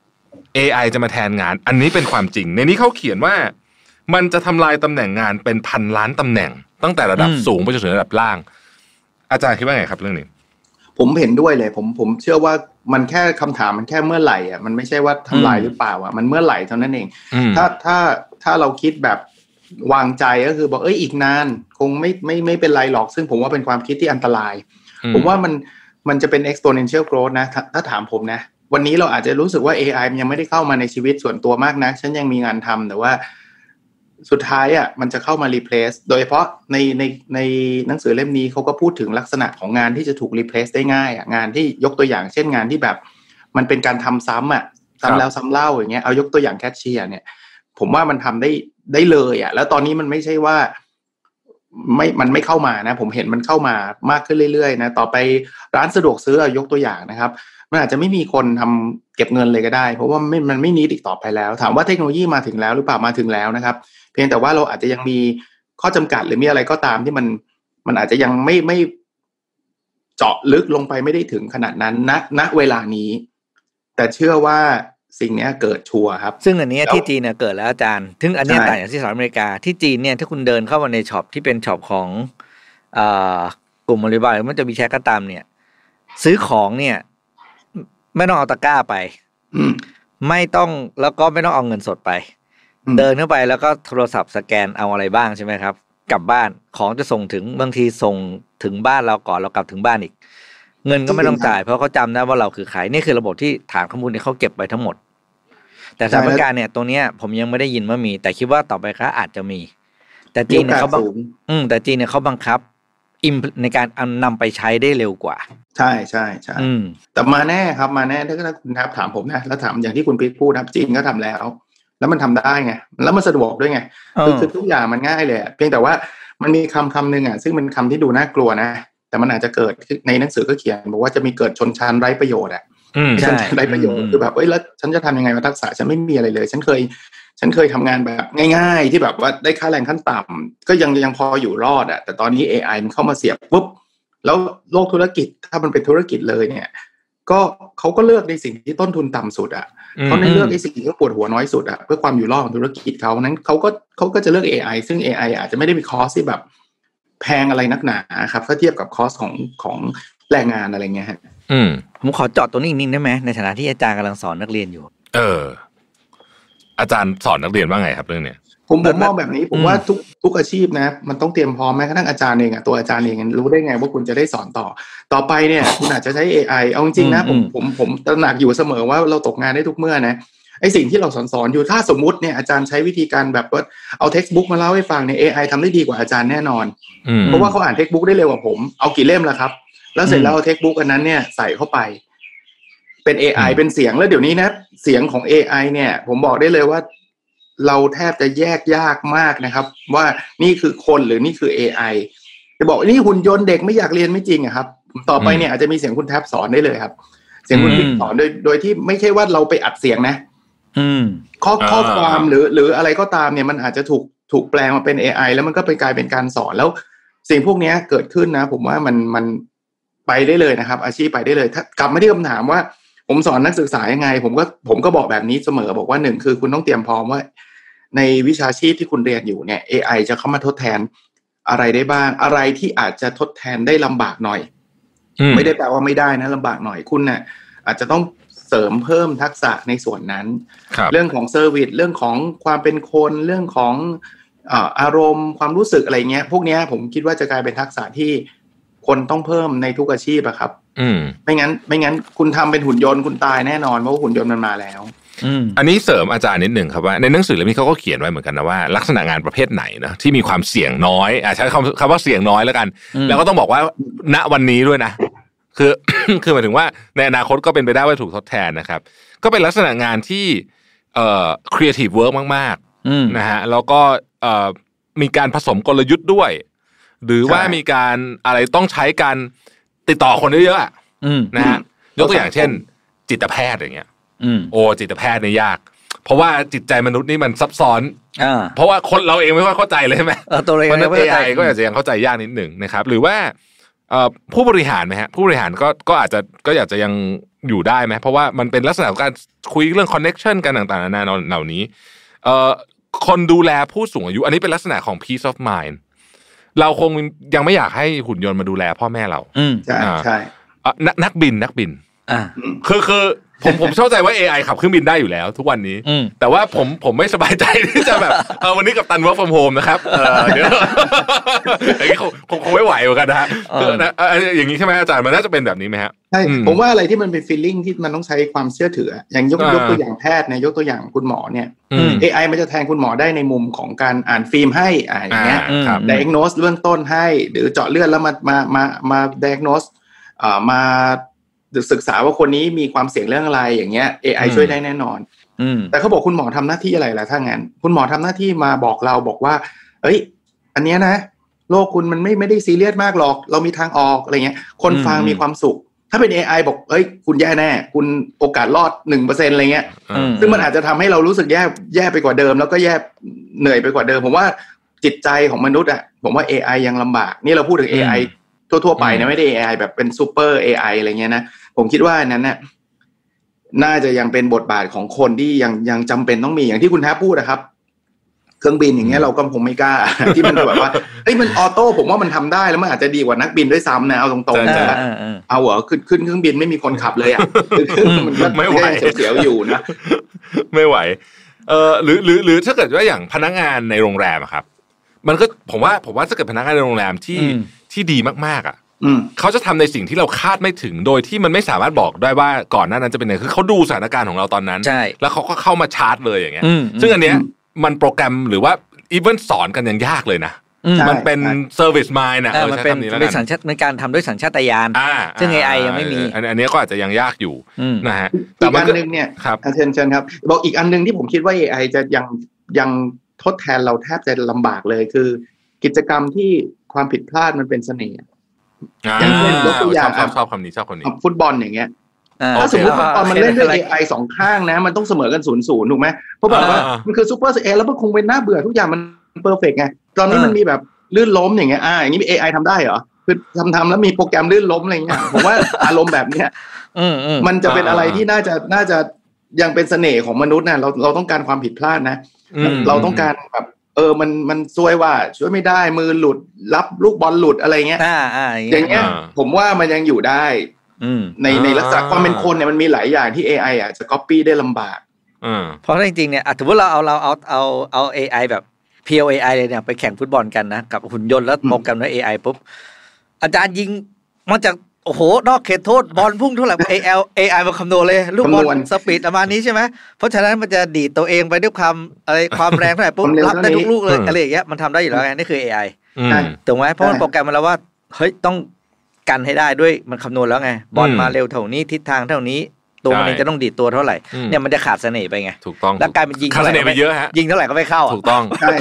AI จะมาแทนงานอันนี้เป็นความจริงในนี้เขาเขียนว่ามันจะทำลายตำแหน่งงานเป็นพันล้านตำแหน่งตั้งแต่ระดับสูงไปจนถึงระดับล่างอาจารย์คิดว่าไงครับเรื่องนี้ผมเห็นด้วยเลยผมเชื่อว่ามันแค่คำถามมันแค่เมื่อไหร่อ่ะมันไม่ใช่ว่าทำลายหรือเปล่าอ่ะมันเมื่อไหร่เท่านั้นเองถ้าเราคิดแบบวางใจก็คือบอกอีกนานคงไม่เป็นไรหรอกซึ่งผมว่าเป็นความคิดที่อันตรายผมว่ามันจะเป็น exponential growth นะถ้าถามผมนะวันนี้เราอาจจะรู้สึกว่า AI มันยังไม่ได้เข้ามาในชีวิตส่วนตัวมากนะฉันยังมีงานทำแต่ว่าสุดท้ายอ่ะมันจะเข้ามา replace โดยเฉพาะในหนังสือเล่มนี้เขาก็พูดถึงลักษณะของงานที่จะถูก replace ได้ง่ายอ่ะงานที่ยกตัวอย่างเช่นงานที่แบบมันเป็นการทำซ้ำอ่ะซ้ำแล้วซ้ำเล่าอย่างเงี้ยเอายกตัวอย่างแคชเชียร์เนี่ยผมว่ามันทำได้เลยอ่ะแล้วตอนนี้มันไม่ใช่ว่ามันไม่เข้ามานะผมเห็นมันเข้ามามากขึ้นเรื่อยๆนะต่อไปร้านสะดวกซื้อยกตัวอย่างนะครับมันอาจจะไม่มีคนทำเก็บเงินเลยก็ได้เพราะว่ามันไม่นิดอีกต่อไปแล้วถามว่าเทคโนโลยีมาถึงแล้วหรือเปล่ามาถึงแล้วนะครับเพียงแต่ว่าเราอาจจะยังมีข้อจำกัดหรือมีอะไรก็ตามที่มันอาจจะยังไม่เจาะลึกลงไปไม่ได้ถึงขนาดนั้นณเวลานี้แต่เชื่อว่าสิ่งนี้เกิดชัวร์ครับซึ่งอันนี้ที่จีนเนี่ยเกิดแล้วอาจารย์ถึงอันนี้ต่างจากที่สหรัฐอเมริกาที่จีนเนี่ยถ้าคุณเดินเข้ามาในช็อปที่เป็นช็อปของกลุ่มAlibabaหรือมันจะมีแชร์ก็ตามเนี่ยซื้อของเนี่ยไม่ต้องเอาตะกร้าไปไม่ต้องแล้วก็ไม่ต้องเอาเงินสดไปเดินเข้าไปแล้วก็โทรศัพท์สแกนเอาอะไรบ้างใช่ไหมครับกลับบ้านของจะส่งถึงบางทีส่งถึงบ้านเราก่อนเรากลับถึงบ้านอีกเงินก็ไม่ต้องจ่ายเพราะเขาจำได้ว่าเราคือใครนี่คือระบบที่ฐานข้อมูลที่เขาเก็บไปทั้งหมดแต่สหรัฐอเมริกาเนี่ยตรงเนี้ยผมยังไม่ได้ยินว่ามีแต่คิดว่าต่อไปก็อาจจะมีแต่จีนเนี่ยเขาแต่จีนเนี่ยเขาบังคับในการนำไปใช้ได้เร็วกว่าใช่แต่มาแน่ครับมาแน่ถ้าคุณทับถามผมนะแล้วถามอย่างที่คุณปิ๊กพูดนะจีนก็ทำแล้วมันทำได้ไงแล้วมันสะดวกด้วยไงคือทุกอย่างมันง่ายเลยเพียงแต่ว่ามันมีคำนึงอ่ะซึ่งเป็นคำที่ดูน่ากลัวนะแต่มันอาจจะเกิดในหนังสือก็เขียนบอกว่าจะมีเกิดชนชั้นไร้ประโยชน์อ่ะฉันจะได้ประโยชน์คือแบบแล้วฉันจะทำยังไงมาทักษะฉันไม่มีอะไรเลยฉันเคยทำงานแบบง่ายๆที่แบบว่าได้ค่าแรงขั้นต่ำก็ยังพออยู่รอดแต่ตอนนี้ AI มันเข้ามาเสียบปุ๊บแล้วโลกธุรกิจถ้ามันเป็นธุรกิจเลยเนี่ยก็เขาก็เลือกในสิ่งที่ต้นทุนต่ำสุดเขาเลือกในสิ่งที่ปวดหัวน้อยสุดเพื่อความอยู่รอดของธุรกิจเขานั้นเขาก็จะเลือก AI ซึ่ง AI อาจจะไม่ได้มีคอสที่แบบแพงอะไรนักหนาครับถ้าเทียบกับคอสของแรงงานอะไรเงี้ยฮะผมขอเจาะตัวนี้นิดนึงได้ไหมในฐานะที่อาจารย์กำลังสอนนักเรียนอยู่อาจารย์สอนนักเรียนว่าไงครับเรื่องเนี้ยผมมองแบบนี้ผมว่าทุกอาชีพนะมันต้องเตรียมพร้อมแม้กระทั่งอาจารย์เองตัวอาจารย์เองรู้ได้ไงว่าคุณจะได้สอนต่อไปเนี่ย คุณอาจจะใช้ AI เอาจริงๆนะผมตระหนักอยู่เสมอว่าเราตกงานได้ทุกเมื่อนะไอ้สิ่งที่เราสอนอยู่ถ้าสมมุติเนี่ยอาจารย์ใช้วิธีการแบบว่าเอา textbook มาเล่าให้ฟังเนี่ย AI ทำได้ดีกว่าอาจารย์แน่นอนเพราะว่าเขาอ่าน textbook ได้เร็วกว่าผมเอากี่เล่มล่ะครับแล้วเสร็จแล้วเอา textbook อันนั้นเนี่ยใส่เข้าไปเป็น AI เป็นเสียงแล้วเดี๋ยวนี้นะเสียงของ AI เนี่ยผมบอกได้เลยว่าเราแทบจะแยกยากมากนะครับว่านี่คือคนหรือนี่คือ AI จะบอกนี่หุ่นยนต์เด็กไม่อยากเรียนไม่จริงอะครับต่อไปเนี่ยอาจจะมีเสียงคุณแท็บสอนได้เลยครับเสียงคุณพิกสอนโดยที่ไม่ใช่ว่าเราไปอัดเสียงนะข้อความหรืออะไรก็ตามเนี่ยมันอาจจะถูกแปลงมาเป็น AI แล้วมันก็ไปกลายเป็นการสอนแล้วสิ่งพวกนี้เกิดขึ้นนะผมว่ามันไปได้เลยนะครับอาชีพไปได้เลยถ้ากลับมาที่คำถามว่าผมสอนนักศึกษายังไงผมก็บอกแบบนี้เสมอบอกว่า1คือคุณต้องเตรียมพร้อมว่าในวิชาชีพที่คุณเรียนอยู่เนี่ย AI จะเข้ามาทดแทนอะไรได้บ้างอะไรที่อาจจะทดแทนได้ลำบากหน่อยไม่ได้แปลว่าไม่ได้นะลำบากหน่อยคุณเนี่ยอาจจะต้องเสริมเพิ่มทักษะในส่วนนั้นเรื่องของเซอร์วิสเรื่องของความเป็นคนเรื่องของอารมณ์ความรู้สึกอะไรเงี้ยพวกนี้ผมคิดว่าจะกลายเป็นทักษะที่คนต้องเพิ่มในทุกอาชีพอะครับไม่งั้นคุณทำเป็นหุ่นยนต์คุณตายแน่นอนเพราะว่าหุ่นยนต์มันมาแล้วอันนี้เสริมอาจารย์นิดหนึ่งครับว่าในหนังสือเล่มนี้เขาก็เขียนไว้เหมือนกันนะว่าลักษณะงานประเภทไหนนะที่มีความเสี่ยงน้อยใช้คำว่าเสี่ยงน้อยแล้วกันแล้วก็ต้องบอกว่าณวันนี้ด้วยนะคือหมายถึงว่าในอนาคตก็เป็นไปได้ว่าถูกทดแทนนะครับก็เป็นลักษณะงานที่creative work มากๆนะฮะแล้วก็มีการผสมกลยุทธ์ด้วยหรือว่ามีการอะไรต้องใช้การติดต่อคนเยอะๆนะฮะยกตัวอย่างเช่นจิตแพทย์อย่างเงี้ยจิตแพทย์เนี่ยยากเพราะว่าจิตใจมนุษย์นี่มันซับซ้อนเพราะว่าคนเราเองไม่ค่อยเข้าใจเลยใช่ไหมตัวเองไม่เข้าใจก็อาจจะยังเข้าใจยากนิดหนึ่งนะครับหรือว่าผู้บริหารไหมฮะผู้บริหารก็อาจจะก็อยากจะยังอยู่ได้ไหมเพราะว่ามันเป็นลักษณะของการคุยเรื่องคอนเนคชั่นกันต่างๆนานาเหล่านี้คนดูแลผู้สูงอายุอันนี้เป็นลักษณะของ peace of mind เราคงยังไม่อยากให้หุ่นยนต์มาดูแลพ่อแม่เราใช่นักบินคือผมเข้าใจว่า AI ขับเครื่องบินได้อยู่แล้วทุกวันนี้แต่ว่าผมไม่สบายใจที่จะแบบวันนี้กับตัน work from home นะครับเดี๋ยวอย่างนี้คงไม่ไหวเหมือนกันนะฮะอย่างนี้ใช่ไหมอาจารย์มันน่าจะเป็นแบบนี้ไหมฮะใช่ผมว่าอะไรที่มันเป็น feeling ที่มันต้องใช้ความเชื่อถืออย่างยกตัวอย่างแพทย์เนี่ยยกตัวอย่างคุณหมอเนี่ย AI มันจะแทนคุณหมอได้ในมุมของการอ่านฟิล์มให้อย่างเงี้ย diagnose เบื้องต้นให้หรือเจาะเลือดแล้วมา diagnose มาศึกษาว่าคนนี้มีความเสี่ยงเรื่องอะไรอย่างเงี้ย AI ช่วยได้แน่นอนแต่เขาบอกคุณหมอทำหน้าที่อะไรล่ะถ้างั้นคุณหมอทำหน้าที่มาบอกเราบอกว่าเอ้ยอันเนี้ยนะโรคคุณมันไม่ได้ซีเรียสมากหรอกเรามีทางออกอะไรเงี้ยคนฟังมีความสุขถ้าเป็น AI บอกเอ้ยคุณแย่แน่คุณโอกาสรอด 1% อะไรเงี้ยซึ่งมันอาจจะทำให้เรารู้สึกแย่ไปกว่าเดิมแล้วก็แย่เหนื่อยไปกว่าเดิมผมว่าจิตใจของมนุษย์ผมว่า AI ยังลำบากนี่เราพูดถึง AI ทั่วๆไปนะไม่ได้ AI แบบเป็นซูเปอร์ AI อะไรเงี้ยนะผมคิดว่านั้นน่ะน่าจะยังเป็นบทบาทของคนที่ยังจำเป็นต้องมีอย่างที่คุณแทบพูดนะครับเครื่องบินอย่างเงี้ยเราก็คงไม่กล้าที่มันแบบว่าเอ้ยมันออโต้ผมว่ามันทำได้แล้วมันอาจจะดีกว่านักบินด้วยซ้ำนะเอาตรงๆนะเอาเหรอขึ้นเครื่องบินไม่มีคนขับเลยมันไม่ไหวเสียวๆอยู่นะไม่ไหวหรือถ้าเกิดว่าอย่างพนักงานในโรงแรมครับมันก็ผมว่าถ้าเกิดพนักงานในโรงแรมที่ดีมากๆเขาจะทำในสิ่งที่เราคาดไม่ถึงโดยที่มันไม่สามารถบอกได้ว่าก่อนหน้านั้นจะเป็นไงคือเขาดูสถานการณ์ของเราตอนนั้นแล้วเขาก็เข้ามาชาร์จเลยอย่างเงี้ยซึ่งอันเนี้ยมันโปรแกรมหรือว่าอีเวนต์สอนกันยังยากเลยนะมันเป็นเซอร์วิสมายด์นะมันเป็นสัญชาตในการทำด้วยสัญชาตญาณซึ่ง AI ยังไม่มีอันนี้ก็อาจจะยังยากอยู่นะฮะอีกอันนึงเนี่ยเชิญครับบอกอีกอันนึงที่ผมคิดว่า AI จะยังทดแทนเราแทบจะลำบากเลยคือกิจกรรมที่ความผิดพลาดมันเป็นเสน่ห์อย่างเช่นยกตัวอย่างชอบคำนี้ชอบคนนี้ฟุตบอลอย่างเงี้ยถ้าสมมติตอนมันเล่นด้วย AI 2 ข้างนะมันต้องเสมอกัน 0-0 ถูกไหมเพราะแบบว่ามันคือซูเปอร์เอแล้วมันคงเป็นน่าเบื่อทุกอย่างมันเพอร์เฟกต์ไงตอนนี้มันมีแบบลื่นล้มอย่างเงี้ยอย่างนี้ AI ทำได้เหรอคือทำแล้วมีโปรแกรมลื่นล้มอะไรเงี้ยผมว่าอารมณ์แบบเนี้ยมันจะเป็นอะไรที่น่าจะยังเป็นเสน่ห์ของมนุษย์นะเราต้องการความผิดพลาดนะเราต้องการแบบมันซวยว่าช่วยไม่ได้มือหลุดรับลูกบอลหลุดอะไรเงี้ยอย่างเงี้ยผมว่ามันยังอยู่ได้ในลักษณะความเป็นคนเนี่ยมันมีหลายอย่างที่ AI อาจจะ copy ได้ลำบากเพราะจริงๆเนี่ยสมมติเราเอา AI แบบ POAI เลยเนี่ยไปแข่งฟุตบอลกันนะกับหุ่นยนต์แล้วโปรแกรมด้วย AI ปุ๊บอาจารย์ยิงมันจากโอ้โหนอกเขตโทษบอลพุ่งเท่าไหร่ AI มาคำนวณเลยลูกบอลสปีดประมาณนี้ใช่ไหมเพราะฉะนั้นมันจะดีดตัวเองไปด้วยความแรงเท่าไหร่ปุ๊บรับได้ทุกลูกเลยอะไรอย่างเงี้ยมันทำได้อยู่แล้วไงนี่คือ AI ถูกไหมเพราะมันโปรแกรมมาแล้วว่าเฮ้ยต้องกันให้ได้ด้วยมันคำนวณแล้วไงบอลมาเร็วเท่านี้ทิศทางเท่านี้ตัวมันเองจะต้องดีดตัวเท่าไหร่เนี่ยมันจะขาดเสน่ห์ไปไงถูกต้องแล้วกลายเป็นยิงขาดเสน่ห์ไปเยอะฮะยิงเท่าไหร่ก็ไม่เข้าถูกต้องใช่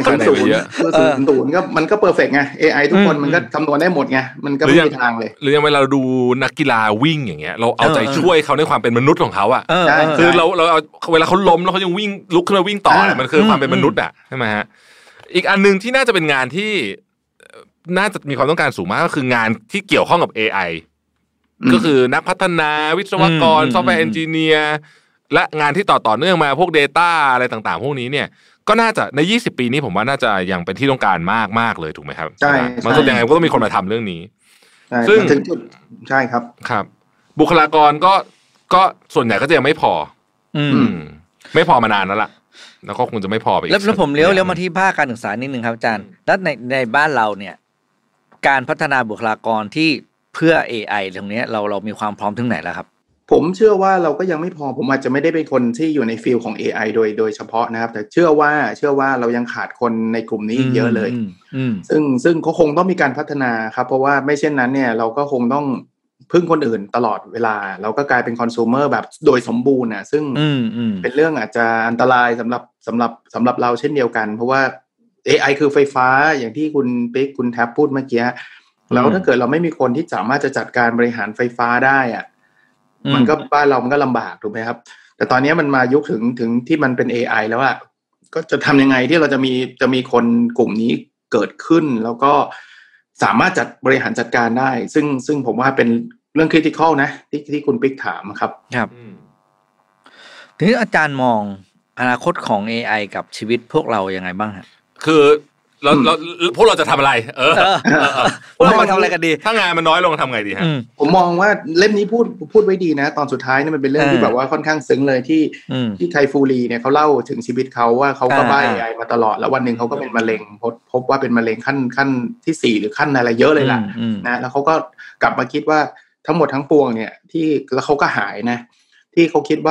0-0ก็มันก็เพอร์เฟกต์ไง AI ทุกคนมันก็คำนวณได้หมดไงมันก็ไม่มีทางเลยหรือยังเวลาเราดูนักกีฬาวิ่งอย่างเงี้ยเราเอาใจช่วยเขาในความเป็นมนุษย์ของเขาอ่ะคือเราเวลาเขาล้มแล้วเขายังวิ่งลุกขึ้นมาวิ่งต่อมันคือความเป็นมนุษย์อ่ะใช่ไหมฮะอีกอันนึงที่น่าจะเป็นงานที่น่าจะมีความต้องการสูงมากก็คืองานที่เกี่ยวข้องกับ AIก็คือนักพัฒนาวิศวกรซอฟต์แวร์เอนจิเนียร์และงานที่ต่อเนื่องมาพวก Data อะไรต่างๆพวกนี้เนี่ยก็น่าจะใน20ปีนี้ผมว่าน่าจะยังเป็นที่ต้องการมากๆเลยถูกไหมครับใช่มันก็ยังไงก็ต้องมีคนมาทำเรื่องนี้ซึ่งใช่ครับครับบุคลากรก็ส่วนใหญ่ก็จะยังไม่พอไม่พอมานานแล้วล่ะแล้วก็คงจะไม่พอไปอีกแล้วผมเลี้ยวมาที่ภาคการศึกษานิดนึงครับอาจารย์แล้วในบ้านเราเนี่ยการพัฒนาบุคลากรที่เพื่อ AI ตรงนี้เรามีความพร้อมถึงไหนแล้วครับผมเชื่อว่าเราก็ยังไม่พอผมอาจจะไม่ได้เป็นคนที่อยู่ในฟีลของ AI โดยเฉพาะนะครับแต่เชื่อว่าเรายังขาดคนในกลุ่มนี้เยอะเลยซึ่งก็คงต้องมีการพัฒนาครับเพราะว่าไม่เช่นนั้นเนี่ยเราก็คงต้องพึ่งคนอื่นตลอดเวลาเราก็กลายเป็นคอน sumer แบบโดยสมบูรณ์นะซึ่งเป็นเรื่องอาจจะอันตรายสำหรับเราเช่นเดียวกันเพราะว่า AI คือไฟฟ้าอย่างที่คุณปิ๊กคุณแท็บพูดเมื่อกี้แล้วถ้าเกิดเราไม่มีคนที่สามารถจะจัดการบริหารไฟฟ้าได้อะมันก็บ้านเรามันก็ลำบากถูกไหมครับแต่ตอนนี้มันมายุคถึงที่มันเป็น AI แล้วอะก็จะทำยังไงที่เราจะมีคนกลุ่มนี้เกิดขึ้นแล้วก็สามารถบริหารจัดการได้ซึ่งผมว่าเป็นเรื่องคริติคอลนะที่คุณปิ๊กถามครับครับทีนี้อาจารย์มองอนาคตของ AI กับชีวิตพวกเรายังไงบ้างฮะคือเราพวกเราจะทำอะไรพวกเราทำอะไรกันดีถ้างานมันน้อยลงทำไงดีฮะผมมองว่าเล่มนี้พูดไว้ดีนะตอนสุดท้ายนี่มันเป็นเรื่องที่แบบว่าค่อนข้างซึ้งเลยที่ไคฟูรีเนี่ยเขาเล่าถึงชีวิตเขาว่าเขาก็บ้า AI มาตลอดแล้ววันนึงเขาก็เป็นมะเร็งพบว่าเป็นมะเร็งขั้นที่4หรือขั้นอะไรเยอะเลยล่ะนะแล้วเขาก็กลับมาคิดว่าทั้งหมดทั้งปวงเนี่ยที่แล้วเขาก็หายนะที่เขาคิดว่า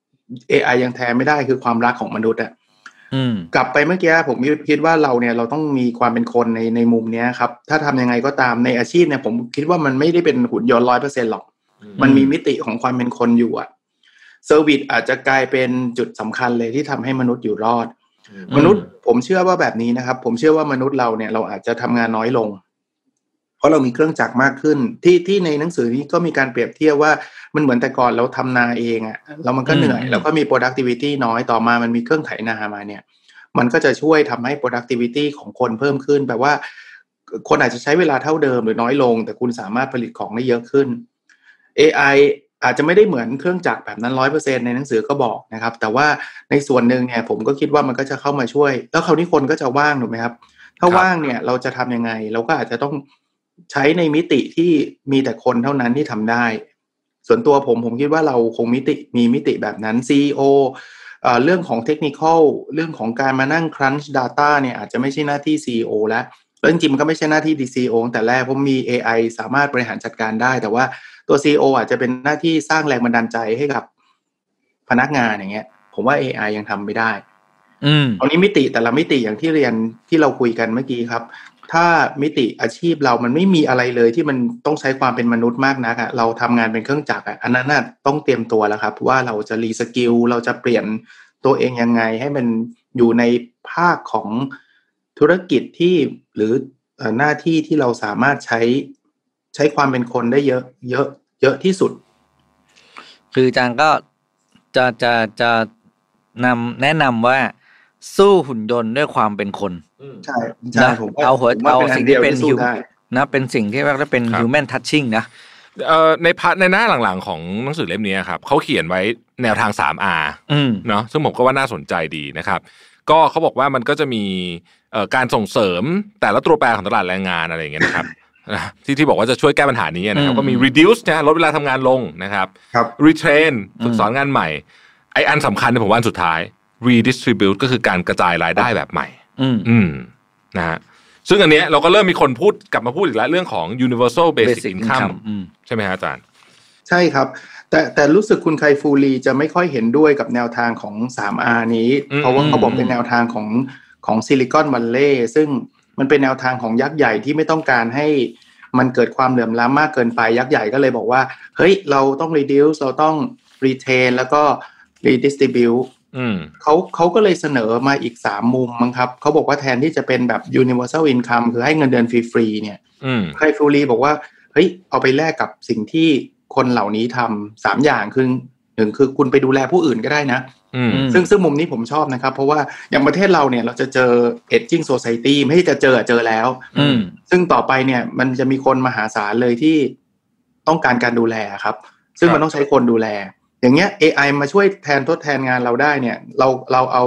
AI ยังแทนไม่ได้คือความรักของมนุษย์อะกลับไปเมื่อกี้ผมคิดว่าเราต้องมีความเป็นคนในมุมนี้ครับถ้าทำยังไงก็ตามในอาชีพเนี่ยผมคิดว่ามันไม่ได้เป็นหุ่นยนต์ 100% หรอกมันมีมิติของความเป็นคนอยู่อะเซอร์วิสอาจจะกลายเป็นจุดสำคัญเลยที่ทำให้มนุษย์อยู่รอดมนุษย์ผมเชื่อว่าแบบนี้นะครับผมเชื่อว่ามนุษย์เราเนี่ยเราอาจจะทำงานน้อยลงเพราะเรามีเครื่องจักรมากขึ้นที่ในหนังสือนี้ก็มีการเปรียบเทียบว่ามันเหมือนแต่ก่อนเราทำนาเองอะแล้วมันก็เหนื่อยแล้วก็มี productivity น้อยต่อมามันมีเครื่องไถนามาเนี่ยมันก็จะช่วยทำให้ productivity ของคนเพิ่มขึ้นแปลว่าคนอาจจะใช้เวลาเท่าเดิมหรือน้อยลงแต่คุณสามารถผลิตของได้เยอะขึ้น AI อาจจะไม่ได้เหมือนเครื่องจักรแบบนั้น 100% ในหนังสือก็บอกนะครับแต่ว่าในส่วนหนึ่งเนี่ยผมก็คิดว่ามันก็จะเข้ามาช่วยแล้วคราวนี้คนก็จะว่างถูกไหมครับถ้าว่างเนี่ยเราจะทำยังไงเราก็อาจจะต้องใช้ในมิติที่มีแต่คนเท่านั้นที่ทำได้ส่วนตัวผมคิดว่าเราคงมีมิติแบบนั้น CEO เรื่องของเทคนิคอลเรื่องของการมานั่ง crunch data เนี่ยอาจจะไม่ใช่หน้าที่ CEO แล้วจริงๆมันก็ไม่ใช่หน้าที่ CEO แต่แรกเพราะมี AI สามารถบริหารจัดการได้แต่ว่าตัว CEO อาจจะเป็นหน้าที่สร้างแรงบันดาลใจให้กับพนักงานอย่างเงี้ยผมว่า AI ยังทำไม่ได้ตอนนี้มิติแต่ละมิติอย่างที่เรียนที่เราคุยกันเมื่อกี้ครับถ้ามิติอาชีพเรามันไม่มีอะไรเลยที่มันต้องใช้ความเป็นมนุษย์มากนักอ่ะเราทำงานเป็นเครื่องจักรอ่ะอันนั้นน่ะต้องเตรียมตัวแล้วครับว่าเราจะรีสกิลเราจะเปลี่ยนตัวเองยังไงให้มันอยู่ในภาคของธุรกิจที่หรือหน้าที่ที่เราสามารถใช้ความเป็นคนได้เยอะที่สุดคืออาจารย์ก็จะแนะนำว่าสู้หุ่นยนต์ด้วยความเป็นคนใช่ผมเอาสิ่งที่เป็นเป็นสิ่งที่เรียกว่าเป็น human touching นะในหน้าหลังๆของหนังสือเล่มนี้ครับเขาเขียนไว้แนวทาง 3R เนาะซึ่งผมก็ว่าน่าสนใจดีนะครับก็เขาบอกว่ามันก็จะมีการส่งเสริมแต่ละตัวแปรของตลาดแรงงานอะไรอย่างเงี้ยนะครับที่บอกว่าจะช่วยแก้ปัญหานี้นะครับก็มี reduce นะลดเวลาทำงานลงนะครับ retrain ฝึกสอนงานใหม่ไออันสำคัญผมว่าอันสุดท้าย redistribute ก็คือการกระจายรายได้แบบใหม่นะฮะซึ่งอันเนี้ยเราก็เริ่มมีคนกลับมาพูดอีกแล้วเรื่องของ universal basic income ใช่ไหมฮะอาจารย์ใช่ครับแต่รู้สึกคุณไคฟูรีจะไม่ค่อยเห็นด้วยกับแนวทางของ 3R นี้เพราะว่าเขาบอกเป็นแนวทางของซิลิคอนวัลเลย์ซึ่งมันเป็นแนวทางของยักษ์ใหญ่ที่ไม่ต้องการให้มันเกิดความเหลื่อมล้ำมากเกินไปยักษ์ใหญ่ก็เลยบอกว่าเฮ้ยเราต้อง reduce เราต้อง retain แล้วก็ redistribute เขาก็เลยเสนอมาอีก3มุมมั้งครับเขาบอกว่าแทนที่จะเป็นแบบ universal income คือให้เงินเดือนฟรีๆเนี่ยไคฟูรีบอกว่าเฮ้ยเอาไปแลกกับสิ่งที่คนเหล่านี้ทำ3อย่างคือ1คือคุณไปดูแลผู้อื่นก็ได้นะซึ่งมุมนี้ผมชอบนะครับเพราะว่าอย่างประเทศเราเนี่ยเราจะเจอ aging society ไม่ใช่จะเจอแล้วซึ่งต่อไปเนี่ยมันจะมีคนมหาศาลเลยที่ต้องการการดูแลครับซึ่งมันต้องใช้คนดูแลอย่างเงี้ย AI มาช่วยทดแทนงานเราได้เนี่ยเราเอา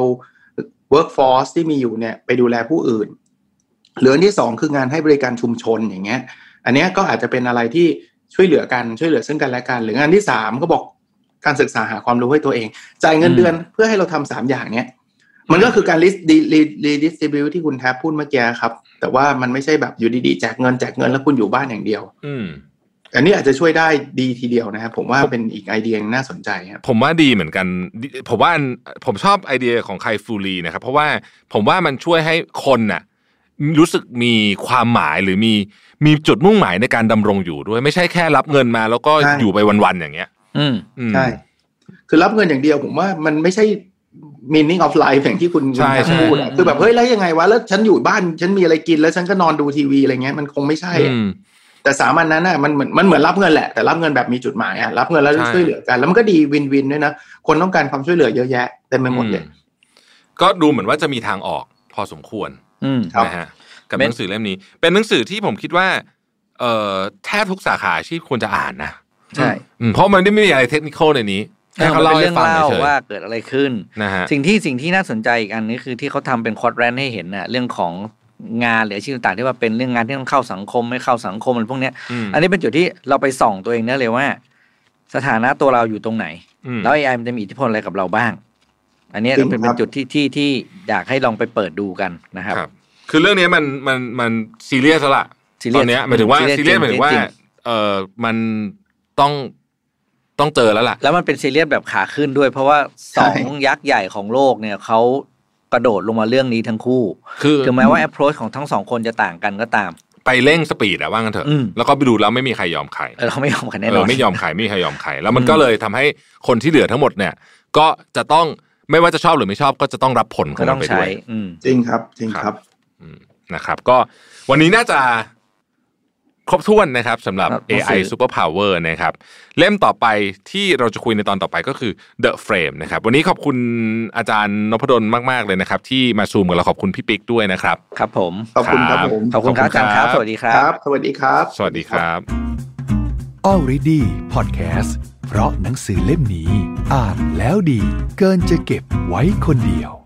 workforce ที่มีอยู่เนี่ยไปดูแลผู้อื่นเหลือที่2คืองานให้บริการชุมชนอย่างเงี้ยอันเนี้ยก็อาจจะเป็นอะไรที่ช่วยเหลือซึ่งกันและกันหรืองานที่3ก็บอกการศึกษาหาความรู้ให้ตัวเองจ่ายเงินเดือนเพื่อให้เราทำ3อย่างเนี้ยมันก็คือการ redistribute ที่คุณแทบพูดเมื่อกี้ครับแต่ว่ามันไม่ใช่แบบอยู่ดีๆแจกเงินแล้วคุณอยู่บ้านอย่างเดียวอันนี้อาจจะช่วยได้ดีทีเดียวนะครับผมว่าเป็นอีกไอเดียน่าสนใจครับผมว่าดีเหมือนกันผมชอบไอเดียของไคฟูรีนะครับเพราะว่าผมว่ามันช่วยให้คนน่ะรู้สึกมีความหมายหรือมีจุดมุ่งหมายในการดำรงอยู่ด้วยไม่ใช่แค่รับเงินมาแล้วก็อยู่ไปวันๆอย่างเงี้ยใช่คือรับเงินอย่างเดียวผมว่ามันไม่ใช่ meaning of life อย่างที่คุณพูดคือแบบเฮ้ยแล้วยังไงวะแล้วฉันอยู่บ้านฉันมีอะไรกินแล้วฉันก็นอนดูทีวีอะไรเงี้ยมันคงไม่ใช่แต่สามัญนั้นน่ะมันเหมือนรับเงินแหละแต่รับเงินแบบมีจุดหมายอ่ะรับเงินแล้วช่วยเหลือกันแล้วมันก็ดีวินด้วยนะคนต้องการความช่วยเหลือเยอะแยะเต็มไปหมดเลยก็ดูเหมือนว่าจะมีทางออกพอสมควรนะฮะกับหนังสือเล่มนี้เป็นหนังสือที่ผมคิดว่าแทบทุกสาขาอาชีพควรจะอ่านนะใช่เพราะมันไม่มีอะไรเทคนิคในนี้แค่เขาเล่าให้ฟังเฉยๆว่าเกิดอะไรขึ้นนะฮะสิ่งที่น่าสนใจอีกอันนี้คือที่เขาทำเป็นควอดแรนต์ให้เห็นน่ะเรื่องของงานหรืออาชีพต่างๆที่ว่าเป็นเรื่องงานที่ต้องเข้าสังคมไม่เข้าสังคมอะไรพวกนี้อันนี้เป็นจุดที่เราไปส่องตัวเองได้เลยว่าสถานะตัวเราอยู่ตรงไหนแล้ว AI มันจะมีอิทธิพลอะไรกับเราบ้างอันนี้เป็นจุดที่อยากให้ลองไปเปิดดูกันนะครับคือเรื่องนี้มันซีเรียสละตอนนี้หมายถึงว่าซีเรียสหมายถึงว่ามันต้องเจอแล้วล่ะแล้วมันเป็นซีเรียสแบบขาขึ้นด้วยเพราะว่า2ยักษ์ใหญ่ของโลกเนี่ยเขากระโดดลงมาเรื่องนี้ทั้งคู่ถึงแม้ว่า approach ของทั้ง2คนจะต่างกันก็ตามไปเร่งสปีดอะว่างั้นเถอะแล้วก็ไปดูแล้วไม่มีใครยอมใครเราไม่ยอมใครแน่นอนไม่ยอมใครไม่มีใครยอมใครแล้วมันก็เลยทำให้คนที่เหลือทั้งหมดเนี่ยก็จะต้องไม่ว่าจะชอบหรือไม่ชอบก็จะต้องรับผลของมันไปด้วยจริงครับนะครับก็วันนี้น่าจะครบถ้วนนะครับสำหรับ AI Super Power นะครับเล่มต่อไปที่เราจะคุยในตอนต่อไปก็คือ The Frame นะครับวันนี้ขอบคุณอาจารย์นพดลมากๆเลยนะครับที่มาซูมกับเราขอบคุณพี่ปิ๊กด้วยนะครับครับผมขอบคุณครับผมขอบคุณครับอาจารย์ครับสวัสดีครับสวัสดีครับสวัสดีครับ Already Podcast เพราะหนังสือเล่มนี้อ่านแล้วดีเกินจะเก็บไว้คนเดียว